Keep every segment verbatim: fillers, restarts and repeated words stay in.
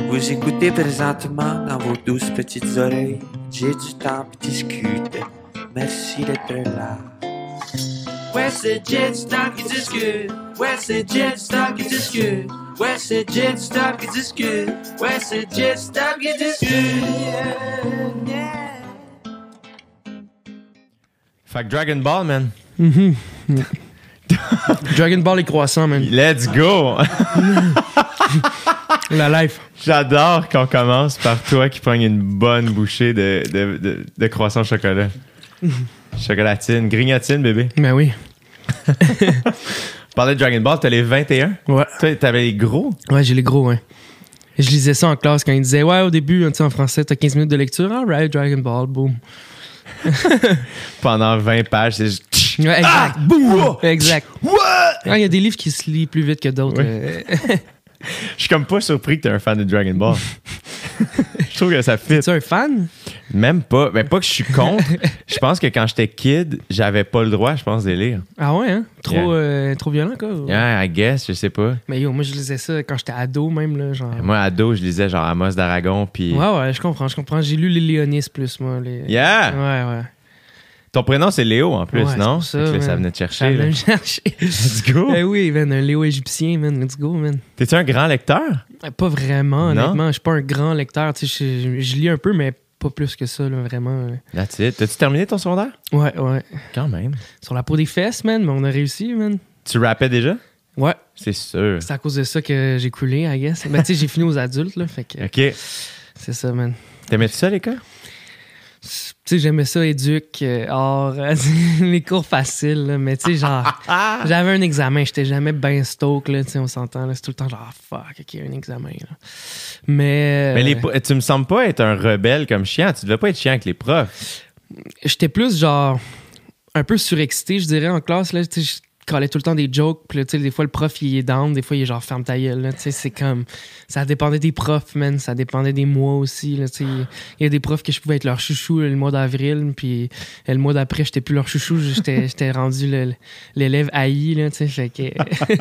Vous écoutez présentement dans vos douces petites oreilles. J'ai du temps pour discuter. Merci d'être là. Ouais, c'est Jet Stop qui discute. Ouais, c'est Jet Stop qui discute. Ouais, c'est Jet Stop qui discute. Ouais, c'est Jet Stop qui discute. Yeah, yeah. Fait que Dragon Ball, man. Mm-hmm. Dragon Ball et croissant, man. Let's go! La life. J'adore qu'on commence par toi qui prenne une bonne bouchée de, de, de, de croissant au chocolat. Chocolatine, grignotine, bébé. Ben oui. Parlais de Dragon Ball, t'as les vingt et un? Ouais. Toi, t'avais les gros? Ouais, j'ai les gros, ouais. Je lisais ça en classe quand ils disaient, ouais, au début, tu sais, en français, t'as quinze minutes de lecture. All right, Dragon Ball, boom. Pendant vingt pages, c'est juste... Ouais, exact. Ah! Boum! Exact. What? Il y a des livres qui se lisent plus vite que d'autres. Oui. Euh... Je suis comme pas surpris que t'es un fan de Dragon Ball. Je trouve que ça fit. T'es un fan? Même pas. Mais pas que je suis contre. Je pense que quand j'étais kid, j'avais pas le droit, je pense, de lire. Ah ouais, hein? Trop, Yeah. euh, trop violent, quoi. Yeah, I guess, je sais pas. Mais yo, moi, je lisais ça quand j'étais ado, même, là, genre... Moi, ado, je lisais genre Amos d'Aragon, puis... Ouais, ouais, je comprends, je comprends. J'ai lu les Léonis plus, moi. Les... Yeah! Ouais, ouais. Ton prénom, c'est Léo, en plus, Ouais, non? c'est pour ça, Fait que là, ça man. venait te Ça chercher. venait Là. me chercher. Let's go! Eh oui, man, un Léo égyptien, man. Let's go, man. T'es-tu un grand lecteur? Pas vraiment, Non? honnêtement. Je suis pas un grand lecteur. Tu sais, je, je lis un peu, mais pas plus que ça, là, vraiment. That's it. T'as-tu terminé ton secondaire? Ouais, ouais. Quand même. Sur la peau des fesses, man, mais on a réussi, man. Tu rappais déjà? Ouais. C'est sûr. C'est à cause de ça que j'ai coulé, I guess. Ben, tu sais, j'ai fini aux adultes, là. Fait que OK. c'est ça, man. T'aimais-tu ça, l'école? Tu sais, j'aimais ça, éduc, euh, art, les cours faciles, là, mais tu sais, genre, j'avais un examen, j'étais jamais ben stoke, là, tu sais, on s'entend, là, c'est tout le temps genre, ah, fuck, ok, un examen, là. Mais. Mais les, euh, po- tu me sembles pas être un rebelle comme chiant. Tu devais pas être chiant avec les profs. J'étais plus, genre, un peu surexcité, je dirais, en classe, là, tu sais, je collais tout le temps des jokes, puis là, tu sais, des fois, le prof, il est down, des fois, il est genre, ferme ta gueule, là, tu sais, c'est comme. Ça dépendait des profs, man, ça dépendait des mois aussi, là, tu sais. Il y a des profs que je pouvais être leur chouchou là, le mois d'avril, puis euh, le mois d'après, j'étais plus leur chouchou, j'étais, j'étais rendu le- l'élève haï, là, tu sais, fait que.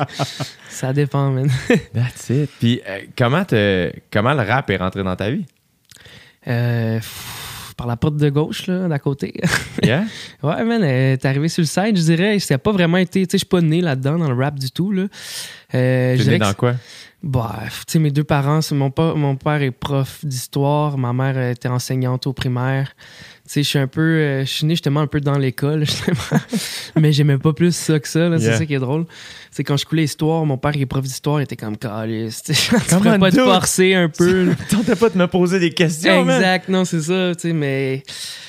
Ça dépend, man. That's it. Puis euh, comment, te, comment le rap est rentré dans ta vie? Euh, pff, par la porte de gauche, là, d'à côté. Yeah? Ouais, man, euh, t'es arrivé sur le site, je dirais. C'était pas vraiment été. Tu sais, je suis pas né là-dedans, dans le rap du tout, là. Euh, je T'es dirais né que dans quoi? Bah, tu sais, mes deux parents, c'est mon, pa- mon père est prof d'histoire, ma mère euh, était enseignante au primaire. Tu sais, je suis un peu, euh, je suis né justement un peu dans l'école, justement. Mais j'aimais pas plus ça que ça, là, Yeah. c'est ça qui est drôle. C'est quand je coulais histoire, mon père qui est prof d'histoire, il était comme calice. Tu sais, tu Come pourrais on, pas te dude. forcer un peu. là. Tentais pas de me poser des questions, man. Exact, non, c'est ça, tu sais, mais.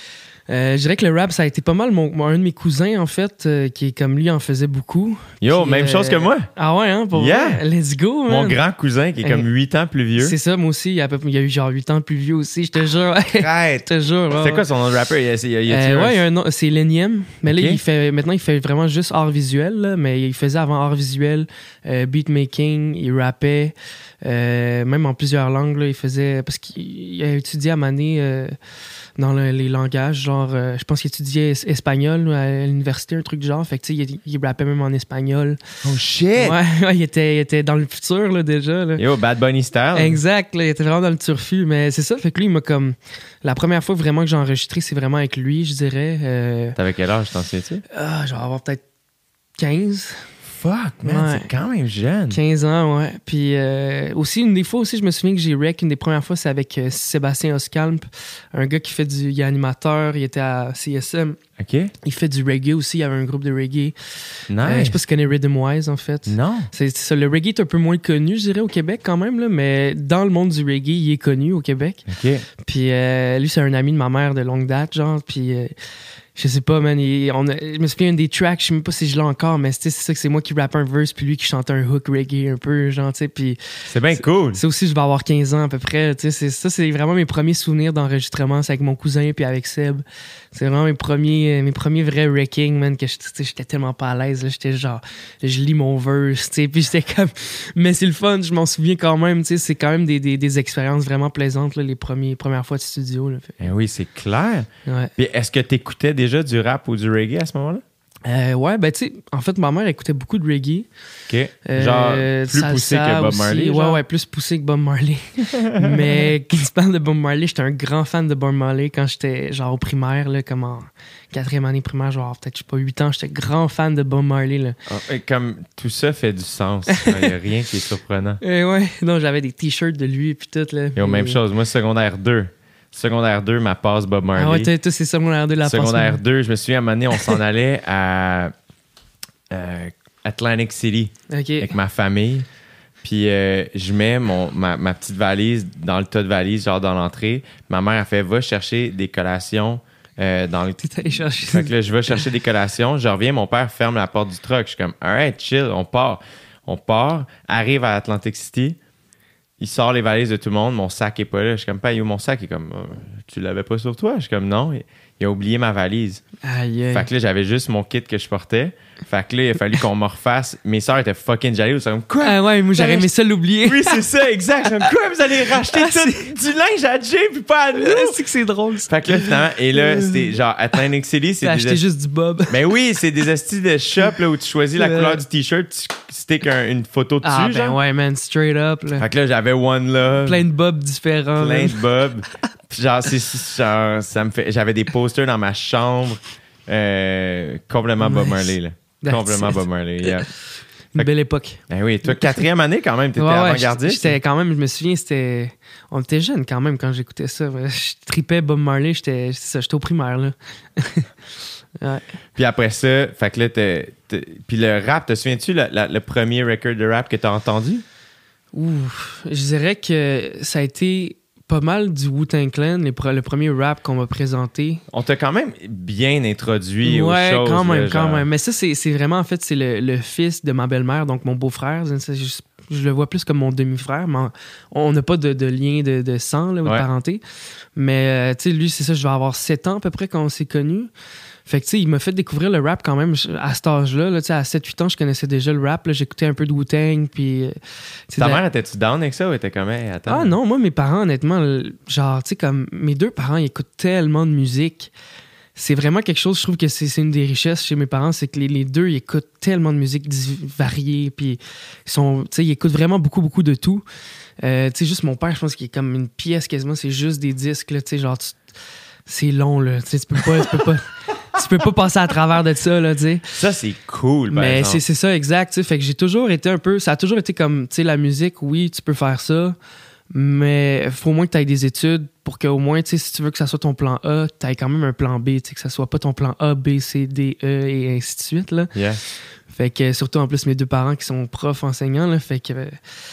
Euh, je dirais que le rap, ça a été pas mal mon, mon- un de mes cousins, en fait, euh, qui est comme lui, en faisait beaucoup. Yo, Puis, même euh, chose que moi. Ah ouais, hein, pour Yeah. vrai? Let's go, man. Mon grand cousin qui est comme Hey. huit ans plus vieux. C'est ça, moi aussi. Il y a, à peu- il y a eu genre huit ans plus vieux aussi, je te jure. Je Arrête. te jure. ouais, C'est quoi ouais. son nom de rapper? Il y a, il y a- il y a- Euh, ouais, il y a un nom, c'est l'énième. Mais là, Ok. il fait, maintenant, il fait vraiment juste art visuel. Là, mais il faisait avant art visuel, euh, beatmaking, il rappait, euh, même en plusieurs langues. Là, il faisait. Parce qu'il a étudié à Mané euh, dans le- les langages. Genre, euh, je pense qu'il étudiait es- espagnol là, à l'université, un truc du genre. Fait que, tu sais, il, il rappait même en espagnol. Oh shit! Ouais, ouais, il, était, il était dans le futur là, déjà. Là. Yo, Bad Bunny style. Exact, là, il était vraiment dans le turfu, mais c'est ça, fait que lui, il m'a comme... La première fois vraiment que j'ai enregistré, c'est vraiment avec lui, je dirais. Euh... T'avais quel âge, t'en souviens-tu? Ah, je vais avoir peut-être quinze. Fuck, man, Ouais. c'est quand même jeune. quinze ans, ouais. Puis euh, aussi, une des fois aussi, je me souviens que j'ai rec, une des premières fois, c'est avec euh, Sébastien Oscalp, un gars qui fait du... Il est animateur, il était à C S M. OK. Il fait du reggae aussi, il y avait un groupe de reggae. Nice. Euh, je sais pas si tu connais Rhythm Wise, en fait. Non. C'est, c'est ça, le reggae est un peu moins connu, je dirais, au Québec quand même, là, mais dans le monde du reggae, il est connu au Québec. OK. Puis euh, lui, c'est un ami de ma mère de longue date, genre. Puis euh, je sais pas, man. il- on a- je me souviens des tracks, je sais même pas si je l'ai encore, mais c'est c'est ça que c'est moi qui rappe un verse, puis lui qui chante un hook reggae un peu, genre, tu sais. Puis C'est bien cool. ça aussi, je vais avoir quinze ans à peu près, tu sais. c'est- Ça, c'est vraiment mes premiers souvenirs d'enregistrement, c'est avec mon cousin, puis avec Seb. C'est vraiment mes premiers, mes premiers vrais wrecking, man, que je- tu sais, j'étais tellement pas à l'aise, là. J'étais genre, je lis mon verse, tu sais. Puis j'étais comme. Mais c'est le fun, je m'en souviens quand même, tu sais. C'est quand même des, des, des expériences vraiment plaisantes, là, les premiers, premières fois de studio, là. Fait- Eh oui, c'est clair. ouais. Puis est-ce que t'écoutais déjà du rap ou du reggae à ce moment-là? Euh, ouais, ben tu sais, en fait, ma mère écoutait beaucoup de reggae. OK. Genre, Euh, plus salsa poussé que Bob aussi. Marley. Ouais, genre? ouais, plus poussé que Bob Marley. Mais quand tu parles de Bob Marley, j'étais un grand fan de Bob Marley quand j'étais genre au primaire, là, comme en quatrième année primaire, genre peut-être, je sais pas, huit ans, j'étais grand fan de Bob Marley. Là. Ah, et comme tout ça fait du sens. Il n'y a rien qui est surprenant. Euh, ouais, non, j'avais des t-shirts de lui et puis tout. Là. Et au même Et- chose. Moi, secondaire deux. Secondaire deux, ma passe Bob Marley. Ah ouais, toi, toi, c'est ça, mon de la Secondaire passe. deux, je me souviens, à un moment donné, on s'en allait à euh, Atlantic City OK. avec ma famille. Puis euh, je mets mon, ma, ma petite valise dans le tas de valise, genre dans l'entrée. Ma mère a fait « Va chercher des collations euh, dans le... » T'es allé chercher Fait que là, je vais chercher des collations. Je reviens, mon père ferme la porte du truck. Je suis comme « Alright, chill, on part. » On part, arrive à Atlantic City. Il sort les valises de tout le monde. Mon sac est pas là. Je suis comme « Pas, où mon sac? » Il est comme euh, « Tu l'avais pas sur toi? » Je suis comme « Non. » Il a oublié ma valise. Aïe, aïe. Fait que là, j'avais juste mon kit que je portais. Fait que là, il a fallu qu'on me refasse. Mes sœurs étaient fucking jalouses. Ils sont comme, quoi? Ah ouais, moi j'aurais aimé ça l'oublier. Oui, c'est ça, exact. Je suis comme, quoi? Vous allez racheter Ah, tout du linge à Jay puis pas à nous? C'est que c'est drôle. Ça. Fait que là, finalement, et là, c'était genre Atlantic City, c'est T'as des acheté esti- juste du Bob. Ben oui, c'est des estis de shop là, où tu choisis la Euh. couleur du t-shirt, tu stick un- une photo dessus. Ah ben genre. ouais, man, straight up. Là. Fait que là, j'avais One Love. Plein de Bob différents. plein man. de Bob. Puis genre, c'est, c'est- genre, ça me fait. J'avais des posters dans ma chambre. Euh, complètement Bob Nice. Marley, là. That's Complètement it. Bob Marley, yeah. Une belle époque. Ben oui, toi, quatrième année quand même, t'étais Ouais, ouais, avant-gardiste. j'étais quand même, je me souviens, c'était. On était jeunes quand même quand j'écoutais ça. Je tripais Bob Marley, j'étais, c'est ça, j'étais au primaire, là. Ouais. Puis après ça, fait que là, t'es, t'es- puis le rap, te souviens-tu la- la- le premier record de rap que t'as entendu? Ouh, je dirais que ça a été pas mal du Wu-Tang Clan, les pre- le premier rap qu'on m'a présenté. On t'a quand même bien introduit Ouais, aux choses. quand même, là, quand genre. même. Mais ça, c'est, c'est vraiment, en fait, c'est le, le fils de ma belle-mère, donc mon beau-frère. Ça, Je, je le vois plus comme mon demi-frère, mais on n'a pas de, de lien de, de sang là, ou de Ouais. parenté. Mais, euh, tu sais, lui, c'est ça, je vais avoir sept ans à peu près quand on s'est connus. Fait que, tu sais, il m'a fait découvrir le rap quand même à cet âge-là. Là, tu sais, à sept huit ans, je connaissais déjà le rap. Là, j'écoutais un peu de Wu-Tang, puis... euh, tu sais, Ta de la- mère, étais-tu down avec ça ou était comme, hey, attends? Ah non, moi, mes parents, honnêtement, le- genre, tu sais, comme mes deux parents, ils écoutent tellement de musique. C'est vraiment quelque chose, je trouve que c'est, c'est une des richesses chez mes parents, c'est que les, les deux, ils écoutent tellement de musique div- variée, puis ils sont, tu sais, ils écoutent vraiment beaucoup, beaucoup de tout. Euh, tu sais, juste mon père, je pense qu'il est comme une pièce quasiment, c'est juste des disques, là, tu sais, genre, tu- c'est long, là, tu sais, tu peux pas, tu peux pas, tu peux pas passer à travers de ça, là, tu sais. Ça, c'est cool, par Mais exemple. c'est, c'est ça, exact. tu sais. Fait que j'ai toujours été un peu. Ça a toujours été comme, tu sais, la musique, oui, tu peux faire ça, mais il faut au moins que tu aies des études pour qu'au moins, tu sais, si tu veux que ça soit ton plan A, tu aies quand même un plan B, tu sais, que ça soit pas ton plan A, B, C, D, E et ainsi de suite, là. Yeah. Fait que surtout en plus, mes deux parents qui sont profs enseignants, là, fait que.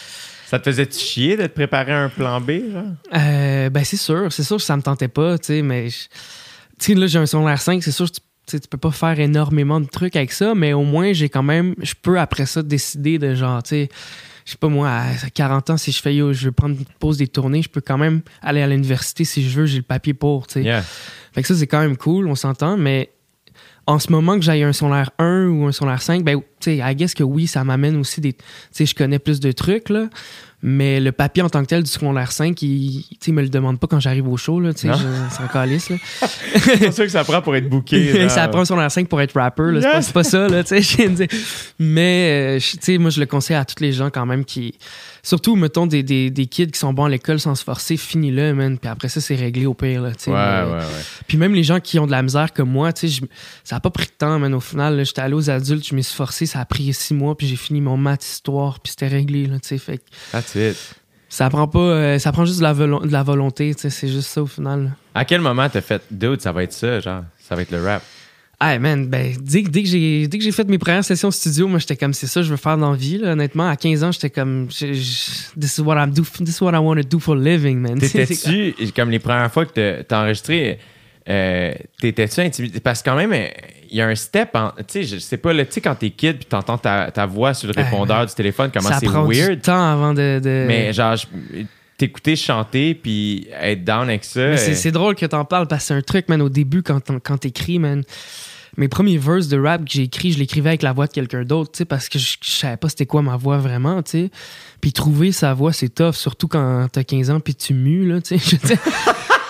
Ça te faisait-tu chier de te préparer un plan B, genre? Euh, ben, c'est sûr, c'est sûr que ça me tentait pas, tu sais, mais. je- Tu sais, là, j'ai un secondaire cinq, c'est sûr que tu, tu sais, tu peux pas faire énormément de trucs avec ça, mais au moins, j'ai quand même. Je peux après ça décider de genre, tu sais. Je sais pas, moi, à quarante ans, si je fais yo, je veux prendre une pause des tournées, je peux quand même aller à l'université si je veux, j'ai le papier pour, tu sais. Yeah. Fait que ça, c'est quand même cool, on s'entend, mais en ce moment que j'aille un secondaire un ou un secondaire cinq, ben, tu sais, I guess que oui, ça m'amène aussi des. Tu sais, je connais plus de trucs, là, mais le papier en tant que tel du secondaire cinq, il, tu sais, il me le demande pas quand j'arrive au show, là, tu sais, Non. je- c'est en calice, là. C'est sûr que ça prend pour être booké. Ça prend un secondaire cinq pour être rapper, là, c'est, pas, c'est pas ça, là, tu sais, je viens de dire. Mais, euh, je- tu sais, moi, je le conseille à tous les gens quand même qui. Surtout, mettons, des, des, des kids qui sont bons à l'école sans se forcer, finis-le, man. Puis après ça, c'est réglé au pire, là, tu sais. Ouais, mais- ouais, ouais. Puis même les gens qui ont de la misère comme moi, tu sais, je- ça a pas pris de temps, man. Au final, là, j'étais allé aux adultes, je me suis forcé, ça a pris six mois, puis j'ai fini mon maths histoire, puis c'était réglé, là, tu sais. Fait que That's it. ça prend pas, euh, ça prend juste de la, volo- de la volonté, tu sais, c'est juste ça au final. là. À quel moment t'as fait, dude, ça va être ça, genre, ça va être le rap? Ah man, ben dès, dès que j'ai dès que j'ai fait mes premières sessions studio, moi j'étais comme c'est ça je veux faire dans la vie là, honnêtement. À quinze ans, j'étais comme je- je- this is what I'm do this is what I want to do for a living, man. T'étais-tu, comme les premières fois que t'as, t'as enregistré, euh, t'étais-tu intimidé? Parce que quand même, il y a un step, en- tu sais, je sais pas, là, tu sais, quand t'es kid puis t'entends ta, ta voix sur le Ah, répondeur du téléphone, comment ça c'est prend du weird. temps avant de, de... Mais genre, je- t'écouter chanter puis être down avec ça. Mais c'est, euh, c'est drôle que t'en parles parce que c'est un truc, man, au début, quand, t'en- quand t'écris, man. Mes premiers verses de rap que j'ai écrits, je l'écrivais avec la voix de quelqu'un d'autre, tu sais, parce que je, je savais pas c'était quoi ma voix vraiment, tu sais. Puis trouver sa voix, c'est tough, surtout quand t'as quinze ans puis tu mues, là, tu sais. Je veux dire,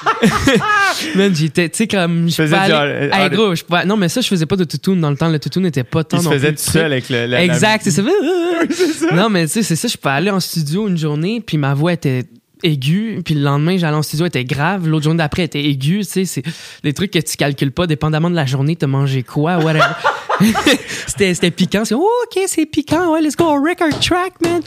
Man, j'étais, tu sais, comme. Je faisais pouvais du- aller- ah, Hey, gros, je pouvais- non, mais ça, je faisais pas de toutoune dans le temps. Le toutoune n'était pas tant Il se non faisait plus tout le seul truc. avec le. la- la- Exact, c'est ça. Non, mais tu sais, c'est ça. Je pouvais aller en studio une journée, puis ma voix était aiguë, puis le lendemain, j'allais en studio, elle était grave. L'autre journée d'après, elle était aiguë. Tu sais, c'est des trucs que tu calcules pas, dépendamment de la journée, t'as mangé quoi, whatever. c'était, c'était piquant. C'est, oh, OK, c'est piquant. Ouais, let's go, record track, man.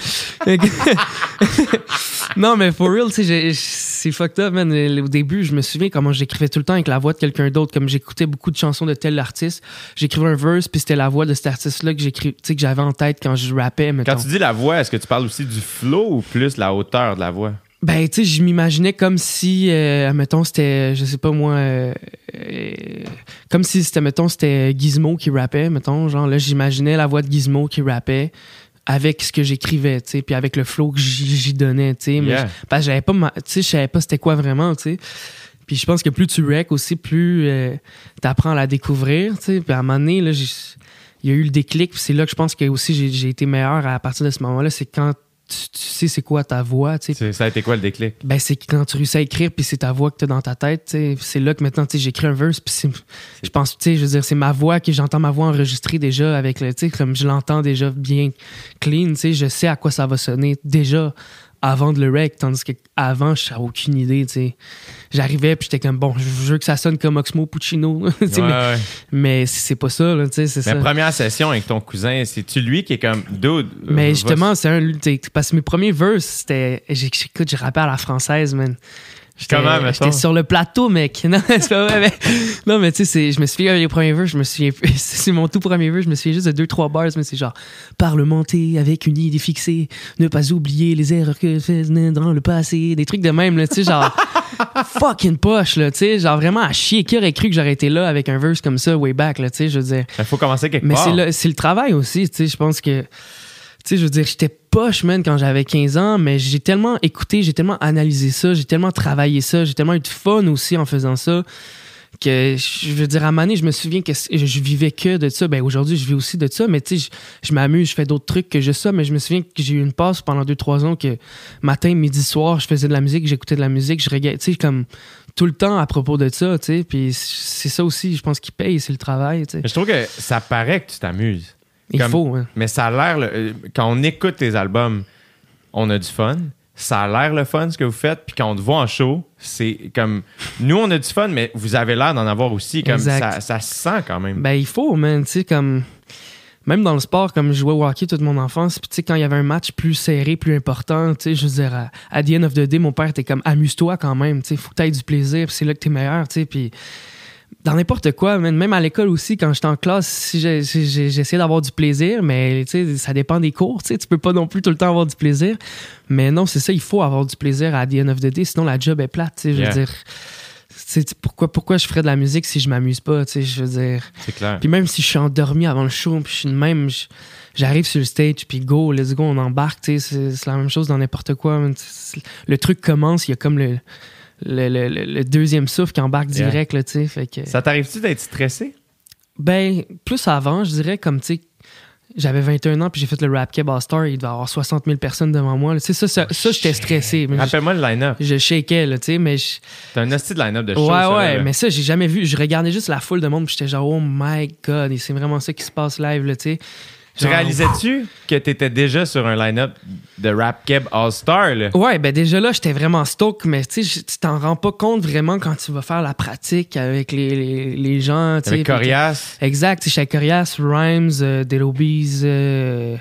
Non, mais for real, tu sais, j'ai- c'est fucked up, man. Au début, je me souviens comment j'écrivais tout le temps avec la voix de quelqu'un d'autre. Comme j'écoutais beaucoup de chansons de tel artiste, j'écrivais un verse, puis c'était la voix de cet artiste-là que j'écris, tu sais, que j'avais en tête quand je rappais, mettons. Quand tu dis la voix, est-ce que tu parles aussi du flow ou plus la hauteur de la voix? Ben, tu sais, je m'imaginais comme si, euh, mettons, c'était, je sais pas moi, euh, euh, comme si c'était, mettons, c'était Gizmo qui rappait, mettons, genre là, j'imaginais la voix de Gizmo qui rappait avec ce que j'écrivais, tu sais, puis avec le flow que j'y, j'y donnais, tu sais, mais Yeah. je- parce que j'avais pas, ma- tu sais, je savais pas c'était quoi vraiment, tu sais. Puis je pense que plus tu rec aussi, plus euh, t'apprends à la découvrir, tu sais. Puis à un moment donné, là, j'ai- il y a eu le déclic, puis c'est là que je pense que aussi j'ai, j'ai été meilleur à partir de ce moment-là, c'est quand tu, tu sais c'est quoi ta voix, tu sais. C'est- Ça a été quoi le déclic? Ben, c'est quand tu réussis à écrire, puis c'est ta voix que t'as dans ta tête, tu sais. C'est là que maintenant, tu sais, j'écris un verse, puis c'est, je pense, tu sais, je veux dire, c'est ma voix, que j'entends ma voix enregistrée déjà avec le, tu sais, comme je l'entends déjà bien clean, tu sais, je sais à quoi ça va sonner déjà avant de le rec, tandis qu'avant, je n'avais aucune idée, tu sais. J'arrivais, puis j'étais comme, bon, je veux que ça sonne comme Oxmo Puccino, tu sais, Ouais, mais, ouais. mais c'est pas ça, là, tu sais, c'est Mais ça. première session avec ton cousin, c'est-tu lui qui est comme dude? Mais euh, justement, va- c'est un. t'sais, Parce que mes premiers verses, c'était. j'ai- J'écoute, j'ai rappé à la française, man. J'étais- Comment, mettons? J'étais sur le plateau, mec. Non, c'est pas vrai, mais. Non, mais tu sais, c'est- je me souviens, les premiers verses, je me souviens. C'est mon tout premier verse, je me souviens juste de deux, trois bars, mais c'est genre. Parlementer avec une idée fixée, ne pas oublier les erreurs que fait dans le passé. Des trucs de même, là, tu sais, genre. Fucking poche, là, tu sais. Genre vraiment à chier. Qui aurait cru que j'aurais été là avec un verse comme ça, way back, là, tu sais, je veux dire. Il faut commencer quelque Mais part. c'est le, c'est le travail aussi, tu sais, je pense que, tu sais, je veux dire, j'étais poche, man, quand j'avais quinze ans, mais j'ai tellement écouté, j'ai tellement analysé ça, j'ai tellement travaillé ça, j'ai tellement eu de fun aussi en faisant ça, que, je veux dire, à un moment donné, je me souviens que je vivais que de ça. Ben, aujourd'hui, je vis aussi de ça, mais tu sais, je, je m'amuse, je fais d'autres trucs que juste ça, mais je me souviens que j'ai eu une passe pendant deux trois ans que matin, midi, soir, je faisais de la musique, j'écoutais de la musique, je regardais, tu sais, comme tout le temps à propos de ça, tu sais, puis c'est ça aussi, je pense, qui paye, c'est le travail, tu sais. Mais je trouve que ça paraît que tu t'amuses. Il Comme- faut, hein. Mais ça a l'air, le- euh, quand on écoute tes albums, on a du fun. Ça a l'air le fun ce que vous faites. Puis quand on te voit en show, c'est comme. Nous, on a du fun, mais vous avez l'air d'en avoir aussi. Comme Exact. ça, ça se sent quand même. Ben, il faut, man, tu sais, comme... Même dans le sport, comme je jouais au hockey toute mon enfance, puis tu sais, quand il y avait un match plus serré, plus important, tu sais, je veux dire, à, à the end of the day, mon père était comme, amuse-toi quand même, tu sais, faut que t'aies du plaisir, puis c'est là que t'es meilleur, tu sais, puis dans n'importe quoi, man, même à l'école aussi, quand j'étais en classe, si j'ai- j'ai- j'essayais d'avoir du plaisir, mais tu sais, ça dépend des cours, tu sais, tu peux pas non plus tout le temps avoir du plaisir, mais non, c'est ça, il faut avoir du plaisir à the end of the day, sinon la job est plate, tu sais, je veux Yeah. dire... Tu sais, pourquoi, pourquoi je ferais de la musique si je m'amuse pas, tu sais, je veux dire... C'est clair. Puis même si je suis endormi avant le show, puis je suis de même, je- j'arrive sur le stage, puis go, let's go, on embarque, tu sais, c'est, c'est la même chose dans n'importe quoi. man. C'est- Le truc commence, il y a comme le, le, le- le- le deuxième souffle qui embarque Yeah. direct, là, tu sais, fait que... Ça t'arrive-tu d'être stressé? Ben, plus avant, je dirais, comme, tu sais, j'avais vingt et un ans, puis j'ai fait le Rap Keb All-Star, il devait y avoir soixante mille personnes devant moi, là. Tu sais, ça, ça, ça, j'étais stressé, mais je, Rappelle-moi le line-up. je shakeais, là, tu sais, mais... je- T'as un hostie de line-up de show. Ouais, ça, ouais, là. mais ça, j'ai jamais vu. Je regardais juste la foule de monde, puis j'étais genre, oh my god, et c'est vraiment ça qui se passe live, là, tu sais. Tu Genre- réalisais-tu que t'étais déjà sur un line-up de Rap Keb All-Star, là? Ouais, ben déjà là, j'étais vraiment stoked, mais tu sais, tu t'en rends pas compte vraiment quand tu vas faire la pratique avec les, les, les gens, tu sais. Avec puis Corias. que- Exact, tu sais, j'étais Corias, Rhymes, euh, Dead Obies, euh,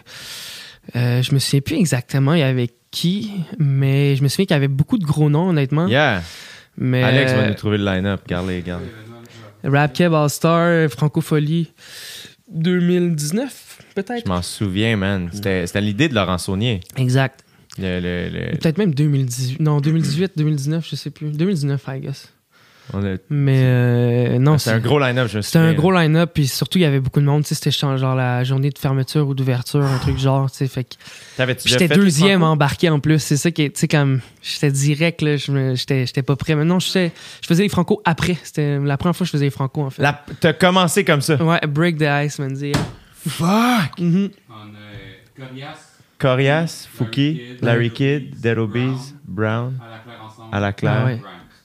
euh, je me souviens plus exactement il y avait qui, mais je me souviens qu'il y avait beaucoup de gros noms, honnêtement. Yeah. Mais, Alex va euh, nous trouver le line-up. Regarde-les, regarde. Rap Keb All-Star, Francofolie, deux mille dix-neuf, peut-être. Je m'en souviens, man. C'était, c'était l'idée de Laurent Saunier. Exact. Le, le- le- Peut-être même deux mille dix-huit. Non, deux mille dix-huit, deux mille dix-neuf, je sais plus. deux mille dix-neuf, I guess. on a- Mais euh, non, c'est un gros line-up, je me C'était un souviens, gros là. line-up, puis surtout, il y avait beaucoup de monde. Tu sais, c'était genre la journée de fermeture ou d'ouverture, un truc genre, tu sais. Fait que T'avais-tu puis déjà j'étais fait les deuxième Franco? embarqué en plus. C'est ça qui est, tu sais, comme j'étais direct, là, je me- j'étais j'étais pas prêt. Mais non, j'étais- je faisais les Franco après. C'était la première fois que je faisais les Franco, en fait. La- T'as commencé comme ça. Ouais, Break the Ice, man. Yeah. Fuck! Mhm. On a Corias, Corias, Fouki, Larry Kidd, Larry Kidd, Dead Obies, Brown, à la claire ensemble. à la claire. Ah ouais. Rhymes.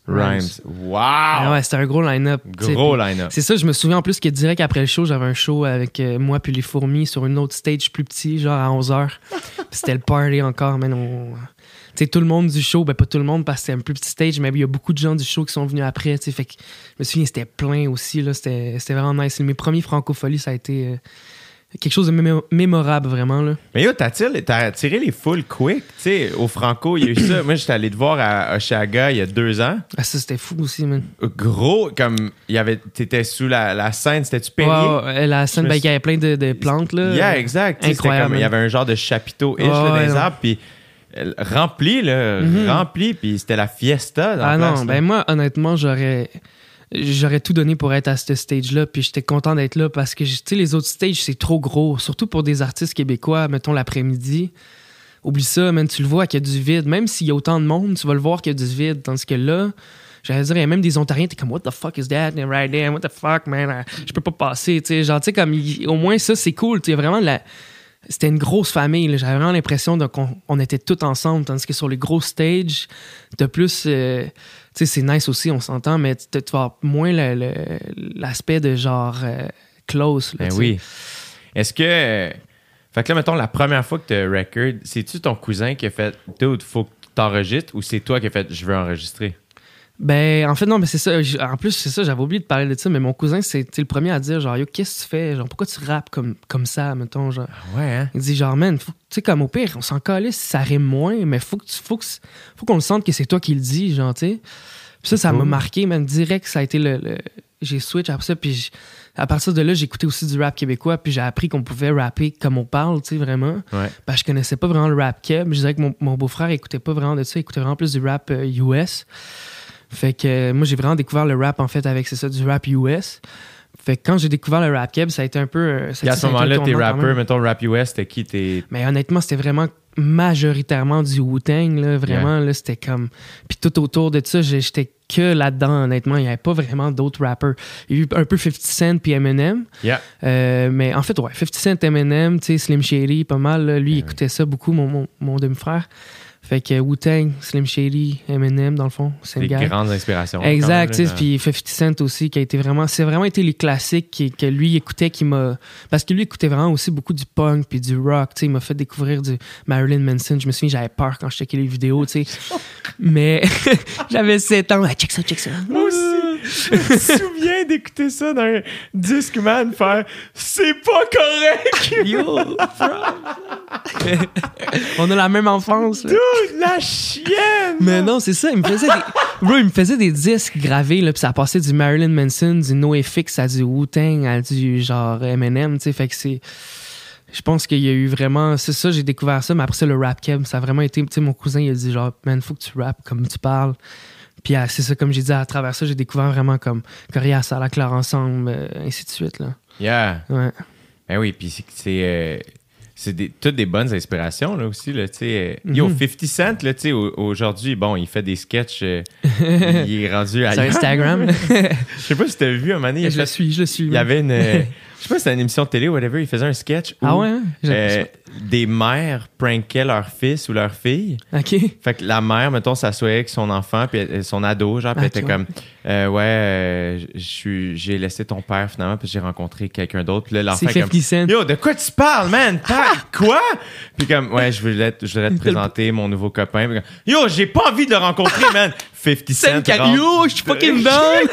Rhymes. Wow! Ah ouais, c'était un gros line-up. Gros line-up. C'est ça, je me souviens en plus que direct après le show, j'avais un show avec euh, moi puis les fourmis sur une autre stage plus petit, genre à onze heures. C'était le party encore, man. On... Tu sais, tout le monde du show, ben pas tout le monde parce que c'était un plus petit stage, mais il y a beaucoup de gens du show qui sont venus après, tu sais. Fait que je me souviens, c'était plein aussi, là. C'était, c'était vraiment nice. Mes premiers Francopholies, ça a été euh, quelque chose de mémo- mémorable, vraiment, là. Mais yo, t'as attiré, t'as attiré les foules quick, tu sais. Au Franco, il y a eu ça. Moi, j'étais allé te voir à Oshaga il y a deux ans. Ah, ça, c'était fou aussi, man. Gros, comme, il y avait, t'étais sous la, la scène, c'était-tu peigné? Wow, la scène, me ben, suis- il y avait plein de, de plantes, là. Yeah, exact. Tu sais, c'était Incroyable, comme, il y man. avait un genre de chapiteau-ish Oh, là, dans ouais, les non. arbres, puis euh, rempli, là, Mhm. rempli, puis c'était la fiesta dans Ah la non, place, là. ben moi, honnêtement, j'aurais j'aurais tout donné pour être à ce stage-là, puis j'étais content d'être là parce que, tu sais, les autres stages, c'est trop gros, surtout pour des artistes québécois, mettons l'après-midi. Oublie ça, man, tu le vois qu'il y a du vide. Même s'il y a autant de monde, tu vas le voir qu'il y a du vide. Tandis que là, j'allais dire, il y a même des Ontariens, t'es comme, what the fuck is that right there? What the fuck, man? Euh, Je peux pas passer, tu sais. Genre, tu sais, comme, il- au moins, ça, c'est cool. Tu sais, vraiment, la... c'était une grosse famille. là. J'avais vraiment l'impression de- qu'on on était tous ensemble. Tandis que sur les gros stages, t'as plus. euh, tu sais, c'est nice aussi, on s'entend, mais tu tu vas avoir moins le- le- l'aspect de genre euh, close. Là, Ben tu sais. oui. Est-ce que. euh, Fait que là, mettons, la première fois que tu as record, c'est-tu ton cousin qui a fait Dude, faut que tu t'enregistres ou c'est toi qui a fait Je veux enregistrer? Ben, en fait, non, mais c'est ça. J- En plus, c'est ça, j'avais oublié de parler de ça, mais mon cousin, c'est le premier à dire, genre, yo, qu'est-ce que tu fais? Genre, pourquoi tu rappes comme, comme ça, mettons, genre. Ouais, hein? Il dit, genre, man, faut- tu sais, comme au pire, on s'en calisse si ça rime moins, mais faut que tu, faut que, faut qu'on le sente que c'est toi qui le dis, genre, tu sais. Puis ça, ça m'a cool. marqué, man, direct, ça a été le. le- j'ai switch après ça, puis j'- à partir de là, j'ai écouté aussi du rap québécois, puis j'ai appris qu'on pouvait rapper comme on parle, tu sais, vraiment. Ouais. Ben, je connaissais pas vraiment le rap keb. Je dirais que mon, mon beau-frère écoutait pas vraiment de ça, il écoutait vraiment plus du rap euh, U S. Fait que euh, moi, j'ai vraiment découvert le rap, en fait, avec, c'est ça, du rap U S. Fait que quand j'ai découvert le rap keb, ça a été un peu... euh, ça- Et à ça ce a été un moment-là, t'es tournant quand rappeur, même. mettons rap U S, t'es qui? T'es. Mais honnêtement, c'était vraiment majoritairement du Wu-Tang, là, vraiment, là, c'était comme... Puis tout autour de ça, j'ai- j'étais que là-dedans, honnêtement, il n'y avait pas vraiment d'autres rappeurs. Il y a eu un peu fifty Cent puis Eminem, Yeah. euh, mais en fait, ouais, fifty Cent, Eminem, tu sais, Slim Shady, pas mal, là, lui, il Ouais. écoutait ça beaucoup, mon, mon, mon demi-frère. Fait que Wu-Tang, Slim Shady, Eminem, dans le fond, c'est Des le gars. grandes inspirations. Exact, quand tu même, sais, là. puis fifty Cent aussi, qui a été vraiment... C'est vraiment été les classiques qui- que lui écoutait, qui m'a... Parce que lui écoutait vraiment aussi beaucoup du punk puis du rock, tu sais, il m'a fait découvrir du Marilyn Manson. Je me souviens, j'avais peur quand je checkais les vidéos, tu sais. Mais j'avais sept ans. Ah, check ça, check ça. Moi aussi, je me souviens d'écouter ça dans un Discman, faire C'est pas correct! Yo, bro. On a la même enfance, là. Dude, la chienne! Mais non, c'est ça, il me faisait des... Bro, il me faisait des disques gravés, là, puis ça passait du Marilyn Manson, du NoFX à du Wu-Tang, à du genre Eminem, tu sais, fait que c'est... Je pense qu'il y a eu vraiment... C'est ça, j'ai découvert ça, mais après ça, le rap keb, ça a vraiment été... Tu sais, mon cousin, il a dit genre, man, faut que tu rappes comme tu parles. Puis ah, c'est ça, comme j'ai dit, à travers ça, j'ai découvert vraiment comme Corias, à la Claire ensemble, euh, ainsi de suite, là. Yeah. Ouais. Ben oui, puis c'est- c'est euh, c'est des- toutes des bonnes inspirations là aussi là, tu sais. euh, Mhm. Yo, fifty Cent là, tu sais, au- aujourd'hui, bon, il fait des sketchs, euh, il est rendu Sur ailleurs. Instagram. Je sais pas si t'as vu un moment donné, il, a je le fait- suis, je le suis. il y avait une, euh, je sais pas si c'était une émission de télé ou whatever, il faisait un sketch où Ah ouais? hein? J'ai- euh, des mères prankaient leur fils ou leur fille. OK. Fait que la mère, mettons, s'assoyait avec son enfant, puis elle- son ado, genre, puis elle Ok, était ouais. comme, euh, ouais, euh, je suis- j'ai laissé ton père finalement, puis j'ai rencontré quelqu'un d'autre. Puis là, l'enfant C'est est comme, fifty Cent. yo, de quoi tu parles, man? Pa- quoi? Puis comme, ouais, je voulais, te- je voulais te présenter mon nouveau copain. Puis comme, yo, j'ai pas envie de le rencontrer, man. fifty Cent. rentre- Yo, je suis fucking down!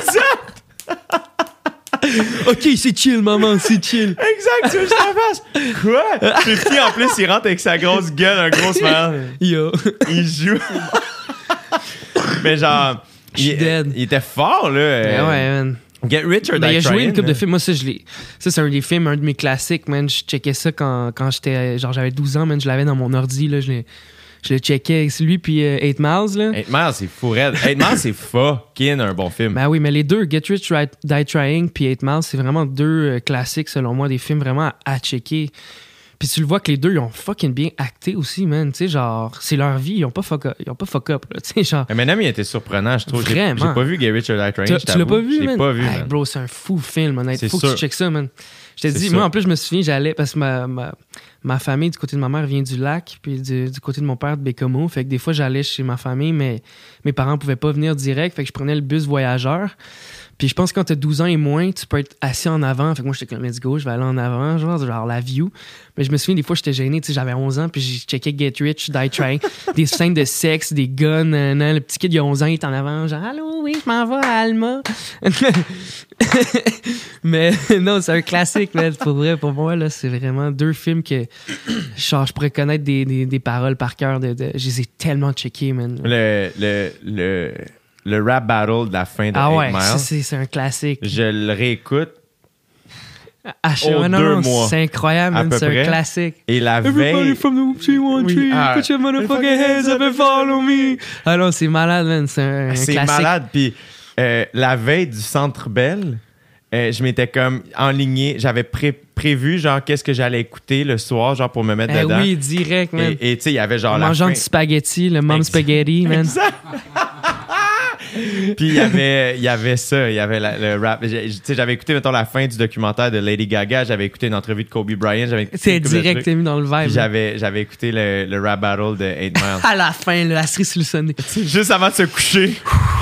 OK, c'est chill, maman, c'est chill. Exact, tu veux que je t'en fasse? Quoi? fifty, en plus, il rentre avec sa grosse gueule, un gros smile. Yo. Il joue. Mais genre, Je suis il, dead. il était fort, là. euh, Ben ouais, man. Get Rich or Ben, Die il a joué Trying, une couple de là. films. Moi, ça, je l'ai. Ça, c'est un des films, un de mes classiques, man. Je checkais ça quand, quand j'étais. Genre, j'avais douze ans, man. Je l'avais dans mon ordi, là. Je, l'ai- je le checkais. C'est lui, puis euh, eight Miles, là. eight Mile, c'est fou raide. eight Mile, c'est fucking un bon film. Ben oui, mais les deux, Get Rich, Right- Die Trying, puis eight Miles, c'est vraiment deux euh, classiques, selon moi, des films vraiment à, à checker. Puis tu le vois que les deux, ils ont fucking bien acté aussi, man. Tu sais, genre, c'est leur vie, ils ont pas fuck up, ils ont pas fuck up, là. Tu sais, genre. Eminem, il était surprenant, je trouve. J'ai- Vraiment. J'ai pas vu Get Rich or Die Trying, Tu, je tu l'as t'avoue. pas vu, Je l'ai man? pas vu, Hey, man. bro, c'est un fou film, honnêtement. C'est Faut que sûr. tu checkes ça, man. Je t'ai C'est dit, sûr. moi, en plus, je me souviens, j'allais, parce que ma, ma, ma famille, du côté de ma mère, vient du lac, puis du, du côté de mon père, de Bécomo. Fait que des fois, j'allais chez ma famille, mais mes parents pouvaient pas venir direct. Fait que je prenais le bus voyageur. Puis je pense que quand t'as douze ans et moins, tu peux être assis en avant. Fait que moi, j'étais comme, let's go, je vais aller en avant, genre, genre la view. Mais je me souviens, des fois, j'étais gêné. Tu sais, j'avais onze ans, puis j'ai checké Get Rich, Die Trying. Des scènes de sexe, des guns. Euh, non, le petit kid, il a onze ans, il est en avant, genre, allô, oui, je m'en vais à Alma. Mais non, c'est un classique, man. Pour vrai, pour moi, là, c'est vraiment deux films que genre, je pourrais connaître des, des, des paroles par cœur. De, de, je les ai tellement checkés, man. Le, le, le, le rap battle de la fin de Ah Eight ouais, Mile, ça, c'est, c'est un classique. je le réécoute Ah, je- aux ouais, non, deux non, mois, c'est incroyable, à man, peu c'est près. un classique. et la Everybody veille... from the whoopsie one Oui, tree, ah, put your motherfucking hands up and follow me. Ah non, c'est malade, man, c'est un, un C'est classique. malade. Puis euh, la veille du Centre Bell, euh, je m'étais comme enligné. J'avais pré- prévu, genre, qu'est-ce que j'allais écouter le soir, genre, pour me mettre Eh dedans. oui, direct, man. Et et, tu sais, il y avait genre En la mangeant fin... du spaghetti, le mom Exact. spaghetti, man. Exact. Puis il y avait, il y avait ça, il y avait la- le rap. J'ai- Tu sais, j'avais écouté, mettons, la fin du documentaire de Lady Gaga. J'avais écouté une entrevue de Kobe Bryant. J'avais écouté C'est une couple de direct, trucs. t'es mis dans le Puis vibe. j'avais, j'avais écouté le, le rap battle de eight Mile. À la fin, là, la cerise sur le sonnet. Juste avant de se coucher.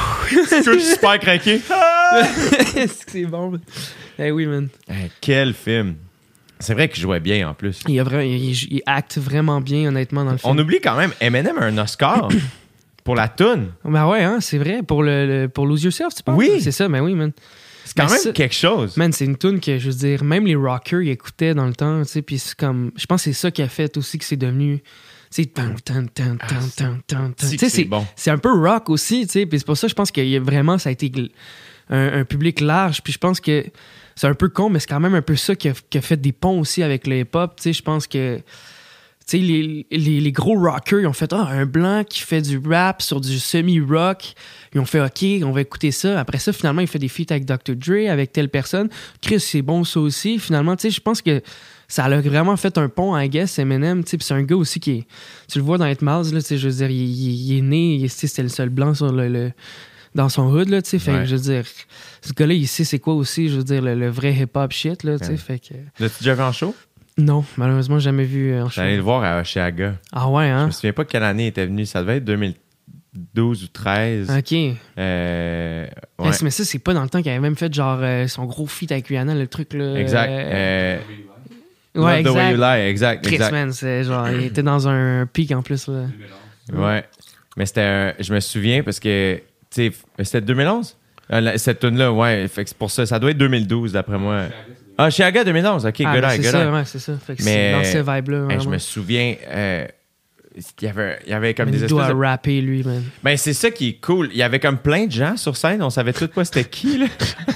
Je suis super craqué. Est-ce que c'est bon, man? Eh oui, man. Hey, quel film. C'est vrai qu'il jouait bien en plus. Il, a vraiment, il, il acte vraiment bien, honnêtement, dans le film. On oublie quand même, Eminem a un Oscar pour la toune. Ben ouais, hein, c'est vrai. Pour, le, le- pour Lose Yourself, tu penses? Oui. C'est ça, ben oui, man. C'est quand Mais même ça- quelque chose. Man, c'est une tune que, je veux dire, même les rockers, ils écoutaient dans le temps, tu sais, puis c'est comme... Je pense que c'est ça qui a fait aussi que c'est devenu... Tu sais, tan, tan, tan, tan, tan, tan, tan. Si Tu que sais, c'est c'est bon. c'est un peu rock aussi, tu sais, puis c'est pour ça, je pense qu'il y a vraiment, ça a été gl- un, un public large, puis je pense que c'est un peu con, mais c'est quand même un peu ça qui a, qui a fait des ponts aussi avec le hip-hop, tu sais, je pense que... Tu sais, les, les, les gros rockers, ils ont fait ah, un blanc qui fait du rap sur du semi-rock. Ils ont fait OK, on va écouter ça. Après ça, finalement, il fait des feats avec docteur Dre, avec telle personne. Chris, c'est bon ça aussi. Finalement, tu sais, je pense que ça a vraiment fait un pont, I guess, Eminem. Tu sais, puis c'est un gars aussi qui est. Tu le vois dans eight Miles, là, tu sais, je veux dire, il, il- il est né, il- tu sais, c'était le seul blanc sur le. le- dans son hood, là, tu sais, fait Ouais. que, je veux dire, ce gars-là, il sait c'est quoi aussi, je veux dire, le, le vrai hip-hop shit, là, tu sais, Ouais. fait que... L'as-tu déjà vu en show? Non, malheureusement, jamais vu euh, en show. J'allais le voir à Oshéaga. Ah ouais, Je hein? me souviens pas quelle année il était venu. Ça devait être deux mille douze ou treize. OK. Euh, ouais. Mais, c'est- mais ça, c'est pas dans le temps qu'il avait même fait genre euh, son gros feat avec Rihanna, le truc là. Exact. euh, Euh, ouais, Love the Way You exact. Lie, exact. Chris, exact. man, c'est genre, il était dans un pic en plus là. Ouais. Mais c'était un- je me souviens parce que, tu sais, c'était deux mille onze? Euh, la- cette tune-là, ouais. Fait que c'est pour ça. Ça doit être deux mille douze, d'après moi. Ah, chez Aga deux mille onze. OK, Ah, good mais eye, c'est good ça, eye. ouais, c'est ça. Fait que Mais- c'est dans ce vibe là. Hey, je me souviens, euh, il y avait, il y avait comme Mais des il espèces doit de... rapper lui, man. Ben, c'est ça qui est cool. Il y avait comme plein de gens sur scène. On savait tout pas c'était qui, là.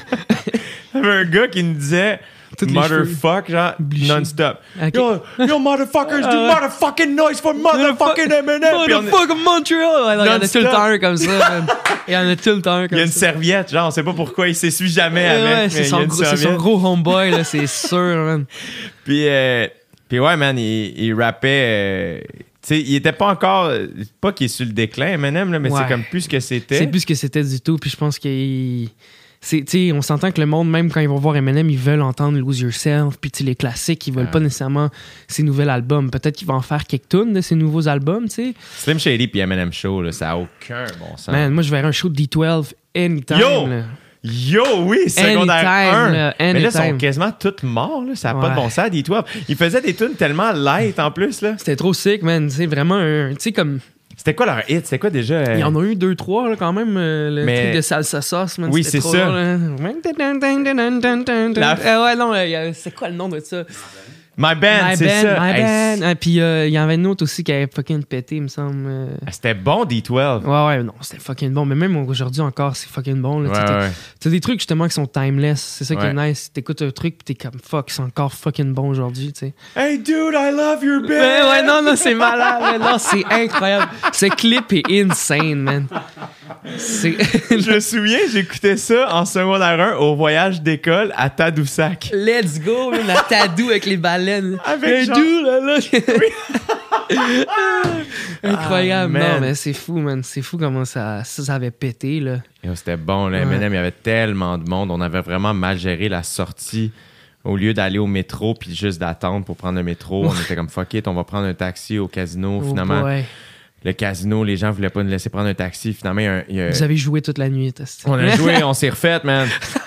Il y avait un gars qui nous disait Toutes les motherfuck, genre, Bliché. non-stop. Ok. Yo, yo, motherfuckers, do Euh, motherfucking noise for motherfucking Eminem. Puis on- Motherfucking Montreal! Ouais, non, il y en a tout le Non-stop. temps un comme ça, man. Il y en a tout le temps un Il comme y a une ça. serviette, genre, on sait pas pourquoi il s'essuie jamais Ouais, avec. ouais, mais c'est il y a son, une gros- c'est son serviette. gros homeboy, là, c'est sûr, man. Puis, euh, puis ouais, man, il, il rappait. euh, tu sais, il était pas encore. Pas qu'il est sur le déclin, Eminem, là, mais Ouais. c'est comme plus ce que c'était. C'est plus ce que c'était du tout, puis je pense qu'il. C'est, tu sais, on s'entend que le monde, même quand ils vont voir Eminem, ils veulent entendre Lose Yourself, puis tu sais, les classiques, ils veulent Ah. pas nécessairement ses nouveaux albums. Peut-être qu'ils vont en faire quelques tunes de ses nouveaux albums, tu sais. Slim Shady puis Eminem Show, là, ça a aucun bon sens. Man, moi, je verrais un show de D douze anytime. Yo! là. Yo, oui, secondaire Anytime, un. là, Mais là, ils sont anytime. quasiment tous morts, là. Ça n'a pas de Ouais. bon sens, D douze. Ils faisaient des tunes tellement light en plus, là. C'était trop sick, man. C'est vraiment un. Tu sais, comme. C'était quoi leur hit? C'était quoi déjà? euh, Il y en a eu deux, trois, là, quand même. euh, le Mais- truc de salsa sauce, man. Oui, c'était c'est trop ça. drôle, hein. La- Ah ouais, non, euh, y a- c'est quoi le nom de ça? My Band, My c'est Band, ça. My Hey, Band. Ah, puis euh, il y en avait une autre aussi qui avait fucking pété, il me semble. euh. c- C'était bon, D douze. Ouais, ouais, non, c'était fucking bon. Mais même aujourd'hui encore, c'est fucking bon. Là. Ouais, Tu sais, ouais. t'as des trucs justement qui sont timeless. C'est ça qui est Ouais. nice. T'écoutes un truc pis t'es comme fuck, c'est encore fucking bon aujourd'hui, tu sais. Hey, dude, I love your band. Ouais, ouais, non, non, c'est malade. man. Non, c'est incroyable. Ce clip est insane, man. C'est. Je me souviens, j'écoutais ça en secondaire un au voyage d'école à Tadoussac. Let's go, man, la Tadou avec les baleines. Avec Hey, genre- dude, là, là. Incroyable. Ah, man. non, mais c'est fou, man. C'est fou comment ça, ça, ça avait pété, là. Yo, c'était bon, là. Ouais. Eminem, il y avait tellement de monde. On avait vraiment mal géré la sortie au lieu d'aller au métro puis juste d'attendre pour prendre le métro, on était comme fuck it, on va prendre un taxi au casino. Oh Finalement, boy. le casino, les gens voulaient pas nous laisser prendre un taxi. Finalement, il y a un- il y a- Vous avez joué toute la nuit. t'as- on a joué, on s'est refait, man.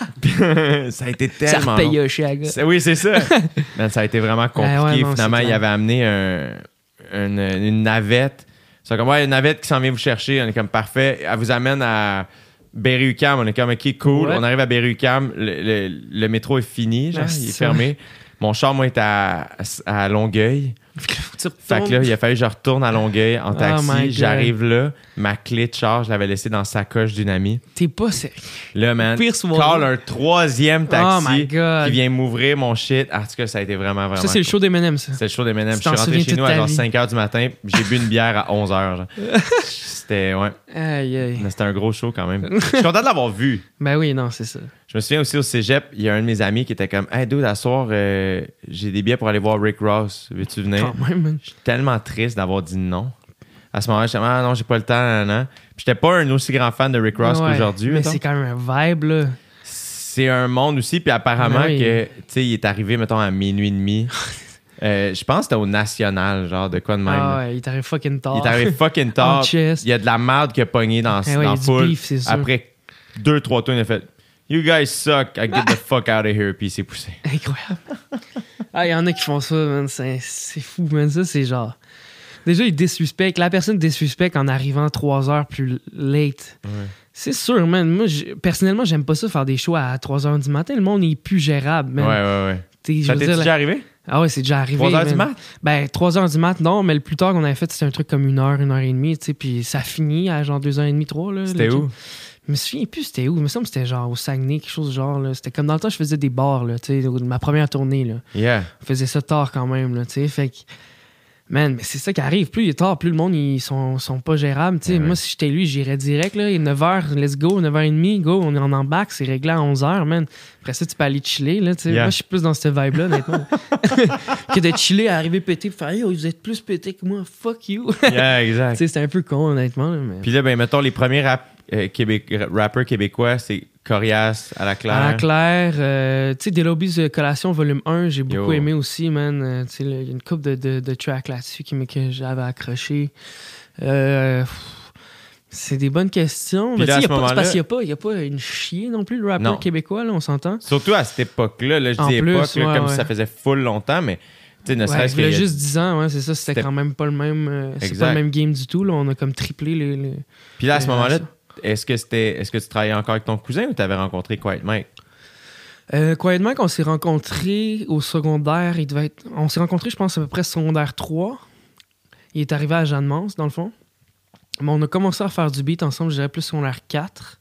Ça a été Ça tellement long. repayait chez la gars. C'est- Oui, c'est ça. Man, ça a été vraiment compliqué. Ah ouais, non, Finalement, c'est il clair. avait amené un- une, une navette. C'est comme, ouais, une navette qui s'en vient vous chercher. On est comme, parfait. Elle vous amène à Berry-UQAM. On est comme, OK, cool. Ouais. On arrive à Berry-UQAM. Le, le- le métro est fini, genre, Ah, il est c'est fermé. Mon char, moi, est à, à Longueuil. Tu Fait que là, il a fallu que je retourne à Longueuil en Oh my taxi. God. J'arrive là. Ma clé de char, je l'avais laissée dans la sacoche d'une amie. T'es pas sérieux. Là, man, Pire soirée. call un troisième taxi Oh my God. qui vient m'ouvrir mon shit. En tout cas, ça a été vraiment, vraiment Ça, c'est le cool. show d'Eminem, ça. C'était le show des M and M. Tu Je suis t'en rentré souviens chez toute nous à ta genre vie. cinq heures du matin. J'ai bu une bière à onze heures. genre. C'était, ouais. Aïe, aïe. Mais c'était un gros show quand même. Je suis content de l'avoir vu. Ben oui, non, c'est ça. Je me souviens aussi au cégep, il y a un de mes amis qui était comme, hey, dude, à soir, euh, j'ai des billets pour aller voir Rick Ross. Veux-tu venir? Quand même, man. Je suis tellement triste d'avoir dit non. À ce moment-là, j'étais comme, ah non, j'ai pas le temps. Nan, nan. Puis j'étais pas un aussi grand fan de Rick Ross Ouais, qu'aujourd'hui. Mais mettons. c'est quand même un vibe, là. C'est un monde aussi. Puis apparemment, Ben oui. que, tu sais, il est arrivé, mettons, à minuit et demi. Euh, je pense que c'était au National, genre de quoi de même. Ah là. ouais, il t'arrive fucking tard. Il est arrivé fucking En tard. chest. Il y a de la merde qui a pogné dans, Eh ouais, dans il y a la du foule. beef, c'est sûr. Après deux, trois tours, il a fait You guys suck, I get the fuck out of here. Puis il s'est poussé. Incroyable. Ah, il y en a qui font ça, man. C'est, c'est fou, man. Ça, c'est genre. Déjà, ils disrespectent. La personne disrespecte en arrivant trois heures plus late. Ouais. C'est sûr, man. Moi, j'ai- personnellement, j'aime pas ça faire des shows à trois heures du matin. Le monde est plus gérable, man. Ouais, ouais, ouais. T'sais, je Ça veux t'est dire, déjà arrivé? Ah ouais, c'est déjà arrivé. trois heures du man. mat? Ben, trois heures du mat, non, mais le plus tard qu'on avait fait, c'était un truc comme une heure, une heure et demie, tu sais, puis ça finit à genre deux heures et demie, trois, là. C'était legit. où? Je me souviens plus c'était où. Il me semble que c'était genre au Saguenay, quelque chose du genre, là. C'était comme dans le temps, je faisais des bars, là, tu sais, ma première tournée, là. Yeah. On faisait ça tard quand même, là, tu sais, fait que... Man, mais c'est ça qui arrive. Plus il est tard, plus le monde, ils sont, sont pas gérables, tu sais. Ouais, ouais. Moi, si j'étais lui, j'irais direct, là, et neuf heures, let's go, neuf heures trente, go, on est en embarque, c'est réglé à onze heures, man. Après ça, tu peux aller chiller, là, tu sais. Yeah. Moi, je suis plus dans cette vibe-là, honnêtement. que de chiller, arriver pété, faire, yo, vous êtes plus pété que moi, fuck you. tu Yeah, exact. sais, c'est un peu con, honnêtement, là, mais... Puis là, ben, mettons, les premiers rap, euh, Québec, rappeurs québécois, c'est Corias, À la Claire. À la Claire, euh, tu sais, Des Lobbies de Collation volume un, j'ai beaucoup Yo. aimé aussi, man. Euh, tu sais, il y a une couple de, de, de tracks là-dessus qui, me- que j'avais accroché. Euh, pff, c'est des bonnes questions. Puis Mais là, tu sais, à ce y a pas- c'est moment-là- parce qu'il n'y a, pas- il y a pas une chier non plus, le rappeur Non. québécois, là, on s'entend? Surtout à cette époque-là. Là, je En dis plus, époque, là, ouais, comme ouais. si ça faisait full longtemps, mais tu sais, ne Ouais, serait-ce il y a que. juste dix ans, ouais, c'est ça. C'était C'était- quand même pas le même. euh, c'est Exact. pas le même game du tout. Là. On a comme triplé les. les- Puis là, à ce les moment-là, relations. est-ce que c'était, est-ce que tu travaillais encore avec ton cousin ou tu avais rencontré Quiet Mike? Euh, Quiet Mike, on s'est rencontrés au secondaire. Il devait être... On s'est rencontrés, je pense, à peu près secondaire trois. Il est arrivé à Jeanne-Mance, dans le fond. Mais on a commencé à faire du beat ensemble, je dirais plus secondaire quatre.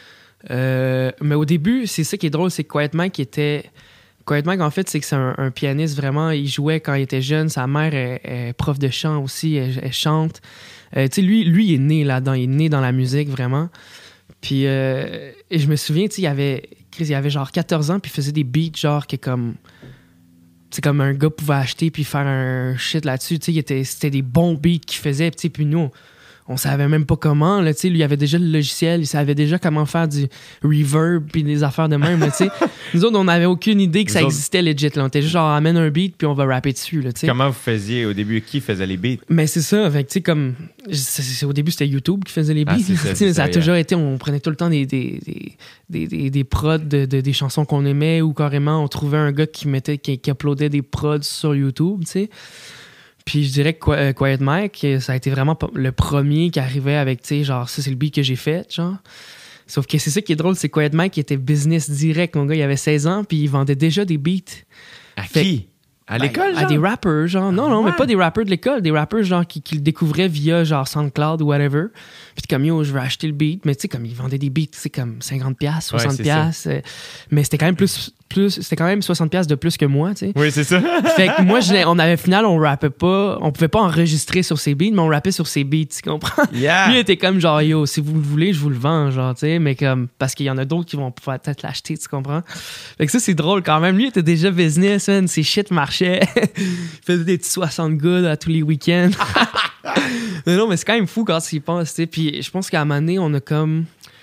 Euh, mais au début, c'est ça qui est drôle, c'est que Quiet Mike était... Quiet Mike, en fait, c'est que c'est un, un pianiste, vraiment. Il jouait quand il était jeune. Sa mère est, est prof de chant aussi. Elle, elle chante. Euh, tu sais, lui, lui, il est né là-dedans. Il est né dans la musique, vraiment. Puis, euh, et je me souviens, tu sais, il avait, Chris, il avait genre quatorze ans, puis il faisait des beats, genre, que comme. C'est comme un gars pouvait acheter puis faire un shit là-dessus. Tu sais, il était- c'était des bons beats qu'il faisait. Tu sais, puis nous, on, on savait même pas comment. Là, tu sais, lui, il avait déjà le logiciel, il savait déjà comment faire du reverb puis des affaires de même. Là, tu sais. Nous autres, on n'avait aucune idée que Nous ça autres- existait legit. Là. On était juste genre, amène un beat puis on va rapper dessus. Là, tu sais. Comment vous faisiez au début? Qui faisait les beats? Mais c'est ça, fait que, tu sais, comme. c'est- c'est- au début, c'était YouTube qui faisait les beats. Ah, c'est ça, Tu sais, c'est ça a ça, toujours été. On prenait tout le temps des, des, des, des, des, des prods de, de- des chansons qu'on aimait ou carrément, on trouvait un gars qui mettait qui, qui uploadait des prods sur YouTube, tu sais. Puis je dirais que Qui- euh, Quiet Mike, ça a été vraiment pas- le premier qui arrivait avec, tu sais, genre, ça, c'est le beat que j'ai fait, genre. Sauf que c'est ça qui est drôle, c'est Quiet Mike qui était business direct. Mon gars, il avait seize ans, puis il vendait déjà des beats. À Fait- qui? À l'école, À genre? des rappers, genre. Non, non, ouais. mais pas des rappers de l'école. Des rappers, genre, qui, qui le découvraient via, genre, SoundCloud ou whatever. Puis comme, yo, je veux acheter le beat. Mais tu sais, comme, ils vendaient des beats, c'est comme cinquante piastres, Ouais, soixante c'est piastres. euh, Mais c'était quand même plus, plus, c'était quand même soixante piastres de plus que moi, tu sais. Oui, c'est ça. Fait que moi, je l'ai- on avait, au final, on rappait pas. On pouvait pas enregistrer sur ses beats, mais on rappait sur ses beats, tu comprends? Yeah. Lui, il était comme, genre, yo, si vous le voulez, je vous le vends, genre, tu sais. Mais comme, parce qu'il y en a d'autres qui vont pouvoir peut-être l'acheter, tu comprends? Fait que ça, c'est drôle quand même. Lui, il était déjà business, man. Ses shit marchaient. Il faisait des petits soixante good à tous les week-ends. mais non, mais c'est quand même fou quand tu y penses, tu sais. Puis je pense qu'à un moment donné, on a comme.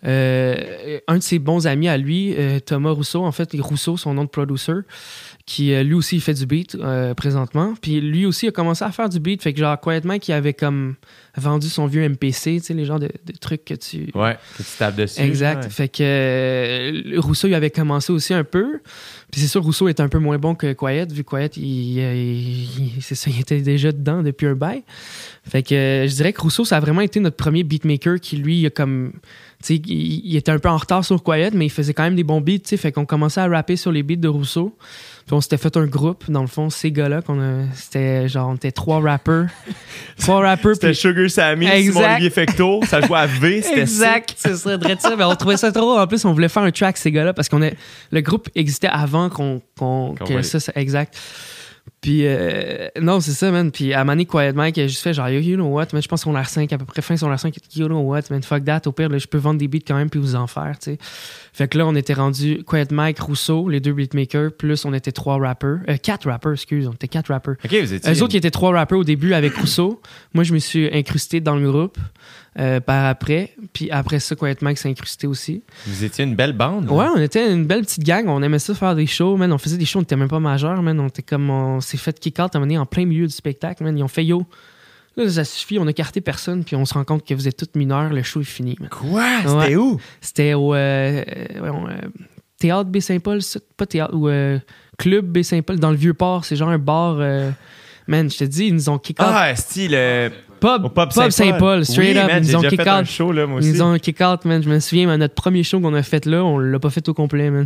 Euh, un de ses bons amis à lui, euh, Thomas Rousseau, en fait, Rousseau, son nom de producer, qui euh, lui aussi il fait du beat euh, présentement. Puis lui aussi a commencé à faire du beat. Fait que genre, Quiet Mike, il avait comme vendu son vieux M P C, tu sais, les genres de, de trucs que tu... Ouais, que tu tapes dessus. Exact. Ouais. Fait que euh, Rousseau, il avait commencé aussi un peu. Puis c'est sûr, Rousseau était un peu moins bon que Quiet, vu que Quiet, il, il, il, c'est ça, il était déjà dedans depuis un bail. Fait que euh, je dirais que Rousseau, ça a vraiment été notre premier beatmaker qui, lui, il a comme... Tu sais, il, il était un peu en retard sur Quiet, mais il faisait quand même des bons beats, tu sais. Fait qu'on commençait à rapper sur les beats de Rousseau. Puis on s'était fait un groupe, dans le fond, ces gars-là, qu'on a, c'était genre, on était trois rappers. trois rappers. C'était puis... Sugar Sammy, Exact. Simon Olivier Fecto, ça jouait à V, c'était Exact, c'est ça, drôle ça. Mais on trouvait ça trop. En plus, on voulait faire un track, ces gars-là, parce qu'on est, le groupe existait avant qu'on, qu'on, Qu'on que voit ça, c'est exact. Puis, euh, non, c'est ça, man. Puis, à Mané Quiet Mike, il a juste fait genre, you know what, man, je pense qu'on a cinq, à peu près fin sur la cinq, you know what, man, fuck that. Au pire, là, je peux vendre des beats quand même, puis vous en faire, tu sais. Fait que là, on était rendu Quiet Mike, Rousseau, les deux beatmakers, plus on était trois rappers. Euh, quatre rappers, excuse, on était quatre rappers. OK, vous étiez... Eux autres, qui étaient trois rappers au début avec Rousseau. Moi, je me suis incrusté dans le groupe euh, par après. Puis après ça, Quiet Mike s'est incrusté aussi. Vous étiez une belle bande. Ouais, on était une belle petite gang. On aimait ça faire des shows, man. On faisait des shows, on était même pas majeurs, man. On était comme... On s'est fait kick-out à un moment donné en plein milieu du spectacle, man. Ils ont fait « Yo, là, ça suffit, on a carté personne, puis on se rend compte que vous êtes tous mineurs, le show est fini, man. » Quoi? C'était Ouais. où? C'était au euh, euh, euh, Théâtre Baie-Saint-Paul, ça, pas Théâtre, ou euh, Club Baie-Saint-Paul, dans le Vieux-Port. C'est genre un bar... Euh, man, je te dis, ils nous ont kick-out. Ah, style... euh, Pub, Au Pub Pub Saint-Paul. Saint-Paul, straight oui, up. man, Ils j'ai nous ont déjà kick fait un out. show, là, moi Ils aussi. nous ont kick out, man. Je me souviens, man, notre premier show qu'on a fait là, on l'a pas fait au complet, man.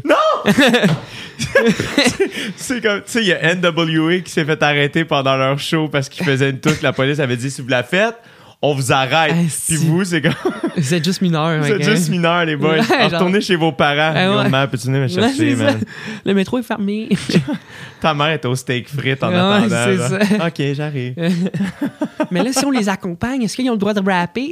C'est comme, tu sais, il y a N W A qui s'est fait arrêter pendant leur show parce qu'ils faisaient une toute. La police avait dit, si vous la faites, on vous arrête. Ah, Puis si. vous, c'est comme... Vous êtes juste mineurs, Vous êtes mec, juste hein. mineurs, les boys. Ouais, genre- Retournez chez vos parents. Ah, ouais. Yo, man, peux-tu venir me Ouais, chercher, c'est man? ça. Le métro est fermé. Ta mère est au steak frites en Ouais, attendant. c'est là. ça. OK, j'arrive. Mais là, si on les accompagne, est-ce qu'ils ont le droit de rapper?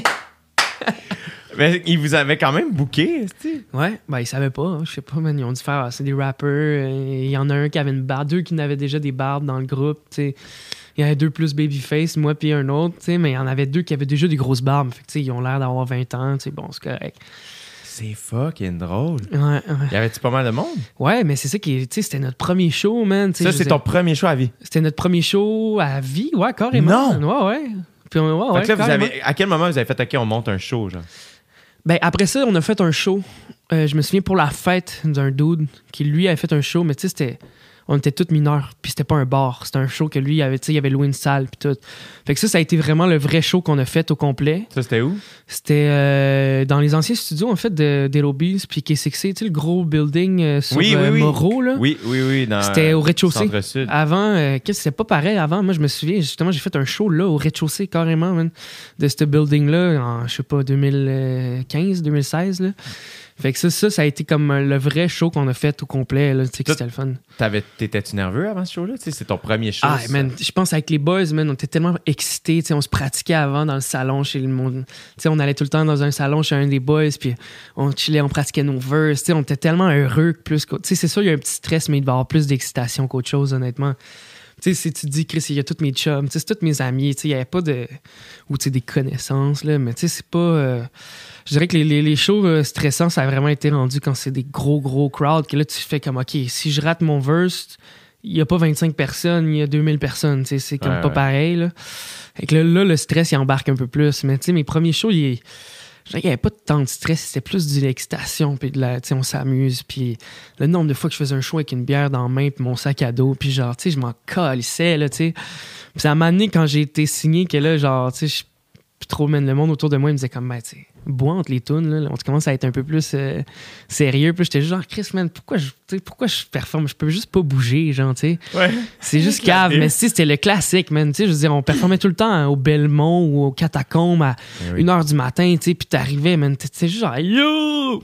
Mais ils vous avaient quand même booké, tu Ouais, ben ils savaient pas, hein, je sais pas, man. Ils ont dû faire, ah, c'est des rappers. euh, Il y en a un qui avait une barbe, deux qui n'avaient déjà des barbes dans le groupe, tu sais. Il y avait deux plus babyface, moi puis un autre, tu sais, mais il y en avait deux qui avaient déjà des grosses barbes. Fait que, tu sais, ils ont l'air d'avoir vingt ans, tu sais, bon, c'est correct. C'est fucking drôle. Ouais, ouais. Y avait-tu pas mal de monde? Ouais, mais c'est ça qui est, tu sais, c'était notre premier show, man. tu sais, Ça, je c'est veux ton dire, premier show à vie. C'était notre premier show à vie, ouais, carrément. Non! Ouais, ouais. Puis, on- ouais, ouais, fait que là, vous carrément. avez, à quel moment vous avez fait, OK, on monte un show, genre? Ben, après ça, on a fait un show. Euh, je me souviens pour la fête d'un dude qui, lui, avait fait un show, mais tu sais, c'était... On était tous mineurs, puis c'était pas un bar. C'était un show que lui, il avait, tu sais, il avait loué une salle, puis tout. Fait que ça, ça a été vraiment le vrai show qu'on a fait au complet. Ça, c'était où? C'était euh, dans les anciens studios, en fait, de d'Aerobees, puis K six C, tu sais, le gros building euh, sur Oui, oui, euh, oui. Moreau, là. Oui, oui, oui. Dans, C'était au rez-de-chaussée. Centre-Sud. Avant, euh, qu'est-ce que c'était pas pareil avant? Moi, je me souviens, justement, j'ai fait un show là, au rez-de-chaussée, carrément, man, de ce building-là, en, je sais pas, deux mille quinze, deux mille seize, là. Fait que ça, ça, ça a été comme le vrai show qu'on a fait au complet, là, tu sais, que Tout- c'était le fun. T'avais- T'étais-tu nerveux avant ce show-là? Tu sais, c'est ton premier show. Ah, ça. man, je pense avec les boys, man, on était tellement excités, tu sais, on se pratiquait avant dans le salon chez le monde. Tu sais, on allait tout le temps dans un salon chez un des boys, puis on chillait, on pratiquait nos verses, tu sais, on était tellement heureux que plus qu'au- tu sais, c'est sûr, il y a un petit stress, mais il va y avoir plus d'excitation qu'autre chose, honnêtement. Tu sais, si tu te dis, Chris, il y a tous mes chums, tu sais, c'est tous mes amis, tu sais, il n'y avait pas de... Ou, tu sais, des connaissances, là, mais tu sais, c'est pas... euh, Je dirais que les, les, les shows euh, stressants, ça a vraiment été rendu quand c'est des gros, gros crowds, que là, tu fais comme, OK, si je rate mon verse, il n'y a pas vingt-cinq personnes, il y a deux mille personnes, tu sais, c'est comme Ouais, pas ouais. pareil, là. Fait que là, là, le stress, il embarque un peu plus. Mais tu sais, mes premiers shows, il est- je dirais qu'il n'y avait pas tant de stress, c'était plus de l'excitation, puis de la, tu sais, on s'amuse, puis le nombre de fois que je faisais un show avec une bière dans la main, puis mon sac à dos, puis genre, tu sais, je m'en calissais, là, tu sais. Puis ça m'a amené quand j'ai été signé que là, genre, tu sais, je plus trop, man, le monde autour de moi, il me disait comme, ben, tu sais, bois entre les tunes, là, on commence à être un peu plus euh, sérieux, puis j'étais juste genre, Chris, man, pourquoi je, tu sais, pourquoi je performe, je peux juste pas bouger, genre, tu sais. Ouais. C'est juste cave, mais tu sais, c'était le classique, man. Tu sais, je veux dire, on performait tout le temps hein, au Belmont ou au Catacombes à Eh oui. une heure du matin, tu sais, puis t'arrivais, man. Tu sais, juste genre, yo!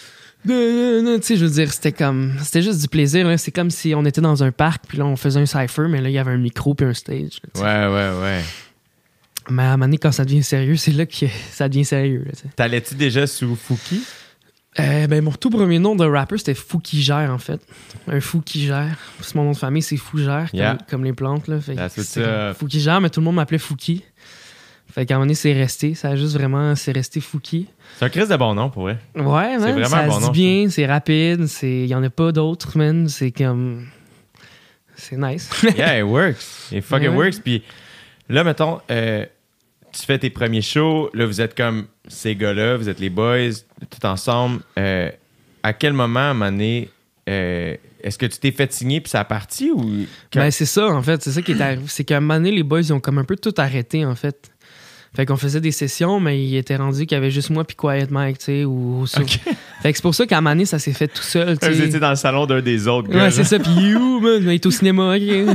Tu sais, je veux dire, c'était comme. C'était juste du plaisir, là. C'est comme si on était dans un parc, puis là, on faisait un cypher, mais là, il y avait un micro puis un stage. là, tu sais. Ouais, ouais, ouais. Mais à un moment donné, quand ça devient sérieux, c'est là que ça devient sérieux, là, tu sais. T'allais-tu déjà sous Fouki? Euh, ben, mon tout premier nom de rapper, c'était Fou qui gère, en fait. Un fou qui gère. C'est mon nom de famille, c'est Fougère, comme, Yeah. comme les plantes, là. Fait que That's what's c'était up. Fou qui gère, mais tout le monde m'appelait Fouki. Fait qu'à un moment donné, c'est resté. Ça a juste vraiment... C'est resté Fouki. C'est un Chris de bon nom, pour vrai. Ouais, man. C'est vraiment ça un bon se nom, dit bien, c'est rapide. Il y en a pas d'autres, man. C'est comme... C'est nice. Yeah, it works. It fucking Ouais. works. Puis là, mettons, euh, tu fais tes premiers shows. Là, vous êtes comme ces gars-là. Vous êtes les boys, tout ensemble. Euh, à quel moment, à un moment donné, euh, est-ce que tu t'es fait signer puis ça a parti ou... Quand... Ben, c'est ça, en fait. C'est ça qui est arrivé. C'est qu'à un moment donné, les boys, ils ont comme un peu tout arrêté, en fait. Fait qu'on faisait des sessions, mais il était rendu qu'il y avait juste moi puis Quiet Mike, tu sais, ou... ou OK. Fait que c'est pour ça qu'à un moment donné, ça s'est fait tout seul, tu sais. Vous étiez dans le salon d'un des autres gars. Ouais, c'est ça. Puis you, man, il est au cinéma. OK.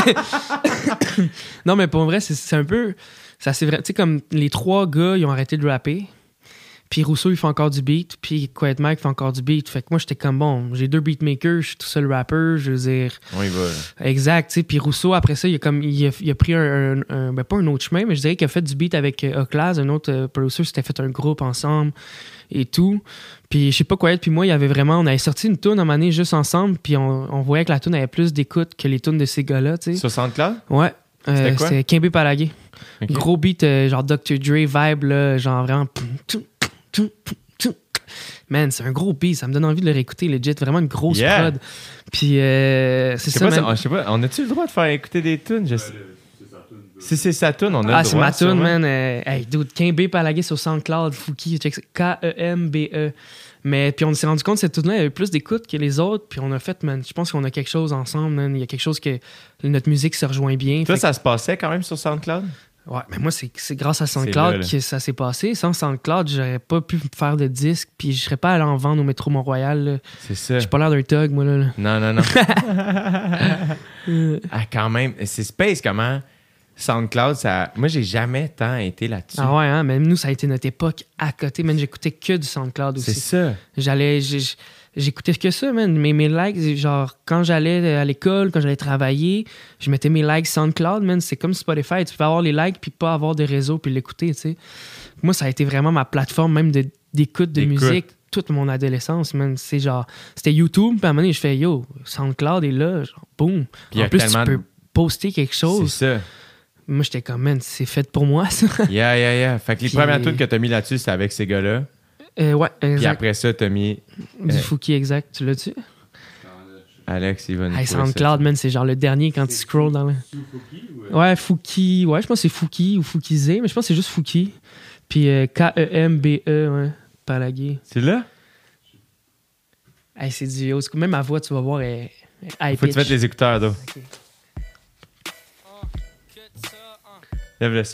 Non, mais pour vrai, c'est, c'est un peu... Ça, c'est vrai. Tu sais, comme les trois gars, ils ont arrêté de rapper. Puis Rousseau, il fait encore du beat. Puis Quiet Mike fait encore du beat. Fait que moi, j'étais comme, bon, j'ai deux beatmakers, je suis tout seul rapper. Je veux dire... On y va, là. Exact, tu sais. Puis Rousseau, après ça, il a, comme, il a, il a pris un, un, un- ben pas un autre chemin, mais je dirais qu'il a fait du beat avec euh, Oclaz, un autre euh, producer, s'était fait un groupe ensemble et tout. Puis je sais pas quoi être, puis moi, il y avait vraiment... On avait sorti une tune à un moment donné juste ensemble, puis on, on voyait que la tune avait plus d'écoute que les tunes de ces gars-là, tu sais. Sur SoundCloud? Ouais. Euh, C'était quoi? C'était Quimby Palagué. OK. Gros beat, euh, genre docteur Dre vibe, là, genre vraiment... Man, c'est un gros beat, ça me donne envie de le réécouter, legit, vraiment une grosse Yeah. prod. Puis euh, c'est Je sais ça, pas, man. si- je sais pas, on a-tu le droit de faire écouter des tunes? Je sais- Si c'est sa tune, on a Ah, le c'est droit. ma tune, sûrement. man. Euh, hey, dude, Quimby Palagué sur SoundCloud, Fouki, check ça. K E M B E. Mais puis on s'est rendu compte que cette tune-là avait plus d'écoute que les autres, puis on a fait, man, je pense qu'on a quelque chose ensemble, man. Il y a quelque chose que notre musique se rejoint bien. Toi, Fait ça se passait quand même sur SoundCloud? que- Ouais, mais moi, c'est, c'est grâce à C'est là, SoundCloud là. que ça s'est passé. Sans SoundCloud, j'aurais pas pu faire de disque, puis je serais pas allé en vendre au métro Mont-Royal, là. C'est ça. J'ai pas l'air d'un thug, moi, là. là. Non, non, non. Euh, Ah, quand même. C'est space comment SoundCloud, ça... Moi, j'ai jamais tant été là-dessus. Ah ouais, hein, même nous, ça a été notre époque à côté, man. J'écoutais que du SoundCloud aussi. C'est ça. J'allais, j'ai- j'écoutais que ça, man. Mes, mes likes, genre, quand j'allais à l'école, quand j'allais travailler, je mettais mes likes SoundCloud, man. C'est comme Spotify. Tu peux avoir les likes puis pas avoir de réseau puis l'écouter, tu sais. Moi, ça a été vraiment ma plateforme même de, d'écoute de D'écoute. musique toute mon adolescence, man. C'est genre, c'était YouTube, puis à un moment donné, je fais, yo, SoundCloud est là, genre, boum. Puis il y a En plus, tellement tu de- peux poster quelque C'est chose. ça. Moi, j'étais comme, man, c'est fait pour moi, ça. Yeah, yeah, yeah. Fait que les Puis- premières tunes que t'as mis là-dessus, c'est avec ces gars-là. Euh, ouais, Puis exact. après ça, t'as mis Du euh, Fouki, exact. Tu l'as-tu? Alex, il va nous Hey, trouver ça. SoundCloud, man, c'est genre le dernier quand tu scrolls dans le... Ouais, Fouki. Ouais, je pense que c'est Fouki ou Foukizé, mais je pense que c'est juste Fouki. Puis euh, K E M B E, ouais, Palagué. C'est là? Hey, c'est du haut school. Même ma voix, tu vas voir, est est high Faut que tu pitch. mettes les écouteurs, là. Ok. Lève le son.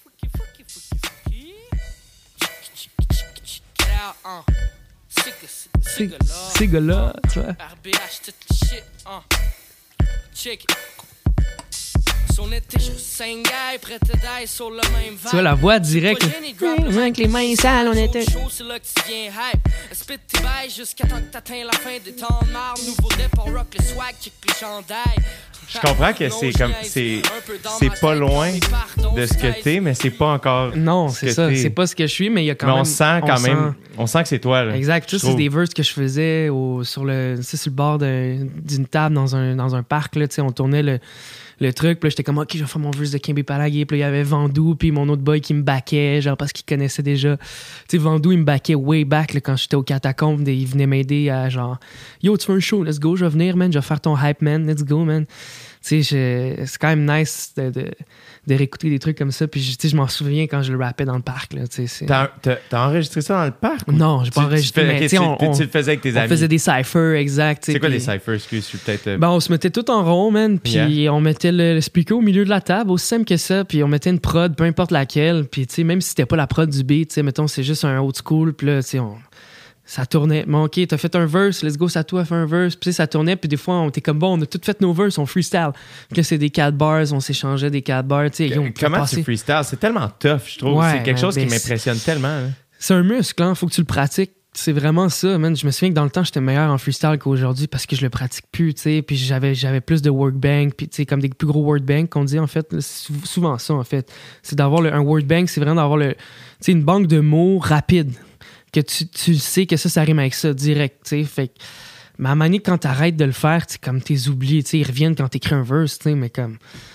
C'est- Ces gars-là, tu vois. R B H, tout le shit, hein. Check it. Son été, je singaille, prêt à die sur le même vibe. Tu vois la voix directe. Pas gêné, drop le Avec les mains sales, on était. Chaud, c'est là que tu deviens hype. Spit tes bails jusqu'à temps que t'atteins la fin des temps de marre. Nouveau départ, rock le swag, check les chandails. Je comprends que c'est comme c'est c'est pas loin de ce que t'es, mais c'est pas encore. Non, ce c'est que ça. t'es. C'est pas ce que je suis, mais il y a quand Mais même. on sent quand on même. sent- On sent que c'est toi, là. Exact. Je Ça, c'est trouve. des verses que je faisais au, sur, le, tu sais, sur le bord d'un- d'une table dans un, dans un parc. Là, tu sais, on tournait le, le truc. Puis là, j'étais comme, OK, je vais faire mon verse de Quimby Palagué. Puis là, il y avait Vandou, puis mon autre boy qui me backait, genre parce qu'il connaissait déjà. Tu sais, Vandou, il me backait way back là, quand j'étais au catacombe. Il venait m'aider à genre, yo, tu fais un show, let's go, je vais venir, man. Je vais faire ton hype, man, let's go, man. Tu sais, je- c'est quand même nice de, de, de réécouter des trucs comme ça. Puis, je- tu sais, je m'en souviens quand je le rappais dans le parc. Là, tu sais, c'est- T'as t'as- t'as enregistré ça dans le parc? ou- Non, j'ai pas Tu- tu enregistré, fais- mais ok, tu sais, tu- on- tu- on- tu le faisais avec tes On amis. faisait des cyphers, exact. tu sais, C'est quoi puis- les cyphers? Excuse, je suis peut-être. euh, Ben, on se mettait tout en rond, man, puis Yeah. on mettait le, le speaker au milieu de la table, aussi simple que ça, puis on mettait une prod, peu importe laquelle, puis tu sais, même si c'était pas la prod du beat, tu sais, mettons, c'est juste un old school, puis là, tu sais, on... ça tournait. Bon, OK, t'as fait un verse, let's go, ça toi, fait un verse, puis tu sais, ça tournait, puis des fois, on était comme, bon, on a tout fait nos verses, on freestyle. Puis là, c'est des quatre bars, on s'échangeait des quatre bars, tu sais, yo, on pouvait Comment passer- tu freestyle? C'est tellement tough, je trouve. Ouais, c'est quelque mais chose qui ben, m'impressionne tellement. là. C'est un muscle, hein, faut que tu le pratiques. C'est vraiment ça, man. Je me souviens que dans le temps, j'étais meilleur en freestyle qu'aujourd'hui parce que je le pratique plus, tu sais. Puis j'avais, j'avais plus de workbank, puis tu sais, comme des plus gros wordbank qu'on dit, en fait. là, C'est sou- souvent ça, en fait. C'est d'avoir le- un wordbank, c'est vraiment d'avoir le, tu sais, une banque de mots rapide. Que tu, tu sais que ça, ça rime avec ça, direct, tu sais. Fait que, mais à un moment donné, quand t'arrêtes de le faire, tu sais, comme t'es oublié, tu sais, ils reviennent quand t'écris un verse, tu sais, mais comme...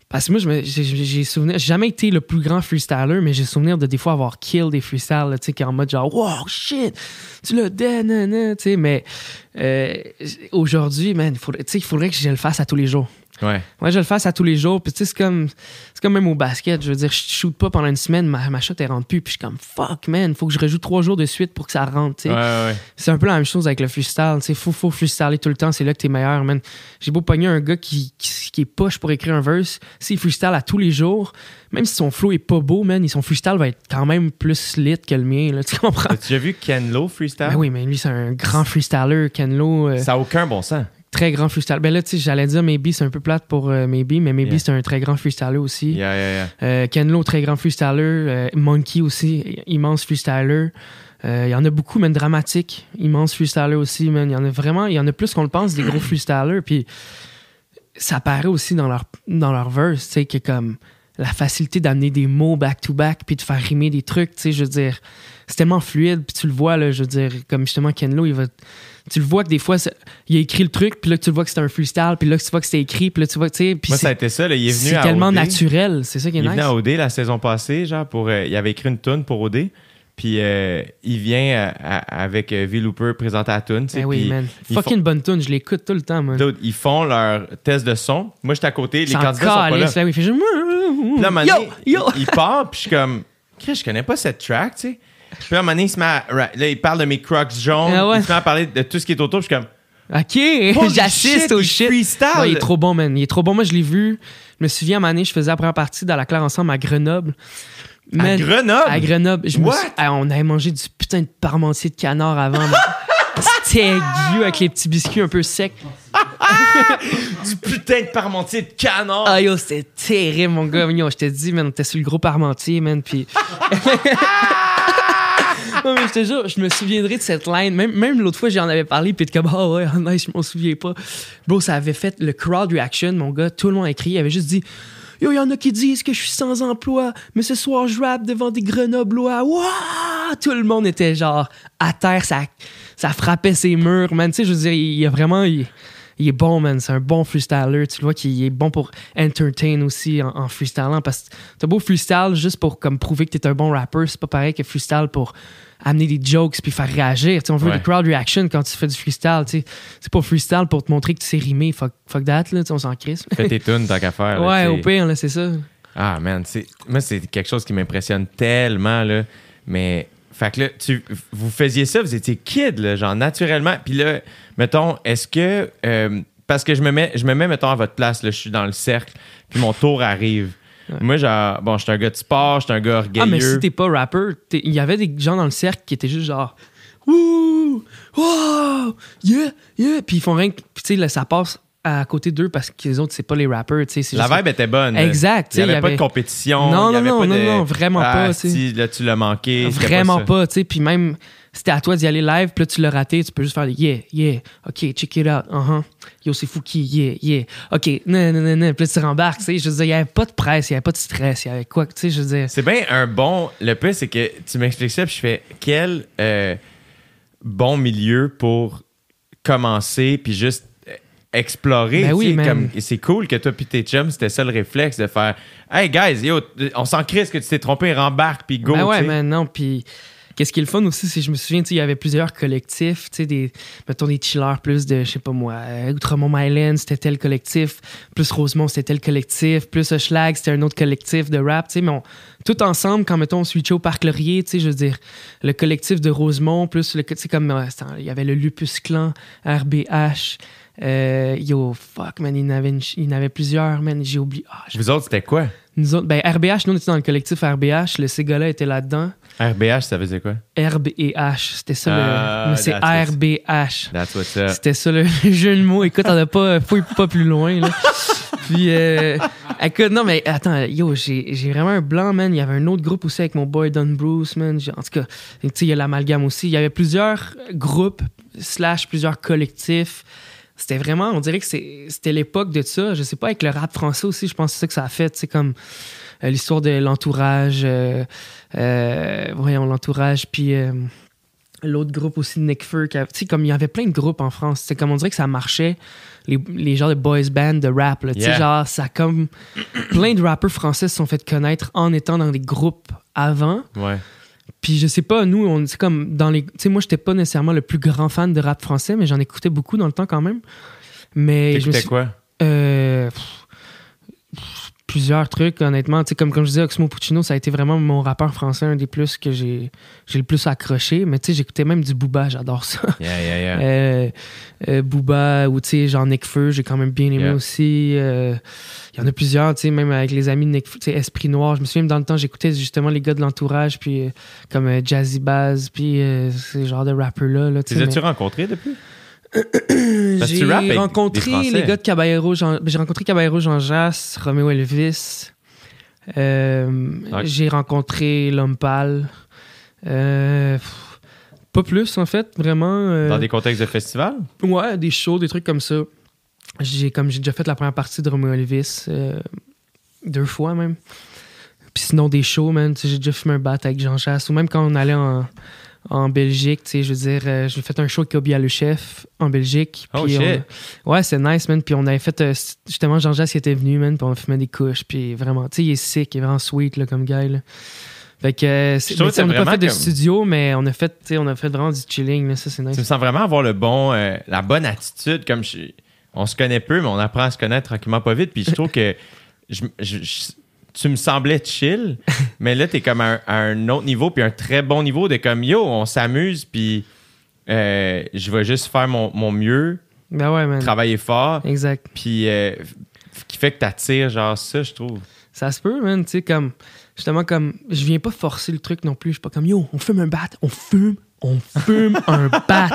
Parce que moi, je me, j'ai, j'ai souvenir, j'ai jamais été le plus grand freestyler, mais j'ai souvenir de des fois avoir kill des freestyles, tu sais, qui est en mode genre, wow, shit, tu l'as dead, nanana, tu sais, mais euh, aujourd'hui, man, il faudrait, tu sais, il faudrait que je le fasse à tous les jours. Ouais. Ouais, je le fasse à tous les jours. Puis tu sais, c'est comme, c'est comme même au basket. Je veux dire, je shoot pas pendant une semaine, ma, ma shot, elle rentre plus. Puis je suis comme, fuck, man, faut que je rejoue trois jours de suite pour que ça rentre, tu sais. Ouais, ouais. C'est un peu la même chose avec le freestyle, tu sais. Faut, faut freestyler tout le temps, c'est là que t'es meilleur, man. J'ai beau pogner un gars qui, qui, qui est poche pour écrire un verse, s'il freestyle à tous les jours, même si son flow est pas beau, man, son freestyle va être quand même plus lit que le mien, là, tu comprends? As-tu déjà vu Ken Lo freestyle? Ben oui, mais lui, c'est un grand freestyler, Ken Lo. Euh... Ça n'a aucun bon sens. Très grand freestyler. Ben là, tu sais, j'allais dire Maybe, c'est un peu plate pour euh, Maybe, mais Maybe, Yeah. c'est un très grand freestyler aussi. Yeah, yeah, yeah. Euh, Ken Lo, très grand freestyler. Euh, Monkey aussi, immense freestyler. Il euh, y en a beaucoup, même dramatique. Immense freestyler aussi, man. Il y en a vraiment, il y en a plus qu'on le pense, des gros freestylers. Puis ça paraît aussi dans leur, dans leur verse, tu sais, que comme la facilité d'amener des mots back-to-back puis de faire rimer des trucs, tu sais, je veux dire, c'est tellement fluide. Puis tu le vois, là, je veux dire, comme justement Ken Lo, il va... Tu le vois que des fois, il a écrit le truc, puis là, tu le vois que c'est un freestyle, puis là, tu vois que c'est écrit, puis là, tu vois que, tu sais... Puis Moi, c'est, ça a été ça. Là, il est venu c'est à tellement O D. naturel, c'est ça qui est Il est nice. venu à O D la saison passée, genre, pour... Euh, il avait écrit une tune pour O D, puis euh, il vient à, à, avec euh, V-Looper présenter la tune, tu sais, Eh oui, puis man. ils Fucking font- bonne tune, je l'écoute tout le temps, man. D'autres, ils font leur test de son. Moi, j'étais à côté, les C'est candidats sont pas là. là, oui, il fait juste... Puis là, à un moment Yo, donné, yo! il, il part, puis je suis comme, Chris, je connais pas cette track, tu sais. Puis là, à un moment donné, il se met à, ra- là, il parle de mes Crocs jaunes, Ah ouais. il se met à parler de tout ce qui est autour, puis je suis comme, OK, Holy j'assiste shit, au il shit. freestyle. Ouais, il est trop bon, man. Il est trop bon. Moi, je l'ai vu. Je me souviens, à un moment donné, je faisais la première partie dans la claire ensemble à Grenoble. à Man, Grenoble. À Grenoble. Je me What? suis- Ah, on avait mangé du putain de parmentier de canard avant. man. C'était aiguë avec les petits biscuits un peu secs. Du putain de parmentier de canard. Ah yo, c'était terrible, mon gars. Yo, je te dis, man, on était sur le gros parmentier, man. Puis. Non, mais je te jure, je me souviendrai de cette line. Même, même l'autre fois, j'en avais parlé, puis t'es comme, ah ouais, oh nice, je m'en souviens pas. Bro, ça avait fait le crowd reaction, mon gars. Tout le monde a crié. Il avait juste dit, yo, il y en a qui disent que je suis sans emploi, mais ce soir, je rappe devant des Grenoblois. Wouah! Tout le monde était genre à terre, ça, ça frappait ses murs, man. Tu sais, je veux dire, il y a vraiment. Il, il est bon, man. C'est un bon freestyler. Tu le vois qu'il est bon pour entertain aussi en, en freestylant. Parce que t'as beau freestyle juste pour comme, prouver que t'es un bon rapper. C'est pas pareil que freestyle pour amener des jokes puis faire réagir. Tu sais, on veut Ouais. des crowd reaction quand tu fais du freestyle. Tu sais. C'est pas freestyle pour te montrer que tu sais rimer. Fuck, fuck that, là. Tu sais, on s'en crisse. Fais tes tunes, tant qu'à faire. là, Ouais, tu au sais. pire, là, c'est ça. Ah, man, c'est... moi, c'est quelque chose qui m'impressionne tellement, là. Mais, fait que là, tu... vous faisiez ça, vous étiez kid, là, genre, naturellement. Puis là, mettons, est-ce que... euh, parce que je me mets, je me mets, mettons, à votre place, là, je suis dans le cercle, puis mon tour arrive. Ouais. Moi, genre, bon, je suis un gars de sport, je suis un gars orgueilleux. Ah, mais si t'es pas rapper, t'es- il y avait des gens dans le cercle qui étaient juste genre Wouh! Wow! Yeah! Yeah! Puis ils font rien que. Puis tu sais, là, ça passe à côté d'eux parce que les autres, c'est pas les rappers. Tu sais, c'est La juste- vibe était bonne. là. Exact, tu Il sais, n'y il y avait pas avait- de compétition. Non, il y non, avait non, pas non, de... non, vraiment ah, pas, tu sais. si, là, tu l'as manqué. c'était Vraiment ça. pas, tu sais. Puis même, c'était à toi d'y aller live, puis là, tu l'as raté, tu peux juste faire des yeah, yeah, OK, check it out, uh-huh. Yo, c'est Fouki, yeah, yeah. OK, non, non, non, non. Puis là, tu rembarques, tu sais. Je veux dire, il n'y avait pas de presse, il n'y avait pas de stress, il y avait quoi, tu sais, je veux dire. C'est bien un bon... Le pire, c'est que tu m'expliques ça, puis je fais quel euh, bon milieu pour commencer, puis juste euh, explorer. Ben tu oui, sais, man. comme, c'est cool que toi puis tes chums, c'était ça le réflexe de faire « Hey, guys, yo, on s'en crisse que tu t'es trompé, rembarque, puis go. Ben ouais, tu sais. man, non. Puis, qu'est-ce qui est le fun aussi, c'est que je me souviens, tu sais, il y avait plusieurs collectifs, tu sais, des, mettons, des chillers plus de, je sais pas moi, euh, Outremont-Myland, c'était tel collectif, plus Rosemont, c'était tel collectif, plus Hochelag, c'était un autre collectif de rap, tu sais, mais on, tout ensemble, quand, mettons, on switchait au Parc Laurier, tu sais, je veux dire, le collectif de Rosemont, plus le, tu sais, comme, euh, c'était- il y avait le Lupus Clan, R B H, euh, yo, fuck, man, il y en avait, une- il y en avait plusieurs, man, j'ai oublié. Ah, je- Vous autres, c'était quoi? nous autres, ben, R B H, nous, on était dans le collectif R B H, le ces gars-là étaient là-dedans. R B H, ça faisait quoi? R B et H, c'était ça Ah, le. Mais c'est that's R B H. That's what's up. C'était ça le jeu de mots. Écoute, on a pas fouille pas plus loin, là. Puis, euh, écoute, non, mais attends, yo, j'ai j'ai vraiment un blanc, man. Il y avait un autre groupe aussi avec mon boy Don Bruce, man. J'ai- En tout cas, tu sais, il y a l'amalgame aussi. Il y avait plusieurs groupes, slash plusieurs collectifs. C'était vraiment, on dirait que c'est- c'était l'époque de ça. Je sais pas, avec le rap français aussi, je pense que c'est ça que ça a fait. C'est comme euh, l'histoire de l'entourage. Euh, euh, voyons, l'entourage. Puis, euh, L'autre groupe aussi de Nekfeu. Tu sais, comme il y avait plein de groupes en France. C'est comme on dirait que ça marchait. Les, les genres de boys band, de rap. Tu sais, Yeah. genre, ça comme. Plein de rappeurs français se sont fait connaître en étant dans des groupes avant. Ouais. Puis je sais pas, nous, on c'est comme dans les. Tu sais, moi, j'étais pas nécessairement le plus grand fan de rap français, mais j'en écoutais beaucoup dans le temps quand même. Mais. je me T'écoutais suis- quoi? Euh, pff, pff, plusieurs trucs, honnêtement. Tu sais, comme, comme je disais, Oxmo Puccino, ça a été vraiment mon rappeur français, un des plus que j'ai, j'ai le plus accroché. Mais tu sais, j'écoutais même du Booba, j'adore ça. Yeah, yeah, yeah. Euh, euh, Booba ou tu sais, genre Nekfeu, j'ai quand même bien aimé Yeah. aussi. Euh, Il y en a plusieurs, tu sais, même avec les amis de Nekfeu, tu sais, Esprit Noir. Je me souviens, dans le temps, j'écoutais justement les gars de l'entourage, puis euh, comme euh, Jazzy Baz, puis euh, ces genres de rappeurs-là. Là, tu Les sais, as-tu mais- rencontrés depuis? Parce que J'ai tu rappes avec des rencontré Français. les gars de Caballero. Jean... J'ai rencontré Caballero Jean Jass, Roméo Elvis. Euh, Ok. J'ai rencontré L'Homme Pâle. Euh, pff, pas plus, en fait, vraiment. euh, Dans des contextes de festival? Ouais, des shows, des trucs comme ça. J'ai comme j'ai déjà fait la première partie de Roméo Elvis euh, deux fois même. Puis sinon des shows, man, tu sais, j'ai déjà fumé un bat avec Jean Jass. Ou même quand on allait en, en Belgique, tu sais, je veux dire, euh, j'ai fait un show avec Kobe le chef en Belgique. Oh, puis shit. on- ouais, c'est nice, man. Puis on avait fait, euh, justement, Jean Jass qui était venu, man, puis on fumait des couches. Puis vraiment, tu sais, il est sick, il est vraiment sweet, là, comme gars, là. Fait que, euh, c'est- Je trouve mais, tu sais, que on n'a c'est pas fait de vraiment comme- studio, mais on a fait, tu sais, on a fait vraiment du chilling, là, ça, c'est nice. Tu me sens vraiment avoir le bon, euh, la bonne attitude. Comme je, on se connaît peu, mais on apprend à se connaître tranquillement pas vite. Puis je trouve que je, je- je- tu me semblais chill, mais là, t'es comme à un, à un autre niveau, puis un très bon niveau de comme yo, on s'amuse, puis euh, je vais juste faire mon, mon mieux, Ben ouais, man. travailler fort, Exact. puis euh, f- qui fait que t'attires, genre ça, je trouve. Ça se peut, man, tu sais, comme, justement, comme, je viens pas forcer le truc non plus, je suis pas comme, yo, on fume un bat, on fume, on fume un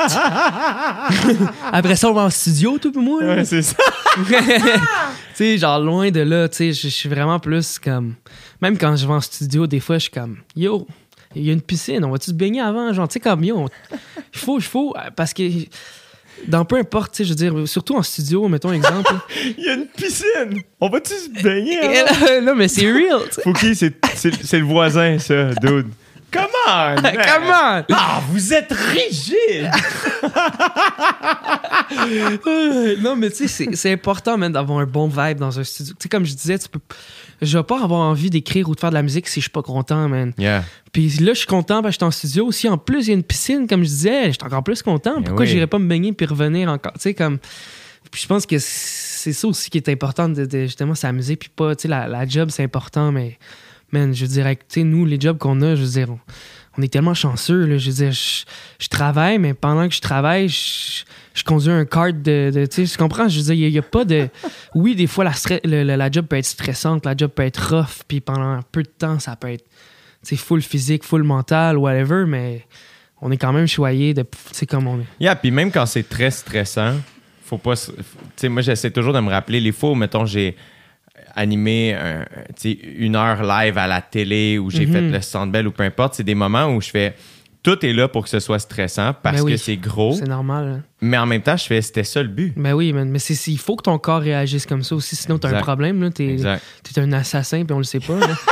bat. Après ça, on va en studio, tout pour moi, là. Ouais, c'est ça. Tu sais, genre, loin de là, tu sais, je je suis vraiment plus comme, même quand je vais en studio, des fois, je suis comme, yo, il y a une piscine, on va-tu se baigner avant, genre, tu sais, comme, yo, il faut, il faut, parce que, dans peu importe, tu sais, je veux dire, surtout en studio, mettons exemple. Il y a une piscine. On va-tu se baigner? Et hein? là, là, mais c'est real, tu sais. Fouki, c'est, c'est, c'est le voisin, ça, dude. Come on! man. Comment? Ah, vous êtes rigide! Euh, non, mais tu sais, c'est- c'est important, man, d'avoir un bon vibe dans un studio. Tu sais, comme je disais, tu peux... je vais pas avoir envie d'écrire ou de faire de la musique si je suis pas content, man. Yeah. Puis là, je suis content parce que je suis en studio. Si en plus, il y a une piscine, comme je disais, je suis encore plus content. Eh Pourquoi oui. j'irais pas me baigner puis revenir encore? Tu sais, comme... Puis je pense que c'est ça aussi qui est important, de, de justement s'amuser. Puis pas, tu sais, la, la job, c'est important, mais, man, je dirais que, tu sais, nous, les jobs qu'on a, je veux dire, on, on est tellement chanceux, là. Je veux dire, je, je travaille, mais pendant que je travaille, je, je conduis un kart de... de tu sais, tu comprends? Je veux dire, il n'y a, a pas de... Oui, des fois, la, stre- le- le- la job peut être stressante, la job peut être rough, puis pendant un peu de temps, ça peut être, tu sais, full physique, full mental, whatever, mais on est quand même choyé de... Tu sais, comme on est... Yeah, puis même quand c'est très stressant, faut pas... se- Tu sais, moi, j'essaie toujours de me rappeler les fois où, mettons, j'ai animé un- tu sais, une heure live à la télé ou j'ai Mhm. fait le Centre Bell ou peu importe. C'est des moments où je fais... Tout est là pour que ce soit stressant parce Ben oui. que c'est gros, C'est normal, hein. mais en même temps, je fais... C'était ça le but. Ben oui, man. Mais c'est, c'est- il faut que ton corps réagisse comme ça aussi, sinon t'as un Exact. problème, là. T'es, Exact. t'es un assassin, puis on le sait pas, là.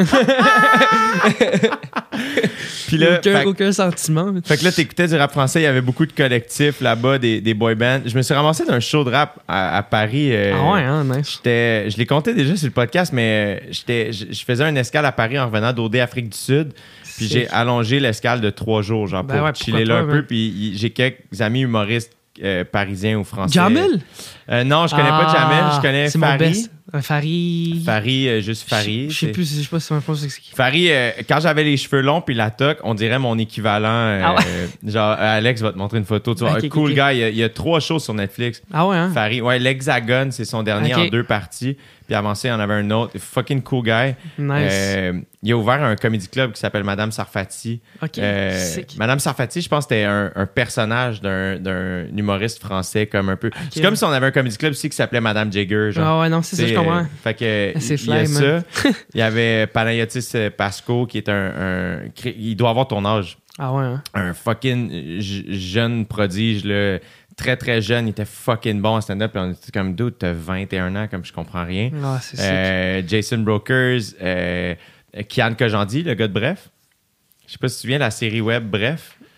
Puis là, aucun, fait- aucun sentiment. Fait que là, t'écoutais du rap français, il y avait beaucoup de collectifs là-bas, des, des boy bands. Je me suis ramassé d'un show de rap à, à Paris. euh, Ah ouais, hein, nice. j'étais- je l'ai compté déjà sur le podcast, mais euh, j'étais, je, je faisais un escale à Paris en revenant d'O D Afrique du Sud. Puis j'ai Sick. allongé l'escale de trois jours, genre Ben pour ouais, chiller pourquoi là un pas, peu. man. Puis y- j'ai quelques amis humoristes euh, parisiens ou français. Jamel? Euh, non, je connais pas Ah, Jamel, je connais c'est mon Fari. best. Un Fari. Fari, euh, juste Fari. Je sais c'est- plus, je sais pas si c'est c'est qui. Fari, euh, quand j'avais les cheveux longs puis la toque, on dirait mon équivalent. euh, Ah ouais? Genre, euh, Alex va te montrer une photo. Tu vois, Ok, un ok, cool ok. guy. Il y, a, il y a trois shows sur Netflix. Ah ouais, hein? Fari, ouais, l'Hexagone, c'est son dernier Ok. en deux parties. Puis avant ça, il y en avait un autre. Fucking cool guy. Nice. Euh, il a ouvert un comedy club qui s'appelle Madame Sarfati. Ok, Euh, sick. Madame Sarfati, je pense que c'était un, un personnage d'un, d'un humoriste français comme un peu. C'est comme si on avait un comedy club aussi qui s'appelle Madame Jagger. Genre. Ah ouais, non, c'est ça, je T'sais, comprends. euh, fait que C'est il y a fly, ça. man. Il y avait Panayotis euh, Pasco qui est un, un- il doit avoir ton âge, Ah ouais, hein? un fucking j- jeune prodige là, très très jeune, il était fucking bon en stand-up, puis on était comme dude, t'as vingt et un ans, comme je comprends rien. Ah, c'est sick. Euh, Jason Brokers, euh, Kian Kojandi, le gars de Bref. Je sais pas si tu te souviens de la série web Bref.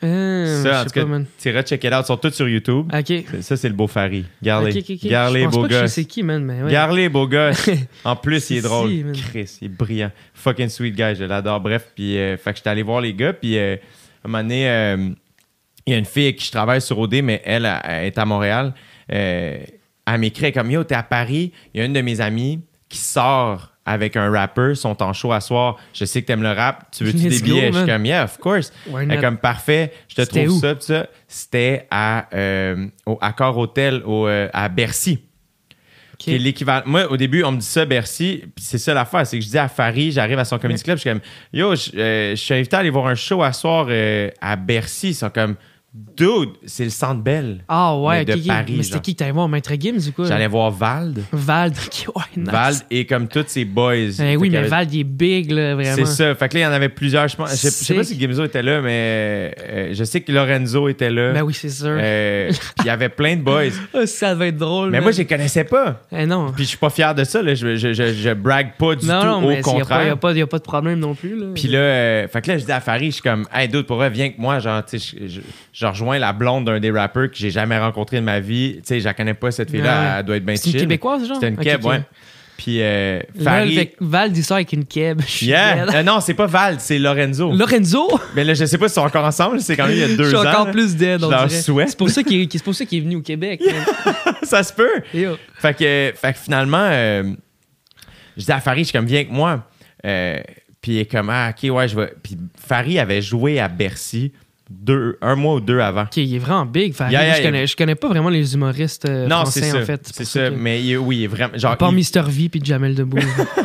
Euh, Ça, je en sais tout cas, pas, man. tu iras checker it out. Ils sont tous sur YouTube. Ok. C'est- Ça, c'est le beau Farid. Garde-les. Ok, ok, ok. Garde-les, Je pense beau pas que je sais gosse. c'est qui, man, mais ouais. Garde-les, beau gosse. En plus, il est Si, drôle. si, man. Chris, il est brillant. Fucking sweet guy, je l'adore. Bref, puis euh, fait que j'étais allé voir les gars, puis euh, à un moment donné, euh, il y a une fille avec qui je travaille sur O D, mais elle, elle, elle est à Montréal. Euh, elle m'écrit comme « Yo, t'es à Paris. » Il y a une de mes amies qui sort avec un rapper, sont en show à soir. Je sais que t'aimes le rap. Tu veux-tu Let's des billets? go, Je suis man. comme « Yeah, of course. » Why Elle est not? comme « Parfait. Je te C'était trouve où? ça. » Puis ça, c'était à, euh, au Accor Hotel au, euh, à Bercy. Qui est l'équivalent. Moi, au début, on me dit ça, Bercy, puis c'est ça l'affaire, c'est que je dis à Farid, j'arrive à son comedy club, je suis comme, yo, je euh, je suis invité à aller voir un show à soir euh, à Bercy. Ils sont comme, dude, c'est le Centre Bell. Ah ouais, mais de ok, ok. Paris, Mais c'était genre. qui que t'allais voir, Maître Gims ou quoi? J'allais voir Vald. Vald. Ok, ouais, nice. Vald et comme tous ses boys. Eh Fait oui, qu'il y mais avait- Vald, il est big, là, vraiment. C'est ça. Fait que là, il y en avait plusieurs. Je, pense, je, sais, je sais pas Sick. si Gimzo était là, mais euh, je sais que Lorenzo était là. Ben oui, c'est sûr. Euh, puis il y avait plein de boys. Ah, ça devait être drôle. Mais man. moi, je les connaissais pas. Eh non. Puis je suis pas fier de ça. Là. Je, je, je, je brague pas du non, tout. non, Au mais il n'y a, pas- contraire. y a, pas- y a pas de problème non plus. Là. Puis là, euh, fait que là, je dis à Farid, je suis comme, hey, dude, pour vrai, viens que moi, genre, tu sais, je, je, je rejoins la blonde d'un des rappers que j'ai jamais rencontré de ma vie. Tu sais, je la connais pas, cette fille-là, Ouais. elle doit être bien C'est une chill. Québécoise, genre? C'était une Ok, Keb, ok. ouais. Puis euh, Là, Farid. avec Vald, il sort avec une keb. Je suis Yeah! dead. Euh, non, c'est pas Val, c'est Lorenzo. Lorenzo? Mais là, je sais pas s'ils sont encore ensemble, c'est quand même il y a deux Je suis ans. encore là. plus dead, Je on leur dirait. souhaite. C'est pour ça qu'il est, c'est pour ça qu'il est venu au Québec. Ça se peut. Yo. Fait que, fait que finalement, euh, je dis à Farid, je suis comme, viens avec moi. Euh, puis il est comme, ah, ok, ouais, je vais. Puis Farid avait joué à Bercy deux, un mois ou deux avant. Ok, il est vraiment big. Farid. Yeah, yeah, je, connais, je connais pas vraiment les humoristes euh, Non, français, c'est ça. en fait. C'est pour ça. que- Mais il- oui, il est vraiment. Genre, À part il- Mister V puis Jamel Debbouze.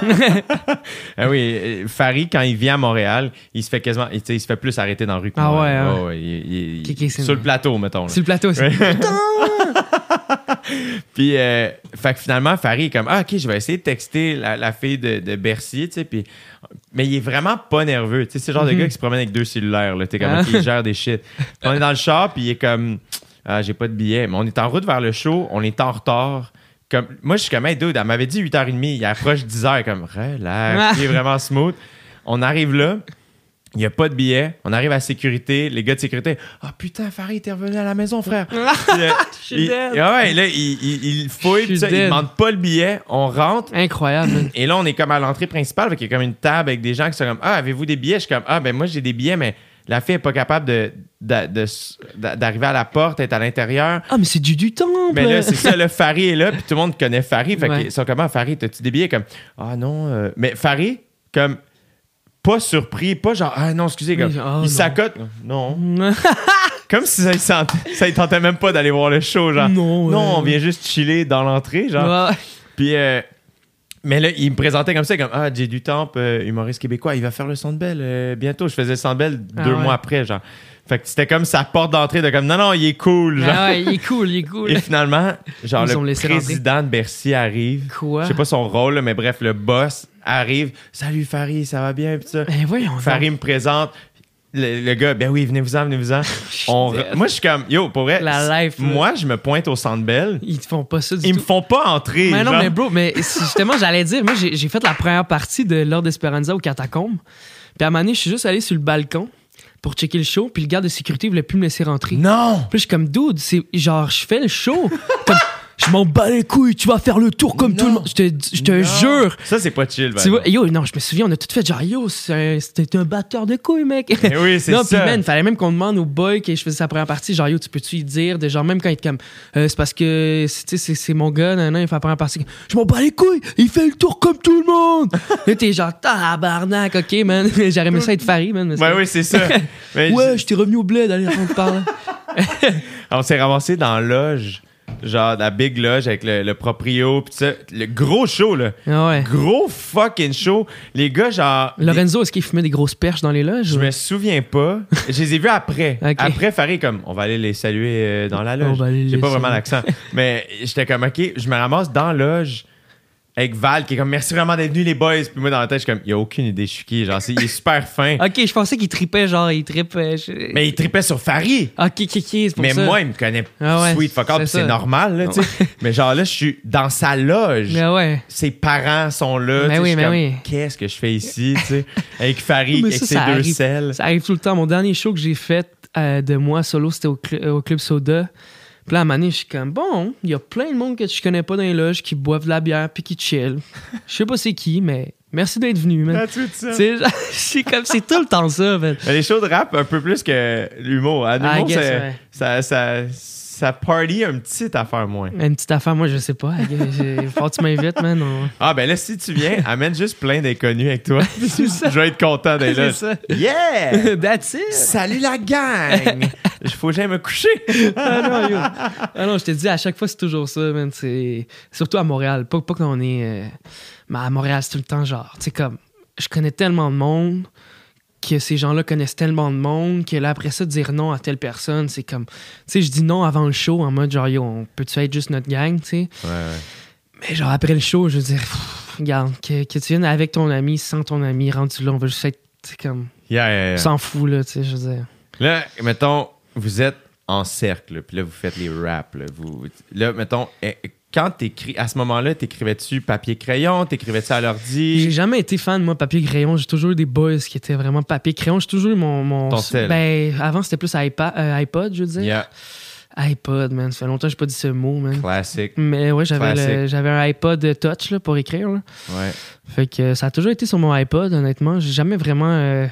ah oui, euh, Farid, quand il vient à Montréal, il se fait quasiment. Il, tu sais, il se fait plus arrêter dans la rue que Ah moi. ouais, là. ouais. Oh, ouais, il- il- Ok, ok, c'est sur une- le plateau, mettons. là. Sur le plateau, c'est. Ouais. Puis, euh, fait que finalement, Farid est comme, ah, ok, je vais essayer de texter la, la fille de, de Bercy, tu sais, puis, mais il est vraiment pas nerveux, tu sais, c'est le genre de Mhm. gars qui se promène avec deux cellulaires, là, t'es comme, Ah. ok, il gère des shit. Puis on est dans le char, puis il est comme, ah, j'ai pas de billet, mais on est en route vers le show, on est en retard. Comme, moi, je suis comme, hey, dude, elle m'avait dit huit heures trente, il approche dix heures, comme, relax, il est vraiment smooth. On arrive là, il n'y a pas de billet. On arrive à la sécurité. Les gars de sécurité, ah oh, putain, Farid, t'es revenu à la maison, frère. Puis, euh, Je suis il- dead. ah ouais, là, il, il, il fouille, Je puis suis ça, il dead. demande pas le billet. On rentre. Incroyable, man. Et là, on est comme à l'entrée principale, avec comme une table avec des gens qui sont comme, ah, avez-vous des billets? Je suis comme, ah, ben moi, j'ai des billets, mais la fille n'est pas capable de, de- de- de- d'arriver à la porte, être à l'intérieur. Ah, mais c'est du du temple. Mais là, c'est ça, le Farid est là, puis tout le monde connaît Farid. Fait Ouais. qu'ils sont comme, ah, Farid, t'as-tu des billets? Comme, ah non. euh, Mais Farid, comme, pas surpris, pas genre, ah non, excusez, comme, Oui, ah, non. il s'accote. Non. Comme si ça, il sentait- ça il tentait même pas d'aller voir le show, genre. Non, ouais. Non, on vient juste chiller dans l'entrée, genre. Ouais. Puis, euh, mais là, il me présentait comme ça, comme, ah, Jay Dutemps, euh, humoriste québécois, il va faire le Centre Bell euh, bientôt. Je faisais le Centre Bell Ah deux ouais. mois après, genre. Fait que c'était comme sa porte d'entrée de comme, non, non, il est cool, genre. Ah ouais, il est cool, il est cool. Et finalement, genre, Ils ont le laissé président de Bercy arrive. Quoi? Je sais pas son rôle, là, mais bref, le boss arrive. Salut Farid, ça va bien? Pis ça. Ben voyons. donc. Farid me présente. Le, le gars, ben oui, venez-vous-en, venez-vous-en. On re- Moi, je suis comme, yo, pour vrai, La life, là. moi, je me pointe au Centre Bell. Ils te font pas ça du Ils me tout. font pas entrer. Mais non, genre. mais bro, mais c'est justement, j'allais dire, moi, j'ai j'ai fait la première partie de Lord Esperanza au Catacombe. Puis à un moment donné, je suis juste allé sur le balcon pour checker le show, puis le garde de sécurité voulait plus me laisser rentrer. Non! Puis là, je suis comme, dude, c'est genre, je fais le show. Comme, je m'en bats les couilles, tu vas faire le tour comme Non. tout le monde. Je te, je te Non. jure. Ça, c'est pas chill, Tu vois, yo, non, je me souviens, on a tout fait genre, yo, c'est un- c'était un batteur de couilles, mec. Mais oui, c'est non, puis ça. man, fallait même qu'on demande au boy que je faisais sa première partie, genre, yo, tu peux-tu lui dire, de genre, même quand il est comme, euh, c'est parce que, c'est- tu sais, c'est- c'est mon gars, nan, nan, il fait la première partie, je m'en bats les couilles, il fait le tour comme tout le monde. Là, t'es genre, tabarnak, ok, man. J'aurais aimé ça être Farid, man. mais Ouais, c'est- oui, c'est ça. Mais Ouais, je t'ai revenu au bled, allez, rentre par là. on s'est ramassé dans la loge, genre la big loge avec le, le proprio, pis tout ça. Le gros show, là. Ah ouais. Gros fucking show. Les gars, genre. Lorenzo, est-ce qu'il fumait des grosses perches dans les loges? Je ou- me souviens pas. Je les ai vus après. Ok. Après, Farid, comme, on va aller les saluer euh, dans la On loge. va aller J'ai les pas vraiment saluer. l'accent. Mais j'étais comme, OK, je me ramasse dans la loge avec Val qui est comme merci vraiment d'être venus les boys. Puis moi dans la tête, je suis comme, il a aucune idée, je suis qui. Genre, c'est, il est super fin. Ok, je pensais qu'il tripait, genre, il tripait. Je... Mais il tripait sur Farid. Ok, ok, ok, c'est pour Mais ça. moi, il me connaît Ah ouais, sweet fuck all, c'est puis c'est ça. normal, là, tu sais. Mais genre là, je suis dans sa loge. Mais ouais. Ses parents sont là. Mais tu sais, oui, je suis mais comme, oui. qu'est-ce que je fais ici, tu sais, avec Farid, Mais avec ça, ses ça deux arrive. selles. Ça arrive tout le temps. Mon dernier show que j'ai fait euh, de moi solo, c'était au, cl- au Club Soda. Puis là, à un moment donné, je suis comme, bon, il y a plein de monde que je connais pas dans les loges qui boivent de la bière puis qui chill. Je sais pas c'est qui, mais merci d'être venu, man. That's it, ça. Tu sais, genre, c'est comme, c'est tout le temps ça, man. Mais les shows de rap, un peu plus que l'humour. Hein? I L'humour, guess, c'est- ouais. ça, ça, ça party un petit affaire moins. Une petite affaire, moi, je sais pas. Il faut que tu m'invites, man. On... Ah, ben là, si tu viens, amène juste plein d'inconnus avec toi. Je vais être content d'être là. C'est ça. Yeah! That's it. Salut la gang! Il faut que j'aille me coucher. Ah non, yo. Ah non, je te dis, à chaque fois, c'est toujours ça, man. C'est... Surtout à Montréal. Pas, pas quand on est... euh, Mais à Montréal, c'est tout le temps genre... Tu sais, comme... Je connais tellement de monde que ces gens-là connaissent tellement de monde que là, après ça, dire non à telle personne, c'est comme... Tu sais, je dis non avant le show en mode genre, yo, on peut-tu être juste notre gang, tu sais? Ouais, ouais. Mais genre, après le show, je veux dire... pff, regarde, que, que tu viennes avec ton ami, sans ton ami, rendu là, on va juste être... Tu sais, comme... Yeah, yeah, yeah. On s'en fout, là, tu sais, je veux dire... Là, mettons, vous êtes en cercle, là, puis là, vous faites les raps. Là, vous, là mettons, eh, quand t'écris, à ce moment-là, t'écrivais-tu papier-crayon, t'écrivais-tu à J'ai l'ordi? jamais été fan, moi, papier-crayon. J'ai toujours eu des boys qui étaient vraiment papier-crayon. J'ai toujours eu mon... mon Ton sel. Ben, avant, c'était plus iPad, euh, iPod, je veux dire. Yeah, iPod, man. Ça fait longtemps que j'ai pas dit ce mot, man. classique. Mais ouais, j'avais, Classique. le- j'avais un iPod Touch là, pour écrire. Là. Ouais. Fait que euh, ça a toujours été sur mon iPod, honnêtement. J'ai jamais vraiment... euh,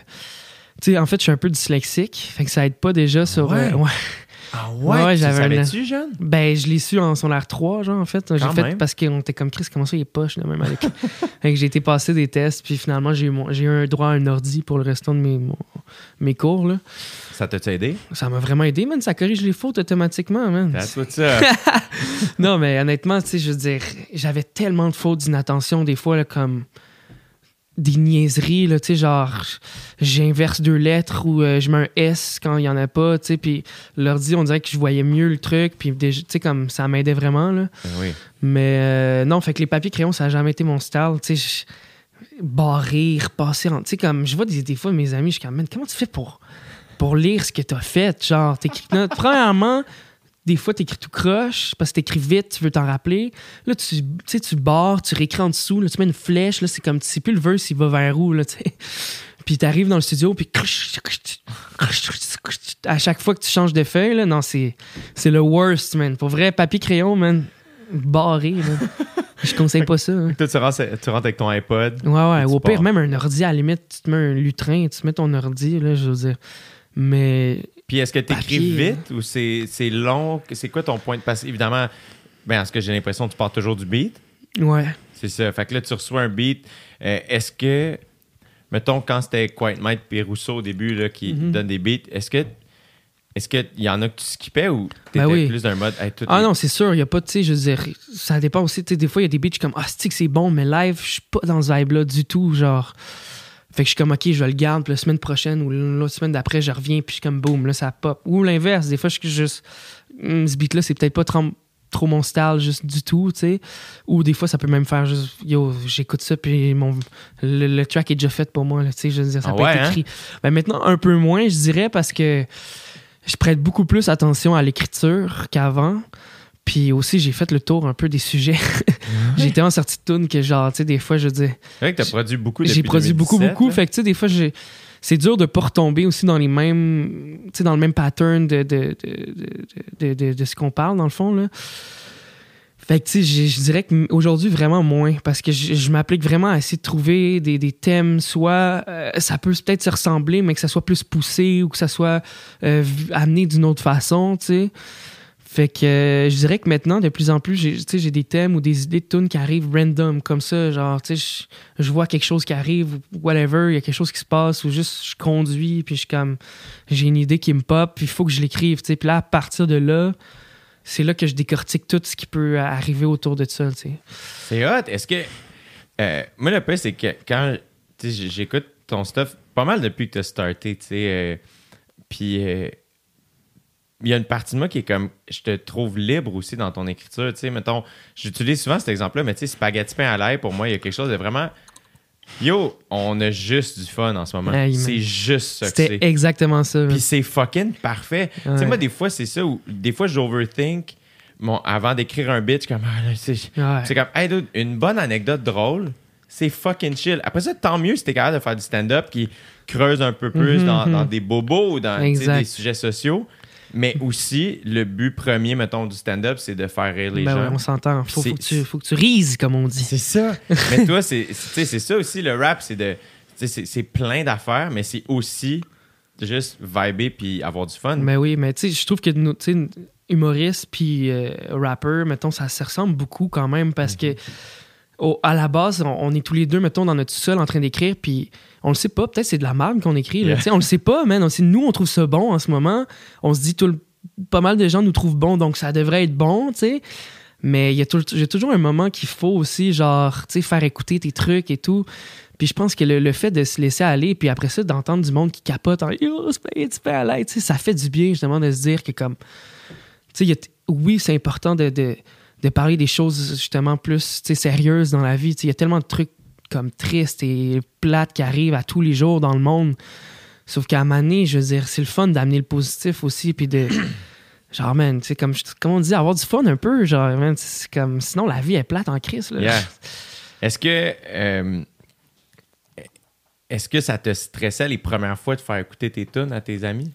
Tu sais, en fait, je suis un peu dyslexique. Fait que ça aide pas déjà sur... Ouais. euh, ouais. Ah Ouais, ouais, tu j'avais un- savais-tu, jeune? Ben, je l'ai su en secondaire trois, genre, en fait. J'ai Quand fait même. parce qu'on était comme Chris, comment ça, il est poche, là, même à l'école. Fait que j'ai été passer des tests, puis finalement, j'ai eu, mon- j'ai eu un droit à un ordi pour le restant de mes, mon- mes cours, là. Ça t'a-tu aidé? Ça m'a vraiment aidé, man. Ça corrige les fautes automatiquement, man. That's what's ça. Non, mais honnêtement, tu sais, je veux dire, j'avais tellement de fautes d'inattention, des fois, là, comme des niaiseries, là, tu sais, genre, j'inverse deux lettres ou euh, je mets un S quand il y en a pas, tu sais, puis l'ordi, on dirait que je voyais mieux le truc, puis déjà, tu sais, comme ça m'aidait vraiment, là. Ben oui. Mais euh, non, fait que les papiers crayons, ça a jamais été mon style, tu sais, je- barrer, repasser, en- tu sais, comme, je vois des, des fois mes amis, je suis comme, man, comment tu fais pour, pour lire ce que t'as fait, genre, t'écris, non, premièrement, des fois, t'écris tout croche parce que t'écris vite, tu veux t'en rappeler. Là, tu tu sais, tu barres, tu réécris en dessous, là, tu mets une flèche, là, c'est comme, tu sais plus le verse, il va vers où, là, tu sais. Puis t'arrives dans le studio, puis à chaque fois que tu changes de feuille, là, non, c'est, c'est le worst, man. Pour vrai, papier-crayon, man, barré, là. Je conseille pas ça. Hein. Toi, tu rentres, tu rentres avec ton iPod. Ouais, ouais. Et tu Au pire, pars. même un ordi, à la limite, tu te mets un lutrin, tu mets ton ordi, là, je veux dire. Mais Puis est-ce que tu écris Papier, vite ou c'est, c'est long? C'est quoi ton point de passage? Évidemment, ben, ce que j'ai l'impression que tu pars toujours du beat. ouais. C'est ça. Fait que là, tu reçois un beat. Euh, est-ce que, mettons, quand c'était Quiet Mike et Rousseau au début là, qui Mhm. donnent des beats, est-ce que est-ce qu'il y en a que tu skippais ou t'étais Ben oui. plus d'un mode hey, tout Ah est- non, c'est sûr, il n'y a pas, tu sais, je veux dire, ça dépend aussi, tu sais, des fois, il y a des beats, je suis comme, ah, c'est que c'est bon, mais live, je suis pas dans ce vibe-là du tout, genre. Fait que je suis comme, OK, je vais le garder, puis la semaine prochaine ou l'autre semaine d'après, je reviens, puis je suis comme, boum, là, ça pop. Ou l'inverse, des fois, je suis juste, Hum, ce beat-là, c'est peut-être pas trop, trop mon style, juste du tout, tu sais. Ou des fois, ça peut même faire juste, yo, j'écoute ça, puis mon, le, le track est déjà fait pour moi, là, tu sais, je veux dire, ça Ah peut ouais, être hein? écrit. Ben maintenant, un peu moins, je dirais, parce que je prête beaucoup plus attention à l'écriture qu'avant. Puis aussi, j'ai fait le tour un peu des sujets. J'ai tellement sorti de tunes que, genre, tu sais, des fois, je dis, C'est vrai que t'as produit beaucoup depuis j'ai produit beaucoup, deux mille dix-sept, beaucoup. là. Fait que, tu sais, des fois, j'ai... c'est dur de pas retomber aussi dans les mêmes, tu sais, dans le même pattern de, de, de, de, de, de- de ce qu'on parle, dans le fond, là. Fait que, tu sais, je je dirais qu'aujourd'hui, vraiment moins, parce que je, je m'applique vraiment à essayer de trouver des, des thèmes, soit euh, ça peut peut-être se ressembler, mais que ça soit plus poussé ou que ça soit euh, vu- amené d'une autre façon, tu sais. Fait que euh, je dirais que maintenant, de plus en plus, j'ai, tu sais, j'ai des thèmes ou des idées de tunes qui arrivent random, comme ça, genre, tu sais, je, je vois quelque chose qui arrive, ou whatever, il y a quelque chose qui se passe, ou juste je conduis, puis je suis comme, j'ai une idée qui me pop, puis il faut que je l'écrive, tu sais. Puis là, à partir de là, c'est là que je décortique tout ce qui peut arriver autour de ça, tu sais. C'est hot. Est-ce que. euh, moi, le pire, c'est que quand tu sais, j- j'écoute ton stuff pas mal depuis que tu as starté, tu sais. euh, Puis. euh, il y a une partie de moi qui est comme, je te trouve libre aussi dans ton écriture. Tu sais, mettons, j'utilise souvent cet exemple-là, mais tu sais, spaghetti pain à l'ail, pour moi, il y a quelque chose de vraiment... Yo, on a juste du fun en ce moment. Hey, c'est juste ça que C'était c'est. exactement ça. Puis c'est fucking parfait. Ouais. Tu sais, moi, des fois, c'est ça, où des fois, j'overthink bon, avant d'écrire un bit, je suis comme, ah, là, c'est, Ouais. c'est comme, hey, dude, une bonne anecdote drôle, c'est fucking chill. Après ça, tant mieux si t'es capable de faire du stand-up qui creuse un peu plus Mhm, dans, mhm. dans des bobos ou dans tu sais, Exact. des sujets sociaux. Mais aussi, le but premier, mettons, du stand-up, c'est de faire rire les Ben gens. ouais, on s'entend. Faut, C'est- faut, que tu, faut que tu rises, comme on dit. C'est ça. Mais toi, c'est, c'est, tu sais, c'est ça aussi, le rap, c'est de. tu sais, C'est, c'est plein d'affaires, mais c'est aussi de juste vibrer puis avoir du fun. Mais oui, mais tu sais, je trouve que nous, tu sais, humoriste puis euh, rapper, mettons, ça se ressemble beaucoup quand même parce que au- à la base, on, on est tous les deux, mettons, dans notre sol en train d'écrire, puis on le sait pas, peut-être c'est de la merde qu'on écrit, là, Yeah. tu sais, on le sait pas, man. On, sait- nous, on trouve ça bon en ce moment. On se dit, tout le- pas mal de gens nous trouvent bon, donc ça devrait être bon, tu sais. Mais il y a tout- j'ai toujours un moment qu'il faut aussi, genre, tu sais, faire écouter tes trucs et tout. Puis je pense que le, le fait de se laisser aller, puis après ça, d'entendre du monde qui capote en Yo, c'est pas à l'aide, tu sais, ça fait du bien, justement, de se dire que, comme, tu sais, il y a t- oui, c'est important de, de, de parler des choses, justement, plus, tu sais, sérieuses dans la vie. Tu sais, il y a tellement de trucs, comme, tristes et plates qui arrivent à tous les jours dans le monde. Sauf qu'à un moment donné, je veux dire, c'est le fun d'amener le positif aussi, puis de. Genre, man, tu sais, comme, comme on dit, avoir du fun un peu, genre, man, c'est comme. Sinon, la vie est plate en crise, là. Yeah. Est-ce que. euh, est-ce que ça te stressait les premières fois de faire écouter tes tunes à tes amis?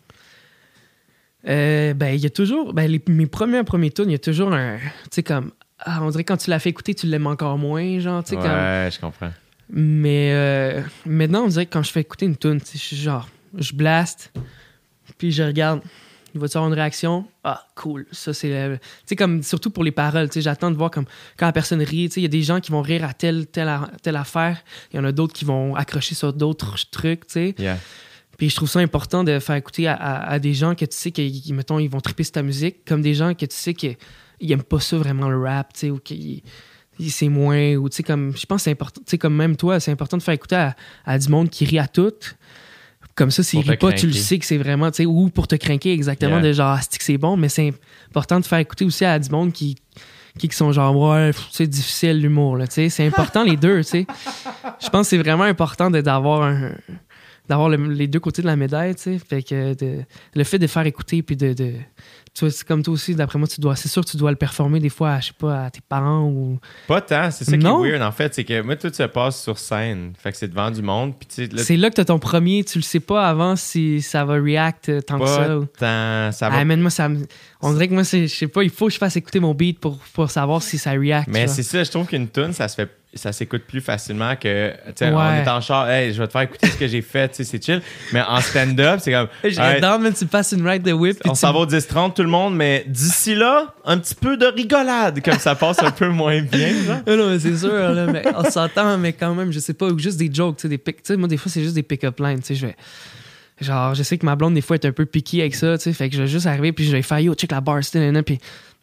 Euh, ben, il y a toujours. Ben, les, mes premiers premiers tunes, il y a toujours un. Tu sais, comme. Ah, on dirait que quand tu l'as fait écouter, tu l'aimes encore moins, genre, tu sais, Ouais, comme. je comprends. Mais euh, maintenant, on dirait que quand je fais écouter une tune, je suis genre, je blast, puis je regarde, il va-tu avoir une réaction? Ah, cool, ça c'est... euh, tu sais, comme, surtout pour les paroles, tu sais, j'attends de voir comme, quand la personne rit, tu sais, il y a des gens qui vont rire à telle, telle, telle affaire, il y en a d'autres qui vont accrocher sur d'autres trucs, tu sais. Yeah. Puis je trouve ça important de faire écouter à, à- à des gens que tu sais qu'ils, mettons, ils vont triper sur ta musique, comme des gens que tu sais qu'ils aiment pas ça vraiment le rap, tu sais, ou qu'ils... c'est moins, ou tu sais, comme, je pense que c'est important, tu sais, comme même toi, c'est important de faire écouter à, à du monde qui rit à tout. Comme ça, s'il Pour te rit pas, tu le craquer. sais que c'est vraiment, tu sais, ou pour te craquer exactement, Yeah. de genre, ah, c'est que c'est bon, mais c'est important de faire écouter aussi à du monde qui, qui, qui sont genre, ouais, pff, c'est difficile l'humour, là, tu sais, c'est important les deux, tu sais. Je pense que c'est vraiment important de- d'avoir un. d'avoir le- les deux côtés de la médaille, tu sais. Fait que de- le fait de faire écouter, puis de. de tu vois, c'est comme toi aussi, d'après moi, tu dois, c'est sûr que tu dois le performer des fois, à, je sais pas, à tes parents ou. Pas tant, c'est ça Non. qui est weird en fait, c'est que moi tout se passe sur scène. Fait que c'est devant du monde, puis tu sais, là, C'est là que t'as ton premier, tu le sais pas avant si ça va react euh, tant que ça. pas ou- tant. Ça va. Ah, man, moi, ça me- on dirait que moi, c'est, je sais pas, il faut que je fasse écouter mon beat pour, pour savoir si ça react. Mais tu vois. c'est ça, je trouve qu'une tune, ça se fait. Ça s'écoute plus facilement que. Tu sais, Ouais. on est en char, hey, je vais te faire écouter ce que j'ai fait, tu sais, c'est chill. Mais en stand-up, c'est comme. Je hey, dans, man, tu passes une ride de whip. puis on tu- s'en va au dix trente, tout le monde, mais d'ici là, un petit peu de rigolade, comme ça passe un peu moins bien, genre. Ah non, mais c'est sûr, là, mais on s'entend, mais quand même, je sais pas, ou juste des jokes, tu sais, des pick, tu sais, moi, des fois, c'est juste des pick-up lines, tu sais, je vais. Genre, je sais que ma blonde, des fois, est un peu piquée avec ça, tu sais, fait que je vais juste arriver, puis je vais faire yo, check la bar, c'était, puis.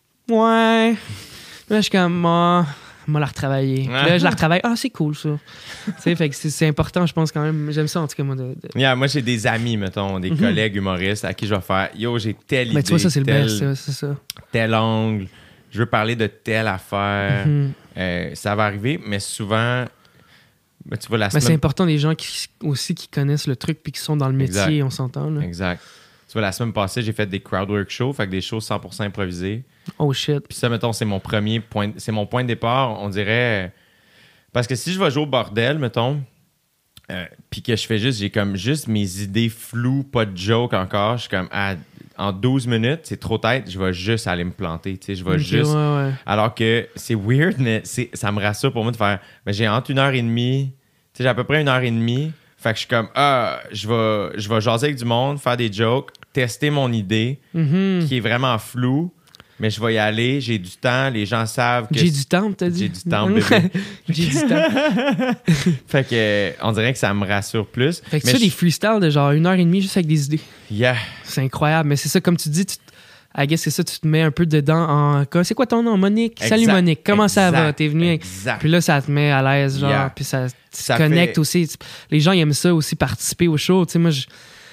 Ouais. Là, je suis comme, ah, on va la retravailler. Puis là, je la retravaille, ah, c'est cool, ça. Tu sais, fait que c'est, c'est important, je pense, quand même. J'aime ça, en tout cas, moi, de. de- Yeah, moi, j'ai des amis, mettons, des Mhm. collègues humoristes à qui je vais faire yo, j'ai telle idée. Mais tu vois, ça, c'est le tel, best, ça, c'est ça. tel angle, je veux parler de telle affaire. Mhm. Euh, ça va arriver, mais souvent, ben, tu vois, la Mais c'est semaine. important, les gens qui, aussi qui connaissent le truc puis qui sont dans le métier, Exact. on s'entend, là. Exact. Tu vois, la semaine passée, j'ai fait des crowdwork shows, fait que des shows cent pour cent improvisés. Oh shit. Puis ça, mettons, c'est mon premier point, c'est mon point de départ, on dirait. Parce que si je vais jouer au bordel, mettons, euh, puis que je fais juste, j'ai comme juste mes idées floues, pas de joke encore, je suis comme, ah, en douze minutes, c'est trop tête, je vais juste aller me planter, tu sais, je vais Ok, juste. ouais, ouais. Alors que c'est weird, mais c'est, ça me rassure pour moi de faire, ben, j'ai entre une heure et demie, tu sais, j'ai à peu près une heure et demie, fait que je suis comme, ah, je vais, je vais jaser avec du monde, faire des jokes, tester mon idée, Mhm. qui est vraiment floue, mais je vais y aller, j'ai du temps, les gens savent que... J'ai du temps, t'as dit? J'ai du temps, bébé. J'ai du temps. Fait que, euh, on dirait que ça me rassure plus. Fait que Mais tu fais des je- freestyles de genre une heure et demie juste avec des idées. Yeah. C'est incroyable. Mais c'est ça, comme tu dis, tu, I guess c'est ça, tu te mets un peu dedans en. quoi- C'est quoi ton nom, Monique? Salut Exact. Monique, comment ça va? Exact. T'es venu avec. Exact. Puis là, ça te met à l'aise, genre. Yeah. Puis ça, tu Ça te connectes fait- aussi. Tu- Les gens, ils aiment ça aussi, participer au show. Tu sais, moi, je-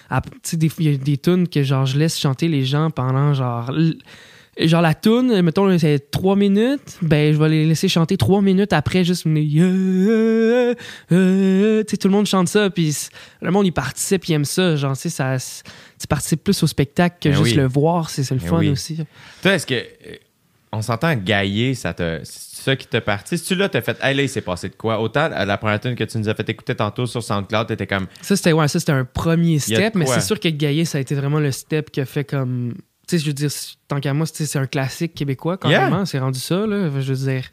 il y a des tunes que genre je laisse chanter les gens pendant genre... L- Genre la toune, mettons, c'est trois minutes, ben je vais les laisser chanter trois minutes après, juste yeah, yeah, yeah. Tu sais, tout le monde chante ça, puis le monde il participe, il aime ça, genre tu sais, ça, tu participes plus au spectacle que ben juste oui. le voir, c'est, c'est le ben fun oui. aussi. Toi, est-ce que on s'entend gailler, ça te, c'est ça qui t'a parti? Si tu là, t'as fait, hey là, il s'est passé de quoi? Autant la première tune que tu nous as fait écouter tantôt sur SoundCloud, t'étais comme. Ça c'était ouais, ça c'était un premier Il y a de step, mais quoi? c'est sûr que Gaillé, ça a été vraiment le step qui a fait comme. Tu sais, je veux dire, tant qu'à moi, c'est, c'est un classique québécois, quand Yeah. même. C'est rendu ça, là. Je veux dire.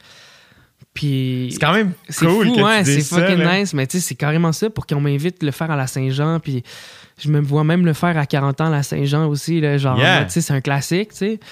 Puis. C'est quand même C'est cool fou, que ouais, tu c'est dises ça, fucking là. nice, mais tu sais, c'est carrément ça pour qu'on m'invite à le faire à la Saint-Jean, puis je me vois même le faire à quarante ans à la Saint-Jean aussi, là, genre, Yeah. tu sais, c'est un classique, tu sais.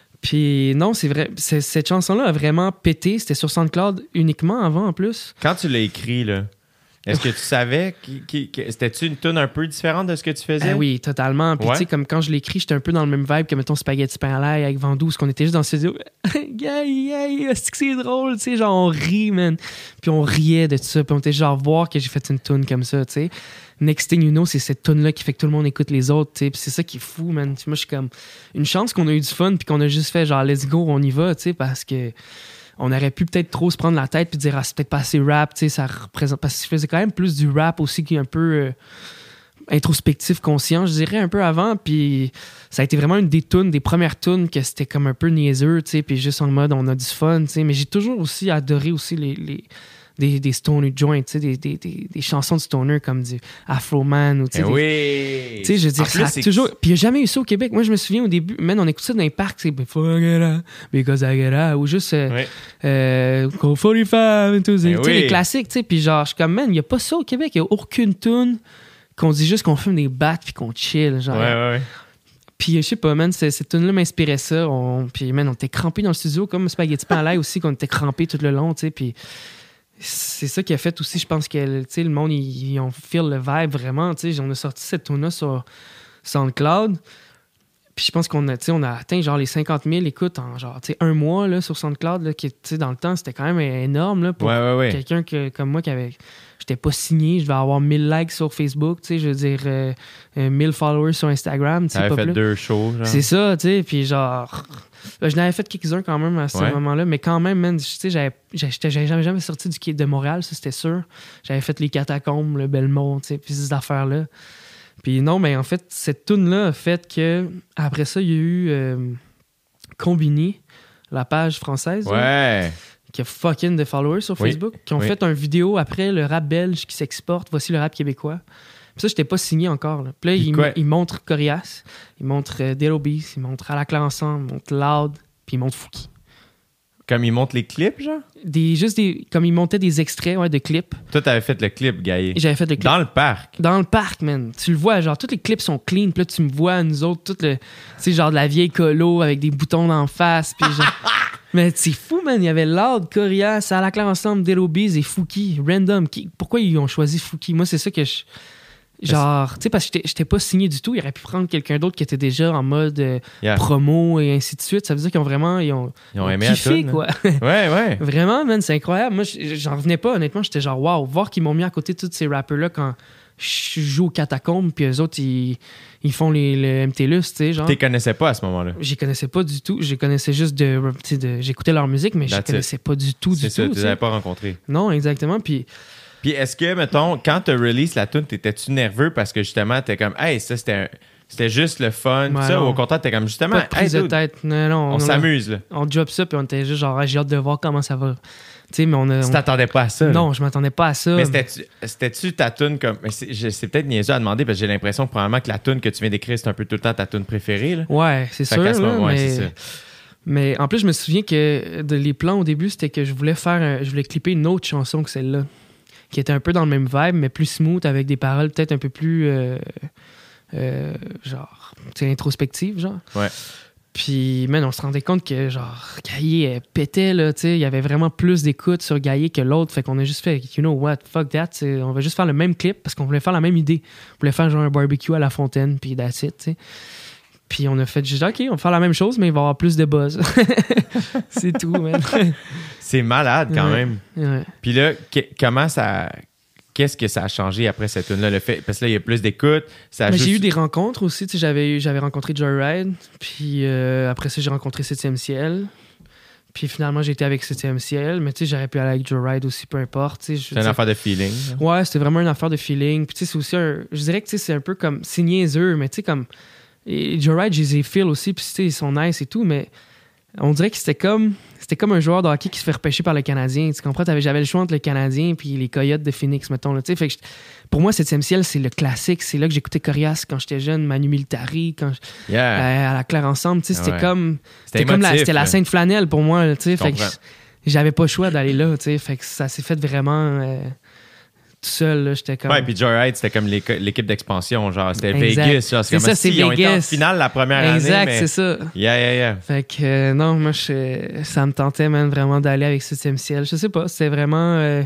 Puis non, c'est vrai, c'est- cette chanson-là a vraiment pété, c'était sur SoundCloud uniquement avant, en plus. Quand tu l'as écrit, là, est-ce que tu savais qui, qui, que c'était-tu une tune un peu différente de ce que tu faisais? Ah oui, totalement. Puis Ouais. tu sais, comme quand je l'ai écrit, j'étais un peu dans le même vibe que, mettons, Spaghetti Pain à l'ail avec Vandou, parce qu'on était juste dans le studio. Yay, yay, c'est que c'est drôle, tu sais, genre on rit, man. Puis on riait de tout ça, puis on était genre voir que j'ai fait une tune comme ça, tu sais. Next thing you know, c'est cette tune là qui fait que tout le monde écoute les autres, tu sais. Puis c'est ça qui est fou, man. Moi, je suis comme une chance qu'on a eu du fun, puis qu'on a juste fait genre let's go, on y va, tu sais, parce que on aurait pu peut-être trop se prendre la tête puis dire ah, c'est peut-être pas assez rap, tu sais, ça représente parce que je faisais quand même plus du rap aussi qui est un peu euh, introspectif, conscient, je dirais un peu avant, puis ça a été vraiment une des tunes, des premières tunes que c'était comme un peu niaiseux, tu sais, puis juste en mode on a du fun, tu sais, mais j'ai toujours aussi adoré aussi les, les des, des stoner joints, tu sais, des, des, des, des chansons de stoner comme du Afro Man ou tu sais, Eh des- oui! tu sais, je veux dire, En plus, ça a c'est- toujours. Puis il n'y a jamais eu ça au Québec. Moi, je me souviens au début, man, on écoute ça dans les parcs, c'est Before I get out, because I get out, ou juste euh, Ouais. euh, Call forty-five, and two, tu sais, Eh oui. les classiques, tu sais. Puis genre, je suis comme, man, il n'y a pas ça au Québec. Il n'y a aucune tune qu'on dit juste qu'on fume des battes puis qu'on chill. Genre. Ouais, ouais, ouais. Puis je sais pas, man, c'est- cette tune-là m'inspirait ça. On, puis, man, on était crampés dans le studio, comme Spaghetti Pain à l'ail aussi, qu'on était crampés tout le long, tu sais. Puis c'est ça qui a fait aussi, je pense que tu sais, le monde, ils, ils ont feel le vibe vraiment. Tu sais, on a sorti cette tune-là sur SoundCloud. Puis je pense qu'on a, tu sais, on a atteint genre les cinquante mille écoutes en genre, tu sais, un mois là, sur SoundCloud, là, qui, tu sais, dans le temps, c'était quand même énorme là, pour Ouais, ouais, ouais. quelqu'un que, comme moi qui avait. J'étais pas signé, je vais avoir mille likes sur Facebook, tu sais, je veux dire, euh, euh, mille followers sur Instagram, tu sais, T'avais pas fait plus. deux shows, genre. C'est ça, tu sais, puis genre. Je n'avais fait quelques-uns quand même à ce Ouais. moment-là, mais quand même, man, tu sais, j'avais, j'étais- j'avais jamais, jamais sorti du quai de Montréal, ça c'était sûr. J'avais fait les catacombes, le Belmont, tu sais, puis ces affaires-là. Puis non, mais en fait, cette tune-là a fait que, après ça, il y a eu euh, Combini, la page française, là, Ouais. qui a fucking de followers sur Oui. Facebook, qui ont Oui. fait une vidéo après le rap belge qui s'exporte, voici le rap québécois. Puis ça, j'étais pas signé encore. Là. Puis là, Puis il, quoi? il montre Corias, il montre euh, Dead Beats, il montre À la classe ensemble, il montre Loud, puis il montre Fouki. Comme ils montent les clips, genre? Des, juste des, comme il montait des extraits ouais, de clips. Toi, t'avais fait le clip, Gaillé. Et j'avais fait le clip. Dans le parc. Dans le parc, man. Tu le vois, genre, tous les clips sont clean. Puis là, tu me vois, nous autres, tout le. Tu sais, genre de la vieille colo avec des boutons d'en face. Puis genre. Mais c'est fou, man. Il y avait Loud, Corias, À la classe ensemble, Delobies et Fouki. Random. Qui- Pourquoi ils ont choisi Fouki? Moi, c'est ça que je. Genre, tu sais, parce que j'étais- j'étais pas signé du tout. Il aurait pu prendre quelqu'un d'autre qui était déjà en mode euh, Yeah. promo et ainsi de suite. Ça veut dire qu'ils ont vraiment. Ils ont, Ils ont ils aimé la kiffé, toune, quoi. Ouais, ouais. Vraiment, man, c'est incroyable. Moi, j- j'en revenais pas, honnêtement. J'étais genre, waouh, voir qu'ils m'ont mis à côté de tous ces rappers-là quand je joue aux catacombes, puis eux autres, ils, ils font les, le M T L U S, tu sais, genre. Tu les connaissais pas à ce moment-là. J'y connaissais pas du tout. Je les connaissais juste de. tu sais, de J'écoutais leur musique, mais je That's it. connaissais pas du tout, du C'est ça, tout. tu tu les sais. avais pas rencontrés. Non, exactement. Puis, Puis est-ce que, mettons, quand tu release la tune, t'étais-tu nerveux parce que justement, t'es comme, hey, ça c'était un- c'était juste le fun, tout Ouais, ça, non. ou au contraire, t'es comme justement, pas de hey, prise de dude, tête. Non, non. on non, s'amuse, là. On drop ça, puis on était juste genre, ah, j'ai hâte de voir comment ça va. Tu sais, mais on a. Tu on- t'attendais pas à ça. là. Non, je m'attendais pas à ça. Mais c'était-tu, c'était-tu ta tune comme. mais C'est, je- c'est peut-être niaiseux à demander parce que j'ai l'impression que probablement que la tune que tu viens d'écrire, c'est un peu tout le temps ta tune préférée. Là. Ouais, c'est Fait sûr. qu'à ce là, moment- ouais, mais... c'est ça. mais en plus, je me souviens que de les plans au début, c'était que je voulais faire, un- je voulais clipper une autre chanson que celle-là, qui était un peu dans le même vibe, mais plus smooth, avec des paroles peut-être un peu plus, euh, euh, genre, tu sais, introspectives, genre. Ouais. Puis, man, on se rendait compte que, genre, Gaillé elle pétait, là, tu sais. Il y avait vraiment plus d'écoute sur Gaillé que l'autre. Fait qu'on a juste fait, you know what, fuck that. t'sais, on va juste faire le même clip parce qu'on voulait faire la même idée. On voulait faire, genre, un barbecue à la fontaine, puis that's it, tu sais. Puis on a fait juste, OK, on va faire la même chose, mais il va y avoir plus de buzz. C'est tout, man. C'est malade quand Ouais. même. Ouais. Puis là, que- comment ça. qu'est-ce que ça a changé après cette tune-là? Le fait, parce que là, il y a plus d'écoute. Ça Mais juste... j'ai eu des rencontres aussi. Tu sais, j'avais, eu- j'avais rencontré Joyride. Puis euh, après ça, j'ai rencontré septième Ciel. Puis finalement, j'ai été avec septième Ciel. Mais tu sais, j'aurais pu aller avec Joyride aussi, peu importe. Tu sais, je- C'est une tu- affaire de feeling. Ouais, c'était vraiment une affaire de feeling. Puis tu sais, c'est aussi un... Je dirais que tu sais, c'est un peu comme... C'est niaiseux, mais tu sais, comme... Et Joyride, je les ai feel aussi. Puis tu sais, ils sont nice et tout, mais... On dirait que c'était comme c'était comme un joueur de hockey qui se fait repêcher par le Canadien. Tu comprends? T'avais, j'avais le choix entre le Canadien et les Coyotes de Phoenix, mettons. Là, fait que je, pour moi, septième Ciel, c'est le classique. C'est là que j'écoutais Corias quand j'étais jeune, Manu Militari, quand je, Yeah. euh, à la Claire Ensemble. C'était Ouais. comme, C'était c'était comme la, émotif, c'était la là. Sainte Flanelle pour moi. Là, fait que comprends. je- j'avais pas le choix d'aller là. Fait que ça s'est fait vraiment euh, tout seul. Là, j'étais comme... Ouais, puis Joyride, c'était comme l'éco- l'équipe d'expansion. Genre, c'était Exact. Vegas. Genre, C'est comme ça, si c'est ils ont été en Vegas. finale la première Exact, année. mais- c'est ça. Yeah, yeah, yeah. Fait que euh, non, moi, je, ça me tentait même vraiment d'aller avec septième Ciel. Je sais pas, c'était vraiment euh,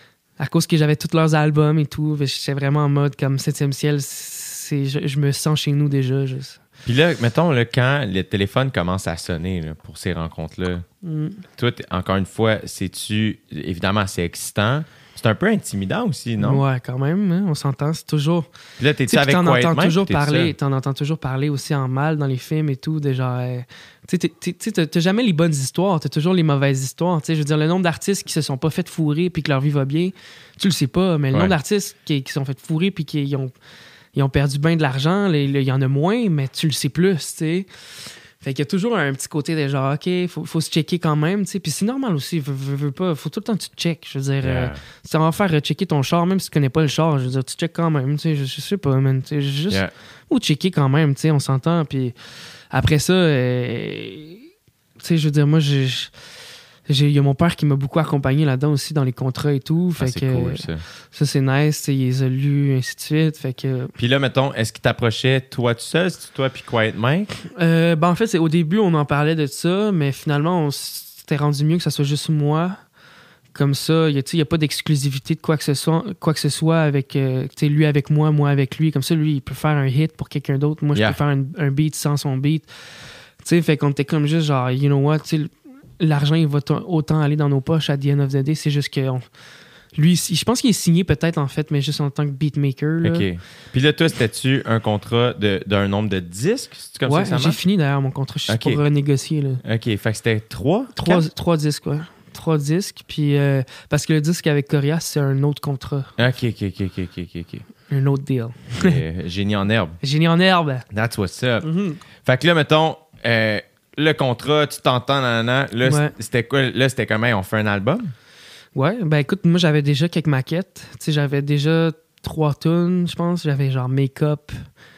à cause que j'avais tous leurs albums et tout. J'étais vraiment en mode comme septième Ciel, c'est, je, je me sens chez nous déjà. Juste. Puis là, mettons, là, quand le téléphone commence à sonner là, pour ces rencontres-là, Mm. toi, t'es- encore une fois, c'est-tu... Évidemment, c'est excitant. C'est un peu intimidant aussi, non? Ouais, quand même, hein, on s'entend, c'est toujours... Puis là, Tu t'es-tu sais, puis avec t'en Quiet entends Mike toujours ou t'es parler, seul? t'en entends toujours parler aussi en mal dans les films et tout, de genre, euh, tu sais, t'es- t'es- tu sais, t'as t'as jamais les bonnes histoires, t'as toujours les mauvaises histoires, tu sais, je veux dire, le nombre d'artistes qui se sont pas fait fourrer puis que leur vie va bien, tu le sais pas, mais le Ouais. nombre d'artistes qui, qui sont fait fourrer puis qui ont, ils ont perdu bien de l'argent, il y en a moins, mais tu le sais plus, tu sais. Fait qu'il y a toujours un petit côté de genre, OK, faut, faut se checker quand même, tu sais. Puis c'est normal aussi, veux, veux, veux pas, faut tout le temps que tu te checkes. Je veux dire, Yeah. euh, ça va faire euh, checker ton char, même si tu connais pas le char, je veux dire, tu checkes quand même, tu sais. Je, je sais pas, man, tu sais, juste. Yeah. Ou checker quand même, tu sais, on s'entend. Puis après ça, euh, tu sais, je veux dire, moi, j'ai. j'ai- Il y a mon père qui m'a beaucoup accompagné là-dedans aussi dans les contrats et tout. Ah, Fait c'est que cool, ça. ça, c'est nice, tu sais, il les a lus, ainsi de suite. Fait que. Puis là, mettons, est-ce qu'il t'approchait toi tout seul? C'est-tu toi puis Quiet Mike? Euh, ben en fait, c'est, au début, on en parlait de ça, mais finalement, on s'était rendu mieux que ça soit juste moi. Comme ça, il n'y a, a pas d'exclusivité de quoi que ce soit, quoi que ce soit avec euh, tu sais, lui avec moi, moi avec lui. Comme ça, lui, il peut faire un hit pour quelqu'un d'autre. Moi, Yeah. je peux faire un, un beat sans son beat. Tu sais, fait qu'on était comme juste genre, you know what, tu sais, l'argent, il va t- autant aller dans nos poches à the end of the day. C'est juste que on- lui, je pense qu'il est signé peut-être, en fait, mais juste en tant que beatmaker. Là. OK. Puis là, toi, c'était-tu un contrat de- d'un nombre de disques? C'est comme Ouais, ça que ça j'ai marche? fini d'ailleurs mon contrat. Je suis Ok. pour renégocier. Là. OK. Fait que c'était trois? Trois, quatre? trois disques, ouais. Trois disques. Puis, euh, parce que le disque avec Corias, c'est un autre contrat. OK, OK, OK, OK, OK, OK. OK. Un autre deal. Euh, Génie en herbe. Génie en herbe. That's what's up. Mhm. Fait que là, mettons, euh, le contrat, tu t'entends, nanana. Là, Ouais. c'était quoi? Là, c'était comment? On fait un album? Ouais, ben écoute, moi, j'avais déjà quelques maquettes. Tu sais, j'avais déjà trois tunes, je pense. J'avais genre Make-up.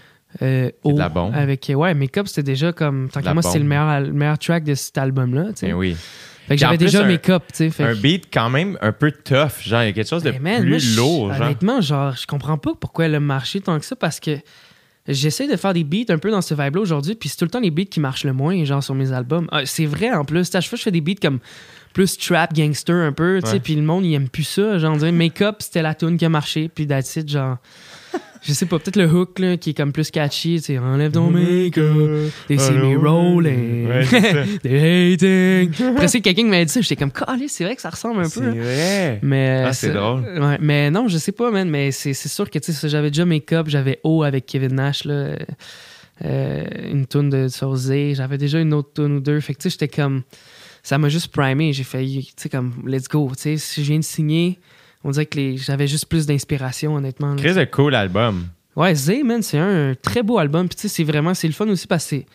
Euh, C'est de O, la bombe. Avec, ouais, Make-up, c'était déjà comme. Tant De que la moi, c'est le bombe. meilleur, le meilleur track de cet album-là. Tu sais. Ben oui. Fait que Puis en j'avais plus, déjà un- Make-up. Tu sais. Fait Un que- beat quand même un peu tough. Genre, il y a quelque chose de Mais man, plus moi, je- lourd. Genre. Honnêtement, genre, je comprends pas pourquoi elle a marché tant que ça parce que j'essaie de faire des beats un peu dans ce vibe-là aujourd'hui, puis c'est tout le temps les beats qui marchent le moins, genre sur mes albums. Ah, c'est vrai en plus. À chaque fois, je fais des beats comme plus trap gangster un peu, tu sais, Ouais. puis le monde, il aime plus ça. Genre, on dirait Make-up, c'était la tune qui a marché, puis that's it, genre. Je sais pas, peut-être le hook là, qui est comme plus catchy, tu sais, enlève ton make-up, they see me rolling, Ouais, c'est ça. they hating. Après, c'est quelqu'un qui m'a dit ça, j'étais comme, calé, c'est vrai que ça ressemble un C'est peu. hein. vrai. Mais, Ah, c'est drôle. Ouais, mais non, je sais pas, man. Mais c'est, c'est sûr que tu sais, j'avais déjà Make-up, j'avais O avec Kevin Nash, là, euh, euh, une tune de sur Z. J'avais déjà une autre tune ou deux. Fait que tu sais, j'étais comme. Ça m'a juste primé. J'ai fait, tu sais, comme, let's go. Tu sais, si je viens de signer, on dirait que les, j'avais juste plus d'inspiration, honnêtement. là. Très de cool album. Ouais, Z, man, c'est un, très beau album. Puis tu sais, c'est vraiment, c'est le fun aussi parce que c'est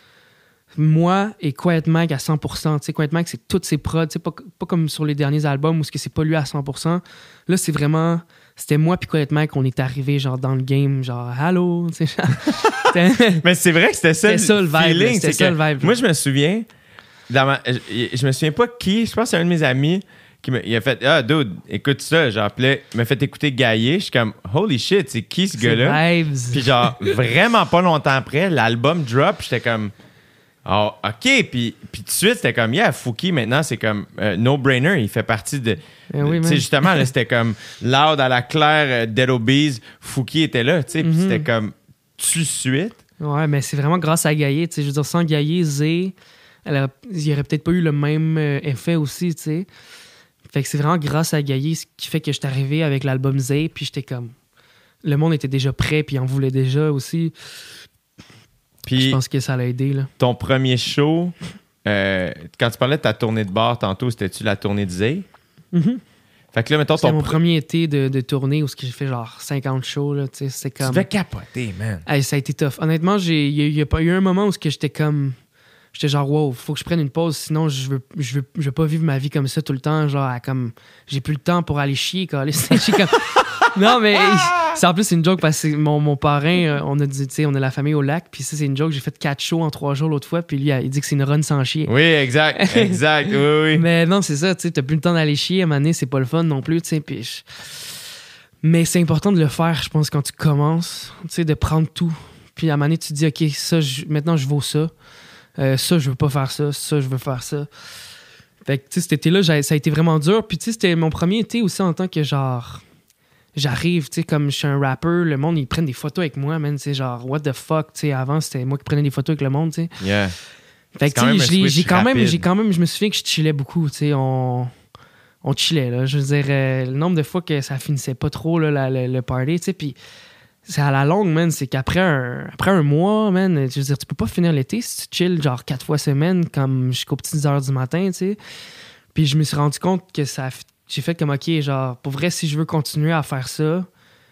moi et Quiet Mike à cent pour cent. Tu sais, Quiet Mike, c'est toutes ses prods. Tu sais, pas, pas comme sur les derniers albums où c'est pas lui à cent pour cent. Là, c'est vraiment... C'était moi puis Quiet Mike, on est arrivé genre dans le game, genre « Allô? » Tu sais, genre- C'était- Mais c'est vrai que c'était ça, C'était ça, le vibe, feeling. c'était c'est ça, que le vibe. Moi, je me souviens, dans ma- je, je me souviens pas qui, je pense que c'est un de mes amis qui m'a il a fait « Ah, dude, écoute ça. » Genre, puis là, il m'a fait écouter Gaillé. Je suis comme « Holy shit, c'est qui ce c'est gars-là? » vibes. Puis genre, vraiment pas longtemps après, l'album drop, j'étais comme... Oh, OK. Puis, puis tout de suite, c'était comme, yeah, Fouki, maintenant, c'est comme euh, no-brainer. Il fait partie de... Eh oui, tu sais, man. justement, là, c'était comme Loud à la claire, euh, Dead Obeez, Fouki était là, tu sais. Puis Mhm. c'était comme tout de suite. Ouais, mais c'est vraiment grâce à Gaillé. Tu sais, je veux dire, sans Gaillé, Z, elle a- il n'y aurait peut-être pas eu le même euh, effet aussi, tu sais. Fait que c'est vraiment grâce à Gaillé ce qui fait que j'étais arrivé avec l'album Z, puis j'étais comme... Le monde était déjà prêt, puis en voulait déjà aussi. Puis je pense que ça l'a aidé, là. Ton premier show, euh, quand tu parlais de ta tournée de bar tantôt, c'était-tu la tournée de Z? Mm-hmm. Fait que là, mettons C'était ton... mon pr- premier été de, de tournée où j'ai fait genre cinquante shows, là, tu sais, c'est Tu comme... devais capoter, man. Hey, ça a été tough. Honnêtement, j'ai- il y, a- il y a pas eu un moment où ce que j'étais comme... J'étais genre, wow, faut que je prenne une pause, sinon je veux, je veux, je veux pas vivre ma vie comme ça tout le temps. Genre, à comme, j'ai plus le temps pour aller chier, quoi. J'ai comme... Non, mais c'est, en plus, c'est une joke parce que mon, mon parrain, euh, on a dit, tu sais, on a la famille au lac, puis ça, c'est une joke. J'ai fait quatre shows en trois jours l'autre fois, puis lui, il dit que c'est une run sans chier. Oui, exact, exact, oui, oui. Mais non, c'est ça, tu sais, t'as plus le temps d'aller chier. À un moment donné, c'est pas le fun non plus, tu sais, puis je- Mais c'est important de le faire, je pense, quand tu commences, tu sais, de prendre tout. Puis à un moment donné, tu te dis, OK, ça, je- maintenant, je vaux ça. Euh, ça, je veux pas faire ça. Ça, je veux faire ça. Fait que, tu sais, cet été-là, j'ai- ça a été vraiment dur. Puis, tu sais, c'était mon premier été aussi en tant que, genre... J'arrive, tu sais, comme je suis un rapper, le monde, ils prennent des photos avec moi, man. C'est genre, what the fuck, tu sais. Avant, c'était moi qui prenais des photos avec le monde, tu sais. Yeah. Fait C'est que, quand tu même sais, un je l'ai- switch j'ai quand même, rapide. j'ai quand même, je me souviens que je chillais beaucoup, tu sais. On, on chillait, là. Je veux dire, euh, le nombre de fois que ça finissait pas trop, là, la- le, le party, tu sais. Puis, c'est à la longue, man. C'est qu'après un, après un mois, man, je veux dire, tu peux pas finir l'été si tu chilles, genre, quatre fois semaine, comme jusqu'aux petites heures du matin, tu sais. Puis, je me suis rendu compte que ça. J'ai fait comme, OK, genre, pour vrai, si je veux continuer à faire ça,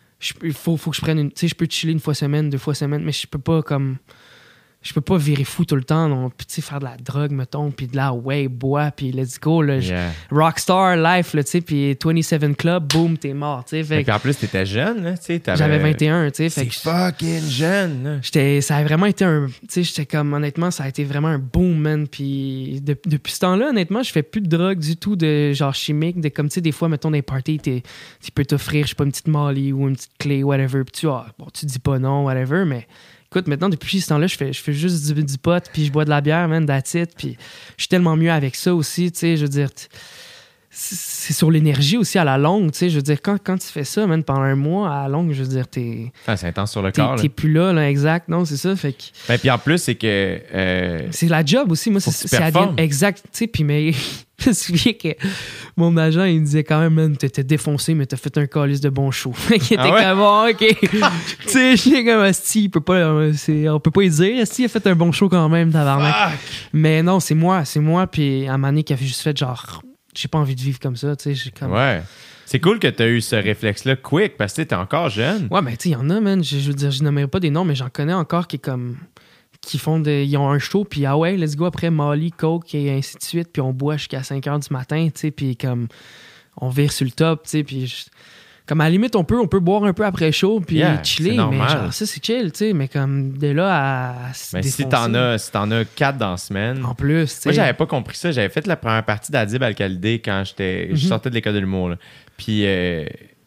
il faut, faut que je prenne une. Tu sais, je peux chiller une fois semaine, deux fois semaine, mais je peux pas comme. Je peux pas virer fou tout le temps, non. Puis, tu sais, faire de la drogue, mettons, puis de la ouais, bois, puis let's go, là. Yeah. Rockstar life, là, tu sais, puis vingt-sept Club, boom, t'es mort, tu sais. Fait Fait que qu'en plus, t'étais jeune, là, tu sais. t'avais- j'avais vingt et un, tu sais. Fait C'est que fucking jeune, là. j'étais, ça a vraiment été un. Tu sais, j'étais comme, honnêtement, ça a été vraiment un boom, man. Puis de- depuis ce temps-là, honnêtement, je fais plus de drogue du tout, de genre chimique. De, comme, tu sais, des fois, mettons, dans les parties, t'es- tu peux t'offrir, je sais pas, une petite Molly ou une petite clé, whatever. Puis tu, ah, bon, tu dis pas non, whatever, mais. Écoute, maintenant, depuis ce temps-là, je fais, je fais juste du, du pot, puis je bois de la bière, man, that's it. Puis je suis tellement mieux avec ça aussi, tu sais, je veux dire, t- c'est c'est sur l'énergie aussi à la longue, tu sais, je veux dire, quand, quand tu fais ça, man, pendant un mois, à la longue, je veux dire, t'es, Ah, c'est intense sur le t'es, corps, là. t'es plus là, là, exact, non, c'est ça, fait que Ben, puis en plus, c'est que... euh, c'est la job aussi, moi, Faut c'est, que tu c'est performes. advient- exact, tu sais, puis mais je me souviens que mon agent, il me disait quand même, man, t'étais défoncé, mais t'as fait un calice de bon show. Il était Ah ouais? comme, bon, OK. Tu sais, j'étais comme, Asti, il peut pas, euh, c'est- on peut pas y dire, Asti, il a fait un bon show quand même, tabarnak. fuck! Mais non, c'est moi, c'est moi, puis à un moment donné, qui a juste fait genre, j'ai pas envie de vivre comme ça, tu sais, j'ai comme... Ouais. C'est cool que t'as eu ce réflexe-là quick, parce que t'es encore jeune. Ouais, mais tu sais, il y en a, man. Je, je veux dire, je nommerai pas des noms, mais j'en connais encore qui est comme. Qui font des. Ils ont un show, puis ah ouais, let's go après Molly, Coke et ainsi de suite, puis on boit jusqu'à cinq heures du matin, tu sais, puis comme. On vire sur le top, tu sais, puis. je- Comme à la limite, on peut, on peut boire un peu après chaud, puis Yeah, chiller, c'est mais normal. genre, ça, c'est chill, tu sais, mais comme de là à. à se Mais si défoncer. t'en as, si t'en as quatre dans la semaine... En plus, tu sais. Moi, j'avais pas compris ça. J'avais fait la première partie d'Adib Al-Khalidé quand j'étais, je Mhm. sortais de l'école de l'humour. là. Puis, euh,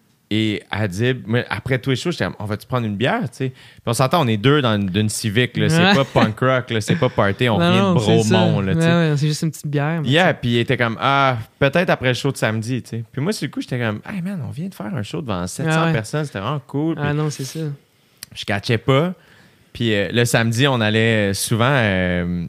et Adib, moi, après tous les shows, j'étais comme, on va-tu prendre une bière, tu sais? Puis on s'entend, on est deux dans une, d'une civique, là. C'est Ouais. pas punk rock, là. C'est pas party, on Non, vient non, de c'est ça. Bromont, là, tu Ouais, sais. ouais, c'est juste une petite bière. mais Yeah, puis il était comme, ah, peut-être après le show de samedi, tu sais. Puis moi, sur le coup, j'étais comme, hey man, on vient de faire un show devant sept cents Ah ouais. personnes, c'était vraiment cool. tu sais. Puis Ah non, c'est ça. je catchais pas. Puis euh, le samedi, on allait souvent euh,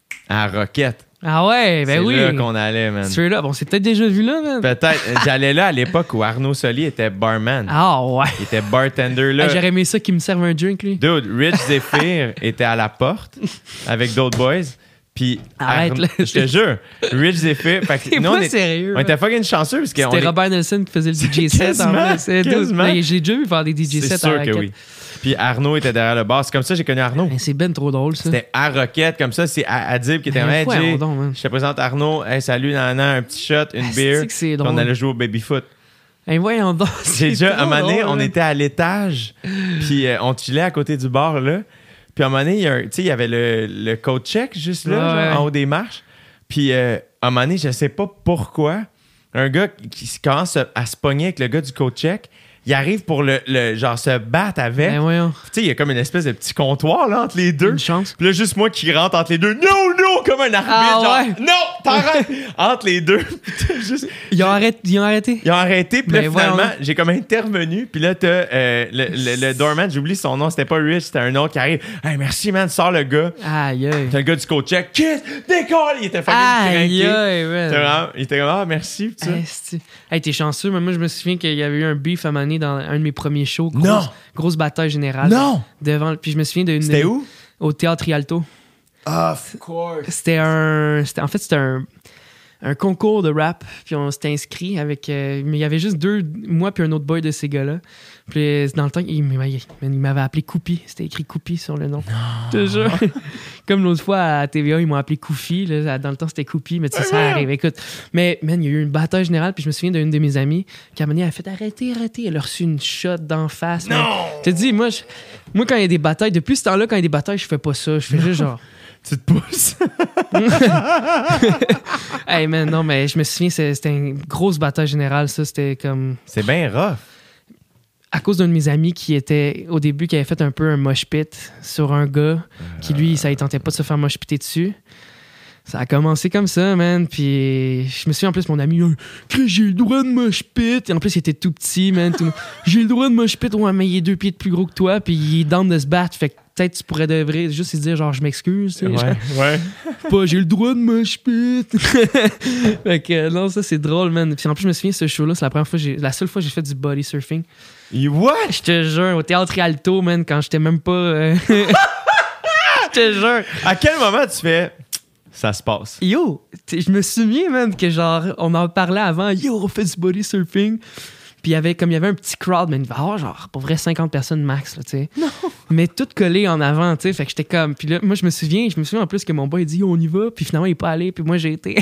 à Roquette. Ah ouais, ben C'est oui. là qu'on allait, man. Straight up. On s'est peut-être déjà vu là, man. Peut-être. J'allais là à l'époque où Arnaud Soli était barman. Ah ouais. Il était bartender là. Ah, j'aurais aimé ça qu'il me serve un drink, lui. Dude, Rich Zephyr était à la porte avec d'autres boys. Puis Arrête, Arn- là. je te jure, Rich Zephyr. Fait que T'es nous, pas on, est- sérieux. on était fucking chanceux parce qu'on C'était est- Robert Nelson qui faisait le D J set. Quasiment, en vrai. C'est quasiment. Mais j'ai déjà vu faire des D J C'est sets à sûr que Roquette. oui. Puis Arnaud était derrière le bar. C'est comme ça que j'ai connu Arnaud. Mais c'est ben trop drôle, ça. C'était à Roquette, comme ça. C'est à Adib qui était Ben, comme, hey, voyons Jay, donc, man. je te présente Arnaud. Hey, salut, nanana, un petit shot, une Ah, beer. c'est que c'est Puis drôle. on allait jouer au baby-foot. Hey, voyons donc. J'ai c'est déjà, trop un moment donné, drôle, on man. était à l'étage, puis euh, on chillait à côté du bar, là. Puis à un moment donné, il y a un- tu sais, il y avait le, le code check juste là, Ouais, genre, ouais. en haut des marches. Puis euh, à un moment donné, je sais pas pourquoi, un gars qui s- commence à, à se pogner avec le gars du code check, il arrive pour le, le genre se battre avec. Ben voyons. Tu sais, il y a comme une espèce de petit comptoir là, entre les deux. Une chance. Puis là, juste moi qui rentre entre les deux. Non, non, comme un arbitre. Ah, genre, ouais. non, t'arrêtes. Entre les deux. Juste... Ils ont arrêté. Ils ont arrêté. Ils ont arrêté. Puis là, Ben, finalement, voyons. j'ai comme intervenu. Puis là, t'as euh, le, le, le doorman, j'oublie son nom, c'était pas Rich, c'était un autre qui arrive. Hey, merci, man, sors le gars. Aïe, aïe. T'as le gars du coach-check. Kiss, décolle. Il était fucking Aïe, craqué. aïe, Il était man. vraiment- Il était comme, ah, merci. Pis ça. Esti. Hey, t'es chanceux, mais moi, je me souviens qu'il y avait eu un beef à un moment donné dans un de mes premiers shows. Grosse, Non. grosse bataille générale. Non. Devant, puis je me souviens d'une. C'était où? Au Théâtre Rialto. Of course. C'était un. C'était, en fait, c'était un, un concours de rap. Puis on s'était inscrit avec. euh, mais il y avait juste deux, moi puis un autre boy de ces gars-là. Puis dans le temps, il, il, il m'avait appelé Coupi. C'était écrit Coupi sur le nom. Je te jure. Comme l'autre fois à T V A, ils m'ont appelé Koufi. Là, dans le temps, c'était Coupi, mais tu sais, ça arrive. Écoute, mais man, il y a eu une bataille générale. Puis je me souviens d'une de mes amies qui a mené, elle a fait arrêtez, arrêtez. Elle a reçu une shot d'en face. Non! Je te dis, moi, je- moi, quand il y a des batailles, depuis ce temps-là, quand il y a des batailles, je fais pas ça. Je fais juste genre. Tu te pousses. Hey man, non, mais je me souviens, c'est- c'était une grosse bataille générale, ça. C'était comme. C'est bien rough. À cause d'un de mes amis qui était, au début, qui avait fait un peu un mosh pit sur un gars qui, lui, ça ne tentait pas de se faire mosh piter dessus. Ça a commencé comme ça, man. Puis je me souviens, en plus, mon ami, oh, Chris, j'ai le droit de mosh pit. Et en plus, il était tout petit, man. Tout... J'ai le droit de mosh pit. Ouais, mais il est deux pieds de plus gros que toi. Puis il est down de se battre. Fait que peut-être tu pourrais devrais juste se dire, genre, je m'excuse. tu sais, genre, Ouais. ouais. pas j'ai le droit de mosh pit. Fait que euh, non, ça c'est drôle, man. Puis en plus, je me souviens, ce show-là, c'est la première fois, j'ai, la seule fois que j'ai fait du body surfing. Et what? Je te jure, au Théâtre Rialto, man, quand j'étais même pas. euh, Je te jure. À quel moment tu fais ça se passe? Yo, t- je me souviens, man, que genre, on en parlait avant. Yo, on fait du body surfing. Puis il y avait, comme il y avait un petit crowd, man, il va y avoir genre, pour vrai, cinquante personnes max, là, tu sais. Non. Mais tout collé en avant, tu sais. Fait que j'étais comme. Puis là, moi, je me souviens, je me souviens en plus que mon boy, il dit, yo, on y va. Puis finalement, il est pas allé. Puis moi, j'ai été.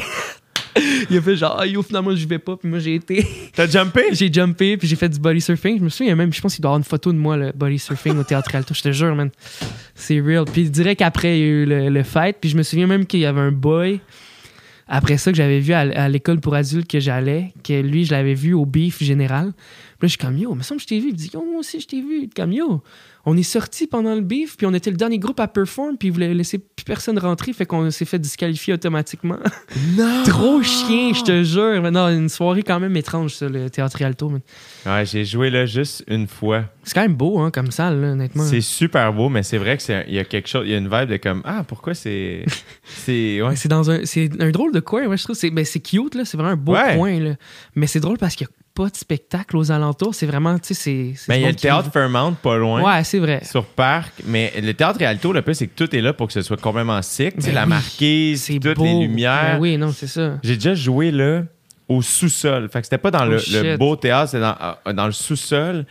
Il a fait genre, ah, yo, finalement, je vais pas. Puis moi, j'ai été. T'as jumpé? J'ai jumpé, puis j'ai fait du body surfing. Je me souviens même, je pense qu'il doit y avoir une photo de moi, le body surfing au Théâtre Rialto. Je te jure, man. C'est real. Puis direct après, il y a eu le, le fight. Puis je me souviens même qu'il y avait un boy, après ça, que j'avais vu à, à l'école pour adultes que j'allais, que lui, je l'avais vu au beef général. Puis là, je suis comme, yo, il me semble que je t'ai vu. Il me dit, yo, moi aussi, je t'ai vu. Il est comme, yo, on est sortis pendant le beef, puis on était le dernier groupe à perform, puis il voulait laisser plus personne rentrer, fait qu'on s'est fait disqualifier automatiquement. Non! Trop chien, je te jure. Mais non, une soirée quand même étrange, ça, le Théâtre Rialto. Man. Ouais, j'ai joué là juste une fois. C'est quand même beau, hein, comme ça, là, honnêtement. C'est super beau, mais c'est vrai que c'est il y a quelque chose, il y a une vibe de comme ah pourquoi c'est c'est ouais. C'est dans un, c'est un drôle de coin, ouais, je trouve. C'est, ben, c'est cute, là, c'est vraiment un beau Ouais. coin, là. Mais c'est drôle parce qu'il n'y a pas de spectacle aux alentours. C'est vraiment, tu sais, c'est. c'est Ben il y du a monde le qui théâtre vit. Fairmount pas loin. Ouais, c'est vrai. Sur Parc, mais le théâtre Rialto, le plus, c'est que tout est là pour que ce soit complètement sick. Tu sais, Ben la oui, marquise, C'est toutes beau. les lumières. Ben oui, non, c'est ça. J'ai déjà joué là au sous-sol. Fait que c'était pas dans Oh, le, shit. le beau théâtre, c'était dans, euh, dans le sous-sol.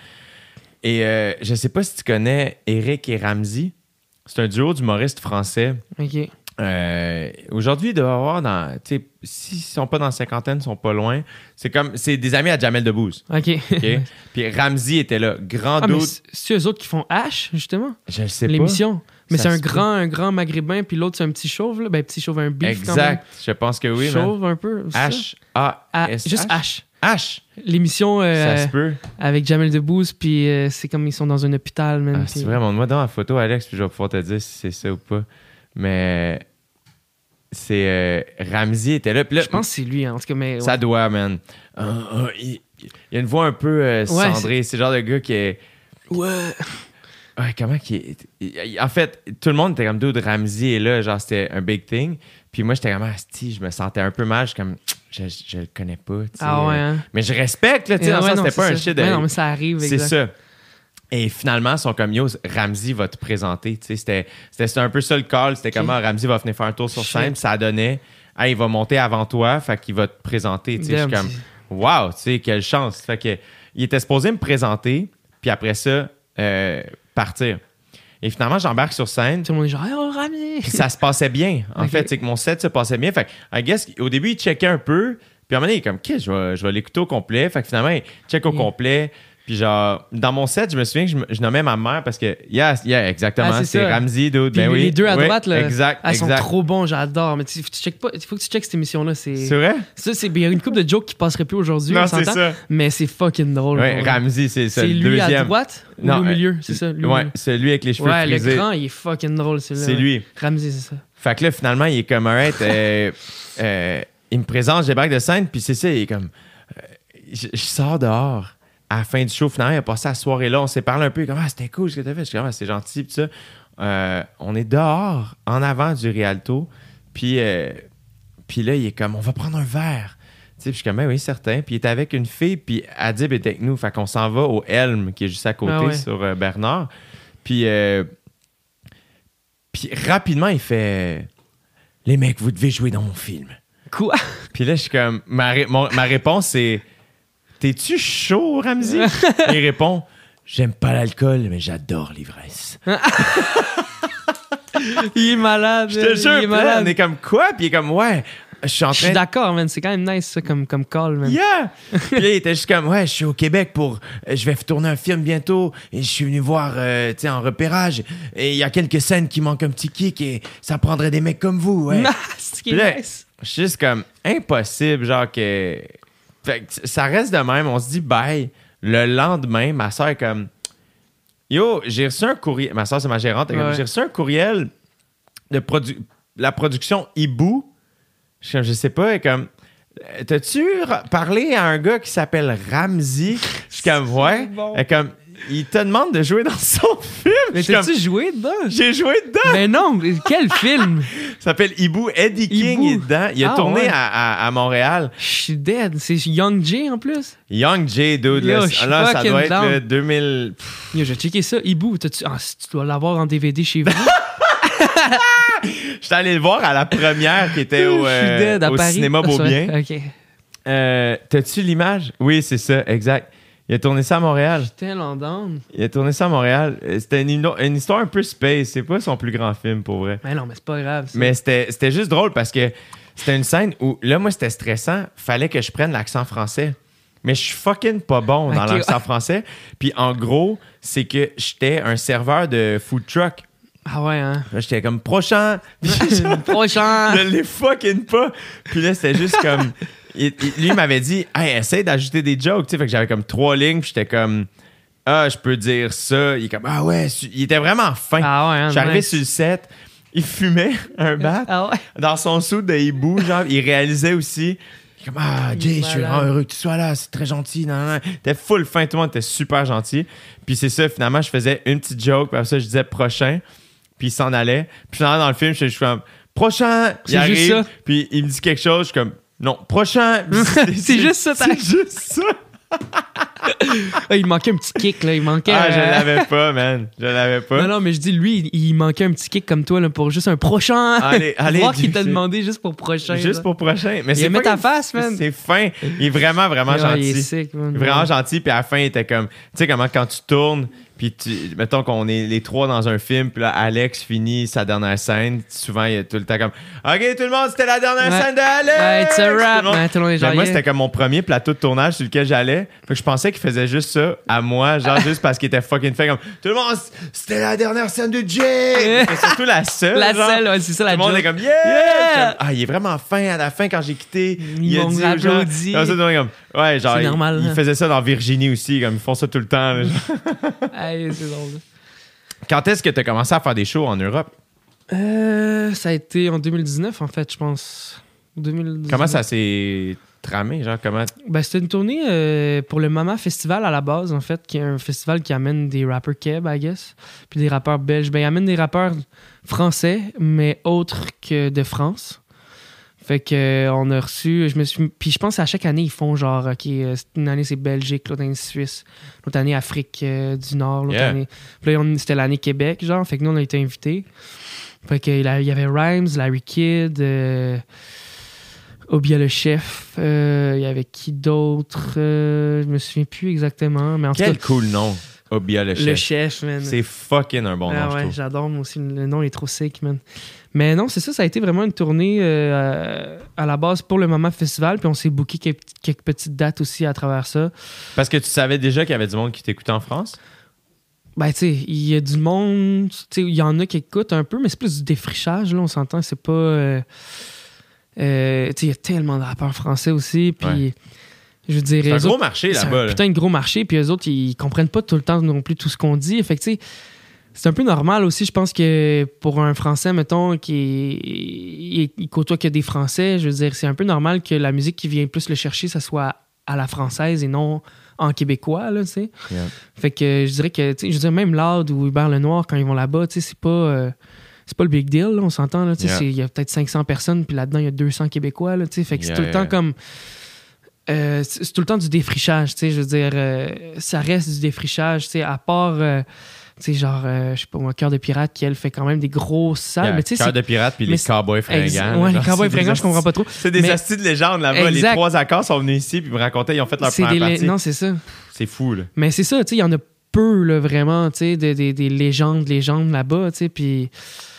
Et euh, je sais pas si tu connais Eric et Ramsey. C'est un duo d'humoristes français. OK. Euh, aujourd'hui, il doit y avoir dans. Tu sais, s'ils sont pas dans la cinquantaine, ils sont pas loin. C'est comme. C'est des amis à Jamel Debbouze. OK. OK? Puis Ramsey était là. Grand Ah, mais dude. c'est, c'est eux autres qui font H, justement, Je sais pas. l'émission. Mais Ça c'est un se peut. grand, un grand maghrébin, puis l'autre, c'est un petit chauve, là. Ben, petit chauve, un beef quand même. Exact. Je pense que oui, man. Chauve un peu. c'est ça? H A Ah, S juste H. H. L'émission euh, Ça se peut. avec Jamel Debbouze, puis euh, c'est comme ils sont dans un hôpital, man. Ah, puis- c'est vrai, montre-moi dans la photo, Alex, puis je vais pouvoir te dire si c'est ça ou pas. Mais c'est euh, Ramsey était là. Puis là, Je pense que c'est lui, hein, en tout cas, mais. ça ouais. doit, man. Ah, ah, il, il y a une voix un peu euh, Ouais, cendrée. C'est le genre de gars qui est. Ouais. Ouais, comment qu'il est. il- il- en fait, tout le monde était comme dude, Ramsey est là, genre c'était un big thing. Puis moi, j'étais comme, ah, sti, je me sentais un peu mal. Je suis comme, je, je le connais pas. tu sais. Ah ouais, hein. Mais je respecte, là, tu sais, dans le Ouais, sens, non, c'était pas c'est un ça. shit de. Ouais, non, mais ça arrive, C'est exact. ça. Et finalement, ils sont comme, yo, Ramsey va te présenter. Tu sais, c'était, c'était, c'était un peu ça le call. C'était comme, ah, Ramsey va venir faire un tour sur Shit. scène. Puis ça donnait, ah, il va monter avant toi. Fait qu'il va te présenter. Tu sais, je suis Damn, comme, wow, tu sais, quelle chance. Fait que, il était supposé me présenter. Puis après ça, euh, partir. Et finalement, j'embarque sur scène. Tout le monde est genre, oh, Ramsey! Puis ça se passait bien. En Ok. fait, c'est que mon set se passait bien. Fait que, I guess, au début, il checkait un peu. Puis à un moment donné, il est comme, qu'est-ce, je vais, je vais l'écouter au complet. Fait que finalement, il check au Yeah. complet. Puis genre, dans mon set, je me souviens que je, me- je nommais ma mère parce que, yeah, yeah exactement, Ah, c'est c'est ça. Ramsey, dude. Puis Ben oui. les deux à Oui, droite, là, Exact, elles sont exact. trop bons, j'adore. Mais tu, faut que tu checkes pas, il faut que tu checkes cette émission-là. C'est, C'est vrai? ça, c'est, il y a une couple de jokes qui passeraient plus aujourd'hui, Non, on c'est s'entend. ça. Mais c'est fucking drôle. Ouais, pour vrai. Ramsey, c'est ça, C'est le lui à deuxième. droite ou Non, au milieu, euh, c'est ça? Lui au Ouais, milieu. c'est lui avec les cheveux Ouais, le frisés. grand, il est fucking drôle, c'est C'est lui. Ramsey, c'est ça. Fait que là, finalement, il est comme, alright, euh, euh, il me présente, je débarque de scène, puis c'est ça, il est comme, euh, je, je sors dehors. À la fin du show, finalement, il a passé la soirée là, on s'est parlé un peu, il est comme, ah, c'était cool ce que t'as fait. Je suis comme, ah, c'est gentil, puis ça. Euh, on est dehors, en avant du Rialto, puis, euh, puis là, il est comme, on va prendre un verre. Tu sais, puis je suis comme, ben oui, certain. Puis il était avec une fille, puis Adib était avec nous. Fait qu'on s'en va au Helm, qui est juste à côté, Ah ouais. sur euh, Bernard. Puis, euh, puis rapidement, il fait, les mecs, vous devez jouer dans mon film. Quoi? Puis là, je suis comme, ma, ré- mon- ma réponse, c'est, t'es-tu chaud, Ramsey? Il répond, j'aime pas l'alcool, mais j'adore l'ivresse. Il est malade. Je te il jure, est puis là, malade. on est comme, quoi? Puis il est comme, ouais, je suis en Je suis train de. d'accord, man. C'est quand même nice, ça, comme, comme call, man. Yeah! Puis là, il était juste comme, ouais, je suis au Québec pour. euh, Je vais tourner un film bientôt et je suis venu voir, euh, tu sais, en repérage. Et il y a quelques scènes qui manquent un petit kick et ça prendrait des mecs comme vous, ouais. c'est ce qui Puis là, est nice. je suis juste comme, impossible, genre que. Fait que ça reste de même, on se dit bye. Le lendemain, ma soeur est comme, yo, j'ai reçu un courriel. Ma soeur, c'est ma gérante. Elle est comme, Ouais. j'ai reçu un courriel de produ- la production Hibou. Je suis comme, je sais pas, elle est comme, euh, t'as-tu ra- parlé à un gars qui s'appelle Ramsey? Je suis comme, ouais. bon. Elle est comme, il te demande de jouer dans son film. Mais Je suis comme, t'as-tu joué dedans? j'ai joué dedans. Mais non, mais quel film? Ça s'appelle Hibou. Eddie King Hibou. est dedans. Il a Ah, tourné ouais. à, à- à Montréal. Je suis dead. C'est Young Jay en plus. Young Jay, dude. Yo, là, je suis là, ça fucking doit être down. le deux mille. Pff, Yo, j'ai checké ça. Hibou, t'as-tu... Ah, si tu dois l'avoir en D V D chez vous. J'étais allé le voir à la première qui était au, Je suis euh, dead à au Paris. cinéma Ah, c'est Beaubien. vrai. Ok. Euh, T'as-tu l'image? Oui, c'est ça, exact. Il a tourné ça à Montréal. Je suis tellement down. Il a tourné ça à Montréal. Euh, C'était une, ino- une histoire un peu space. C'est pas son plus grand film, pour vrai. Mais non, mais c'est pas grave. ça. Mais c'était c'était juste drôle parce que c'était une scène où, là, moi, c'était stressant. Fallait que je prenne l'accent français. Mais je suis fucking pas bon dans Ok. l'accent français. Puis en gros, c'est que j'étais un serveur de food truck. Ah ouais, hein? Là, j'étais comme prochain. Puis genre, Prochain! je l'ai fucking pas. Puis là, c'était juste comme. il- il- lui, il m'avait dit, hey, essaye d'ajouter des jokes. Tu sais, fait que j'avais comme trois lignes. Puis j'étais comme, ah, je peux dire ça. Il est comme, ah ouais. su- Il était vraiment fin. Ah ouais, hein? Je suis arrivé nice. sur le set. Il fumait un bat Ah ouais? dans son sou de hibou. Genre, il réalisait aussi. Il est comme, ah, Il est Jay, je suis malade. vraiment heureux que tu sois là. C'est très gentil. Non, non, non. T'es full fin. Tout le monde était super gentil. Puis c'est ça, finalement, je faisais une petite joke. Puis après ça, je disais prochain. Puis il s'en allait. Puis finalement, dans le film, je suis comme, prochain. Il C'est arrive. juste ça. Puis il me dit quelque chose. Je suis comme, non, prochain. Puis C'est juste ça, t'as- C'est juste ça. Ah, il manquait un petit kick, là. Il manquait. Ah, je euh, l'avais pas, man. Je l'avais pas. Non, non, mais je dis, lui, il il manquait un petit kick comme toi, là, pour juste un prochain. Allez, allez, Voir qu'il t'a dis- demandé juste pour prochain. Juste là. pour prochain. Mais Il c'est aimait pas ta que- face, man. C'est fin. Il est vraiment, vraiment Ah, gentil. il est sick, man. Vraiment gentil. Puis à la fin, il était comme. Tu sais, comment quand tu tournes, puis tu, mettons qu'on est les trois dans un film, puis là, Alex finit sa dernière scène. Souvent, il est tout le temps comme, OK, tout le monde, c'était la dernière Ouais. scène de Alex. Ouais, it's a wrap, Tout le monde- man. Tout le monde est Ben, genre, moi, yeah. c'était comme mon premier plateau de tournage sur lequel j'allais. Fait que je pensais qu'il faisait juste ça à moi, genre juste parce qu'il était fucking fait comme, tout le monde, c'était la dernière scène de Jay. C'est surtout la seule. La genre. seule, ouais, c'est ça, la Tout le monde joke. est comme, yeah! Yeah! Comme, ah, il est vraiment fin à la fin quand j'ai quitté. Ils il a m'ont dit aux gens- applaudi. Comme ça, tout le monde est comme, ouais, genre, C'est il, normal, il hein. faisait ça dans Virginie aussi, comme ils font ça tout le temps. là. Hey, c'est drôle. Quand est-ce que tu as commencé à faire des shows en Europe? Euh, ça a été en deux mille dix-neuf, en fait, je pense. deux mille dix-neuf. Comment ça s'est tramé? Genre, comment. Ben, c'était une tournée euh, pour le Mama Festival à la base, en fait, qui est un festival qui amène des rappeurs keb, I guess, puis des rappeurs belges. Ben, il amène des rappeurs français, mais autres que de France. Fait que euh, on a reçu, je me suis, puis je pense à chaque année ils font genre, ok, euh, une année c'est Belgique, l'autre année c'est Suisse, l'autre année Afrique euh, du Nord, l'autre Yeah. année, puis là on- c'était l'année Québec, genre, fait que nous on a été invités. Fait que il y a- il y avait Rhymes, Larry Kidd, euh, Obia le chef, euh, il y avait qui d'autre, euh, je me souviens plus exactement, mais en tout Quel cas, cool nom. Obia le chef. Le chef, man. C'est fucking un bon ah, nom, je ouais, trouve. j'adore, moi aussi. Le nom est trop sick, man. Mais non, c'est ça, ça a été vraiment une tournée euh, à la base pour le Mama Festival, puis on s'est booké quelques, quelques petites dates aussi à travers ça. Parce que tu savais déjà qu'il y avait du monde qui t'écoutait en France? Ben, tu sais, il y a du monde, tu sais, il y en a qui écoutent un peu, mais c'est plus du défrichage, là, on s'entend, c'est pas... Euh, euh, tu sais, il y a tellement de rappeurs français aussi, puis... Ouais. Je veux dire, C'est un eux gros autres, marché c'est là-bas. un là. putain de gros marché, puis eux autres, ils comprennent pas tout le temps non plus tout ce qu'on dit. Fait que, tu sais, c'est un peu normal aussi, je pense que pour un Français, mettons, qui est, il côtoie que des Français, je veux dire, c'est un peu normal que la musique qui vient plus le chercher, ça soit à la française et non en québécois, là, tu sais. Yeah. Fait que je dirais que, tu sais, je veux dire, même Loud ou Hubert Lenoir, quand ils vont là-bas, tu sais, c'est pas... euh, c'est pas le big deal, là, on s'entend, là, tu sais, Yeah. c'est- il y a peut-être cinq cents personnes, puis là-dedans, il y a deux cents Québécois, là, tu sais, fait que c'est Yeah, tout le temps yeah. comme... Euh, c'est c'est tout le temps du défrichage, tu sais, je veux dire, euh, ça reste du défrichage, tu sais, à part, euh, tu sais, genre, euh, je sais pas moi, Cœur de Pirate, qui, elle, fait quand même des grosses salles, Yeah, mais tu sais, Cœur c'est... de pirate puis mais les c'est- cowboys ex- fringants. Ouais, là, les genre, cowboys c'est des fringants, je comprends pas trop. C'est des Mais- astis de légende là-bas. Exact. Les trois accords sont venus ici puis me racontaient, ils ont fait leur C'est première des... partie. Non, c'est ça. C'est fou, là. Mais c'est ça, tu sais, il y en a peu, là, vraiment, tu sais, des, des, des légendes, légendes là-bas, tu sais, puis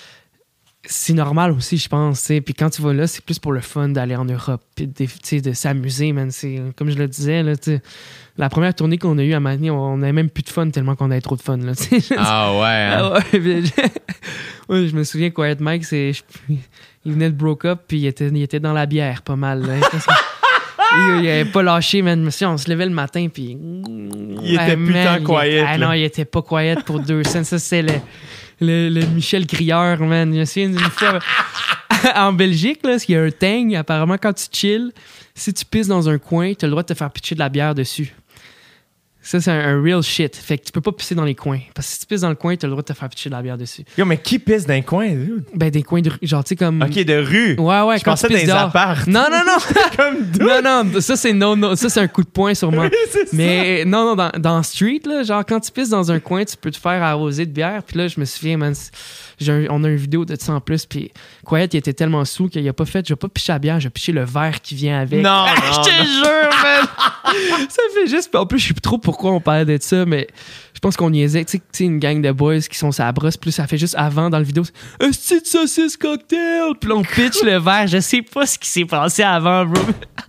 c'est normal aussi, je pense, tu sais. Puis quand tu vas là, c'est plus pour le fun d'aller en Europe, puis de, tu sais, de s'amuser, man. C'est, comme je le disais, là, tu sais, la première tournée qu'on a eue à Magny, on n'avait même plus de fun tellement qu'on avait trop de fun, là, tu sais. Ah ouais, hein? Ah ouais, puis je... ouais, je me souviens, Quiet Mike, c'est... je- il venait de broke up, puis il était, il était dans la bière, pas mal, là. Il, il avait pas lâché, man. Monsieur, on se levait le matin, puis... Il était putain il quiet, était- Ah là. non, il était pas quiet pour deux scènes. Ça, c'est le, le, le Michel Crieur, man. Je me souviens d'une fois en Belgique, là, parce qu'il y a un thing, apparemment, quand tu chill, si tu pisses dans un coin, tu as le droit de te faire pitcher de la bière dessus. Ça, c'est un, un real shit. Fait que tu peux pas pisser dans les coins. Parce que si tu pisses dans le coin, tu as le droit de te faire pitcher de la bière dessus. Yo, mais qui pisse d'un coin, dude? Ben, des coins de rue. Genre, tu sais, comme. Ok, de rue. Ouais, ouais, Je quand pensais tu dans pisses les dehors. apparts. Non, non, non. Comme dude. non, non. Ça, c'est non, non. Ça, c'est un coup de poing, sûrement. Oui, c'est ça. Mais non, non, dans, dans Street, là, genre, quand tu pisses dans un coin, tu peux te faire arroser de bière. Puis là, je me souviens, man, j'ai un- on a une vidéo de ça en plus. Puis Quiet, il était tellement sous qu'il a pas fait, je vais pas picher la bière, je vais picher le verre qui vient avec. Non, Ah, non, je te non. jure, man! Ça fait juste. En plus, je sais plus trop pourquoi on parlait de ça, mais je pense qu'on niaisait. Tu sais, tu sais, une gang de boys qui sont sur la brosse. Plus ça fait juste avant dans le vidéo. Un style de saucisse cocktail! Puis là, on pitch le verre. Je sais pas ce qui s'est passé avant, bro.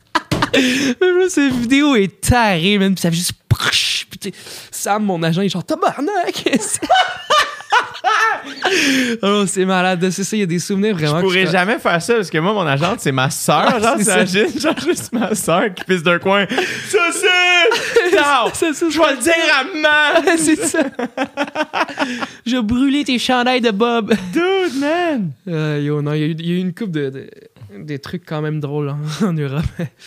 Mais bro, cette vidéo est tarée, man. Puis ça fait juste. Puis tu sais, Sam, mon agent, il est genre tabarnak! Oh, c'est malade. C'est ça, il y a des souvenirs vraiment. Je que pourrais je- jamais faire ça parce que moi, mon agente, c'est ma soeur. Ouais, genre, c'est ça. t'imagines? Genre, juste ma soeur qui pisse d'un coin. Ça, c'est. Non! Ça, ça, Je vais le dire à maman! c'est ça. Je vais brûler tes chandails de Bob. Dude, man! Euh, yo, non, il y, a eu- il y a eu une couple de, de- des trucs quand même drôles hein, en Europe.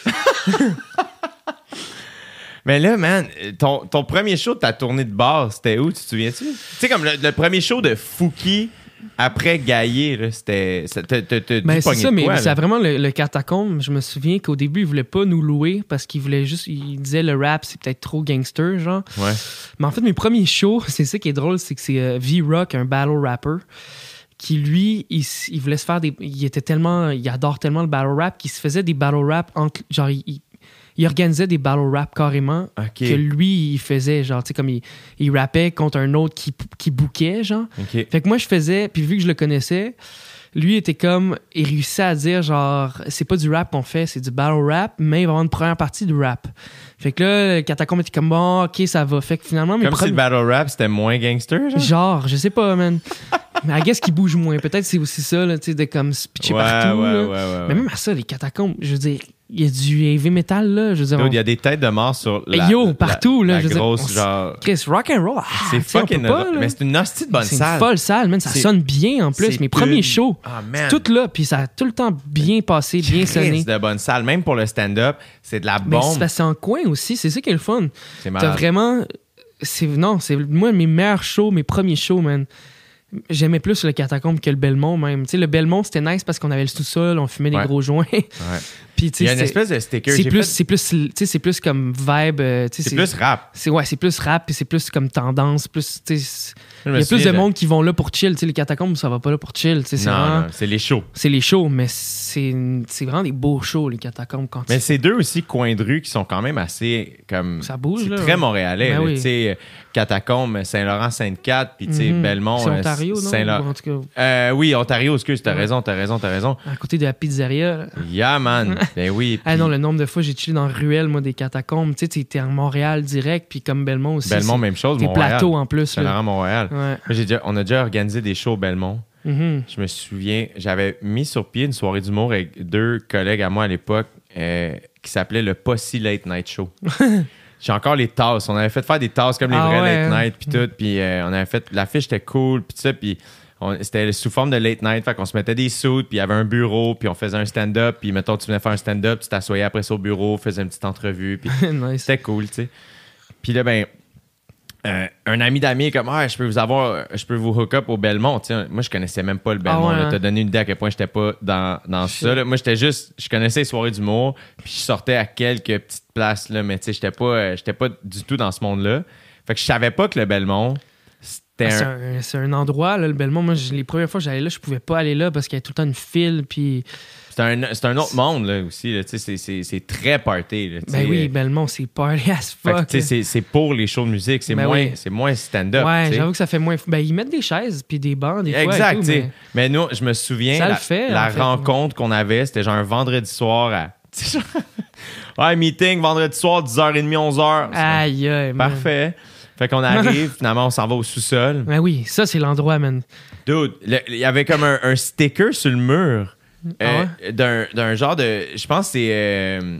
Mais là, man, ton, ton premier show de ta tournée de bar, c'était où, tu te souviens-tu? Tu sais, comme le, le premier show de Fouki après Gaillé, là, c'était. ça- T'as t'as- t'as dû Ben, c'est pogner ça, de mais quoi, c'est là? vraiment le, le catacombe. Je me souviens qu'au début, ils voulaient pas nous louer parce qu'ils voulaient juste. Ils disaient le rap, c'est peut-être trop gangster, genre. Ouais. Mais en fait, mes premiers shows, c'est ça qui est drôle, c'est que c'est euh, V-Rock, un battle rapper, qui lui, il, s- il voulait se faire des. Il était tellement. Il adore tellement le battle rap qu'il se faisait des battle rap entre. Genre, il, il- il organisait des battle rap carrément Ok. que lui, il faisait. Genre, tu sais, comme il, il rappait contre un autre qui, qui bouquait, genre. Ok. Fait que moi, je faisais, puis vu que je le connaissais, lui était comme, il réussissait à dire, genre, c'est pas du rap qu'on fait, c'est du battle rap, mais il va y avoir une première partie du rap. Fait que là, le Catacombe était comme, bon, ok, ça va. Fait que finalement, mes Comme si premiers- le battle rap, c'était moins gangster, genre? Genre, je sais pas, man. Mais I guess qu'il bouge moins. Peut-être c'est aussi ça, là, tu sais, de comme se pitcher Ouais, partout. ouais, là. ouais, ouais, Mais ouais. même à ça, les catacombes, je veux dire, il y a du heavy metal, là. Je veux dire, Dude, on- il y a des têtes de mort sur la. Yo, la- partout, là, La je veux dire, grosse, on s- genre. Chris, rock and roll. ah, C'est tu sais, on peut fucking. pas, là. Mais c'est une hostie de bonne C'est salle. une folle salle, man. Ça C'est- sonne bien en plus. c'est Mes premiers une- shows, Ah, man. tout là, puis ça a tout le temps bien passé, bien sonné. Christ de bonne salle. Même pour le stand-up, c'est de la Mais c'est bombe. parce que c'est en coin aussi, c'est ça qui est le fun. C'est T'as malade. vraiment. C'est, non, c'est moi, mes meilleurs shows, mes premiers shows, man. J'aimais plus le Catacombe que le Belmont, même. Tu sais, le Belmont, c'était nice parce qu'on avait le sous-sol, on fumait des Ouais. gros joints. Ouais. Puis, tu Il y sais, a une c'est- espèce de sticker. c'est J'ai plus, fait- c'est plus, tu sais, c'est plus comme vibe. euh, tu sais, C'est plus rap. C'est, ouais, c'est plus rap, puis c'est plus comme tendance, plus, tu sais, Je me Il y a plus souviens de monde qui vont là pour chill. Tu sais, les catacombes, ça va pas là pour chill. Tu sais, c'est Non, vraiment... non, c'est les shows. C'est les shows, mais c'est, c'est vraiment des beaux shows, les catacombes. Quand Mais tu... c'est deux aussi coins de rue qui sont quand même assez comme. Ça bouge, c'est là. très montréalais. Ben là, oui. Tu sais, Catacombes, Saint-Laurent, Sainte-Cat, puis tu sais, Mhm. Belmont. C'est euh, Ontario, non? Saint-Laurent. Ou en tout cas, Euh, oui, Ontario, excuse, t'as Ouais. raison, t'as raison, t'as raison. à côté de la pizzeria. Là. Yeah, man. Ben oui. Ah puis non, le nombre de fois j'ai chillé dans la ruelle, moi, des catacombes. Tu sais, t'es en Montréal direct, puis comme Belmont aussi. Belmont, c'est- même chose. T'es Montréal. plateau en plus. Là. Saint-Laurent, Montréal. Ouais. Moi, j'ai déjà, on a déjà organisé des shows au Belmont. Mhm. Je me souviens, j'avais mis sur pied une soirée d'humour avec deux collègues à moi à l'époque euh, qui s'appelait le Posse Late Night Show. J'ai encore les tasses. On avait fait faire des tasses comme les Ah vrais ouais, late hein? night puis tout. Puis euh, on avait fait... L'affiche était cool puis tout ça. Puis on- c'était sous forme de late night. Fait qu'on se mettait des suits puis il y avait un bureau puis on faisait un stand-up. Puis mettons, tu venais faire un stand-up, tu t'assoyais après ça au bureau, faisais une petite entrevue. Puis Nice. c'était cool, tu sais. Puis là, ben... euh, un ami d'amis est comme ah je peux vous avoir je peux vous hook up au Belmont, tu sais. Moi je connaissais même pas le Belmont. Ah ouais, là. hein? T'as donné une idée à quel point j'étais pas dans, dans Shit. ça là. Moi j'étais juste je connaissais les soirées d'humour puis je sortais à quelques petites places là, mais tu sais j'étais pas euh, j'étais pas du tout dans ce monde là, fait que je savais pas que le Belmont c'était Ah, c'est, un... un, c'est un endroit, là, le Belmont. Moi, je- les premières fois que j'allais là, je pouvais pas aller là parce qu'il y avait tout le temps une file. Puis, c'est un c'est un autre monde là aussi là, tu sais c'est, c'est, c'est très party là, tu sais. ben oui, Belmont, c'est party as Fait que, fuck. tu sais, là. c'est, c'est pour les shows de musique, c'est Ben moins oui. c'est moins stand-up, Ouais, tu sais. j'avoue que ça fait moins. Ben, ils mettent des chaises puis des bancs des fois. et Exact, tout, tu sais. mais- Mais nous, je me souviens, Ça le la, fait, la en fait. rencontre qu'on avait, c'était genre un vendredi soir à. tu sais, genre, ouais, meeting, vendredi soir, dix heures trente, onze heures. Aïe, aïe, man. Parfait. Fait qu'on arrive, finalement, on s'en va au sous-sol. Ben oui, ça, c'est l'endroit, man. Dude, le- il y avait comme un, un sticker sur le mur euh, Ah d'un, d'un genre de. Je pense que c'est. euh,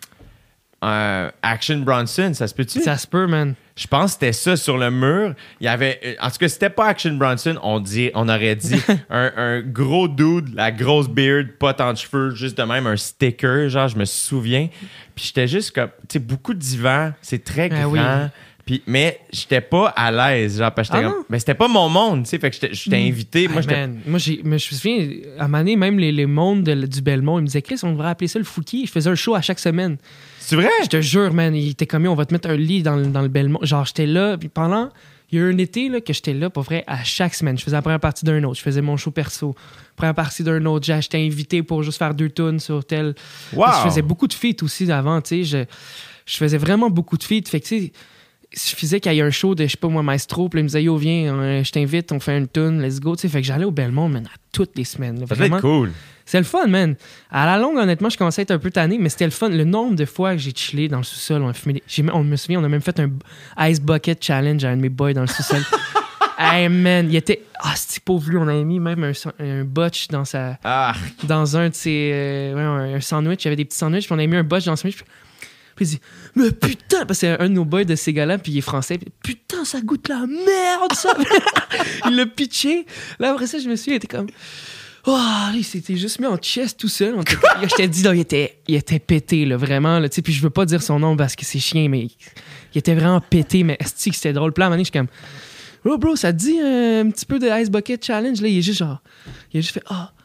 euh, Action Bronson, ça se peut-tu? Ça se peut, man. Je pense que c'était ça sur le mur. Il y avait. euh, En tout cas, c'était pas Action Bronson, on, dit, on aurait dit un, un gros dude, la grosse beard, pas tant de cheveux, juste de même un sticker, genre, je me souviens. Puis j'étais juste comme. Tu sais, beaucoup de divans, c'est très Ah grand. oui. Puis, mais j'étais pas à l'aise, genre, parce que j'étais Ah comme. non? Mais c'était pas mon monde, tu sais, fait que j'étais, j'étais invité. Moi, Ah, j'étais. man. Moi, j'ai, moi, je me souviens, à un moment donné, même les, les mondes de- du Belmont, ils me disaient, Chris, on devrait appeler ça le Fouki. Je faisais un show à chaque semaine. C'est vrai? Je te jure, man, il était comme, on va te mettre un lit dans, le- dans le Belmont. Genre, j'étais là, puis pendant. Il y a eu un été là, que j'étais là, pour vrai, à chaque semaine. Je faisais la première partie d'un autre. Je faisais mon show perso. Première partie d'un autre. J'ai j'étais invité pour juste faire deux tunes sur tel. Wow! Je faisais beaucoup de feats aussi avant, tu sais. Je, je faisais vraiment beaucoup de feats. Fait que, tu sais, il suffisait qu'il y ait un show de, je sais pas moi, Maestro, puis là, il me disait, yo, viens, euh, je t'invite, on fait une tune, let's go. Tu sais, fait que j'allais au Belmont, man, à toutes les semaines. là, Ça devait vraiment. être cool. C'est le fun, man. À la longue, honnêtement, je commençais à être un peu tanné, mais c'était le fun. Le nombre de fois que j'ai chillé dans le sous-sol, on a fumé des- j'ai- on me souvient, on a même fait un Ice Bucket Challenge à un de mes boys dans le sous-sol. Hey, man, il était... Ah, c'est pauvre lui, on avait mis même un, sa- un botch dans sa... Ah! dans un de ses... euh, ouais, un, un sandwich, il y avait des petits sandwichs, puis on avait mis un botch dans le sandwich, puis, puis il dit « Mais putain! » Parce que c'est un de nos boys de ces gars-là, puis il est français. Puis, putain, ça goûte la merde, ça! Il l'a pitché. Là, après ça, je me suis il était comme... Oh, il s'était juste mis en chest tout seul. On était- je t'ai dit, là, il était, il était pété, là, vraiment. Là, tu sais, puis je veux pas dire son nom parce que c'est chien, mais il, il était vraiment pété. Mais est-ce que c'était drôle? Puis là, à un moment donné, je suis comme... Oh, bro, ça te dit euh, un petit peu de Ice Bucket Challenge? Là, il est juste genre... Il a juste fait... Ah...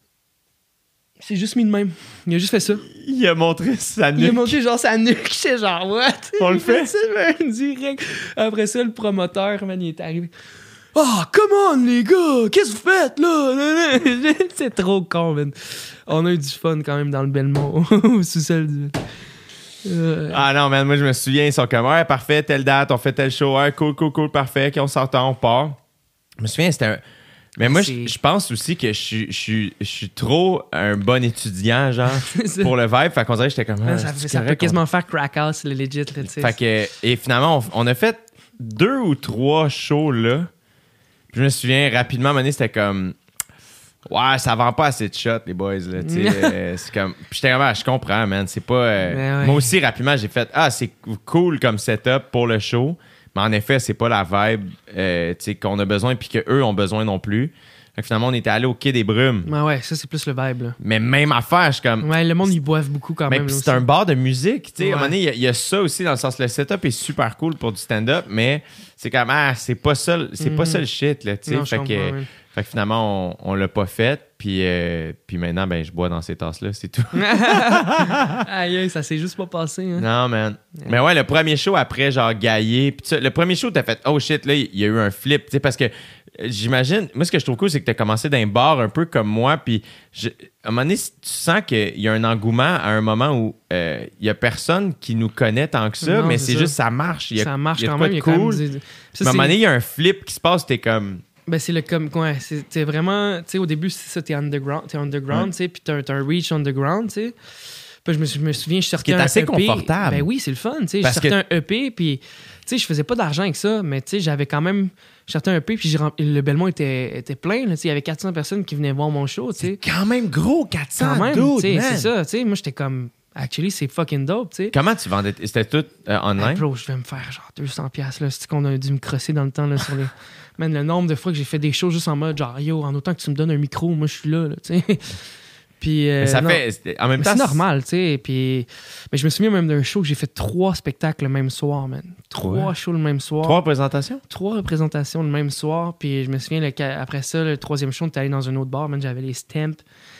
C'est juste mis de même. Il a juste fait ça. Il a montré sa Il a nuque. monté genre sa nuque. J'étais genre, what? On le Il fait? ça, man, direct. Après ça, le promoteur, man, il est arrivé. Oh, come on, les gars! Qu'est-ce que vous faites, là? C'est trop con, man. On a eu du fun quand même dans le Belmont, au sous-sol du... Euh, Ah non, man, moi je me souviens, ils sont comme ouais, parfait, telle date, on fait tel show, ouais, cool, cool, cool, parfait, quand on s'entend, on part. Je me souviens, c'était un. Mais moi, je C'est- je pense aussi que je suis- je suis je suis trop un bon étudiant, genre, ça. pour le vibe. Fait qu'on dirait que j'étais comme. Ah, ça, c'est ça peut correct, quasiment faire crack house, le legit, là, tu on- sais. Fait que. Et finalement, on, on a fait deux ou trois shows là. Puis je me souviens, rapidement, à un moment donné, c'était comme. Ouais, ça vend pas assez de shots, les boys, là, tu sais. euh, c'est comme. Puis j'étais comme, ah, je comprends, man. C'est pas. euh, Ben ouais. Moi aussi, rapidement, j'ai fait, ah, c'est cool comme setup pour le show. Mais en effet, c'est pas la vibe euh, tu sais, qu'on a besoin puis qu'eux ont besoin non plus. Fait que finalement, on était allé au Quai des Brumes. Ouais, ouais, ça, c'est plus le vibe, là. Mais même affaire, je suis comme. Ouais, le monde, ils boivent beaucoup quand Mais même. puis là, c'est aussi. un bar de musique, tu sais. À un Ouais. moment donné, il y a- il y, a ça aussi dans le sens, le setup est super cool pour du stand-up, mais c'est comme, ah, c'est pas ça, c'est pas Mhm. ça le shit, là, tu sais. Non, je Fait comprends, que, ouais. Fait que finalement, on, on l'a pas fait. Puis, euh, puis maintenant, ben, je bois dans ces tasses-là, c'est tout. Aïe, aïe, ça s'est juste pas passé. Hein? Non, man. Mais ouais, le premier show après, genre, Gaillé. Puis ça, le premier show, t'as fait, oh shit, là, il y a eu un flip. Tu sais, parce que euh, j'imagine, moi, ce que je trouve cool, c'est que t'as commencé d'un bar un peu comme moi. Puis je, à un moment donné, tu sens qu'il y a un engouement à un moment où euh, il y a personne qui nous connaît tant que ça, Non, mais c'est c'est ça. juste, ça marche. Il y a, Ça marche il y a quand de quoi même. de Il y a quand cool. même des- Ça, Mais à un moment c'est- donné, il y a un flip qui se passe, t'es comme. Ben, c'est le comme. Ouais, c'est t'es vraiment. Tu sais, au début, c'est ça, t'es underground, t'es underground, Ouais. tu sais, puis t'as, un- t'as un reach underground, tu sais. Puis je me, suis- je me souviens, je sortais qui est un assez E P. confortable. Ben oui, c'est le fun, tu sais. Je Parce sortais que- un E P, puis, tu sais, je faisais pas d'argent avec ça, mais tu sais, j'avais quand même. Je sortais un E P, puis j'ai rem- le Belmont était, était plein, là, tu sais. Il y avait quatre cents personnes qui venaient voir mon show, tu sais. Quand même gros, quatre cents Quand même, dudes, tu sais, man. c'est ça, tu sais. Moi, j'étais comme. Actually, c'est fucking dope, tu sais. Comment tu vendais? C'était tout euh, Hey, online? bro, je vais me faire genre deux cents piastres, là. C'est qu'on a dû me crosser dans le temps, là, sur les... Man, le nombre de fois que j'ai fait des shows juste en mode, genre, yo, en autant que tu me donnes un micro, moi, je suis là, là, tu sais. Puis... euh, Mais ça non. fait. c'était- En même Mais temps, c'est normal, tu sais. Puis... Mais je me souviens même d'un show que j'ai fait trois spectacles le même soir, man. Trois Ouais. shows le même soir. Trois présentations? Trois représentations le même soir. Puis je me souviens, le... après ça, le troisième show, on était allé dans un autre bar, man. J'avais les stamps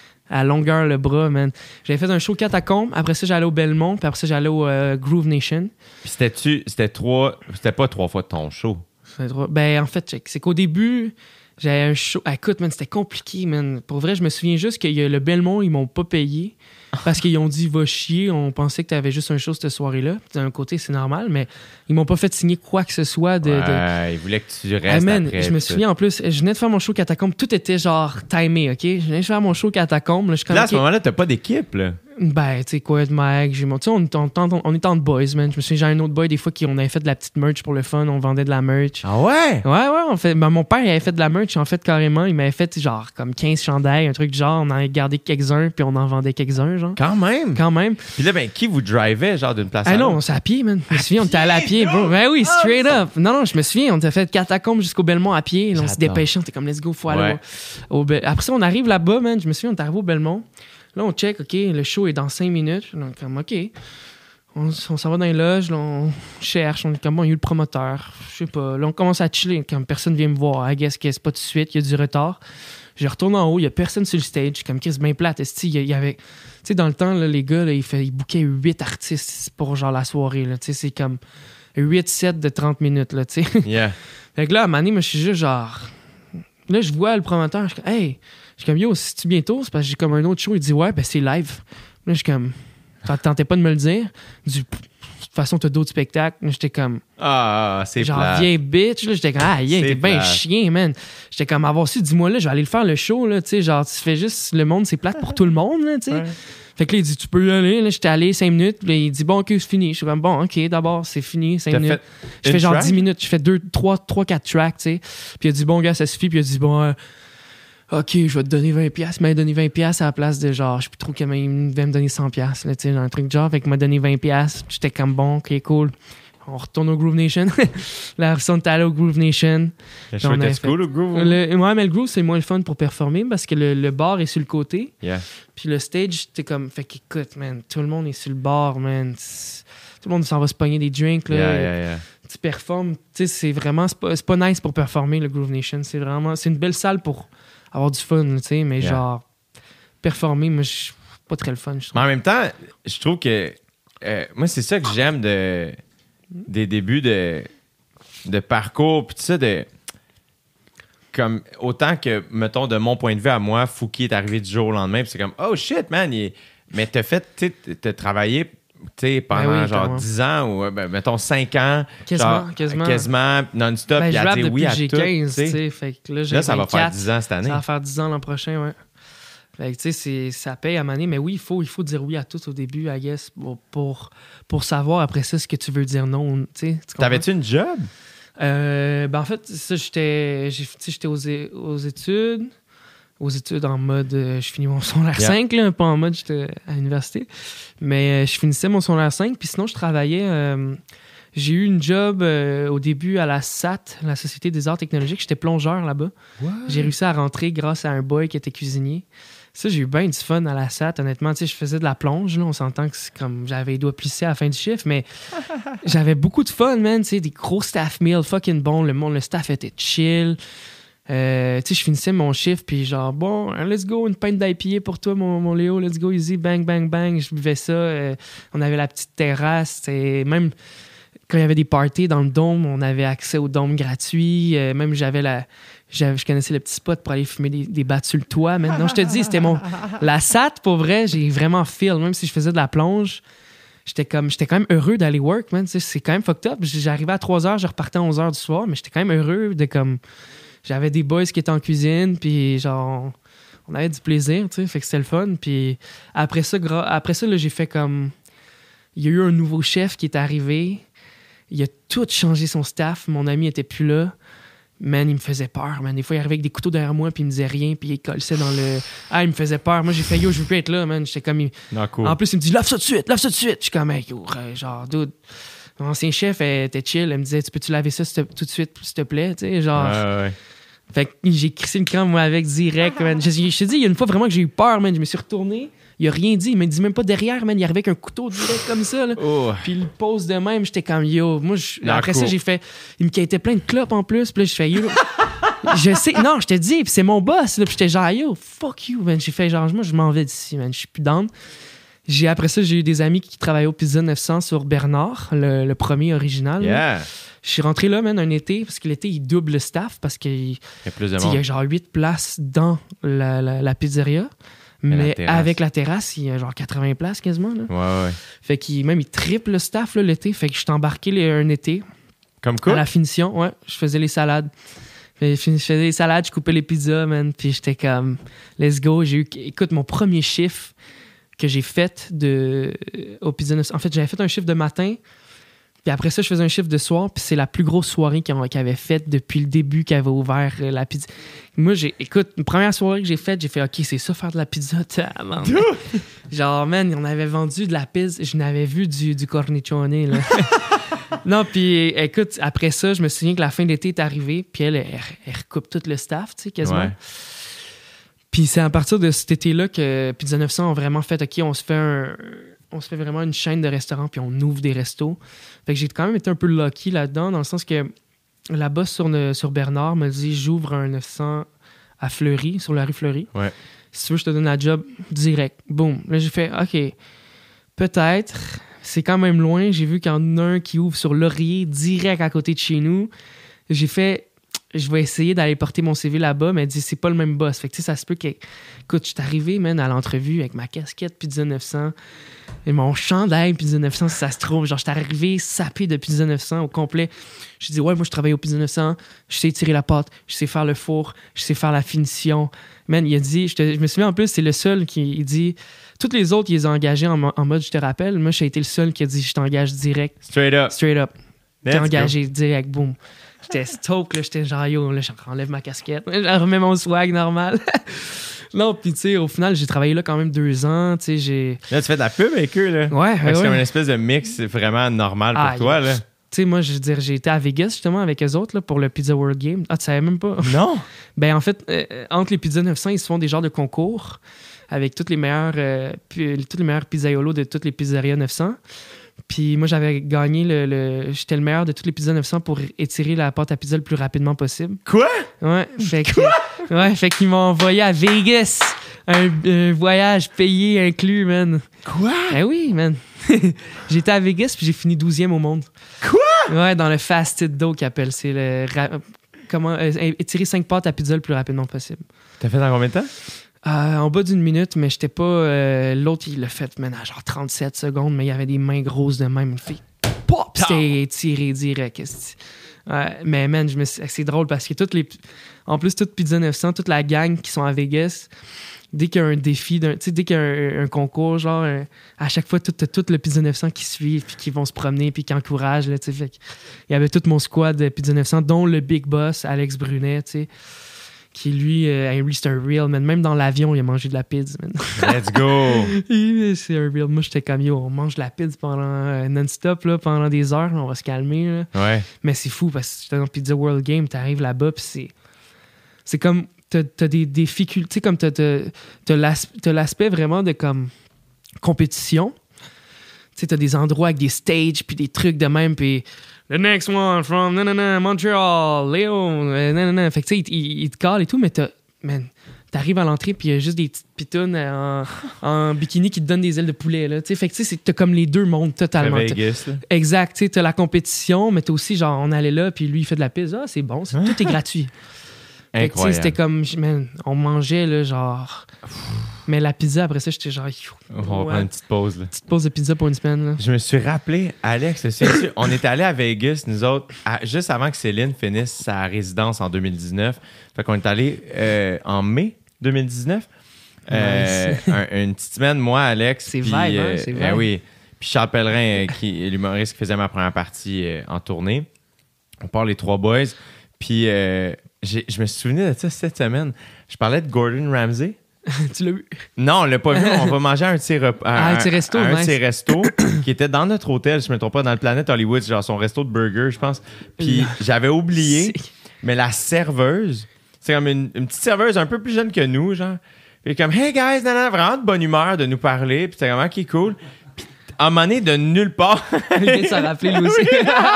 à longueur le bras, man. J'avais fait un show Catacombe. Après ça, j'allais au Belmont. Puis après ça, j'allais au euh, Groove Nation. Puis c'était-tu. C'était trois. C'était pas trois fois ton show. Ça fait trois- Ben, en fait, check, c'est qu'au début, j'avais un show. Ah, écoute, man, c'était compliqué, man. Pour vrai, je me souviens juste que y a le Belmont, ils m'ont pas payé parce qu'ils ont dit va chier. On pensait que t'avais juste un show cette soirée-là. Puis d'un côté, c'est normal, mais ils m'ont pas fait signer quoi que ce soit de. de... Ouais, il voulait que tu restes. Hey, man, après, je me puis ça. souviens en plus, je venais de faire mon show Catacombe, tout était genre timé, ok? Je venais de faire mon show Catacombe, là, je suis Puis comme, là, à ok, ce moment-là, t'as pas d'équipe, là. ben, tu sais quoi, de Mike, j'ai mon. Tu sais, on, on, on, on est en boys, man. Je me souviens, j'ai un autre boy, des fois, qui on avait fait de la petite merch pour le fun, on vendait de la merch. Ah ouais? Ouais, ouais, on fait. Ben, mon père, il avait fait de la merch, en fait, carrément. Il m'avait fait, genre, comme quinze chandails, un truc du genre. On en avait gardé quelques-uns, puis on en vendait quelques-uns, genre. Quand même. Quand même. Puis là, ben, qui vous drivait, genre, d'une place à Ah non, l'autre? on s'est à pied, man. Je me souviens, on était allé à pied, bro. Ben oui, straight up. Non, non, je me souviens, on était fait Catacombe jusqu'au Belmont à pied. Là, on se J'adore. dépêchait, on était comme, let's go, faut aller Ouais. au, au Bel- Après ça, on arrive là-bas, man. Je me souviens, on est arrivé au Belmont. Là, on check, OK, le show est dans cinq minutes. Donc, comme, OK. On, on s'en va dans les loges, là, on cherche, on est comme, bon, il y a eu le promoteur. Je sais pas. Là, on commence à chiller. Comme personne vient me voir, I guess que c'est pas tout de suite, il y a du retard. Je retourne en haut, il y a personne sur le stage. Comme, qu'est-ce bien plate. Esti, Il y, a- il y avait. Tu sais, dans le temps, là, les gars, là, ils, fait, ils bookaient huit artistes pour genre la soirée. Là. Tu sais, c'est comme huit sets de trente minutes, là, tu sais. Yeah. Fait que là, à un moment donné, moi, je suis juste genre. Là, je vois le promoteur, je suis comme, hey, je suis comme, yo, c'est-tu bientôt? C'est parce que j'ai comme un autre show. Il dit, ouais, ben c'est live. Là, je suis comme, t'en- tentais pas de me le dire. Il dit, de toute façon, t'as d'autres spectacles. Là, j'étais comme, Ah, c'est genre, plat. vieille bitch. Là, j'étais comme, ah, yeah, C'est t'es bien plate. chien, man. J'étais comme, avoir su, dis-moi là, je vais aller le faire le show, là, tu sais, genre, tu fais juste, le monde, c'est plate pour tout le monde, là, tu sais. Ouais. Fait que là, il dit, tu peux y aller. Là, j'étais allé cinq minutes. Puis là, il dit, bon, OK, c'est fini. Je suis comme, bon, OK, d'abord, c'est fini, cinq T'as minutes. fait Je une fais genre track? dix minutes. Je fais deux, trois, trois, quatre tracks, tu sais. Puis il a dit, bon, gars, ça suffit. Puis il a dit, bon, euh, OK, je vais te donner vingt piastres. Il m'a donné vingt piastres à la place de genre, je sais plus trop comment il devait me donner cent piastres, là, tu sais, genre un truc de genre. Fait qu'il m'a donné vingt piastres. J'étais comme, bon, OK, cool. On retourne au Groove Nation. Là, on est allé au Groove Nation. Le show on était avait fait- cool, le groove? Le, ouais, mais le Groove, c'est moins le fun pour performer parce que le, le bar est sur le côté. Yeah. Puis le stage, t'es comme, fait qu'écoute, man, tout le monde est sur le bar, man. C'est- Tout le monde s'en va se pogner des drinks, là. Yeah, yeah, yeah. Tu performes. Tu sais, c'est vraiment, c'est pas, c'est pas nice pour performer, le Groove Nation. C'est vraiment, c'est une belle salle pour avoir du fun, tu sais, mais Yeah. genre, performer, moi, je suis pas très le fun, je Mais trouve. en même temps, je trouve que. euh, moi, c'est ça que j'aime de, des débuts de, de parcours. Puis tout ça, de. Comme, autant que, mettons, de mon point de vue à moi, Fouki est arrivé du jour au lendemain. Puis c'est comme, oh shit, man. il est- Mais t'as fait, tu sais, t'as travaillé. tu sais, pendant Ben oui, genre comment? dix ans ou, ben, mettons, cinq ans. Quasiment, genre, quasiment. Quasiment, non-stop. Ben, puis je à rappe dire depuis oui que à j'ai tout, quinze, tu tu sais. sais. Fait que là, j'ai Là, ça va faire vingt-quatre. dix ans cette année. Ça va faire dix ans l'an prochain, ouais. Fait que, tu sais, c'est- ça paye à maner, mais oui, il faut, il faut dire oui à tout au début, I guess, pour, pour, pour savoir après ça ce que tu veux dire non, tu sais. tu comprends? T'avais-tu une job? Euh, ben en fait, ça, j'étais, j'ai- tu sais, j'étais aux, é- aux études, aux études en mode, euh, je finis mon secondaire Yeah. cinq, là, pas en mode j'étais à l'université, mais euh, je finissais mon secondaire cinq, puis sinon je travaillais, euh, j'ai eu une job euh, au début à la S A T, la Société des Arts Technologiques, j'étais plongeur là-bas. J'ai réussi à rentrer grâce à un boy qui était cuisinier. Ça, j'ai eu bien du fun à la S A T, honnêtement. Tu sais, je faisais de la plonge, là. On s'entend que c'est comme j'avais les doigts plissés à la fin du chiffre, mais j'avais beaucoup de fun, man. Tu sais, des gros staff meals fucking bons. Le monde, le staff était chill. Euh, tu sais, je finissais mon chiffre, puis genre, bon, let's go, une pinte d'I P A pour toi, mon, mon Léo, let's go, easy, bang, bang, bang. Je buvais ça. Euh, on avait la petite terrasse. Et même quand il y avait des parties dans le dôme, on avait accès au dôme gratuit. Euh, même j'avais la. J'avais, je connaissais le petit spot pour aller fumer des, des battes sur le toit. Maintenant, je te dis, c'était mon. La S A T, pour vrai, j'ai vraiment feel. Même si je faisais de la plonge, j'étais comme j'étais quand même heureux d'aller work, man. Tu sais, c'est quand même fucked up. J'arrivais à trois heures, je repartais à onze heures du soir, mais j'étais quand même heureux de comme. J'avais des boys qui étaient en cuisine, puis genre, on avait du plaisir, tu sais, fait que c'était le fun. Puis après ça, gra- après ça là, j'ai fait comme... Il y a eu un nouveau chef qui est arrivé, il a tout changé son staff, mon ami était plus là. Man, il me faisait peur, man. Des fois, il arrivait avec des couteaux derrière moi, puis il me disait rien, puis il collait dans le... Ah, il me faisait peur. Moi, j'ai fait, yo, je veux plus être là, man. J'étais comme... Il... Non, cool. En plus, il me dit, lave ça de suite, lave ça de suite. Je suis comme, hey, yo, genre, dude... Mon ancien chef, elle était chill. Elle me disait, tu peux-tu laver ça tout de suite, s'il te plaît? Tu sais, genre... Ouais, ouais. Fait que j'ai crissé le camp, moi, avec direct, man. Je, je te dis, il y a une fois vraiment que j'ai eu peur, man. Je me suis retourné. Il a rien dit. Il me dit même pas derrière, man. Il arrivait avec un couteau direct comme ça, là. Oh. Puis il pose de même. J'étais comme, yo. Moi, je, Non, après cool. ça, j'ai fait... Il me quittait plein de clopes en plus. Puis là, je fais, yo... je sais... Non, je te dis. Puis c'est mon boss, là. Puis j'étais genre, yo, fuck you, man. J'ai fait, genre, moi, je m'en vais d'ici, man. Je suis plus down. J'ai, après ça, j'ai eu des amis qui travaillaient au Pizza neuf cents sur Bernard, le, le premier original. Yeah. Là. Je suis rentré là, man, un été, parce que l'été, il double le staff, parce qu'il Il y a plus de il y a monde. genre huit places dans la, la, la pizzeria. Mais Mais la terrasse. avec la terrasse, il y a genre quatre-vingts places quasiment. Là. Ouais, ouais. Fait qu'il même, il triple le staff là, l'été. Fait que je suis embarqué les, un été. Comme quoi? À la finition, ouais, je faisais les salades. Fait, je faisais les salades, je coupais les pizzas, man. Puis j'étais comme, let's go. J'ai eu, écoute, mon premier chiffre que j'ai fait de, au Pizza neuf cents. En fait, j'avais fait un chiffre de matin. Puis après ça, je faisais un chiffre de soir. Puis c'est la plus grosse soirée qu'ils qu'ils avaient faite depuis le début qu'ils avaient ouvert euh, la pizza. Moi, j'ai, écoute, une première soirée que j'ai faite, j'ai fait, OK, c'est ça, faire de la pizza. Man. Genre, man, on avait vendu de la pizza. Je n'avais vu du, du cornicione, là. Non, puis écoute, après ça, je me souviens que la fin de l'été est arrivée. Puis elle, elle, elle recoupe tout le staff, tu sais, quasiment. Ouais. Puis c'est à partir de cet été-là que Pizza neuf cents ont vraiment fait, OK, on se fait un... On se fait vraiment une chaîne de restaurants, puis on ouvre des restos. Fait que j'ai quand même été un peu lucky là-dedans, dans le sens que la boss sur, le, sur Bernard me dit, j'ouvre un neuf cents à Fleury, sur la rue Fleury. Ouais. Si tu veux, je te donne la job direct. Boum. Là, j'ai fait, OK, peut-être, c'est quand même loin. J'ai vu qu'il y en a un qui ouvre sur Laurier, direct à côté de chez nous. J'ai fait, je vais essayer d'aller porter mon C V là-bas, mais elle dit, c'est pas le même boss. Fait que tu sais, ça se peut que... Écoute, je suis arrivé, man, à l'entrevue avec ma casquette Pizza neuf cents et mon chandail Pizza neuf cents, si ça se trouve. Genre, je suis arrivé sapé de Pizza neuf cents au complet. Je dis, ouais, moi, je travaille au Pizza neuf cents. Je sais tirer la pâte, je sais faire le four, je sais faire la finition. Man, il a dit, je, te, je me souviens en plus, c'est le seul qui il dit... Tous les autres, ils les ont engagés en, en mode, je te rappelle. Moi, j'ai été le seul qui a dit, je t'engage direct. Straight up. Straight up. T'es Let's engagé direct, boum. J'étais stoked, là, j'étais genre, yo, là, j'enlève ma casquette, je remets mon swag normal. Non, puis tu sais, au final, j'ai travaillé là quand même deux ans, tu sais, j'ai... Là, tu fais de la pub avec eux, là. Ouais, Fait que ouais, c'est comme une ouais. espèce de mix vraiment normal pour Ah, toi, là. Tu sais, moi, je veux dire, j'ai été à Vegas, justement, avec eux autres, là, pour le Pizza World Game. Ah, tu savais même pas? Non! Ben, en fait, euh, entre les Pizza neuf cents, ils se font des genres de concours avec toutes les meilleures, euh, pi- toutes les meilleures pizzaiolos de toutes les pizzerias neuf cents. Puis moi, j'avais gagné le, le... J'étais le meilleur de toutes les pizzas neuf cents pour étirer la pâte à pizza le plus rapidement possible. Quoi? Ouais, fait que... Ouais, fait qu'ils m'ont envoyé à Vegas. Un, un voyage payé inclus, man. Quoi? Eh oui, man. J'étais à Vegas puis j'ai fini douzième au monde. Quoi? Ouais, dans le Fasted Dough qu'ils appellent. C'est le... ra- Comment... euh, étirer cinq pâtes à pizza le plus rapidement possible. T'as fait dans combien de temps? Euh, en bas d'une minute, mais j'étais pas... euh, L'autre, il l'a fait, man, à genre trente-sept secondes, mais il y avait des mains grosses de même. Une fille, pop! C'était tiré direct. esti. Ouais, mais man, je me suis- c'est drôle parce que toutes les... En plus, toute Pizza neuf cents, toute la gang qui sont à Vegas, dès qu'il y a un défi, d'un- tu sais, dès qu'il y a un, un concours, genre, un- à chaque fois, tout, tout le Pizza neuf cents qui suivent, puis qui vont se promener, puis qui encouragent, là, tu sais. Fait que il y avait tout mon squad de Pizza neuf cents, dont le big boss, Alex Brunet, tu sais, qui, lui, euh, lui, c'est un real, man. Même dans l'avion, il a mangé de la pizza, man. Let's go! Et c'est un real. Moi, j'étais comme, yo, on mange de la pizza pendant euh, non-stop, là, pendant des heures, là, on va se calmer, là. Ouais. Mais c'est fou parce que j'étais dans Pizza World Game, t'arrives là-bas, puis c'est. C'est comme. T'as, t'as des difficultés, comme t'as, t'as, t'as, l'as- t'as l'aspect vraiment de comme compétition. Tu sais, t'as des endroits avec des stages, puis des trucs de même, puis the next one from nanana, Montreal, Léo, euh, nanana. Fait que tu sais, ils il, il te callent et tout, mais t'as, man, t'arrives à l'entrée, puis il y a juste des petites pitounes en, en bikini qui te donnent des ailes de poulet, là. Tu sais, fait que tu sais, t'as comme les deux mondes totalement. Vegas, là. Exact, tu sais, t'as la compétition, mais t'as aussi, genre, on allait là, puis lui, il fait de la pizza, c'est bon, c'est, tout est gratuit. Fait que, tu sais, c'était comme, man, on mangeait, là, genre. Mais la pizza, après ça, j'étais genre. On va ouais. prendre une petite pause, là. Petite pause de pizza pour une semaine, là. Je me suis rappelé, Alex, c'est sûr, on était allé à Vegas, nous autres, à- juste avant que Céline finisse sa résidence en deux mille dix-neuf. Fait qu'on est allé euh, en mai deux mille dix-neuf. Euh, Nice. un- une petite semaine, moi, Alex. C'est puis, vibe, hein, euh, c'est euh, vibe. oui. Puis Charles Pellerin, euh, qui est l'humoriste qui faisait ma première partie euh, en tournée. On part les trois boys. Puis euh, j'ai- je me suis souvenu de ça cette semaine. Je parlais de Gordon Ramsay. Tu l'as vu? Non, on l'a pas vu. On va manger à un de ses repas. Ah, un petit resto, à un de nice. ses restos qui était dans notre hôtel, je me trompe pas, dans le Planet Hollywood, genre son resto de burger, je pense. Puis j'avais oublié, Sick. mais la serveuse, c'est comme une, une petite serveuse un peu plus jeune que nous, genre. Puis comme, hey guys, nana, vraiment de bonne humeur de nous parler. Puis c'était vraiment qui est cool. Puis à un moment donné, de nulle part, Il vient de s'en rappeler, lui aussi.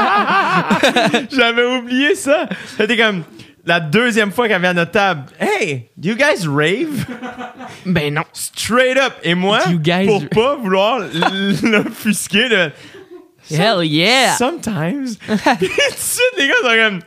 j'avais oublié ça. C'était comme la deuxième fois qu'elle vient à notre table. Hey, do you guys rave? Ben non. Straight up. Et moi, You guys- pour pas vouloir l- l'offusquer, de Hell yeah! sometimes. Puis tout de suite, les gars sont comme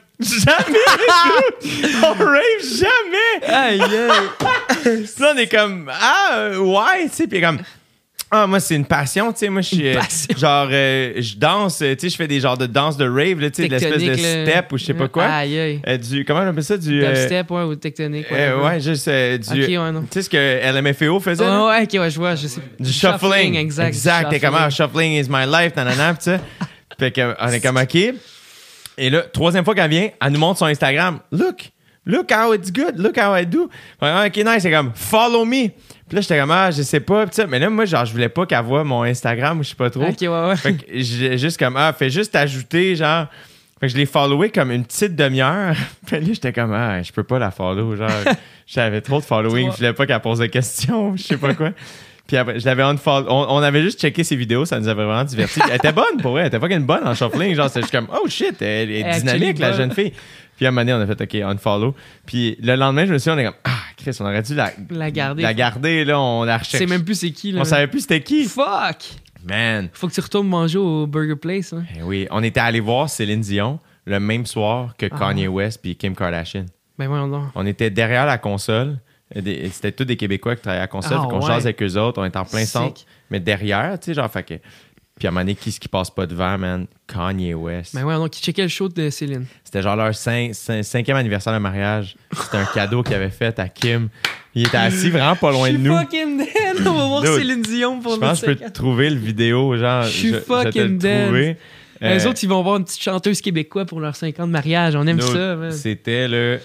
jamais, on rave jamais. Aïe, aïe. Puis là, on est comme ah euh, ouais, tu sais, puis comme ah, moi, c'est une passion, tu sais. Moi, je suis. Une euh, passion. genre, euh, je danse, tu sais, je fais des genres de danse de rave, là, tu sais, de l'espèce de Tectonique, là. step ou je sais pas quoi. Aïe, aïe. Euh, du, comment on appelle ça? Du. euh, Dubstep, ouais, ou tectonique. euh, whatever. ouais, juste euh, du. Ok, ouais, non. Tu sais ce que L M F A O faisait? là? Ouais, ouais, ok, ouais, je vois, je sais. Du shuffling. exact. Exact. T'es comme, ah, shuffling is my life, nanana, pis ça. Fait que, on est comme, OK. Et là, troisième fois qu'elle vient, elle nous montre son Instagram. Look, look how it's good, look how I do. Fait que, OK, nice, c'est comme, follow me. Puis là, j'étais comme, ah, je sais pas, pis ça. Mais là, moi, genre, je voulais pas qu'elle voie mon Instagram ou je sais pas trop. Ok, ouais, ouais. Fait que, j'ai juste comme, ah, fais juste ajouter, genre. Fait que je l'ai followé comme une petite demi-heure. Puis là, j'étais comme, ah, je peux pas la follow. Genre, j'avais trop de following. Je voulais pas qu'elle pose des questions, je sais pas quoi. Puis après, je l'avais unfollow. On, on avait juste checké ses vidéos, ça nous avait vraiment divertis. Elle était bonne pour vrai, elle était pas qu'une bonne en shuffling. Genre, c'était juste comme, oh shit, elle est Elle dynamique, actually la bonne. jeune fille. Puis à un moment donné, on a fait, OK, unfollow. Puis le lendemain, je me suis dit, on est comme, ah, Chris, on aurait dû la, La garder. la garder, là, on la recherche. C'est même plus c'est qui, là. On savait plus c'était qui. Fuck! Man. Faut que tu retournes manger au Burger Place, hein. Eh oui, on était allé voir Céline Dion le même soir que Kanye West puis Kim Kardashian. Ben voyons donc. On était derrière la console. Des- C'était tous des Québécois qui travaillaient à la console. Ah, fait qu'on ouais. jase avec eux autres. On était en plein Sick. centre. Mais derrière, tu sais, genre, fait que. Puis à un moment donné, qui ce qui passe pas devant, man? Kanye West. Ben voyons donc, qui checkait le show de Céline. C'était genre leur cin- cin- cinquième anniversaire de mariage. C'était un cadeau qu'il avait fait à Kim. Il était assis vraiment pas loin de nous. fucking dead! On va voir Dude, Céline Dion pour Je pense que je peux te trouver le vidéo, genre. Je suis je- je vais te le fucking dead. trouver. Les Euh, autres, ils vont voir une petite chanteuse québécoise pour leur cinquante mariage. On aime Dude, ça, man. C'était le.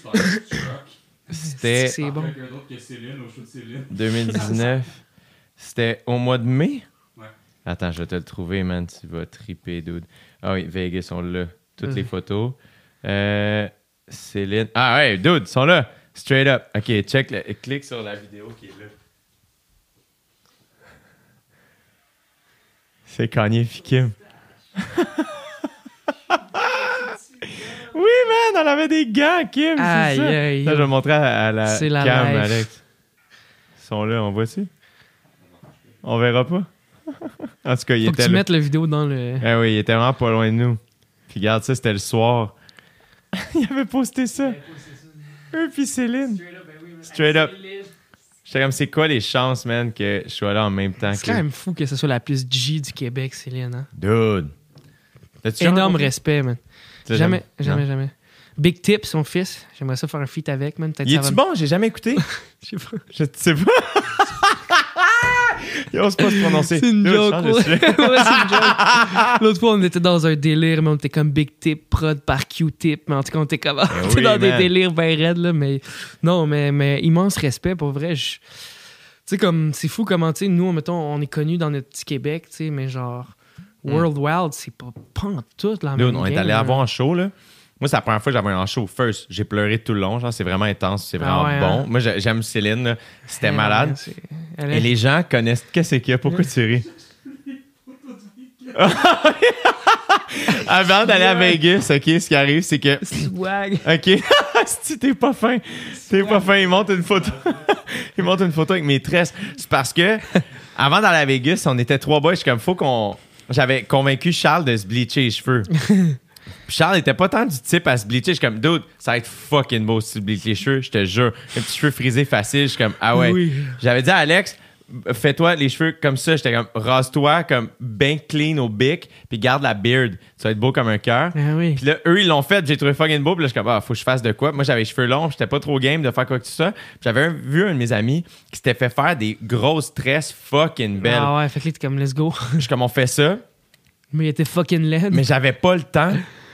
C'était C'est bon. Quelqu'un d'autre que Céline, au show de Céline. deux mille dix-neuf. C'était au mois de mai? Ouais. Attends, je vais te le trouver, man. Tu vas triper, dude. Ah oui, Vegas, sont là. Toutes Vas-y. les photos. Euh, Céline. Ah ouais, dude, ils sont là. Straight up. OK, check. Le, clique sur la vidéo qui est là. C'est Kanye puis Kim. Oui, man, on avait des gants, Kim. Aïe, c'est ça. aïe. Ça, je vais le montrer à, à la C'est la cam, life. Alex. Ils sont là, on voit-tu? On verra pas. En tout cas, il Faut que était tu là. mettes la vidéo dans le. Ah oui, il était vraiment pas loin de nous. Puis regarde ça, c'était le soir. Il avait posté ça. Eux puis Céline. Straight up. J'étais comme, c'est quoi les chances, man, que je sois là en même temps C'est que... quand même fou que ce soit la plus G du Québec, Céline. Hein? Dude. T'as-tu jamais Énorme rencontré? respect, man. T'as Jamais, Non. jamais, jamais. Big Tip, son fils. J'aimerais ça faire un feat avec, man. Peut-être Il ça est-tu va- bon? J'ai jamais écouté. Je sais pas. Je sais pas. Il ose pas se prononcer. C'est une Dude, joke, change ouais. de Ouais, sujet. c'est une joke. L'autre fois, on était dans un délire, mais on était comme Big Tip, prod par Q-Tip. Mais en tout cas, on était comme Eh on était oui, dans des man. délires bien raides, là. Mais non, mais, mais immense respect, pour vrai. Je- Tu sais, comme, c'est fou comment, tu sais, nous, mettons, on est connus dans notre petit Québec, tu sais, mais genre, World Wild, c'est pas, pas en tout la Dude, même on est game, allé là. avoir un show, là. Moi, c'est la première fois que j'avais un show. First, j'ai pleuré tout le long. Genre, c'est vraiment intense. C'est vraiment Ah ouais, bon. hein? Moi, j'ai- j'aime Céline. là. C'était Elle, malade. c'est- elle Et est- les gens connaissent. Qu'est-ce qu'il y a? Pourquoi tu ris? Avant d'aller à Vegas, OK, ce qui arrive, c'est que... Swag. OK. Si t'es pas fin. T'es pas fin. Il monte une photo. Il monte une photo avec mes tresses. C'est parce que, avant d'aller à Vegas, on était trois boys. Je suis comme, faut qu'on... J'avais convaincu Charles de se bleacher les cheveux. Puis Charles était pas tant du type à se bleacher. Je suis comme, dude, ça va être fucking beau si tu bleaches les cheveux. Je te jure. Les petits cheveux frisés faciles. Je suis comme, ah ouais. Oui. J'avais dit à Alex, fais-toi les cheveux comme ça. J'étais comme, rase-toi comme bien clean au bic, puis garde la beard. Ça va être beau comme un cœur. Ah oui. Puis là, eux, ils l'ont fait. J'ai trouvé fucking beau. Puis là, je suis comme, ah, faut que je fasse de quoi. Moi, j'avais les cheveux longs. J'étais pas trop game de faire quoi que ce soit. Puis j'avais un- vu un de mes amis qui s'était fait faire des grosses tresses fucking belles. Ah ouais, fait que là, t'es comme, let's go. Je suis comme, on fait ça. Mais il était fucking laid. Mais j'avais pas le temps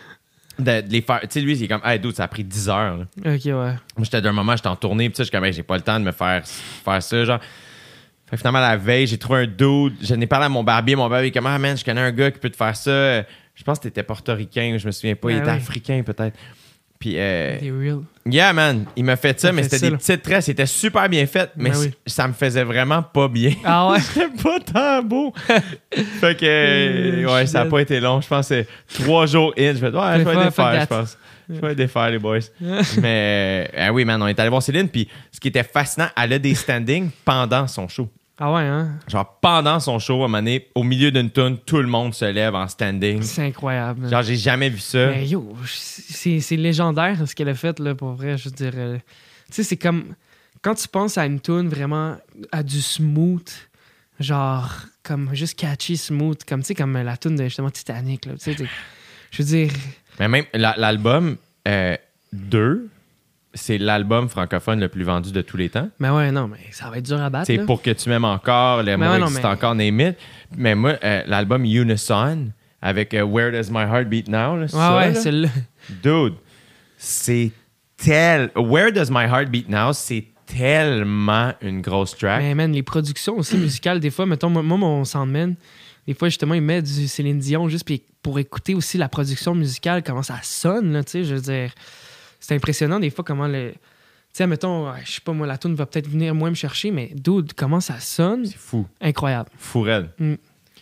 de, de les faire. Tu sais, lui, il est comme, hey, dude, ça a pris dix heures. Là. Ok, ouais. Moi, j'étais d'un moment, j'étais en tournée. Puis ça, je suis comme, hey, j'ai pas le temps de me faire, faire ça. Genre. Fait que finalement, la veille, j'ai trouvé un dude. Je n'ai parlé à mon barbier. Mon barbier, comment, ah, man, je connais un gars qui peut te faire ça. Je pense que t'étais portoricain. Je me souviens pas. Ah, il était oui. africain, peut-être. Puis, euh, T'es real. yeah, man, il m'a fait ça, Il mais fait c'était ça, des là. petites tresses. C'était super bien fait, mais Ben oui. c- ça me faisait vraiment pas bien. Ah ouais? C'était pas tant beau. Fait que, euh, Euh, ouais, je ça a suis pas été long. Je pense que c'est trois jours in. Je vais, ouais, je vais Fuck les défaire, that. je pense. Je vais les défaire, les boys. mais, euh, oui, man, on est allé voir Céline. Puis, ce qui était fascinant, elle a des standings pendant son show. Ah ouais, hein? Genre, pendant son show, à un moment donné, au milieu d'une tune, tout le monde se lève en standing. C'est incroyable. man. Genre, j'ai jamais vu ça. Mais yo, c'est c'est légendaire ce qu'elle a fait, là, pour vrai. Je veux dire, euh, tu sais, c'est comme quand tu penses à une tune vraiment à du smooth, genre, comme juste catchy, smooth, comme, tu sais, comme la tune de justement Titanic, là. Tu sais, t'es- je veux dire, Mais même la- l'album euh, deux, c'est l'album francophone le plus vendu de tous les temps. mais ouais, non, mais ça va être dur à battre. C'est là. Pour que tu m'aimes encore, le Mais mot ouais, non, existe mais- encore, name it. Mais moi, euh, l'album Unison, avec euh, Where Does My Heart Beat Now, là, c'est Ouais, ça, ouais, là? c'est là. Dude, c'est tel... Where Does My Heart Beat Now, c'est tellement une grosse track. Mais man, les productions aussi musicales, des fois, mettons, moi, moi, mon Soundman, des fois, justement, il met du Céline Dion juste puis pour écouter aussi la production musicale, comment ça sonne, là, tu sais, je veux dire, c'est impressionnant des fois comment le... Tu sais, mettons, ouais, je sais pas, moi, la tune va peut-être venir moins me chercher, mais dude, comment ça sonne, C'est fou. incroyable. Fou raide. Mm.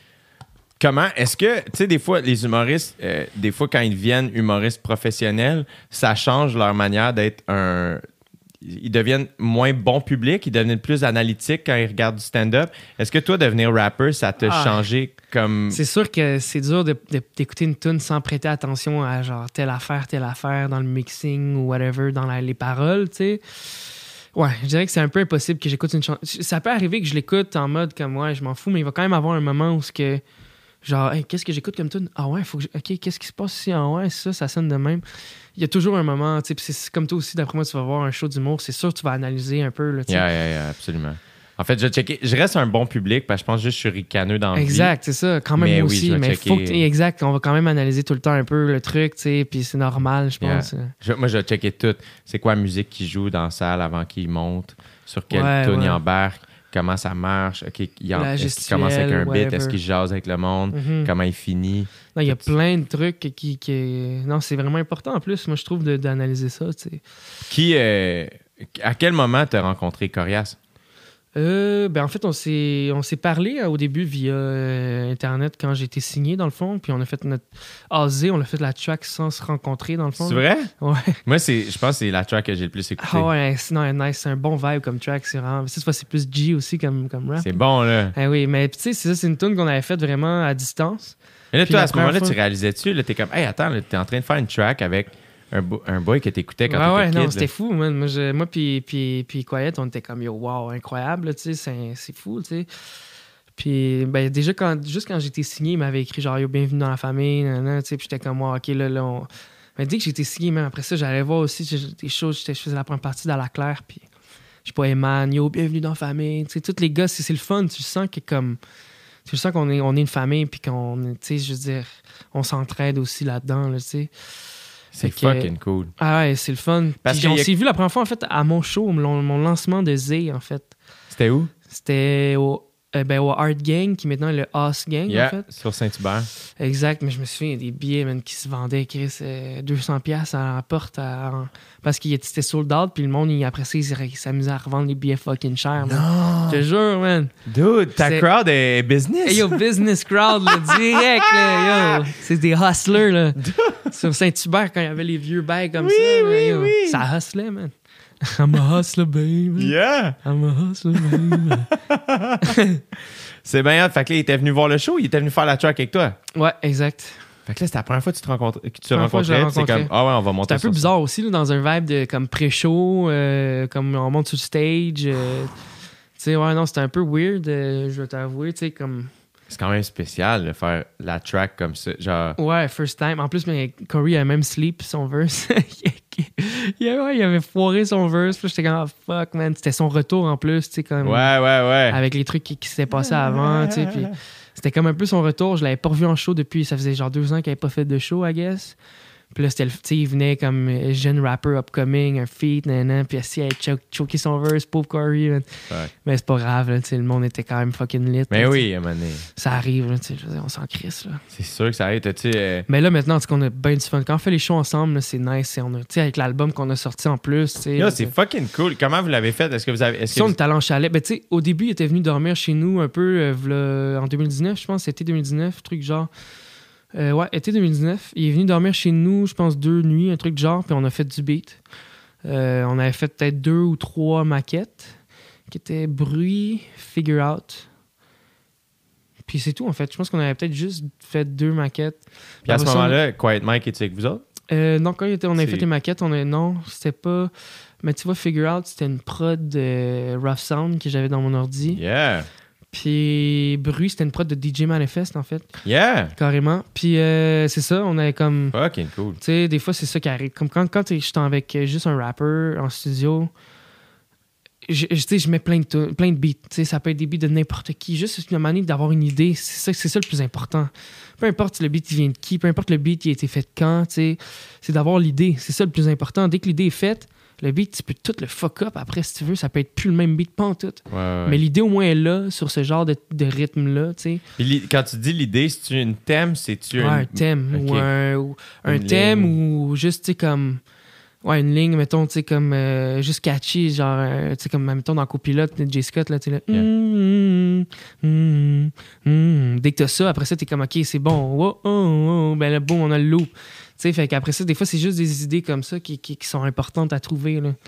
Comment est-ce que, tu sais, des fois, les humoristes, euh, des fois, quand ils deviennent humoristes professionnels, ça change leur manière d'être un. Ils deviennent moins bon public, ils deviennent plus analytiques quand ils regardent du stand-up. Est-ce que toi, devenir rapper, ça t'a Ah. changé comme. C'est sûr que c'est dur de- de- d'écouter une tune sans prêter attention à genre telle affaire, telle affaire dans le mixing ou whatever, dans la- les paroles, tu sais. Ouais, je dirais que c'est un peu impossible que j'écoute une chanson. Ça peut arriver que je l'écoute en mode comme ouais, je m'en fous, mais il va quand même avoir un moment où ce que genre hey, qu'est-ce que j'écoute comme tune? Ah ouais, faut que je... OK, qu'est-ce qui se passe ici? Ah ouais, ça, ça sonne de même. Il y a toujours un moment, tu sais, puis c'est- c'est comme toi aussi, d'après moi, tu vas voir un show d'humour, c'est sûr que tu vas analyser un peu, là, tu sais. Yeah, yeah, yeah, absolument. En fait, je vais checker. Je reste un bon public parce que je pense juste que je suis ricaneux dans la vie. Exact, c'est ça. Quand même Mais moi oui, aussi. je vais mais checker. faut que, exact, on va quand même analyser tout le temps un peu le truc, tu sais, puis c'est normal, je Yeah. pense. Je- moi, je vais checker tout. C'est quoi la musique qui joue dans la salle avant qu'il monte? Sur quel Ouais, tune il ouais. embarque? Comment ça marche? OK, il en- La est-ce qu'il commence avec un gestuelle, beat? Est-ce qu'il jase avec le monde? Mhm. Comment il finit? Non, il y a plein de trucs qui. qui... Non, c'est vraiment important en plus, moi, je trouve, de- d'analyser ça, tu sais. Qui, euh, à quel moment t'as rencontré Corias? Euh, ben en fait, on s'est, on s'est parlé euh, au début via euh, Internet quand j'ai été signé, dans le fond, puis on a fait notre A Z, on a fait la track sans se rencontrer, dans le fond. C'est vrai? Ouais. Moi, c'est, je pense que c'est la track que j'ai le plus écoutée. Ah ouais, c'est, non, nice, c'est un bon vibe comme track, c'est vraiment... Cette fois, c'est plus G aussi comme, comme rap. C'est bon, là. Ah oui, mais tu sais, c'est ça, c'est une tune qu'on avait faite vraiment à distance. Mais là, Puis toi, la à ce moment-là, première tu fois- réalisais-tu? Là, t'es comme, hey, attends, là, t'es en train de faire une track avec un, bo- un boy que t'écoutais quand Ouais, ouais, t'étais non, kid, c'était là. fou, man. Moi, je, moi puis, puis, puis Quiet, on était comme, yo, wow, incroyable, là, tu sais, c'est, c'est fou, tu sais. Puis, ben, déjà, quand, juste quand j'étais signé, il m'avait écrit, genre, yo, bienvenue dans la famille, nanana, tu sais, puis j'étais comme, wow, ok, là, là, on... Mais dès que j'étais signé, même après ça, j'allais voir aussi j'ai- des choses, j'étais- je faisais la première partie dans la Claire, puis je sais pas, Eman, yo, bienvenue dans la famille, tu sais, tous les gars, c'est, c'est le fun, tu sens que, comme, tu sens qu'on est, on est une famille, puis qu'on, tu sais, je veux dire, on s'entraide aussi là-dedans, là, tu sais. C'est Fait que- fucking cool. Ah ouais, c'est le fun. Parce Puis qu'il on y a- s'est vu la première fois, en fait, à mon show, mon, mon lancement de Z, en fait. C'était où? C'était au euh, ben, au Art Gang, qui maintenant est le Hoss Gang, Yeah, en fait. sur Saint-Hubert. Exact, mais je me souviens, il y a des billets man, qui se vendaient, Chris, euh, deux cents dollars à la porte à- en- parce qu'il était sold out, puis le monde, il, après ça, il, il s'amusait à revendre les billets fucking chers. man. Non! Je te jure, man. Dude, ta C'est- crowd est business. Hey, yo, business crowd, là, direct, là, yo. C'est des hustlers, là. Sur Saint-Hubert, quand il y avait les vieux bails comme Oui, ça, là, oui, yo, oui. ça hustlait, man. I'm a hustler, baby. Yeah! I'm a hustler, baby. C'est bien hot. Fait que là, il était venu voir le show, il était venu faire la track avec toi. Ouais, exact. Fait que là, c'était la première fois que tu te, rencontres, que tu te Première fois que je l'ai rencontrais. puis C'est rencontré. comme, ah ouais, on va monter C'est un peu sur bizarre aussi, là, dans un vibe de comme pré-show, euh, comme on monte sur le stage. euh, tu sais, ouais, non, c'était un peu weird, euh, je vais t'avouer, tu sais, comme... ça. C'est quand même spécial de faire la track comme ça. Genre, Ouais, first time. En plus, mais Corey avait même sleep son verse. il, avait, ouais, il avait foiré son verse. Puis j'étais comme, oh, fuck, man. C'était son retour en plus, tu sais, comme... ouais, ouais, ouais. Avec les trucs qui, qui s'étaient passés avant, tu sais, puis c'était comme un peu son retour. Je l'avais pas revu en show depuis, ça faisait genre deux ans qu'il avait pas fait de show, I guess. Puis là, c'était le- tu sais, il venait comme euh, jeune rapper upcoming, un feat, nan, puis assis, il avait cho- choqué son verse, pauvre Corey, man. Ouais. Mais c'est pas grave, là, tu sais, le monde était quand même fucking lit. Mais là, oui, à un moment donné. tu sais. Ça arrive, là, tu sais, je veux dire, on s'en crisse, là. C'est sûr que ça arrive. T'as-tu. euh, Mais là, maintenant, en tout cas, on a bien du fun. Quand on fait les shows ensemble, là, c'est nice. Et on a, tu sais, avec l'album qu'on a sorti en plus, tu sais. Yo, là, c'est c'est- fucking cool. Comment vous l'avez fait? Est-ce que vous avez. Est-ce Si que on vous- est allé en chalet, ben tu sais, au début, il était venu dormir chez nous un peu euh, v'là- en deux mille dix-neuf, je pense, c'était deux mille dix-neuf, truc genre. Euh, ouais, été deux mille dix-neuf. Il est venu dormir chez nous, je pense, deux nuits, un truc de genre, puis on a fait du beat. Euh, on avait fait peut-être deux ou trois maquettes qui étaient bruit, figure out. Puis c'est tout, en fait. Je pense qu'on avait peut-être juste fait deux maquettes. Puis à ce Après ça, moment-là, Quiet Mike était avec vous autres? Euh, non, quand il était- on avait C'est- fait les maquettes, on a, non, c'était pas. Mais tu vois, Figure Out, c'était une prod de Rough Sound que j'avais dans mon ordi. Yeah. Puis Bruit, c'était une prod de D J Manifest, en fait, Yeah. carrément. Puis euh, c'est ça, on avait comme. Fucking cool. Tu sais, des fois, c'est ça qui arrive. Comme quand, quand je suis avec euh, juste un rapper en studio, je, je, tu sais, je mets plein de, tu- plein de beats. Tu sais, ça peut être des beats de n'importe qui. Juste une manière d'avoir une idée. C'est ça, c'est ça le plus important. Peu importe le beat il vient de qui, peu importe le beat qui a été fait quand, tu sais, c'est d'avoir l'idée. C'est ça le plus important. Dès que l'idée est faite, le beat, tu peux tout le fuck up après, si tu veux. Ça peut être plus le même beat, pas en tout. Ouais, ouais. Mais l'idée, au moins, est là, sur ce genre de, de rythme-là, tu sais. Puis li- quand tu dis l'idée, c'est-tu une thème? C'est-tu Ouais, une... un thème. Ok. Ou un, ou un Une thème ligne. ou juste, tu sais, comme. Ouais, une ligne, mettons, tu sais, comme. euh, juste catchy, genre, euh, tu sais, comme, mettons, dans Copilote, J. Scott, là, tu sais, là. Yeah. Mm, mm, mm. Dès que t'as ça, après ça, t'es comme, OK, c'est bon. Oh, oh, oh. Ben là, bon, on a le loop. Tu sais, fait qu'après ça, des fois, c'est juste des idées comme ça qui, qui, qui sont importantes à trouver, là.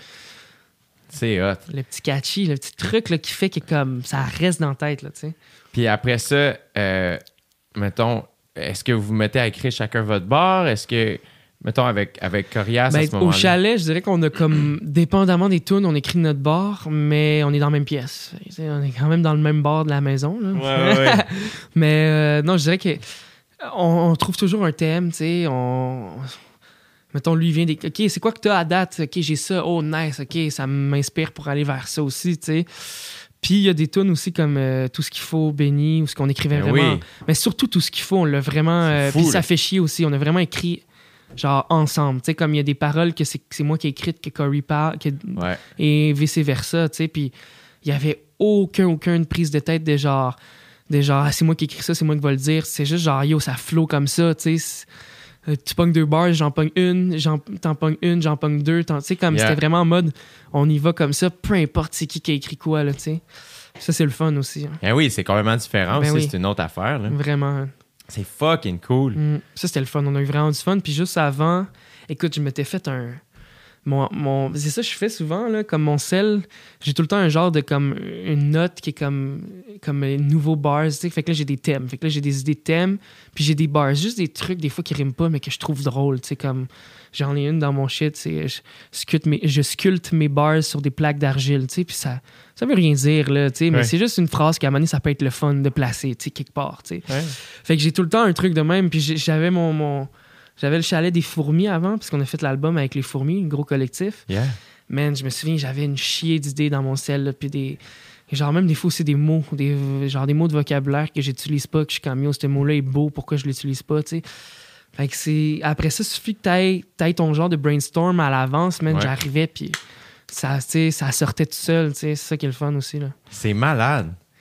C'est hot. Le petit catchy, le petit truc, là, qui fait que, comme, ça reste dans la tête, là, tu sais. Puis après ça, euh, mettons, est-ce que vous vous mettez à écrire chacun votre bar? Est-ce que, mettons, avec, avec Corias Ben, à ce au moment-là? chalet, je dirais qu'on a comme, dépendamment des tunes, on écrit notre bar, mais on est dans la même pièce. Tu sais, on est quand même dans le même bar de la maison. Là. Ouais, ouais, ouais. mais euh, non, je dirais que on, on trouve toujours un thème, tu sais. On... Mettons, lui, il vient des. OK, c'est quoi que t'as à date? OK, j'ai ça. Oh, nice. OK, ça m'inspire pour aller vers ça aussi, tu sais. Puis il y a des tunes aussi comme euh, Tout ce qu'il faut, Benny, ou ce qu'on écrivait Ben vraiment. oui. Mais surtout Tout ce qu'il faut, on l'a vraiment. C'est euh, fou, Puis là. ça fait chier aussi. On a vraiment écrit genre ensemble. Tu sais, comme il y a des paroles que c'est, que c'est moi qui ai écrites, que Corey parle, que, Ouais. et vice-versa, tu sais. Puis il y avait aucun, aucune prise de tête de genre, de genre ah, c'est moi qui écris ça, c'est moi qui vais le dire. C'est juste genre, yo, ça flow comme ça, tu sais. Euh, tu pognes deux bars, j'en pogne une, j'en, t'en pognes une, j'en pogne deux. Tu sais, comme Yeah. c'était vraiment en mode, on y va comme ça, peu importe c'est qui qui a écrit quoi, là, tu sais. Ça, c'est le fun aussi. Hein. Ben oui, c'est complètement différent Ben aussi. oui. C'est une autre affaire. Là. Vraiment. C'est fucking cool. Mm. Ça, c'était le fun. On a eu vraiment du fun. Puis juste avant, écoute, je m'étais fait un. Mon, mon, c'est ça que je fais souvent, là, comme mon sel. J'ai tout le temps un genre de comme une note qui est comme, comme un nouveau bars. Tu sais. Fait que là, j'ai des thèmes. Fait que là, j'ai des idées de thèmes. Puis j'ai des bars. Juste des trucs, des fois, qui riment pas, mais que je trouve drôles. Tu sais, comme j'en ai une dans mon shit. C'est, je, sculpte mes, je sculpte mes bars sur des plaques d'argile. Tu sais. Puis ça, ça veut rien dire, là. Tu sais. Mais Ouais. c'est juste une phrase qu'à un moment donné, ça peut être le fun de placer, tu sais, quelque part. Tu sais. Ouais. Fait que j'ai tout le temps un truc de même. Puis j'ai- j'avais mon, mon- j'avais le chalet des fourmis avant, parce qu'on a fait l'album avec les fourmis, un gros collectif. Yeah. Man, je me souviens, j'avais une chier d'idées dans mon sel, là, puis des. Genre, même des fois aussi des mots, des, genre des mots de vocabulaire que j'utilise pas, que je suis comme yo, ce mot-là est beau, pourquoi je l'utilise pas, tu sais. Fait que c'est. Après ça, il suffit que t'ailles, t'ailles ton genre de brainstorm à l'avance, man. Ouais. J'arrivais, puis ça, tu sais, ça sortait tout seul, tu sais. C'est ça qui est le fun aussi, là. C'est malade.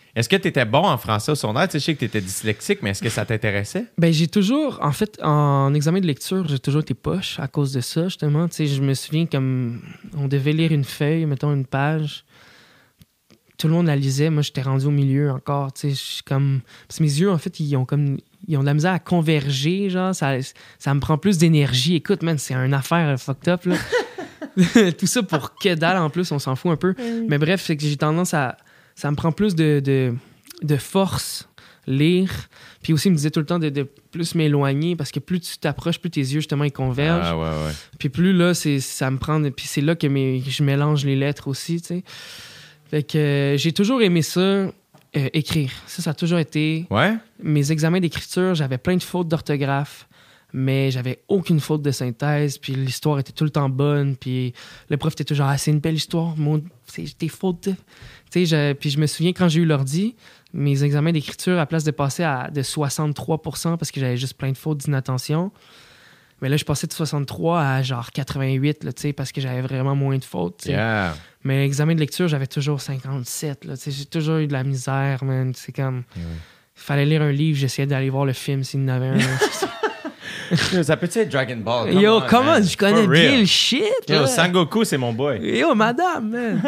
Est-ce que tu étais bon en français au secondaire? Tu sais, je sais que tu étais dyslexique, mais est-ce que ça t'intéressait? Ben, j'ai toujours, en fait, en examen de lecture, j'ai toujours été poche à cause de ça, justement. Tu sais, je me souviens comme on devait lire une feuille, mettons une page. Tout le monde la lisait. Moi, j'étais rendu au milieu encore. Tu sais, je suis comme. Parce que mes yeux, en fait, ils ont comme. Ils ont de la misère à converger, genre. Ça, ça me prend plus d'énergie. Écoute, man, c'est une affaire fucked up, là. Tout ça pour que dalle, en plus, on s'en fout un peu. Mais bref, c'est que j'ai tendance à. Ça me prend plus de, de, de force, lire. Puis aussi, il me disait tout le temps de, de plus m'éloigner parce que plus tu t'approches, plus tes yeux, justement, ils convergent. Ah, ouais, ouais. Puis plus là, c'est, ça me prend. Puis c'est là que mes, je mélange les lettres aussi, tu sais. Fait que euh, j'ai toujours aimé ça, euh, écrire. Ça, ça a toujours été... Ouais? Mes examens d'écriture, j'avais plein de fautes d'orthographe, mais j'avais aucune faute de synthèse, puis l'histoire était tout le temps bonne, puis le prof était toujours « Ah, c'est une belle histoire, mon... c'est tes fautes. » Tu sais, je... Puis je me souviens, quand j'ai eu l'ordi, mes examens d'écriture, à place de passer à de soixante-trois pour cent parce que j'avais juste plein de fautes d'inattention, mais là, je passais de soixante-trois à genre quatre-vingt-huit, là, parce que j'avais vraiment moins de fautes. T'sais. Yeah. Mais l'examen de lecture, j'avais toujours cinquante-sept. Là, j'ai toujours eu de la misère, man. C'est comme... Il ouais. fallait lire un livre, j'essayais d'aller voir le film s'il y en avait un. Ça peut-être être Dragon Ball? Come Yo, on, comment? man. Je connais For bien real. le shit. Yo, là. Sangoku, c'est mon boy. Yo, madame, man.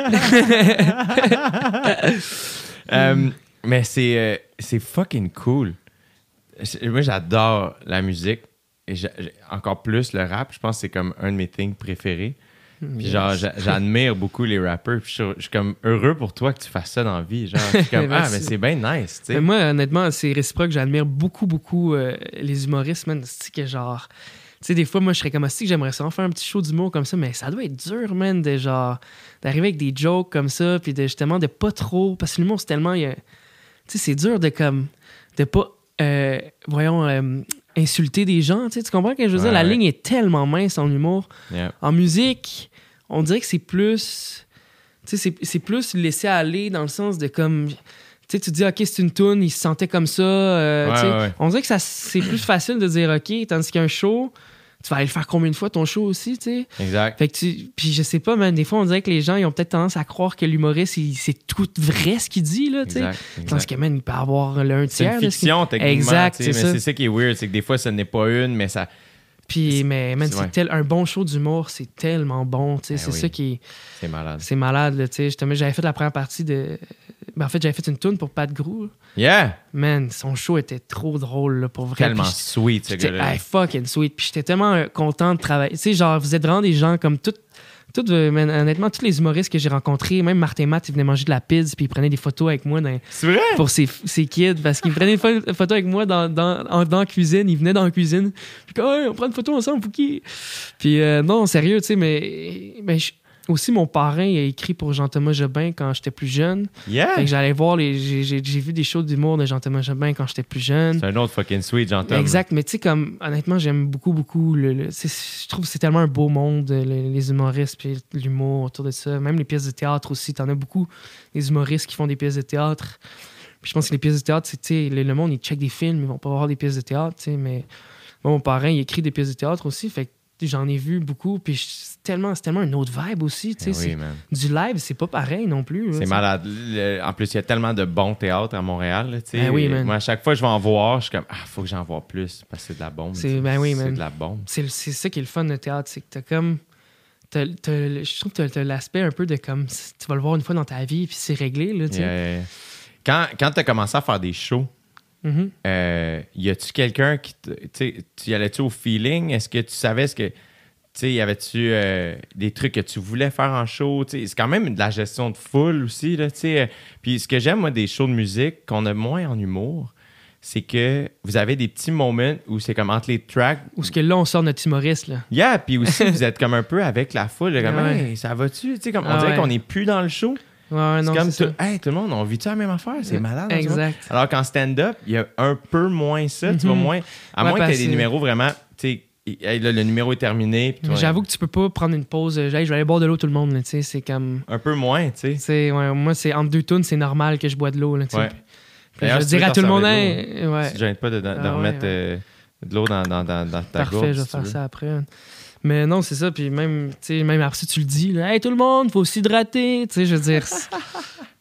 Euh, mais c'est, euh, c'est fucking cool. C'est- Moi, j'adore la musique. Et j'a- j'ai- encore plus le rap. Je pense que c'est comme un de mes things préférés. Puis genre, j'a- j'admire beaucoup les rappers. Puis je suis- je suis comme heureux pour toi que tu fasses ça dans la vie. Genre, je suis comme, ah, Merci. mais c'est bien nice, tu sais. Mais moi, honnêtement, c'est réciproque. J'admire beaucoup, beaucoup euh, les humoristes, man. C'est que genre... Tu sais, des fois, moi, je serais comme aussi que j'aimerais ça en faire un petit show d'humour comme ça, mais ça doit être dur, man, de genre... D'arriver avec des jokes comme ça, puis de justement de pas trop... Parce que l'humour, c'est tellement... il y a- Tu sais, c'est dur de comme... De pas... euh, voyons... euh, insulter des gens, tu sais, tu comprends ce que je veux Ouais, dire? La ouais. ligne est tellement mince en humour. Yeah. En musique, on dirait que c'est plus... Tu sais, c'est, c'est plus laisser aller dans le sens de comme... Tu sais, tu te dis, OK, c'est une toune, il se sentait comme ça. euh, Ouais, tu sais. ouais. On dirait que ça, c'est plus facile de dire, OK, tandis qu'un show, tu vas aller le faire combien de fois ton show aussi, tu sais? Exact. Fait que tu... Puis je sais pas, man, des fois, on dirait que les gens, ils ont peut-être tendance à croire que l'humoriste, il- c'est tout vrai ce qu'il dit, là, tu sais. Exact. Tandis exact. que, man, il peut avoir le un C'est tiers une de ce qu'il- fiction, techniquement. Exact, tu sais, c'est mais ça. c'est ça qui est weird, c'est que des fois, ce n'est pas une, mais ça. Puis, mais, man, c'est- c'est ouais. tel... un bon show d'humour, c'est tellement bon, tu sais. Ben c'est oui. ça qui est... C'est malade. C'est malade, là, tu sais. Justement, j'avais fait la première partie de... Ben, en fait, j'avais fait une toune pour Pat Grou. là. Yeah! Man, son show était trop drôle, là, pour vrai. Tellement Puis sweet, ce j'étais gars-là. hey, fucking sweet. Puis j'étais tellement euh, content de travailler. Tu sais, genre, vous êtes vraiment des gens comme tout... tout euh, man, honnêtement, tous les humoristes que j'ai rencontrés, même Martin Matt, il venait manger de la pizza puis il prenait des photos avec moi dans- C'est vrai? pour ses, ses kids parce qu'il prenait une pho- photo avec moi dans, dans, en- dans la cuisine. Il venait dans la cuisine. Puis comme, hey, on prend une photo ensemble, Fouki. Puis euh, non, sérieux, tu sais, mais, mais je- aussi mon parrain il a écrit pour Jean-Thomas Jobin quand j'étais plus jeune. Yeah! Fait que j'allais voir les. J'ai, j'ai, j'ai vu des shows d'humour de Jean-Thomas Jobin quand j'étais plus jeune. C'est un autre fucking sweet, j'entends. Exact, mais tu sais, comme, honnêtement, j'aime beaucoup, beaucoup. Le, le- c'est- je trouve que c'est tellement un beau monde, le- les humoristes, puis l'humour autour de ça. Même les pièces de théâtre aussi. T'en as beaucoup, des humoristes qui font des pièces de théâtre. Puis je pense que les pièces de théâtre, c'est, tu sais, le, le monde, ils check des films, ils vont pas voir des pièces de théâtre, tu sais, mais moi, mon parrain, il écrit des pièces de théâtre aussi, fait que j'en ai vu beaucoup, puis je- c'est tellement, c'est tellement une autre vibe aussi, tu sais. Oui, c'est- man. Du live, c'est pas pareil non plus. là, C'est tu sais. malade. Le- en plus, il y a tellement de bons théâtres à Montréal. là, tu sais. Ben oui, man. Moi, à chaque fois que je vais en voir, je suis comme, ah, faut que j'en vois plus parce que c'est de la bombe. C'est- tu sais. ben oui, C'est man. de la bombe. C'est, le- c'est ça qui est le fun de théâtre, c'est que t'as comme. T'as, t'as le- je trouve que t'as, t'as l'aspect un peu de comme. Tu vas le voir une fois dans ta vie, puis c'est réglé, là, tu sais. Yeah, yeah, yeah. Quand, quand tu as commencé à faire des shows, Mhm. euh, y a-tu quelqu'un qui. te- Tu sais, tu y allais-tu au feeling? Est-ce que tu savais ce que. Tu sais, y avait-tu euh, des trucs que tu voulais faire en show? Tu sais, c'est quand même de la gestion de foule aussi, là, tu sais. Puis ce que j'aime, moi, des shows de musique qu'on a moins en humour, c'est que vous avez des petits moments où c'est comme entre les tracks. Ou ce que là, on sort notre humoriste, là. Yeah, puis aussi, vous êtes comme un peu avec la foule. là, Comme, Ouais. hey, ça va-tu? Tu sais, comme, on Ah dirait ouais. qu'on n'est plus dans le show. Ouais, ouais, C'est non, comme, c'est tout, hey, tout le monde, on vit-tu la même affaire? C'est malade. en ce moment. Exact. Alors qu'en stand-up, il y a un peu moins ça. Tu Mhm. vois, moins. À Ouais, moins que tu parce aies des que- numéros vraiment. Tu sais, hey, là, le numéro est terminé. puis toi, J'avoue que tu peux pas prendre une pause. euh, Hey, je vais aller boire de l'eau, tout le monde, là, tu sais. C'est comme. Un peu moins, tu sais. Tu sais, ouais, moi, c'est entre deux tunes, c'est normal que je bois de l'eau, là, tu sais. Ouais. Puis je D'ailleurs, vais si tu dire veux à tout le monde, t'en hey, servir de ouais. Si tu ne gênes pas de, de- de Ah ouais, remettre ouais. euh, de l'eau dans, dans, dans, dans ta Parfait, gorge. je vais si tu faire veux. ça après. Mais non, c'est ça. Puis même, tu sais, même après ça, tu le dis, là, hey, tout le monde, faut s'hydrater. Tu sais, je veux dire, c'est-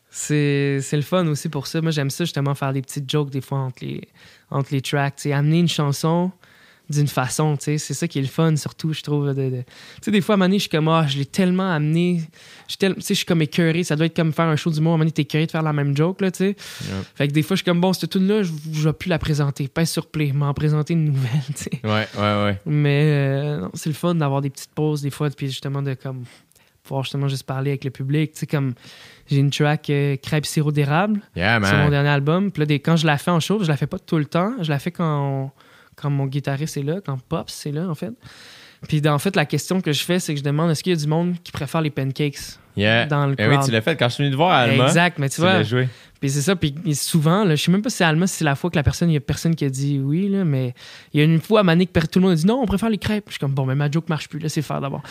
C'est, c'est le fun aussi pour ça. Moi, j'aime ça, justement, faire des petites jokes des fois entre les, entre les tracks. T'sais, amener une chanson d'une façon, tu sais, c'est ça qui est le fun, surtout, je trouve. De, de... Tu sais, des fois, à un moment donné, je suis comme, ah, je l'ai tellement amené. Tu sais, je suis comme écœuré. Ça doit être comme faire un show d'humour. À un moment donné, t'es écœuré de faire la même joke, là, tu sais. Yep. Fait que des fois, je suis comme, bon, cette tune-là, je ne vais plus la présenter. Pas sur play, m'en présenter une nouvelle, tu sais. Ouais, ouais, ouais. Mais euh, non, c'est le fun d'avoir des petites pauses, des fois, puis justement, de comme, pouvoir justement juste parler avec le public. Tu sais, comme, j'ai une track euh, Crêpes sirop d'érable. Yeah, man. C'est mon dernier album. Puis là, des, quand je la fais en show, je la fais pas tout le temps. Je la fais quand. On, quand mon guitariste est là, quand Pops est là, en fait. Puis, en fait, la question que je fais, c'est que je demande est-ce qu'il y a du monde qui préfère les pancakes yeah. dans le eh crowd? Oui, tu l'as fait quand je suis venu te voir à Alma. Exact, mais tu, tu vois. l'as joué. Puis c'est ça. Puis souvent, là, je sais même pas si c'est Alma, si c'est la fois que la personne, il y a personne qui a dit oui, là, mais il y a une fois à Mané que tout le monde a dit non, on préfère les crêpes. Je suis comme bon, mais ma joke marche plus, laissez faire d'abord.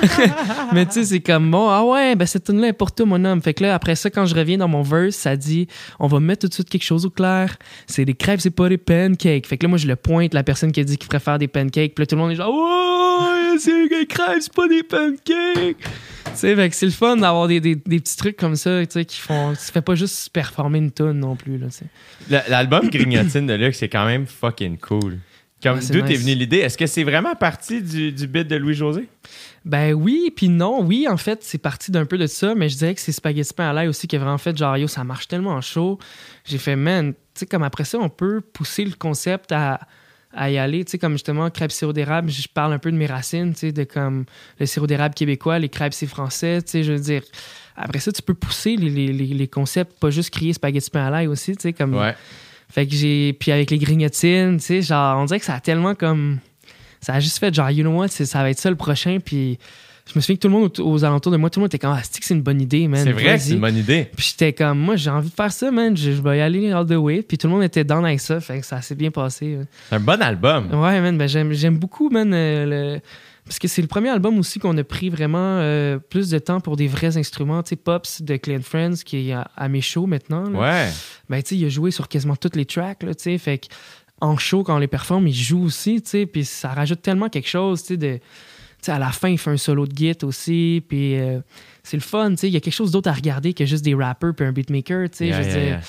Mais tu sais, c'est comme bon, ah ouais, ben cette tune-là est pour toi, mon homme. Fait que là, après ça, quand je reviens dans mon verse, ça dit on va mettre tout de suite quelque chose au clair. C'est des crêpes, c'est pas des pancakes. Fait que là, moi, je le pointe, la personne qui a dit qu'il préfère des pancakes. Puis là, tout le monde est genre oh, c'est des crêpes, c'est pas des pancakes. Tu sais, fait que c'est le fun d'avoir des, des, des petits trucs comme ça, tu sais, qui font. Tu fais pas juste performer une tune non plus, là, tu sais. L'album Grignotine de Luxe, c'est quand même fucking cool. Comme ouais, d'où nice. t'es venue l'idée? Est-ce que c'est vraiment parti du, du beat de Louis-José? Ben oui, puis non. Oui, en fait, c'est parti d'un peu de ça, mais je dirais que c'est Spaghetti Pain à l'ail aussi qui a vraiment fait genre, yo, ça marche tellement en show. J'ai fait, man, tu sais, comme après ça, on peut pousser le concept à. à y aller, tu sais, comme justement crêpes sirop d'érable, je parle un peu de mes racines, tu sais, de comme le sirop d'érable québécois, les crêpes c'est français, tu sais, je veux dire. Après ça, tu peux pousser les, les, les concepts, pas juste crier spaghetti pain à l'ail aussi, tu sais, comme. Ouais. Fait que j'ai. Puis avec les grignotines, tu sais, genre, on dirait que ça a tellement comme. Ça a juste fait genre, you know what, ça va être ça le prochain, puis. Je me souviens que tout le monde aux alentours de moi, tout le monde était comme, ah, c'est que c'est une bonne idée, man. C'est vrai Vas-y. que c'est une bonne idée. Puis j'étais comme, moi, j'ai envie de faire ça, man. Je, je vais y aller all the way. Puis tout le monde était down avec ça. Fait que ça s'est bien passé. Man. C'est un bon album. Ouais, man. Ben, j'aime, j'aime beaucoup, man. Euh, le... Parce que c'est le premier album aussi qu'on a pris vraiment euh, plus de temps pour des vrais instruments. Tu sais, Pops de Clean Friends, qui est à, à mes shows maintenant. Là. Ouais. Ben, tu sais, il a joué sur quasiment toutes les tracks, là, tu sais. Fait que en show, quand on les performe, il joue aussi, tu sais. Puis ça rajoute tellement quelque chose, tu sais, de. T'sais, à la fin, il fait un solo de guitare aussi, puis euh, c'est le fun, il y a quelque chose d'autre à regarder que juste des rappers puis un beatmaker, tu sais, yeah, je veux yeah, dire, yeah.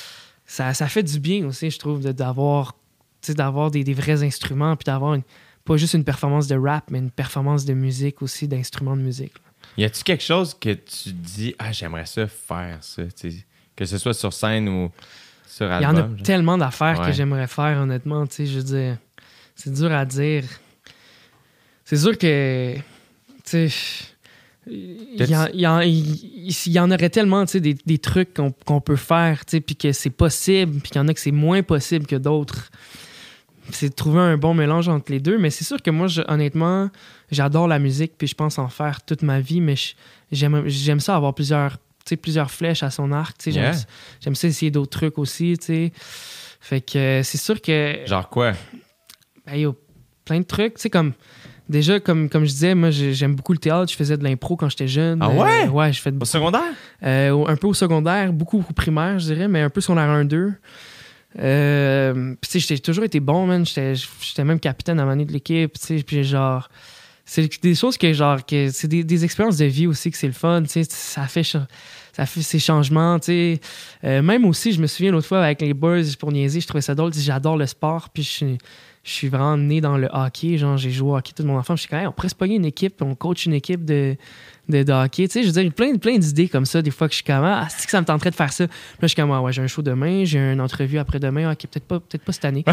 Ça, ça fait du bien aussi, je trouve, de, d'avoir, d'avoir des, des vrais instruments, puis d'avoir une, pas juste une performance de rap, mais une performance de musique aussi, d'instruments de musique. Là. Y a-tu quelque chose que tu dis, ah, j'aimerais ça faire ça, t'sais, que ce soit sur scène ou sur album? Il y en a genre. tellement d'affaires Ouais. que j'aimerais faire, honnêtement, tu sais, je veux dire, c'est dur à dire. C'est sûr que, tu sais, il y, en- il y en- il- il y en aurait tellement, tu sais, des, des trucs qu'on, qu'on peut faire, tu sais, puis que c'est possible, puis qu'il y en a que c'est moins possible que d'autres. C'est de trouver un bon mélange entre les deux, mais c'est sûr que moi, je- honnêtement, j'adore la musique, puis je pense en faire toute ma vie, mais je- j'aime, j'aime ça avoir plusieurs, tu sais, plusieurs flèches à son arc, tu sais, j'aime, Yeah. j'aime ça essayer d'autres trucs aussi, tu sais. Fait que euh, c'est sûr que... Genre quoi? Ben, yo, plein de trucs. Tu sais, comme. Déjà, comme, comme je disais, moi, j'ai- j'aime beaucoup le théâtre. Je faisais de l'impro quand j'étais jeune. Ah ouais? Euh, ouais, je fais de- Au secondaire? euh, au- un peu au secondaire, beaucoup au primaire, je dirais, mais un peu secondaire un deux. Euh, puis, tu sais, j'ai toujours été bon, man. J'étais j'étais même capitaine à un moment donné de l'équipe. Tu sais, puis genre. C'est des choses que, genre, que c'est des, des expériences de vie aussi que c'est le fun. Tu sais, ça fait. cha- Ça fait ces changements, tu sais. Euh, même aussi, je me souviens l'autre fois avec les boys, pour niaiser, je trouvais ça drôle. J'adore le sport, puis je suis, je suis vraiment né dans le hockey. Genre, j'ai joué au hockey toute mon enfance. Je suis quand même, on pourrait se pogner une équipe, on coach une équipe de, de, de hockey. Tu sais, je veux dire, plein, plein d'idées comme ça. Des fois que je suis comme, ah, c'est que ça me tenterait de faire ça. Puis là, je suis comme, ah, ouais, j'ai un show demain, j'ai une entrevue après-demain. Ok, peut-être pas, peut-être pas cette année.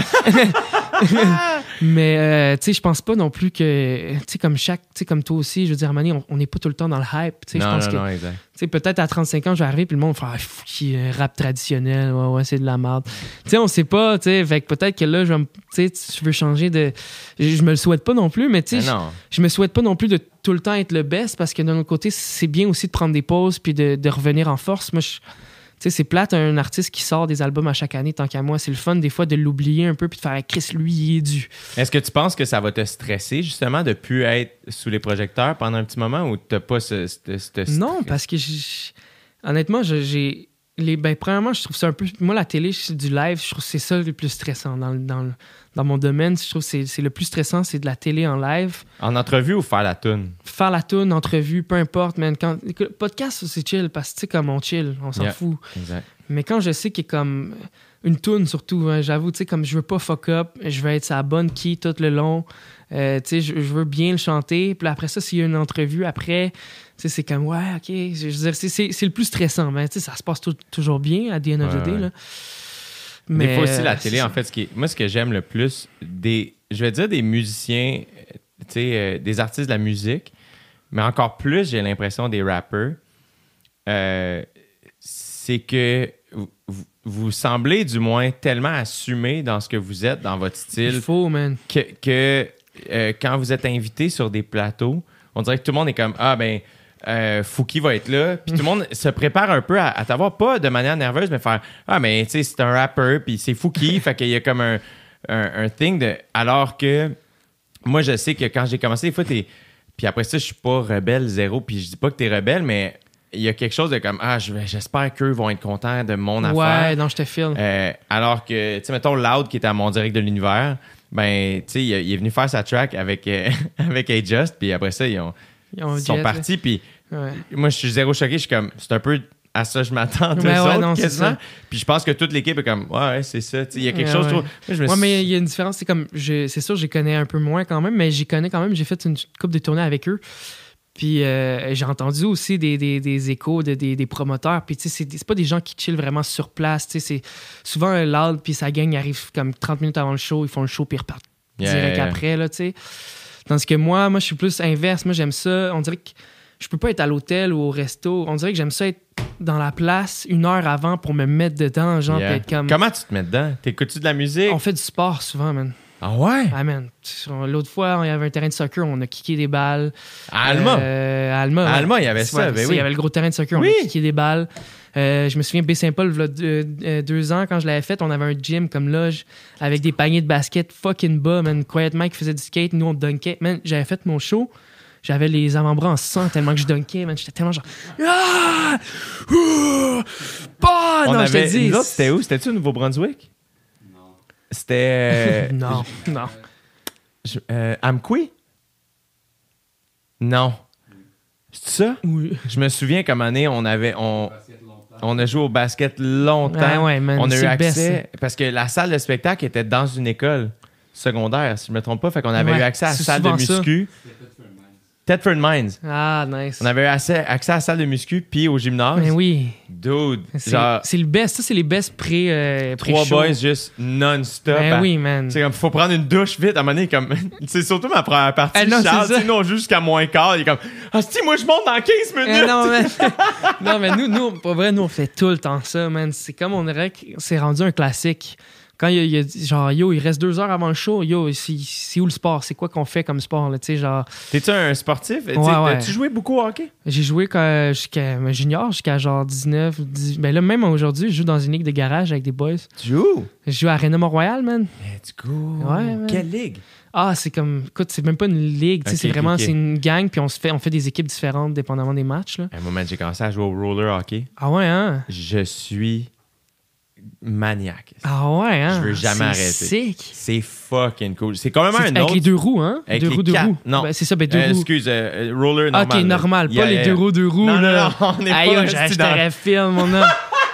Mais, euh, tu sais, je pense pas non plus que, tu sais, comme chaque, tu sais, comme toi aussi, je veux dire, à un moment donné, on on n'est pas tout le temps dans le hype. Tu sais, je Non, pense non, que. non, exact. Tu sais, peut-être à trente-cinq ans, je vais arriver, puis le monde va faire ah, fou, qui est rap traditionnel, ouais, ouais, c'est de la merde. Tu sais, on sait pas, tu sais, fait que peut-être que là, je vais me- tu sais, tu veux changer de. Je, je me le souhaite pas non plus, mais tu Mais sais, non. je, je me souhaite pas non plus de tout le temps être le best parce que d'un autre côté, c'est bien aussi de prendre des pauses puis de, de revenir en force. Moi, je. Tu sais, c'est plate un artiste qui sort des albums à chaque année, tant qu'à moi. C'est le fun, des fois, de l'oublier un peu puis de faire Chris, lui, il est dû. Est-ce que tu penses que ça va te stresser, justement, de plus être sous les projecteurs pendant un petit moment ou t'as pas ce, ce, ce stress? Non, parce que j'ai- honnêtement, je- j'ai Les, ben, premièrement, je trouve ça un peu... Moi, la télé, c'est du live, je trouve que c'est ça le plus stressant dans, le- dans, le- dans mon domaine. Je trouve que c'est, c'est le plus stressant, c'est de la télé en live. En entrevue ou faire la toune? Faire la toune, entrevue, peu importe, man. Quand, écoute, podcast, c'est chill, parce que, tu sais, comme on chill, on s'en Yeah. fout. Exact. Mais quand je sais qu'il y a comme une toune, surtout, hein, j'avoue, tu sais, comme je veux pas fuck up, je veux être sa bonne key tout le long. Euh, tu sais, je, je veux bien le chanter. Puis là, après ça, s'il y a une entrevue, après, tu sais, c'est comme, ouais, OK. Je veux dire, c'est, c'est, c'est le plus stressant. Mais tu sais, ça se passe tout- toujours bien à the end of the Ouais, day, ouais. là. Des fois aussi, euh, la télé, c'est en ça. fait, ce qui est- moi, ce que j'aime le plus, des, je vais dire des musiciens, euh, tu sais, euh, des artistes de la musique, mais encore plus, j'ai l'impression des rappers, euh, c'est que vous, vous- vous semblez, du moins, tellement assumé dans ce que vous êtes, dans votre Il style, faut, man. que, que euh, quand vous êtes invité sur des plateaux, on dirait que tout le monde est comme ah ben euh, Fouki va être là, puis tout le monde se prépare un peu à, à t'avoir, pas de manière nerveuse, mais faire ah ben tu sais c'est un rappeur puis c'est Fouki, fait qu'il y a comme un, un, un thing de alors que moi je sais que quand j'ai commencé des fois t'es puis après ça je suis pas rebelle zéro, puis je dis pas que t'es rebelle, mais il y a quelque chose de comme ah je vais- j'espère qu'eux vont être contents de mon affaire. Ouais, non, je te file. Euh, alors que, tu sais, mettons, Loud, qui était à mon direct de l'univers, ben, tu sais, il, il est venu faire sa track avec, euh, avec A-Just, puis après ça, ils, ont, Ils ont ils sont jet, partis, puis là. Ouais. moi, je suis zéro choqué, je suis comme, c'est un peu à ça je m'attends d'eux Ouais, ouais, autres, non, c'est quasiment. ça. Puis je pense que toute l'équipe est comme, ouais, ouais, c'est ça, tu sais, il y a quelque Ouais, chose, ouais. trop- Moi, je me Ouais, suis- mais il y a une différence. C'est comme, je- c'est sûr, j'y connais un peu moins quand même, mais j'y connais quand même. J'ai fait une couple de tournées avec eux. Puis euh, j'ai entendu aussi des, des, des échos de, des, des promoteurs. Puis tu sais, c'est, c'est pas des gens qui chillent vraiment sur place. Tu sais, c'est souvent un Loud, puis sa gang arrive comme trente minutes avant le show. Ils font le show, puis ils repartent Yeah, direct yeah, yeah. après, là, tu sais. Tandis que moi, moi, je suis plus inverse. Moi, j'aime ça. On dirait que je peux pas être à l'hôtel ou au resto. On dirait que j'aime ça être dans la place une heure avant pour me mettre dedans, genre, Yeah. puis être comme... Comment tu te mets dedans? T'écoutes-tu de la musique? On fait du sport souvent, man. Ah ouais? Ah, man. L'autre fois, il y avait un terrain de soccer, on a kické des balles. À Alma? Euh, à Alma. À ouais. Alma, il y avait ça, Ouais, ben Il oui. y avait le gros terrain de soccer, Oui. on a kické des balles. Euh, je me souviens, Baie-Saint-Paul, il y a deux, euh, deux ans, quand je l'avais fait, on avait un gym comme loge avec des paniers de basket fucking bas, man. Quiet Mike faisait du skate, nous on dunkait. Man, j'avais fait mon show, j'avais les avant-bras en sang tellement que je dunkais, man. J'étais tellement genre. Ah! Ouh! Bah! On non, je te avait, dis. nous autres, c'était où? C'était-tu au Nouveau-Brunswick? Non. C'était... euh, Non, non. je- euh, Amqui? Non. C'est ça? Oui. Je me souviens qu'à un moment donné, on avait... On, on a joué au basket longtemps. Ouais, ouais, man, on a eu c'est le best, accès... Parce que la salle de spectacle était dans une école secondaire, si je me trompe pas. Fait qu'on avait Ouais, eu accès à la c'est salle de souvent ça. muscu. Thetford Mines. Ah, nice. On avait eu accès, accès à la salle de muscu puis au gymnase. Ben oui. Dude, C'est, genre c'est le best. Ça, c'est les best pré, euh, trois pré-show. boys juste non-stop. Ben à- oui, man. C'est comme, faut prendre une douche vite. À un moment donné, comme, c'est surtout ma première partie. Ah non, Charles, c'est ça. tu sais, nous, on joue jusqu'à moins quart. Il est comme, ah, si, moi, je monte dans quinze Eh minutes. non, man. non, mais nous, nous, pour vrai, nous, on fait tout le temps ça, man. C'est comme on dirait que c'est rendu un classique. Quand il y a, il y a- genre, yo, il reste deux heures avant le show, yo, c'est, c'est où le sport? C'est quoi qu'on fait comme sport, là? Tu sais, genre, T'es-tu un sportif? Tu sais, Ouais, ouais. T'as-tu joué beaucoup au hockey? j'ai joué quand, jusqu'à mais junior, jusqu'à genre dix-neuf, dix Ben là, même aujourd'hui, je joue dans une ligue de garage avec des boys. Tu joues? Je joue à Arena Mont-Royal, man. Let's go. Ouais, man. Quelle ligue? Ah, c'est comme, écoute, c'est même pas une ligue, tu sais, Ok, c'est ok, vraiment, ok. c'est une gang, puis on se fait, on fait des équipes différentes dépendamment des matchs, là. À un moment, j'ai commencé à jouer au roller hockey. Ah ouais, hein? Je suis maniaque. Ah ouais, hein? Je veux jamais c'est arrêter. Sick. C'est fucking cool. C'est quand même C'est un avec autre. les deux roues, hein? Avec deux les roues, deux quatre- roues. non. Ben, c'est ça, ben deux Euh, roues. excuse, euh, euh, roller Ah, normal. ok, normal, Yeah, pas les yeah, deux yeah. roues, deux roues. Non, là. non, non, on n'est Aïe, pas je, je resté dans- t'aurais film, mon homme.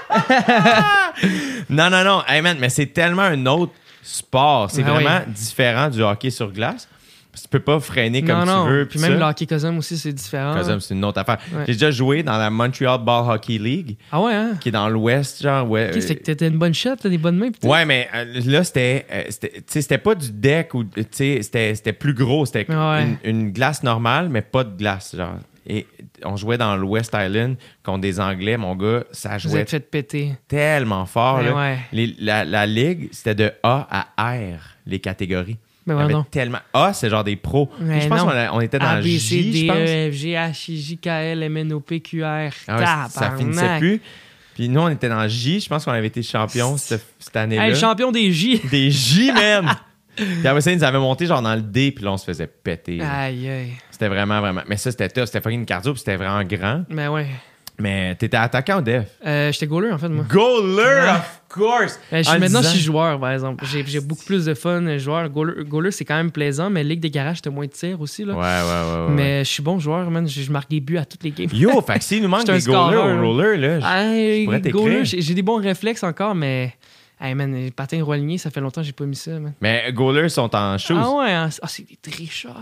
Non, non, non. Hey, man, mais c'est tellement un autre sport. C'est Ah vraiment oui. différent du hockey sur glace. Parce que tu peux pas freiner comme non, non. tu veux. Puis pis même ça. le hockey cosum aussi, c'est différent. Cosum, c'est une autre affaire. Ouais. J'ai déjà joué dans la Montreal Ball Hockey League, Ah ouais, hein? qui est dans l'ouest, genre. Ouais, Ok, c'est que t'étais une bonne shot, t'as des bonnes mains. pis tout. Ouais, mais euh, là, c'était, euh, c'était, tu sais, c'était pas du deck ou, tu sais, c'était, c'était plus gros. C'était Ouais. une, une glace normale, mais pas de glace, genre. Et on jouait dans le West Island contre des Anglais, mon gars, ça Je vous jouait êtes fait péter. tellement fort. Ouais, là. ouais. Les- la, la ligue, c'était de A à R, les catégories. Ben Il y avait ouais, non. tellement... A, c'est genre des pros. Ouais, je pense non. qu'on a- on était dans A, le B, C, J, D, je E, pense. F, G, H, I, J, K, L, M, N, O, P, Q, R. Ah ouais, ça Tabarnak. finissait plus. Puis nous, on était dans le J. Je pense qu'on avait été champion cette, cette année-là. Hey, le champion des J. Des J, man! Puis après ça, ils nous avaient monté genre dans le D, puis là, on se faisait péter. là. Aïe, aïe. C'était vraiment, vraiment... Mais ça, c'était tough. C'était fucking cardio, puis c'était vraiment grand. Ben ouais. Mais t'étais attaquant ou def? Euh, j'étais goaler, en fait, moi. Goaler, Ouais. of course! Euh, je, En maintenant, disant- je suis joueur, par exemple. J'ai, j'ai beaucoup plus de fun euh, joueur. Goaler, goaler, c'est quand même plaisant, mais Ligue des garages, t'as moins de tirs aussi. Là. Ouais, ouais, ouais. ouais. Mais je suis bon joueur, man. Je, je marque des buts à toutes les games. Yo, fait que s'il nous manque J'étais un des goalers scoreur, au roller, là. je- Hey, pourrais t'écrire. goaler, j'ai, j'ai des bons réflexes encore, mais. Hey, man, les patins roilignés, ça fait longtemps que j'ai pas mis ça, man. Mais goalers sont en shoes. Ah ouais, hein? Ah, c'est des tricheurs.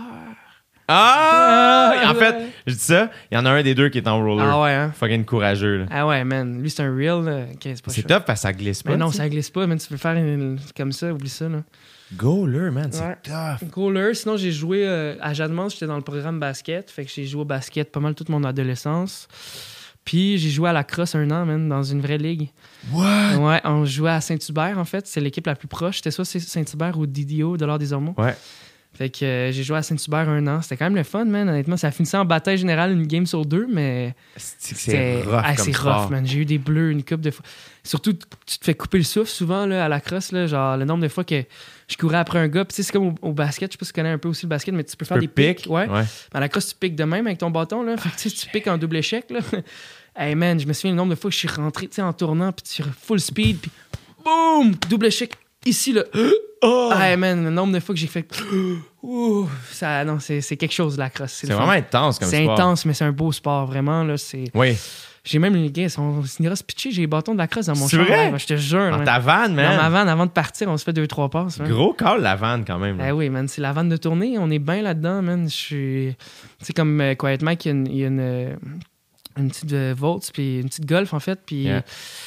Ah! Ah, En fait, ouais. je dis ça, il y en a un des deux qui est en roller. Ah ouais, hein? Fucking courageux, là. Ah ouais, man. Lui, c'est un real. Là. Ok, c'est pas C'est chaud. top parce que ça glisse pas. Mais non, tu sais. ça glisse pas, man. Tu peux faire une- comme ça, oublie ça, là. Goaler, man, c'est Ouais. tough. Goaler. Sinon, j'ai joué euh, à Jademans, j'étais dans le programme basket. Fait que j'ai joué au basket pas mal toute mon adolescence. Puis j'ai joué à la crosse un an, man, dans une vraie ligue. What? Ouais, on jouait à Saint-Hubert, en fait. C'est l'équipe la plus proche. C'était soit Saint-Hubert ou D D O, de l'Or des Ormeaux. Ouais. Fait que euh, j'ai joué à Saint-Hubert un an. C'était quand même le fun, man. Honnêtement, ça finissait en bataille générale, une game sur deux, mais C'est c'était c'est rough ah, comme c'est sport. rough, man. J'ai eu des bleus une couple de fois. Surtout, tu te fais couper le souffle souvent là, à la crosse, là, genre le nombre de fois que je courais après un gars. Puis tu sais, c'est comme au, au basket. Je sais pas si tu connais un peu aussi le basket, mais tu peux faire Tu des peux pics. pick, Ouais. ouais. À la crosse, tu piques de même avec ton bâton. Là. Fait que tu sais, tu piques en double échec. Là. Hey man, je me souviens le nombre de fois que je suis rentré tu sais, en tournant, puis tu full speed, puis boum, double échec ici là. Oh! Hey man, le nombre de fois que j'ai fait. Ouh, ça, non, c'est, c'est quelque chose la crosse. C'est le vraiment fun. intense comme C'est sport. intense, mais c'est un beau sport vraiment là. C'est. Oui. J'ai même les gars, on s'ira se pitcher, j'ai les bâtons de la crosse dans mon C'est char. vrai? Ouais, je te jure. Dans man. ta vanne, Dans ma man. vanne, avant de partir, on se fait deux, trois passes. man. Gros call la vanne quand même. là. Eh oui, man, c'est la vanne de tournée. On est bien là-dedans, man. Je suis. C'est comme euh, Quiet Mike, il y a une, il y a une, euh, une petite euh, Volts, puis une petite Golf, en fait. Puis. Yeah.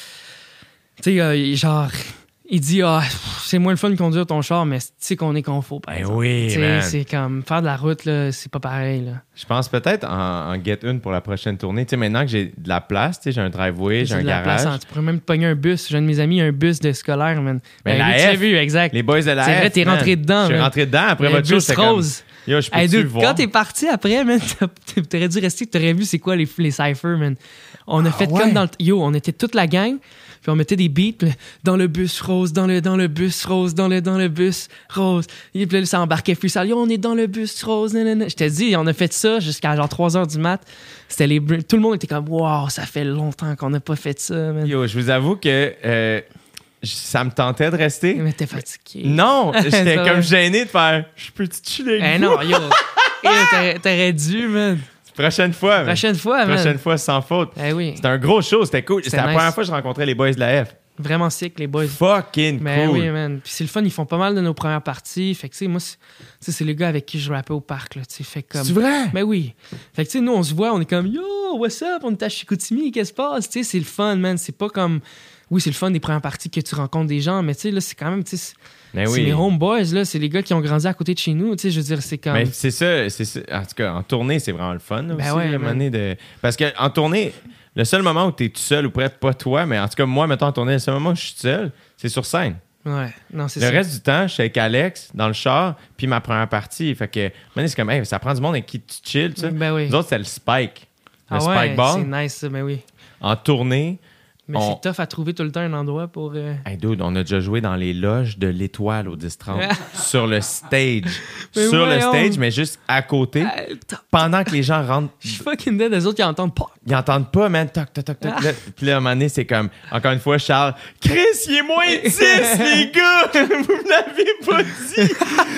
Tu sais, euh, genre. Il dit, ah, pff, c'est moins le fun de conduire ton char, mais tu sais qu'on est confort, par Ben exemple. oui, Tu sais, man. c'est comme faire de la route, là, c'est pas pareil, là. Je pense peut-être en, en get une pour la prochaine tournée. Tu sais, maintenant que j'ai de la place, tu sais, j'ai un driveway, j'ai C'est un de la garage. place, hein. Tu pourrais même te pogner un bus. J'ai un de mes amis, un bus de scolaire, man. Ben, Ben, la lui, tu l'as F, vu, exact. Les boys de la C'est vrai, F, t'es man. rentré dedans, Je suis man. rentré dedans. Après Le votre show, bus c'était comme... rose. Yo, je peux-tu Hey, le dude, voir? quand t'es parti après, man, t'as- t'aurais dû rester, t'aurais vu c'est quoi les, les cyphers, man. On a Ah, fait ouais? comme dans le. Yo, on était toute la gang, puis on mettait des beats, puis dans le bus rose, dans le, dans le bus rose, dans le, dans le bus rose. Et puis là, ça embarquait freestyle. Yo, on est dans le bus rose, nanana. Je t'ai dit, on a fait ça jusqu'à genre trois heures du mat. C'était les. Tout le monde était comme, wow, ça fait longtemps qu'on n'a pas fait ça, man. Yo, je vous avoue que euh, j- ça me tentait de rester. Mais t'es fatigué. Non, j'étais C'est comme vrai. gêné de faire « Je peux-tu chiller avec Eh vous? non, yo. Eh, t'aurais- T'aurais dû, man. Prochaine fois, man. Prochaine fois, man. Prochaine fois, sans faute. Eh oui. C'était un gros show, c'était cool. C'était C'était la nice. première fois que je rencontrais les boys de la F. Vraiment sick, les boys. Fucking Mais cool. oui, man. Puis c'est le fun, ils font pas mal de nos premières parties. Fait que, tu sais, moi, c'est, tu sais, c'est les gars avec qui je rappais au parc, là. Tu sais, fait comme. C'est vrai? Mais oui. Fait que, tu sais, nous, on se voit, on est comme, yo, what's up? On est à Chicoutimi, qu'est-ce qui se passe? Tu sais, c'est le fun, man. C'est pas comme. Oui, c'est le fun des premières parties que tu rencontres des gens, mais tu sais, là, c'est quand même, tu sais, c'est, Mais c'est oui. mes homeboys, là. C'est les gars qui ont grandi à côté de chez nous. Tu sais, je veux dire, c'est comme. Mais c'est ça, c'est ça. En tout cas, en tournée, c'est vraiment le fun. Là, Ben aussi, ouais, là, à un man. moment donné de... Parce qu'en tournée, le seul moment où tu es tout seul, ou peut-être pas toi, mais en tout cas, moi, mettons en tournée, le seul moment où je suis tout seul, c'est sur scène. Ouais, non, c'est Le ça. reste du temps, je suis avec Alex dans le char, puis ma première partie. Fait que, maintenant, c'est comme, hey, ça prend du monde avec qui tu chill, tu sais. Ben oui. Nous autres, c'est le spike. Le Ah ouais, spike ball. c'est nice, ça, mais oui. En tournée, Mais On- c'est tough à trouver tout le temps un endroit pour. euh, hey, dude, on a déjà joué dans les loges de l'Étoile au dix trente. sur le stage. Mais sur le voyons. stage, mais juste à côté. euh, top. Pendant que les gens rentrent, Je suis fucking dead, les autres qui entendent pas. ils entendent pas, man. Toc, toc, toc, toc. Là, puis là, à un moment donné, c'est comme, encore une fois, Charles, Chris, il est moins dix, les gars! Vous me l'avez pas dit!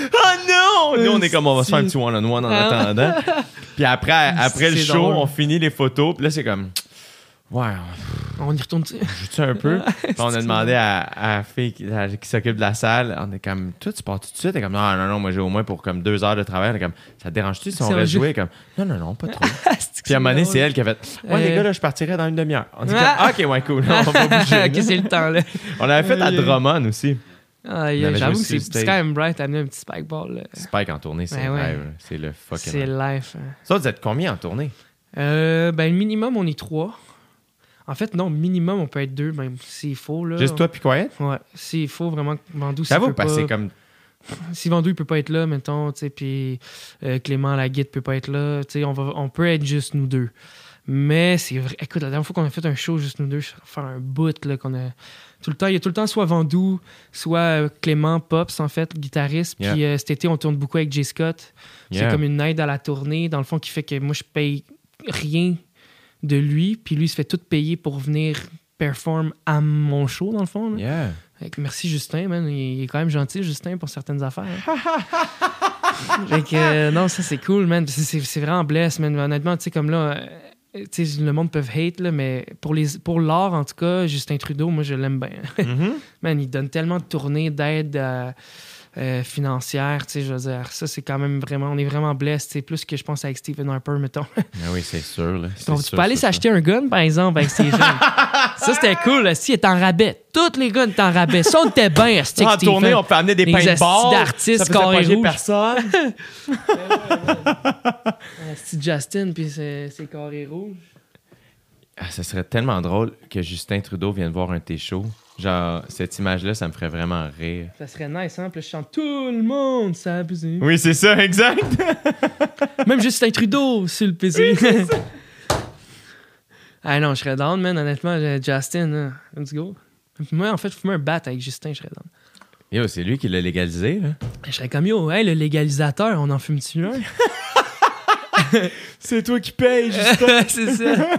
Oh non! Nous, on est comme, on va se faire un petit one-on-one en Ah. attendant. Puis après, après le C'est show, drôle. on finit les photos. Puis là, c'est comme, ouais, On y retourne. joue-tu un peu? Puis on a demandé à, à la fille qui, à- qui s'occupe de la salle, on est comme, toi, tu pars tout de suite? Elle est comme, non, non, non, moi, j'ai au moins pour comme deux heures de travail. Elle est comme, ça te dérange-tu si on C'est reste un jouer? Comme, non, non, non, pas trop. Puis à un moment donné, c'est elle qui a fait, ouais, les Euh. gars, là, je partirais dans une demi-heure. On dit, Ah. comme, ok, ouais, cool. On va bouger. Ok, c'est le temps, là. On l'avait fait à Aïe, aïe. Drummond aussi. Ah, avait joué j'avoue que sur c'est le c'est stage. quand même bright d'amener un petit spikeball. là. Spike en tournée, c'est Ben le ouais. rêve. là. C'est le fucking C'est rêve. life. hein. Ça, vous êtes combien en tournée? Euh, ben, le minimum, on est trois. En fait, non, minimum, on peut être deux, même s'il faut. Là. Juste toi puis Quiet? Ouais, s'il faut vraiment que Vandou, s'il J'avoue, peut parce que pas- c'est comme. Si Vandou, il peut pas être là, mettons, tu sais, puis euh, Clément Laguette peut pas être là, tu sais, on, va- on peut être juste nous deux. Mais c'est vrai, écoute, la dernière fois qu'on a fait un show juste nous deux, ça va faire un bout, là, qu'on a. Tout le temps, il y a tout le temps soit Vandou, soit euh, Clément Pops, en fait, guitariste. Puis Yeah. euh, cet été, on tourne beaucoup avec Jay Scott. Yeah. C'est comme une aide à la tournée, dans le fond, qui fait que moi, je paye rien de lui, puis lui, il se fait tout payer pour venir perform à mon show, dans le fond. Là. Yeah. Fait que merci, Justin, man. Il est quand même gentil, Justin, pour certaines affaires. Hein. Fait que, euh, non, ça, c'est cool, man. C'est, c'est, c'est vraiment bless, man. Honnêtement, tu sais, comme là, euh, tu sais, le monde peut hate, là, mais pour, les, pour l'art, en tout cas, Justin Trudeau, moi, je l'aime bien. Mm-hmm. Man, il donne tellement de tournées d'aide euh, euh, financière, tu sais, je veux dire. Ça, c'est quand même vraiment... On est vraiment blessed, tu sais, plus que je pense avec Stephen Harper, mettons. Ah oui, c'est sûr. Là. C'est Donc, sûr, tu peux aller c'est s'acheter un gun, par exemple, avec ces gens. Ça, c'était cool. Esti, il est en rabais. Tous les guns étaient en rabais. Ça, on était bien, Esti. En tournée, on peut amener des Les paintballs. d'artistes Ça faisait pas carré chier rouge. personne. Esti Justin, puis c'est, c'est carré rouge. Ah, ça serait tellement drôle que Justin Trudeau vienne voir un de tes shows. Genre, cette image-là, ça me ferait vraiment rire. Ça serait nice, hein? Puis là, je chante tout le monde, ça a abusé. Oui, c'est ça, exact. Même Justin Trudeau sur le P C. Oui, ah non, je serais down, man. Honnêtement, Justin, hein. Let's go. Moi, en fait, fumer un bat avec Justin, je serais down. Yo, c'est lui qui l'a légalisé, là. Je serais comme, yo, hey, le légalisateur, on en fume-tu un? C'est toi qui payes, Justin. C'est ça.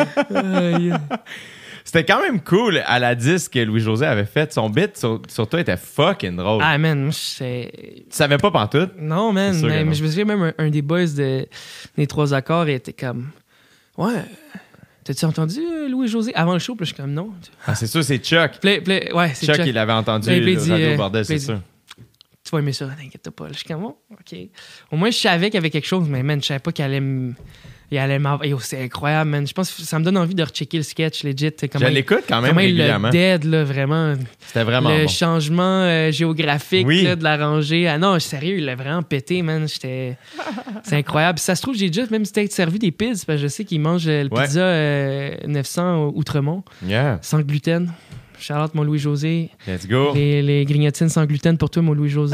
uh, yeah. C'était quand même cool à la disque que Louis-José avait fait. Son beat sur, sur toi était fucking drôle. Ah, man, moi, je sais. Tu savais pas pantoute? Non, man. C'est sûr Mais, que non. mais je me souviens même un, un des boys de, des Trois Accords, il était comme, ouais, t'as-tu entendu euh, Louis-José avant le show? Puis je suis comme, non. Ah, c'est sûr, c'est Chuck. Play, play, ouais, c'est Chuck, Chuck. il l'avait entendu Play, play, le dit, Radio euh, Bordel, play, c'est sûr. Tu vas aimer ça, t'inquiète pas. Je suis comme, bon, OK. Au moins, je savais qu'il y avait quelque chose, mais man, je savais pas qu'il allait me. Il allait m'en... Yo, c'est incroyable, man. Je pense que ça me donne envie de rechecker le sketch, legit. Comment Je il- l'écoute quand même comment il régulièrement. le dead, là, vraiment. C'était vraiment le bon. changement euh, géographique Oui. là, de la rangée. Ah non, sérieux, il l'a vraiment pété, man. J'étais... C'est incroyable. Puis ça se trouve, j'ai déjà même peut-être servi des pizzas, parce que je sais qu'il mange euh, le Ouais. pizza euh, neuf cents au Outremont, Yeah, sans gluten. Charlotte, mon Louis-José. let's go. Les, les grignotines sans gluten pour toi, mon Louis-José.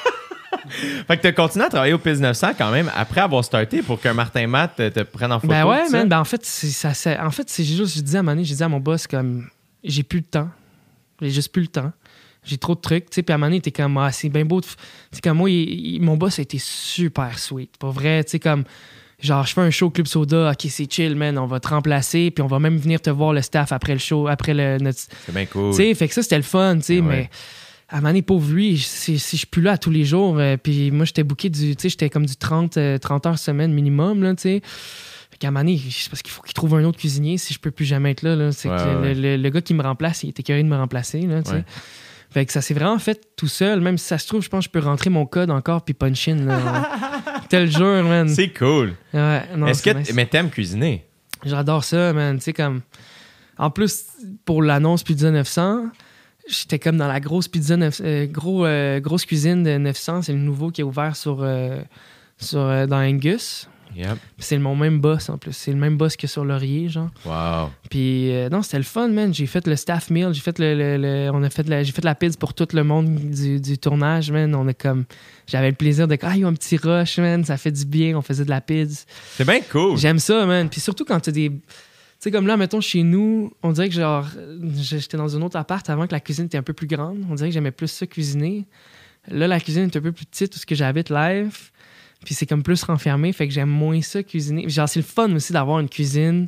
Fait que t'as continué à travailler au P I S neuf cents quand même après avoir starté pour que Martin Matt te, te prenne en photo. Ben ouais, tout ça. man. Ben en fait, c'est, ça, ça- en fait, c'est juste, je disais à un moment donné, je disais à mon boss, comme, j'ai plus le temps. J'ai juste plus le temps. J'ai trop de trucs, tu sais. Puis à un moment donné, t'es comme, ah, c'est bien beau. de f- Tu sais, comme moi, il- il- mon boss a été super sweet. Pour vrai, tu sais, comme, genre, je fais un show au Club Soda, ok, c'est chill, man. On va te remplacer, puis on va même venir te voir le staff après le show, après le. Notre, C'est bien cool. tu sais, fait que ça, c'était le fun, tu sais, Ah ouais. mais à un moment donné, pauvre lui, si, si je suis plus là tous les jours, euh, puis moi, j'étais booké du, tu sais, j'étais comme du trente, euh, trente heures semaine minimum, là, tu sais. Fait qu'à un moment donné, c'est parce qu'il faut qu'il trouve un autre cuisinier si je peux plus jamais être là, là. C'est Ouais, que ouais. le, le- le gars qui me remplace, il était curieux de me remplacer, là, tu sais. Ouais. Fait que ça s'est vraiment fait tout seul, même si ça se trouve, je pense que je peux rentrer mon code encore puis punch in, là. Tel jour, man. C'est cool. Ouais, non, Est-ce c'est que... nice. t- Mais t'aimes cuisiner? J'adore ça, man. Tu sais, comme. En plus, pour l'annonce Pizza neuf cents, j'étais comme dans la grosse pizza neuf euh, gros, euh, grosse cuisine de neuf cents. C'est le nouveau qui est ouvert sur, euh, sur, euh, dans Angus. Yep. Puis c'est mon même boss en plus. C'est le même boss que sur Laurier, genre. Wow. Puis euh, non, c'était le fun, man. J'ai fait le staff meal. J'ai fait le, le- le- on a fait la, j'ai fait la pizza pour tout le monde du, du tournage, man. On a comme. J'avais le plaisir de. Ah, il y a un petit rush, man. Ça fait du bien. On faisait de la pizza. C'est bien cool. J'aime ça, man. Puis surtout quand t'as des. Tu sais, comme là, mettons, chez nous, on dirait que genre. J'étais dans un autre appart avant que la cuisine était un peu plus grande. On dirait que j'aimais plus ça cuisiner. Là, la cuisine est un peu plus petite, où ce que j'habite live. Puis c'est comme plus renfermé, fait que j'aime moins ça cuisiner. Genre, c'est le fun aussi d'avoir une cuisine.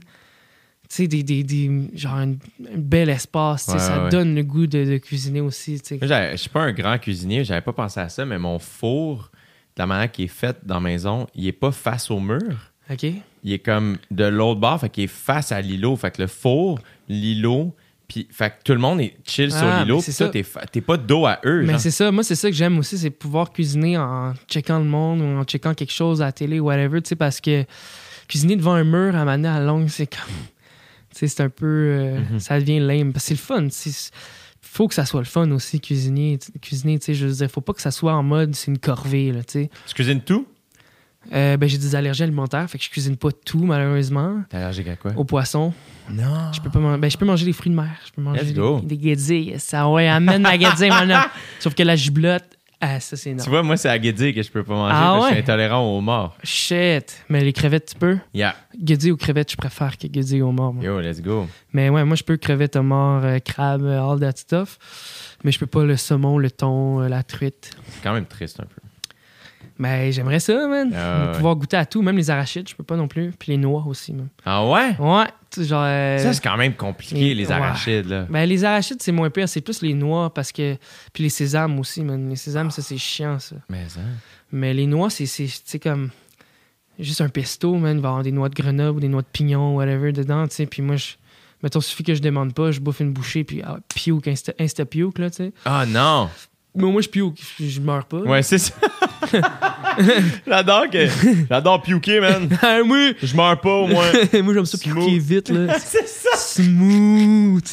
Tu sais, des, des, des, genre un, un bel espace. tu sais, Ouais, ça ouais. donne le goût de, de cuisiner aussi. tu sais. Moi, j'avais- Je suis pas un grand cuisinier, j'avais pas pensé à ça, mais mon four, de la manière qu'il est fait dans la maison, il est pas face au mur. OK? Il est comme de l'autre bord, fait qu'il est face à l'îlot. Fait que le four, l'îlot, puis fait que tout le monde est chill sur Ah, l'îlot, mais puis c'est toi, ça. t'es, fa- t'es pas de dos à eux. Mais genre. c'est ça, moi, c'est ça que j'aime aussi, c'est pouvoir cuisiner en checkant le monde ou en checkant quelque chose à la télé ou whatever, tu sais, parce que cuisiner devant un mur à manière à longue, c'est comme. Tu sais, c'est un peu. euh, Mhm. Ça devient lame. Parce que c'est le fun. Il faut que ça soit le fun aussi, cuisiner. Cuisiner, tu sais, je veux dire, faut pas que ça soit en mode c'est une corvée, là, tu sais. Tu cuisines tout? Euh, ben, j'ai des allergies alimentaires, fait que je cuisine pas tout, malheureusement. T'es allergique à quoi? Au poisson. Non. Je peux pas man- ben, je peux manger des fruits de mer. Je peux manger Let's go. des, des guédilles. Ça, ouais, amène ma guédille, mon homme. Sauf que la giblotte, ah, ça, c'est non. Tu vois, moi, c'est à guédille que je peux pas manger Ah parce que je ouais? suis intolérant au mort. Shit. Mais les crevettes, tu peux? Yeah. Guédille ou crevettes, je préfère que guédille au mort. moi. Yo, let's go. Mais ouais, moi, je peux crevettes au mort, euh, crabe, euh, all that stuff. Mais je peux pas le saumon, le thon, euh, la truite. C'est quand même triste un peu. Ben, j'aimerais ça, man. Ah, ouais. Pouvoir goûter à tout, même les arachides, je peux pas non plus. Puis les noix aussi, man. Ah ouais? Ouais, tu sais, genre. euh, Ça, c'est quand même compliqué, les- les ouais. arachides, là. Ben, les arachides, c'est moins pire, c'est plus les noix parce que. Puis les sésames aussi, man. Les sésames, ça, c'est chiant, ça. Mais ça... Mais les noix, c'est, c'est, c'est comme. Juste un pesto, man. Il va y avoir des noix de Grenoble ou des noix de pignon, whatever, dedans, tu sais. Puis moi, je. Mettons, il suffit que je demande pas, je bouffe une bouchée, puis ah, puke, insta, insta puke, là, tu sais. Ah non! Mais moi, je puke, je meurs pas. Ouais, c'est ça. J'adore que... J'adore puker, man. Ah, moi, Je meurs pas, au moins. moi, j'aime ça Smooth. piquer vite, là. C'est ça! Smooth.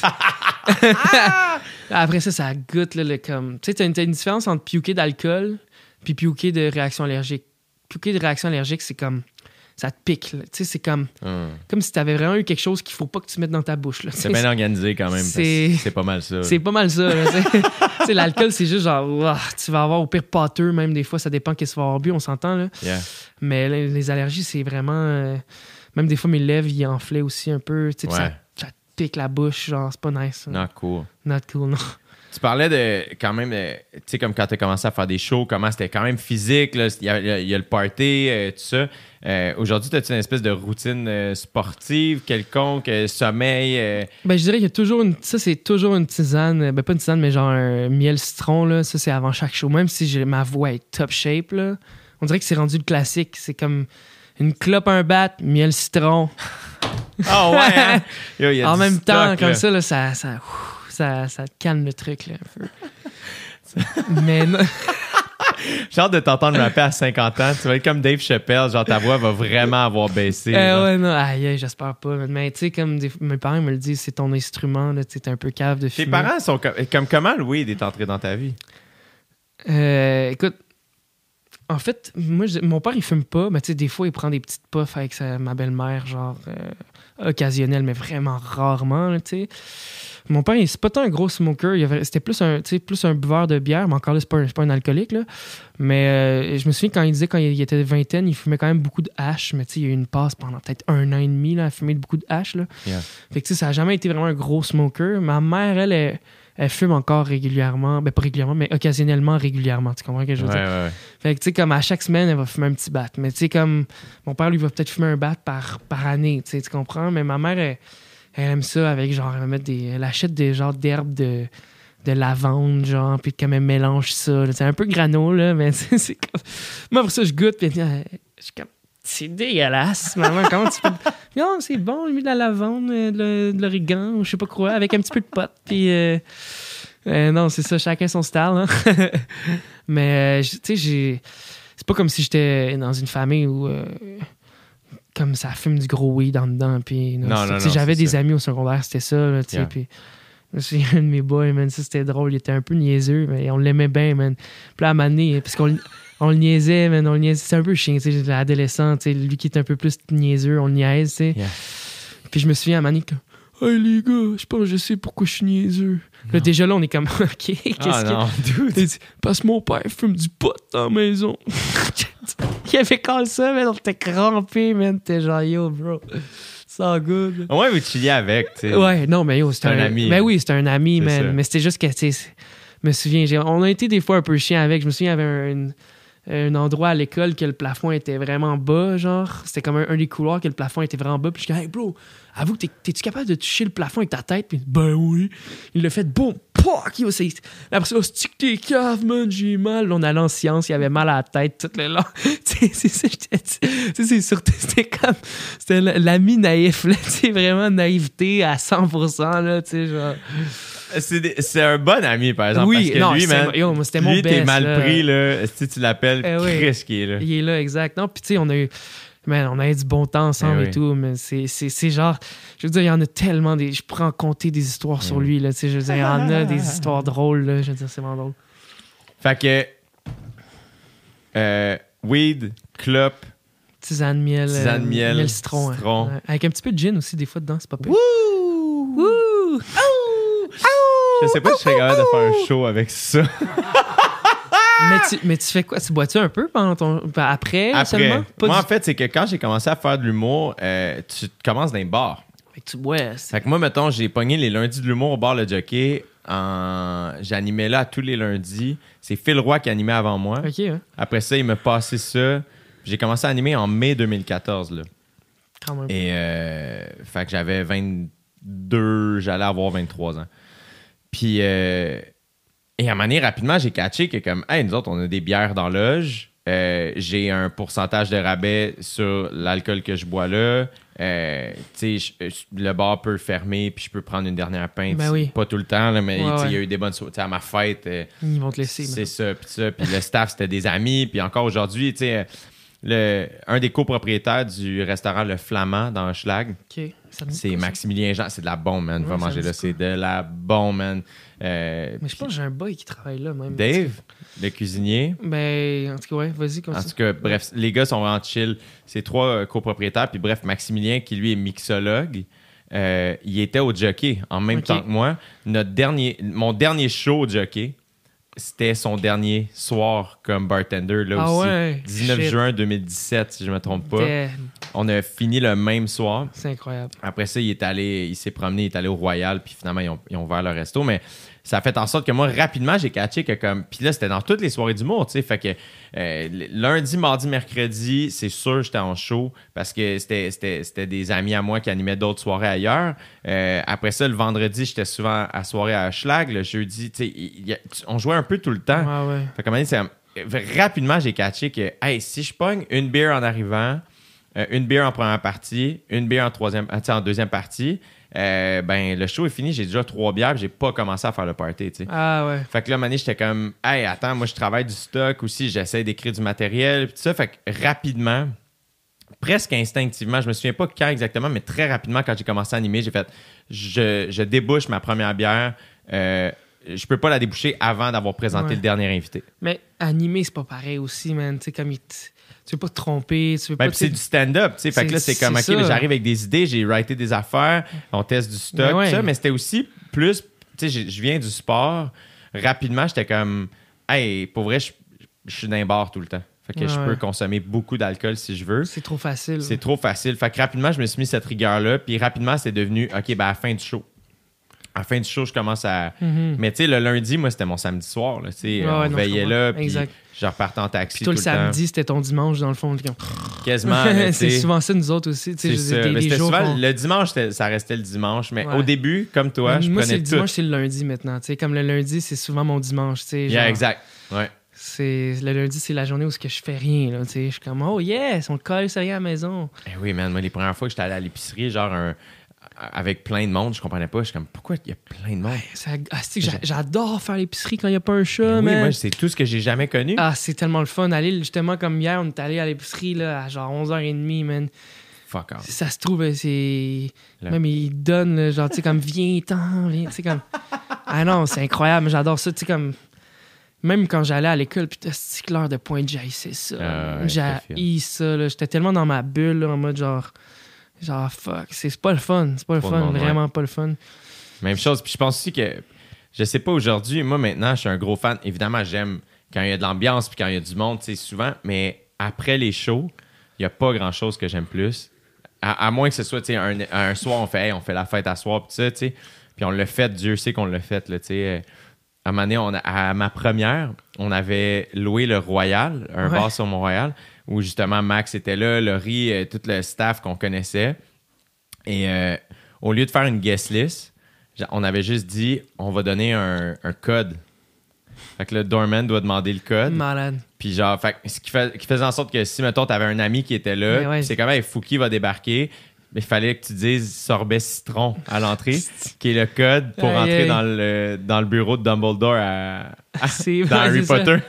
Après ça, ça goûte, là, le comme... Tu sais, t'as une, t'as une différence entre puker d'alcool puis puker de réaction allergique. Puker de réaction allergique, c'est comme... Ça te pique, là. Tu sais, c'est comme... Hum. Comme si t'avais vraiment eu quelque chose qu'il faut pas que tu mettes dans ta bouche, là. C'est bien organisé, quand même. parce que C'est- C'est pas mal ça. C'est pas mal ça. là, tu sais. Tu sais, l'alcool, c'est juste genre... ouah, tu vas avoir au pire pâteux, même des fois. Ça dépend qu'est-ce que tu vas avoir bu, on s'entend, là. Yeah. Mais les, les allergies, c'est vraiment... euh, même des fois, mes lèvres, ils enflaient aussi un peu. Tu sais, puis Ouais. ça, ça te pique la bouche. Genre, c'est pas nice. ça. Non, cool. Not cool, non. Tu parlais de, quand même, de- tu sais, comme quand tu as commencé à faire des shows, comment c'était quand même physique, là, il y a, il y a- il y a le party, euh, tout ça. Euh, aujourd'hui, as-tu une espèce de routine euh, sportive quelconque, euh, sommeil? euh, Ben, je dirais qu'il y a toujours une... Ça, c'est toujours une tisane. Ben, pas une tisane, mais genre un miel citron, là. Ça, c'est avant chaque show. Même si j'ai- ma voix est top shape, là. On dirait que c'est rendu le classique. C'est comme une clope, un bat, miel citron. Ah ouais, hein? Yo, il y a En du même stock, temps, là. comme ça, là, ça... ça... ouf, Ça, ça calme le truc, là, un peu. Mais non... J'ai hâte de t'entendre rapper à cinquante ans. Tu vas être comme Dave Chappelle. Genre, ta voix va vraiment avoir baissé. Euh, genre. ouais, non, aïe, aïe, j'espère pas. Mais tu sais, comme des- mes parents me le disent, c'est ton instrument, là, tu sais, t'es un peu cave de Tes fumer. parents sont comme, comme comment le weed est entré dans ta vie? Euh, écoute, en fait, moi, je- mon père, il fume pas, mais tu sais, des fois, il prend des petites puffs avec sa- ma belle-mère, genre euh, occasionnel, mais vraiment rarement, là, tu sais. Mon père, il- c'est pas tant un gros smoker, il avait- c'était plus un, tu sais, plus un buveur de bière, mais encore là, c'est pas un, c'est pas un alcoolique, là. Mais euh, je me souviens quand il disait, quand il, il était vingtaine, il fumait quand même beaucoup de hash, mais tu sais, il y a eu une passe pendant peut-être un an et demi, là, à fumer beaucoup de hash, là. Yeah. Fait que tu sais, ça a jamais été vraiment un gros smoker. Ma mère, elle, elle, elle fume encore régulièrement, ben pas régulièrement, mais occasionnellement régulièrement, tu comprends ce que je veux Ouais, dire? ouais, ouais. Fait que, tu sais, comme à chaque semaine, elle va fumer un petit bat. Mais, tu sais, comme mon père, lui, va peut-être fumer un bat par, par année, tu sais, tu comprends? Mais ma mère, elle, elle aime ça avec, genre, elle va mettre des. Elle achète des genres d'herbes de, de lavande, genre, puis comme elle mélange ça. là. C'est un peu grano, là, mais tu sais, c'est comme. Moi, pour ça, je goûte, puis euh, je suis comme. C'est dégueulasse, maman. Comment tu peux. Non, c'est bon, lui, de la lavande, euh, de, le- de l'origan, ou je sais pas quoi, avec un petit peu de pot, puis. euh, euh, non, c'est ça, chacun son style. Hein? Mais, euh, tu sais, j'ai. C'est pas comme si j'étais dans une famille où. euh, comme ça fume du gros weed en dedans. Puis, Non, tu non, sais, non, J'avais c'est des ça. amis au secondaire, c'était ça. Là, tu sais, Yeah. puis, je me souviens, un de mes boys, man, ça c'était drôle. Il était un peu niaiseux, mais on l'aimait bien, man. Puis là, à un moment donné, parce qu'on on le niaisait, man, on le niaisait. C'était un peu chiant, tu sais, l'adolescent, tu sais, lui qui est un peu plus niaiseux, on le niaise, tu sais. Yeah. Puis je me souviens à un moment donné que. Hey les gars, je pense que je sais pourquoi je suis niaiseux. Là, déjà là, on est comme, OK, qu'est-ce Ah que. non, dude. Il dit, parce que mon père fume du pot dans la maison. Il avait calé ça, man. On était crampés, man. T'es genre, yo, bro. C'est all good. Au moins, vous chilliez avec, tu sais. Ouais, non, mais yo, c'était C'est un ami. Ben oui, c'était un ami, C'est man. ça. Mais c'était juste que, tu sais, je me souviens, j'ai- on a été des fois un peu chiants avec. Je me souviens, il y avait un, un endroit à l'école que le plafond était vraiment bas, genre. C'était comme un, un des couloirs que le plafond était vraiment bas. Puis je suis comme, hey, bro, avoue, t'es- t'es-tu capable de toucher le plafond avec ta tête? Puis, ben oui. Il l'a fait, boum, poc! Yo, c'est- Après ça, stick tes caves, man, j'ai mal. Là, on allait en science, il avait mal à la tête tout le long. Tu sais, c'est ça, je t'ai dit. Tu sais, c'est surtout, c'était comme, c'était l'ami naïf, là, tu sais, vraiment naïveté à cent pour cent, là, tu sais, genre. C'est des- c'est un bon ami, par exemple. Oui, parce que non, lui, c'était- man, yo, moi, c'était mon lui, t'es best, mal là. pris, là. Si tu l'appelles, Eh oui. Chris qui est là. Il est là, exact. Non, puis tu sais, on a eu. Man, on a eu du bon temps ensemble Eh et oui. tout, mais c'est, c'est, c'est genre. Je veux dire, il y en a tellement des. Je pourrais en compter des histoires sur oui. lui, là. Tu sais, je veux dire, il y en a des histoires drôles, là. Je veux dire, c'est vraiment drôle. Fait que. Euh, weed, clope. Tisane, miel. Tisane, euh, miel, citron. hein. citron. Ouais. Avec un petit peu de gin aussi, des fois, dedans, c'est pas pire. Wouh! Wouh! Je sais pas si je serais capable de faire un show avec ça. Mais, tu, mais tu fais quoi? Tu bois-tu un peu pendant ton. ben, après, Après, seulement? Pas moi, du- en fait, c'est que quand j'ai commencé à faire de l'humour, euh, tu commences dans les bars. Fait que tu bois. c'est- Fait que moi, mettons, j'ai pogné les lundis de l'humour au bar Le Jockey en... j'animais là tous les lundis. C'est Phil Roy qui animait avant moi. OK, hein? Après ça, il m'a passé ça. J'ai commencé à animer en mai deux mille quatorze. Là. Quand même. Et euh, fait que j'avais vingt-deux, j'allais avoir vingt-trois ans. Puis, euh, et à un moment donné, rapidement, j'ai catché que comme, hey, nous autres, on a des bières dans la loge. Euh, j'ai un pourcentage de rabais sur l'alcool que je bois là. Euh, tu sais, le bar peut fermer puis je peux prendre une dernière pinte. Ben oui. Pas tout le temps, là, mais Ouais, il ouais. y a eu des bonnes soirées. À ma fête, euh, Ils vont te laisser. c'est mais- ça, puis ça. Puis le staff, c'était des amis. Puis encore aujourd'hui, tu sais, le, un des copropriétaires du restaurant Le Flamand dans Schlag, OK. Ça me dit c'est quoi, ça? Maximilien Jean. C'est de la bombe, man. Va Ouais, ça manger me là. dit C'est de la bombe, man. Euh, Mais je pense que j'ai un boy qui travaille là, même. Dave, le cuisinier. Ben, en tout cas, ouais, vas-y, En continue. tout cas, bref, les gars sont vraiment chill. C'est trois euh, copropriétaires. Puis bref, Maximilien, qui lui est mixologue, euh, il était au jockey en même Ok. temps que moi. Notre dernier, mon dernier show au jockey, c'était son dernier soir comme bartender là Ah aussi. ouais, dix-neuf shit. juin deux mille dix-sept, si je me trompe pas. Damn, On a fini le même soir. c'est incroyable. Après ça, il est allé, il s'est promené, il est allé au Royal, puis finalement, ils ont, ils ont ouvert le resto. Mais ça a fait en sorte que moi, rapidement, j'ai catché que comme. Puis là, c'était dans toutes les soirées d'humour, tu sais. Fait que euh, lundi, mardi, mercredi, c'est sûr, j'étais en show parce que c'était, c'était, c'était des amis à moi qui animaient d'autres soirées ailleurs. Euh, après ça, le vendredi, j'étais souvent à soirée à Schlag. Le jeudi, tu sais, il y a- on jouait un peu tout le temps. Ouais, ouais. Fait qu'à un moment donné, c'est- rapidement, j'ai catché que, hey, si je pogne une bière en arrivant, euh, une bière en première partie, une bière en troisième, ah, tu sais, en deuxième partie, euh, ben le show est fini, j'ai déjà trois bières, puis j'ai pas commencé à faire le party, tu sais. Ah ouais. Fait que là, à un moment donné, j'étais comme, hey, attends, moi, je travaille du stock aussi, j'essaie d'écrire du matériel, puis tout ça. Fait que rapidement, presque instinctivement, je me souviens pas quand exactement, mais très rapidement, quand j'ai commencé à animer, j'ai fait, je, je débouche ma première bière. Euh, je peux pas la déboucher avant d'avoir présenté Ouais. le dernier invité. Mais animer, c'est pas pareil aussi, man. Tu sais, comme il te- tu veux pas te tromper, tu veux Ben, pas. puis c'est tu du sais- stand-up, tu sais. Fait que là, C'est- c'est comme, c'est OK, ben, ça. j'arrive avec des idées, j'ai writé des affaires, on teste du stock, Ben ouais. tout ça, mais c'était aussi plus, tu sais, j'ai- je viens du sport. Rapidement, j'étais comme, hey, pour vrai, je je suis dans un bar tout le temps. Fait que Ouais, je ouais. peux consommer beaucoup d'alcool si je veux. C'est trop facile. C'est trop facile. Fait que rapidement, je me suis mis cette rigueur-là, puis rapidement, c'est devenu, OK, ben à la fin du show. À la fin du show, je commence à. Mhm. Mais tu sais, le lundi, moi, c'était mon samedi soir. Là, tu sais, Ouais, on ouais, non, veillait je comprends. là, puis Exact. je repartais en taxi Puis toi, tout le le temps. samedi, c'était ton dimanche, dans le fond. Comme- Quasiment. là, tu c'est sais. souvent ça, nous autres aussi. Tu sais, C'est je veux dire, ça. des- Mais des c'était jours souvent qu'on- le dimanche, c'était- ça restait le dimanche. Mais Ouais. au début, comme toi, je Moi, c'est prenais le tout. dimanche, c'est le lundi maintenant. Tu sais, comme le lundi, c'est souvent mon dimanche. Tu sais, Yeah, genre, exact. Ouais. c'est, le lundi, c'est la journée où ce que je fais rien. Là, tu sais, je suis comme, oh yes, on colle ça rien à la maison. Eh oui, man. Moi, les premières fois que j'étais allé à l'épicerie, genre un- avec plein de monde, je comprenais pas. Je suis comme, pourquoi il y a plein de monde? Ça- ah, c'est que j'a- j'adore faire l'épicerie quand il n'y a pas un Eh chat, oui, man. moi, c'est tout ce que j'ai jamais connu. Ah, c'est tellement le fun. Aller, justement, comme hier, on est allé à l'épicerie là, à genre onze heures trente, man. Fuck off. Ça se trouve, c'est. Là. Même il donne, là, genre, tu sais, comme, viens-t'en, viens, tu sais, comme. Ah non, c'est incroyable, j'adore ça, tu sais, comme. Même quand j'allais à l'école, putain, c'est l'heure de pointe, j'haïssais ça. Ah ouais, J'ai ça, là. J'étais tellement dans ma bulle, là, en mode genre. Genre, fuck, c'est c'est pas le fun, c'est pas le Trop de fun, monde, ouais. vraiment pas le fun. Même chose. Puis je pense aussi que, je sais pas aujourd'hui, moi maintenant, je suis un gros fan. Évidemment, j'aime quand il y a de l'ambiance puis quand il y a du monde, tu sais, souvent. Mais après les shows, il y a pas grand chose que j'aime plus. À, à moins que ce soit, tu sais, un, un soir, on fait, hey, on fait la fête à soir, puis ça, tu sais. Puis on l'a fait, Dieu sait qu'on l'a fait, là, tu sais. À un moment donné, on a- à ma première, on avait loué le Royal, un Ouais. bar sur Mont-Royal, où justement Max était là, Laurie, euh, tout le staff qu'on connaissait. Et euh, au lieu de faire une guest list, j'a- on avait juste dit, on va donner un, un code. Fait que le doorman doit demander le code. Malade. Puis genre, fait, que ce qui, fait- qui faisait en sorte que si, mettons, t'avais un ami qui était là, Mais ouais. puis c'est comme, hey, Fouki va débarquer, mais il fallait que tu dises sorbet citron à l'entrée, qui est le code pour Aïe, rentrer aïe. dans le, dans le bureau de Dumbledore à, à- C'est dans ouais, Harry c'est ça. Potter.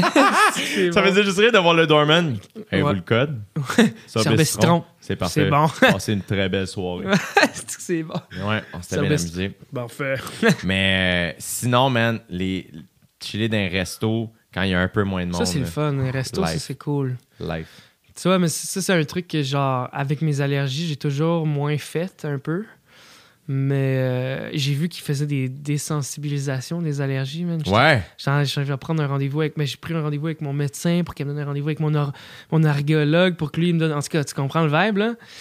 C'est Ça bon. faisait juste rire de voir le doorman. Avez-vous Ouais. le code? Sorbet citron. C'est parfait. C'est bon. Passez une très belle soirée. C'est que c'est bon. Ouais, on s'était Sorbet bien citron. amusé. Parfait. Mais euh, sinon, man, les chiller dans un resto quand il y a un peu moins de monde. Ça, c'est le là. fun. Les restos, ça, Life. c'est cool. Life. Tu vois, mais ça, c'est un truc que, genre, avec mes allergies, j'ai toujours moins fait un peu. Mais euh, j'ai vu qu'ils faisaient des désensibilisations des allergies, man. J'étais- Ouais. Genre, je vais prendre un rendez-vous avec. Mais j'ai pris un rendez-vous avec mon médecin pour qu'il me donne un rendez-vous avec mon, or- mon argéologue pour que lui il me donne. En tout cas, tu comprends le vibe, là?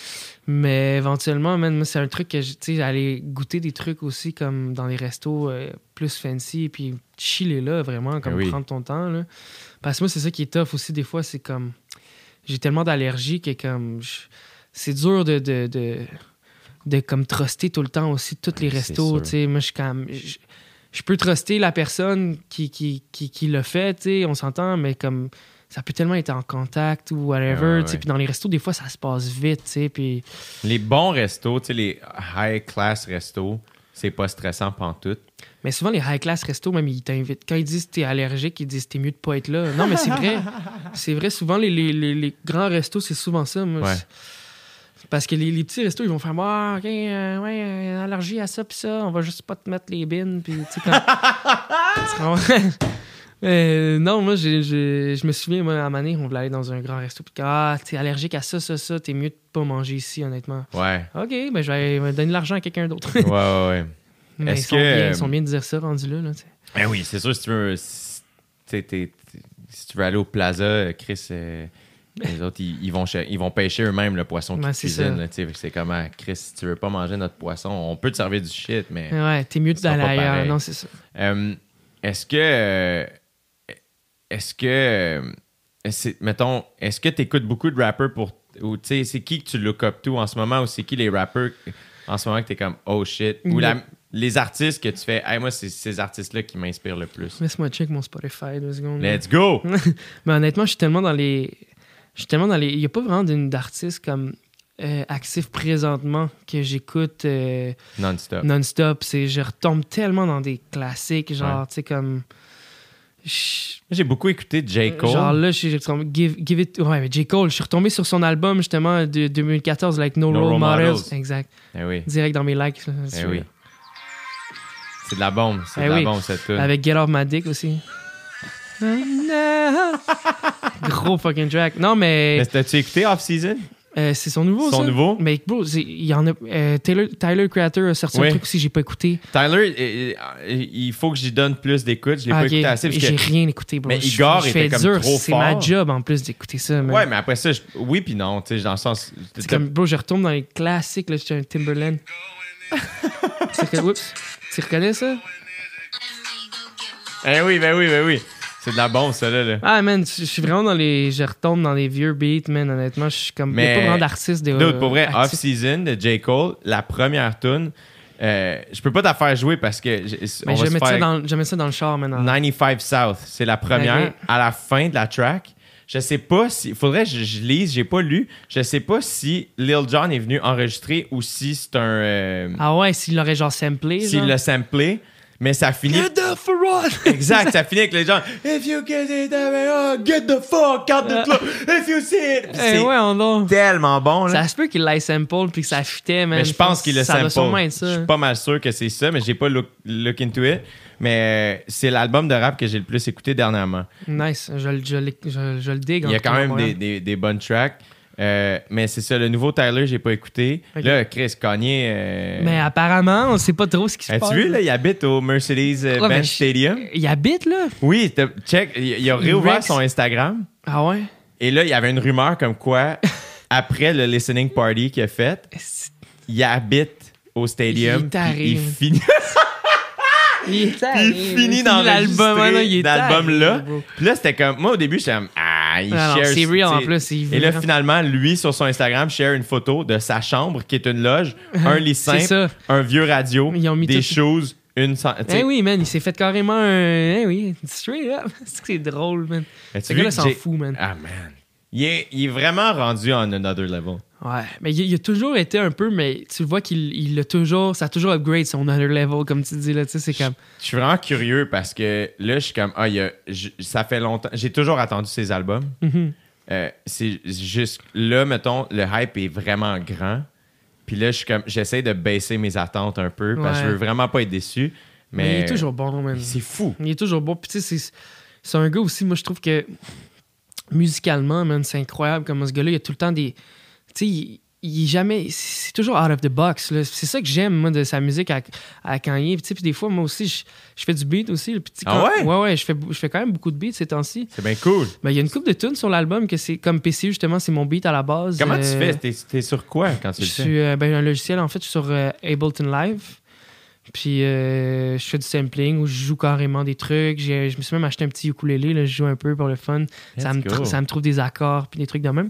Mais éventuellement, man, moi, c'est un truc que, tu sais, aller goûter des trucs aussi comme dans les restos euh, plus fancy, puis chiller là, vraiment, comme oui. prendre ton temps, là. Parce que moi, c'est ça qui est tough aussi, des fois, c'est comme... J'ai tellement d'allergies que, comme... je- C'est dur de... de, de, de comme, truster tout le temps aussi tous les Ouais, c'est restos, sûr. tu sais. Moi, je suis comme... Je, je peux truster la personne qui, qui, qui, qui le fait, tu sais, on s'entend, mais comme... Ça peut tellement être en contact ou whatever, Ouais, ouais, tu sais. ouais. Puis dans les restos, des fois, ça se passe vite, tu sais, puis... Les bons restos, tu sais, les high-class restos, c'est pas stressant pantoute. Mais souvent, les high-class restos, même, ils t'invitent. Quand ils disent que t'es allergique, ils disent que t'es mieux de pas être là. Non, mais c'est vrai. C'est vrai, souvent, les, les, les, les grands restos, c'est souvent ça. Moi, Ouais. c'est- Parce que les, les petits restos, ils vont faire ah, OK, euh, ouais, euh, allergie à ça, puis ça, on va juste pas te mettre les bines, puis tu sais, quand. Tu comprends? Euh, non, moi, j'ai, j'ai- je me souviens, moi, à Mané, on voulait aller dans un grand resto, puis ah, t'es allergique à ça, ça, ça, t'es mieux de pas manger ici, honnêtement. Ouais. OK, ben, je vais, je vais donner de l'argent à quelqu'un d'autre. Ouais, ouais, ouais. Mais Est-ce ils sont, que, bien, euh, ils sont bien de dire ça, rendu là, là, tu sais. Ben oui, c'est sûr, si tu veux, si, tu sais, t'es- t'es- si tu veux aller au plaza, euh, Chris, euh, les autres, ils, ils vont, ch- ils vont pêcher eux-mêmes le poisson qu'ils Ouais, c'est cuisinent. ça. là, tu sais. C'est comme, ah, Chris, si tu veux pas manger notre poisson, on peut te servir du shit, mais Ouais, t'es mieux Ce sera d'aller pas ailleurs. pareil. Non, c'est ça. Euh, est-ce que, euh, est-ce que, euh, c'est- mettons, est-ce que tu écoutes beaucoup de rappers pour, ou tu sais, c'est qui que tu look up to en ce moment, ou c'est qui les rappers en ce moment que t'es comme, oh shit, ou la- les artistes que tu fais, hey, moi, c'est ces artistes-là qui m'inspirent le plus. Laisse-moi check mon Spotify deux secondes. Let's go! Mais honnêtement, je suis tellement dans les. Je suis tellement dans les. Il n'y a pas vraiment d'une- d'artiste comme euh, actif présentement que j'écoute euh, Non-stop. non-stop. C'est, je retombe tellement dans des classiques, genre, Ouais. tu sais, comme. je- J'ai beaucoup écouté J. Cole. Genre là, je suis retombé- give, give it. Ouais, mais J. Cole, je suis retombé sur son album justement de deux mille quatorze, like No, No Role Role Models. Models. Exact. Eh oui, Direct dans mes likes. là, eh c'est oui. C'est de la bombe, c'est Eh de la oui. bombe cette tune. Avec Get Off My Dick aussi. Gros fucking track. Non, mais, Mais t'as-tu écouté Off-Season? euh, c'est son nouveau, Son ça? nouveau? Mais bro, c'est- il y en a. euh, Taylor, Tyler Creator a sorti Oui. un truc aussi que j'ai pas écouté. Tyler, euh, euh, il faut que j'y donne plus d'écoute. Je l'ai Ah, pas ok. écouté assez. Parce J'ai que... rien écouté, bro. Mais Je- Igor je était fais comme dur. trop C'est ma fort. job en plus d'écouter ça. man. Ouais, mais après ça, je- oui puis non, tu sais, dans le sens... C'est comme, bro, je retombe dans les classiques, là, j'étais un Timberland. tu, reconnais, oups, tu reconnais ça? Eh oui, ben oui, ben oui. C'est de la bombe, ça, là. là. Ah, man, je je suis vraiment dans les. Je retombe dans les vieux beats, man, honnêtement. Je suis comme. Il y a Mais- pas vraiment d'artistes de. Dude, pour vrai, actifs. Off-Season de J. Cole, la première tune, euh, je peux pas t'en faire jouer parce que... je- on Mais va je se mets ça faire dans, je mets ça dans le char maintenant. quatre-vingt-quinze South, c'est la première. Ok. À la fin de la track, je sais pas si... Faudrait que je, je lise, j'ai pas lu. Je sais pas si Lil Jon est venu enregistrer ou si c'est un... euh, Ah ouais, s'il l'aurait genre samplé. s'il genre. l'a samplé. Mais ça finit... Get the fuck! Exact, ça finit avec les gens. If you get it, uh, get the fuck out the club. If you see it. Puis Eh c'est ouais, on donc. tellement bon, là. Ça se peut qu'il l'ait sample puis que ça fitait, man. Mais je pense qu'il le Ça doit sample. sûrement être Je ça. suis pas mal sûr que c'est ça, mais j'ai pas look, look into it. Mais euh, c'est l'album de rap que j'ai le plus écouté dernièrement. Nice, je, le- je, le- je, je le digue. Il y a en tout quand cas, même Montréal. des, des, des bonnes tracks. Euh, mais c'est ça, le nouveau Tyler, j'ai pas écouté. Ok. Là, Chris Kanye. Euh... Mais apparemment, on sait pas trop ce qui se passe. As-tu vu, là, il habite au Mercedes-Benz Ouais, mais je- Stadium. Il habite, là? Oui, t'as- check, il, il a réouvert Rex. son Instagram. Ah ouais? Et là, il y avait une rumeur comme quoi, après le listening party qu'il a fait, il habite au stadium. Il est taré, puis il man. finit, Il est puis il finit l'album, hein, là, il d'enregistrer est l'album-là. taré, bro. Puis là, c'était comme... Moi, au début, j'étais comme... Ah, il Ah non, share... c'est real en t'sais. plus. il Et là, vraiment- finalement, lui, sur son Instagram, share une photo de sa chambre, qui est une loge, un lit C'est simple, ça. un vieux radio, Ils ont mis des tout- choses, une... cent- t'sais. Eh oui, man, il s'est fait carrément un. Eh oui, straight up. C'est que c'est drôle, man. As-tu Ce vu gars-là que s'en j'ai- fout, man. Ah, man. Il est, il est vraiment rendu on another level. Ouais. Mais il, il a toujours été un peu, mais tu vois qu'il il a toujours. Ça a toujours upgrade son other level, comme tu dis, là. Tu sais, c'est comme. Je suis vraiment curieux parce que là, je suis comme... Ah, il y a- je- ça fait longtemps... J'ai toujours attendu ses albums. Mhm. Euh, c'est juste... Là, mettons, le hype est vraiment grand. Puis là, je suis comme... J'essaie de baisser mes attentes un peu parce que Ouais. je veux vraiment pas être déçu. Mais Mais... il est toujours bon, man. C'est fou. Il est toujours bon. Puis tu sais, c'est, c'est un gars aussi, moi, je trouve que musicalement, man, c'est incroyable comment ce gars-là, il a tout le temps des. Tu sais, il, il est jamais. C'est toujours out of the box. Là. C'est ça que j'aime, moi, de sa musique à, à Kanye. Puis des fois, moi aussi, je, je fais du beat aussi. Puis, ah quand, ouais? Ouais, ouais, je fais, je fais quand même beaucoup de beats ces temps-ci. C'est bien cool. Ben, il y a une couple de tunes sur l'album que c'est comme P C U, justement, c'est mon beat à la base. Comment euh, tu fais? T'es, t'es sur quoi quand tu Je le fais? suis euh, ben, un logiciel, en fait, je suis sur euh, Ableton Live. Puis euh, je fais du sampling où je joue carrément des trucs. J'ai, je me suis même acheté un petit ukulélé, là, je joue un peu pour le fun. Ça me, tr- ça me trouve des accords puis des trucs de même.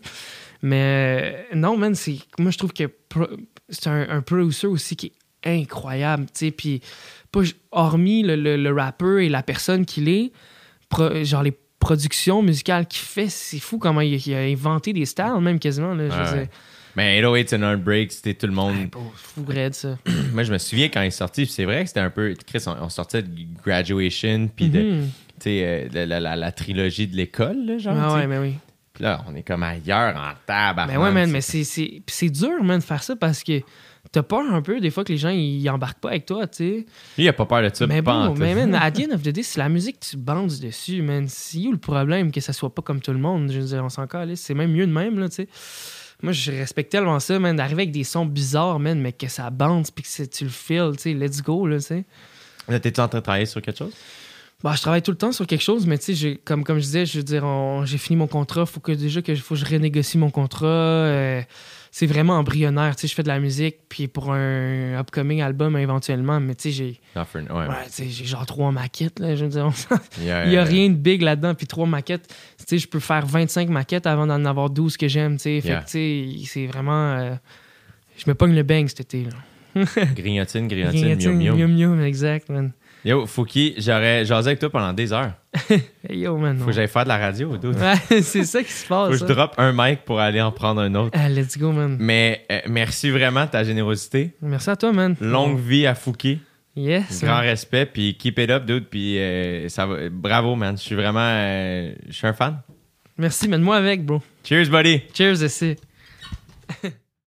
Mais euh, non, man, c'est, moi je trouve que pro- c'est un, un producer aussi qui est incroyable. Tu sais, puis pas, hormis le, le, le rappeur et la personne qu'il est, pro, genre les productions musicales qu'il fait, c'est fou comment il, il a inventé des styles, même quasiment. Là, je Ah veux ouais. dire. Mais eight oh eight and Heartbreak, c'était tout le monde. Ouais, bon, fou raide, ça. Moi, je me souviens quand il est sorti, puis c'est vrai que c'était un peu. Chris, on, on sortait de Graduation, puis de, Mhm. tu sais, euh, la, la, la, la trilogie de l'école, là, genre. Ah tu sais. ouais, mais oui. Puis là, on est comme ailleurs en tabarnak. Mais ouais, man, mais c'est, c'est, pis c'est dur, man, de faire ça parce que t'as peur un peu des fois que les gens ils embarquent pas avec toi, tu sais. Lui, il a pas peur de ça. Mais pas en bon, tout. mais man, at the end of the day, c'est la musique que tu bandes dessus, man. C'est où le problème que ça soit pas comme tout le monde? Je veux dire, on s'en calisse. C'est même mieux de même, là, tu sais. Moi, je respecte tellement ça, man, d'arriver avec des sons bizarres, man, mais que ça bande puis que c'est- tu le feels, tu sais, let's go, là, tu sais. Là, t'es-tu en train de travailler sur quelque chose? Bah, je travaille tout le temps sur quelque chose, mais tu sais, j'ai- comme, comme je disais, je veux dire, on- j'ai fini mon contrat. Faut que déjà que faut que je renégocie mon contrat. euh, c'est vraiment embryonnaire. Tu sais, je fais de la musique, puis pour un upcoming album éventuellement, mais tu sais, j'ai, Non, for- ouais. ouais, tu sais, j'ai genre trois maquettes. Là, je veux dire, on s'en- Il y a, il y a euh, rien de big là-dedans, puis trois maquettes. Tu sais, je peux faire vingt-cinq maquettes avant d'en avoir douze que j'aime. Tu sais, fait Yeah. que tu sais, c'est vraiment, euh, je me pogne le bang cet été. Là. Grignotine, grignotine, Grignotine, miau miau. miau, miau, exact, man. Yo, Fouki, j'aurais jasé avec toi pendant des heures. Hey, yo, man. Faut non. que j'aille faire de la radio, dude. Ouais, c'est ça qui se passe. Faut que je ça. drop un mic pour aller en prendre un autre. Ah, let's go, man. Mais euh, merci vraiment de ta générosité. Merci à toi, man. Longue vie à Fouki. Yes. Grand man. respect, puis keep it up, dude. Puis euh, ça va. Bravo, man. Je suis vraiment. euh, Je suis un fan. Merci, mène-moi avec, bro. Cheers, buddy. Cheers, essai.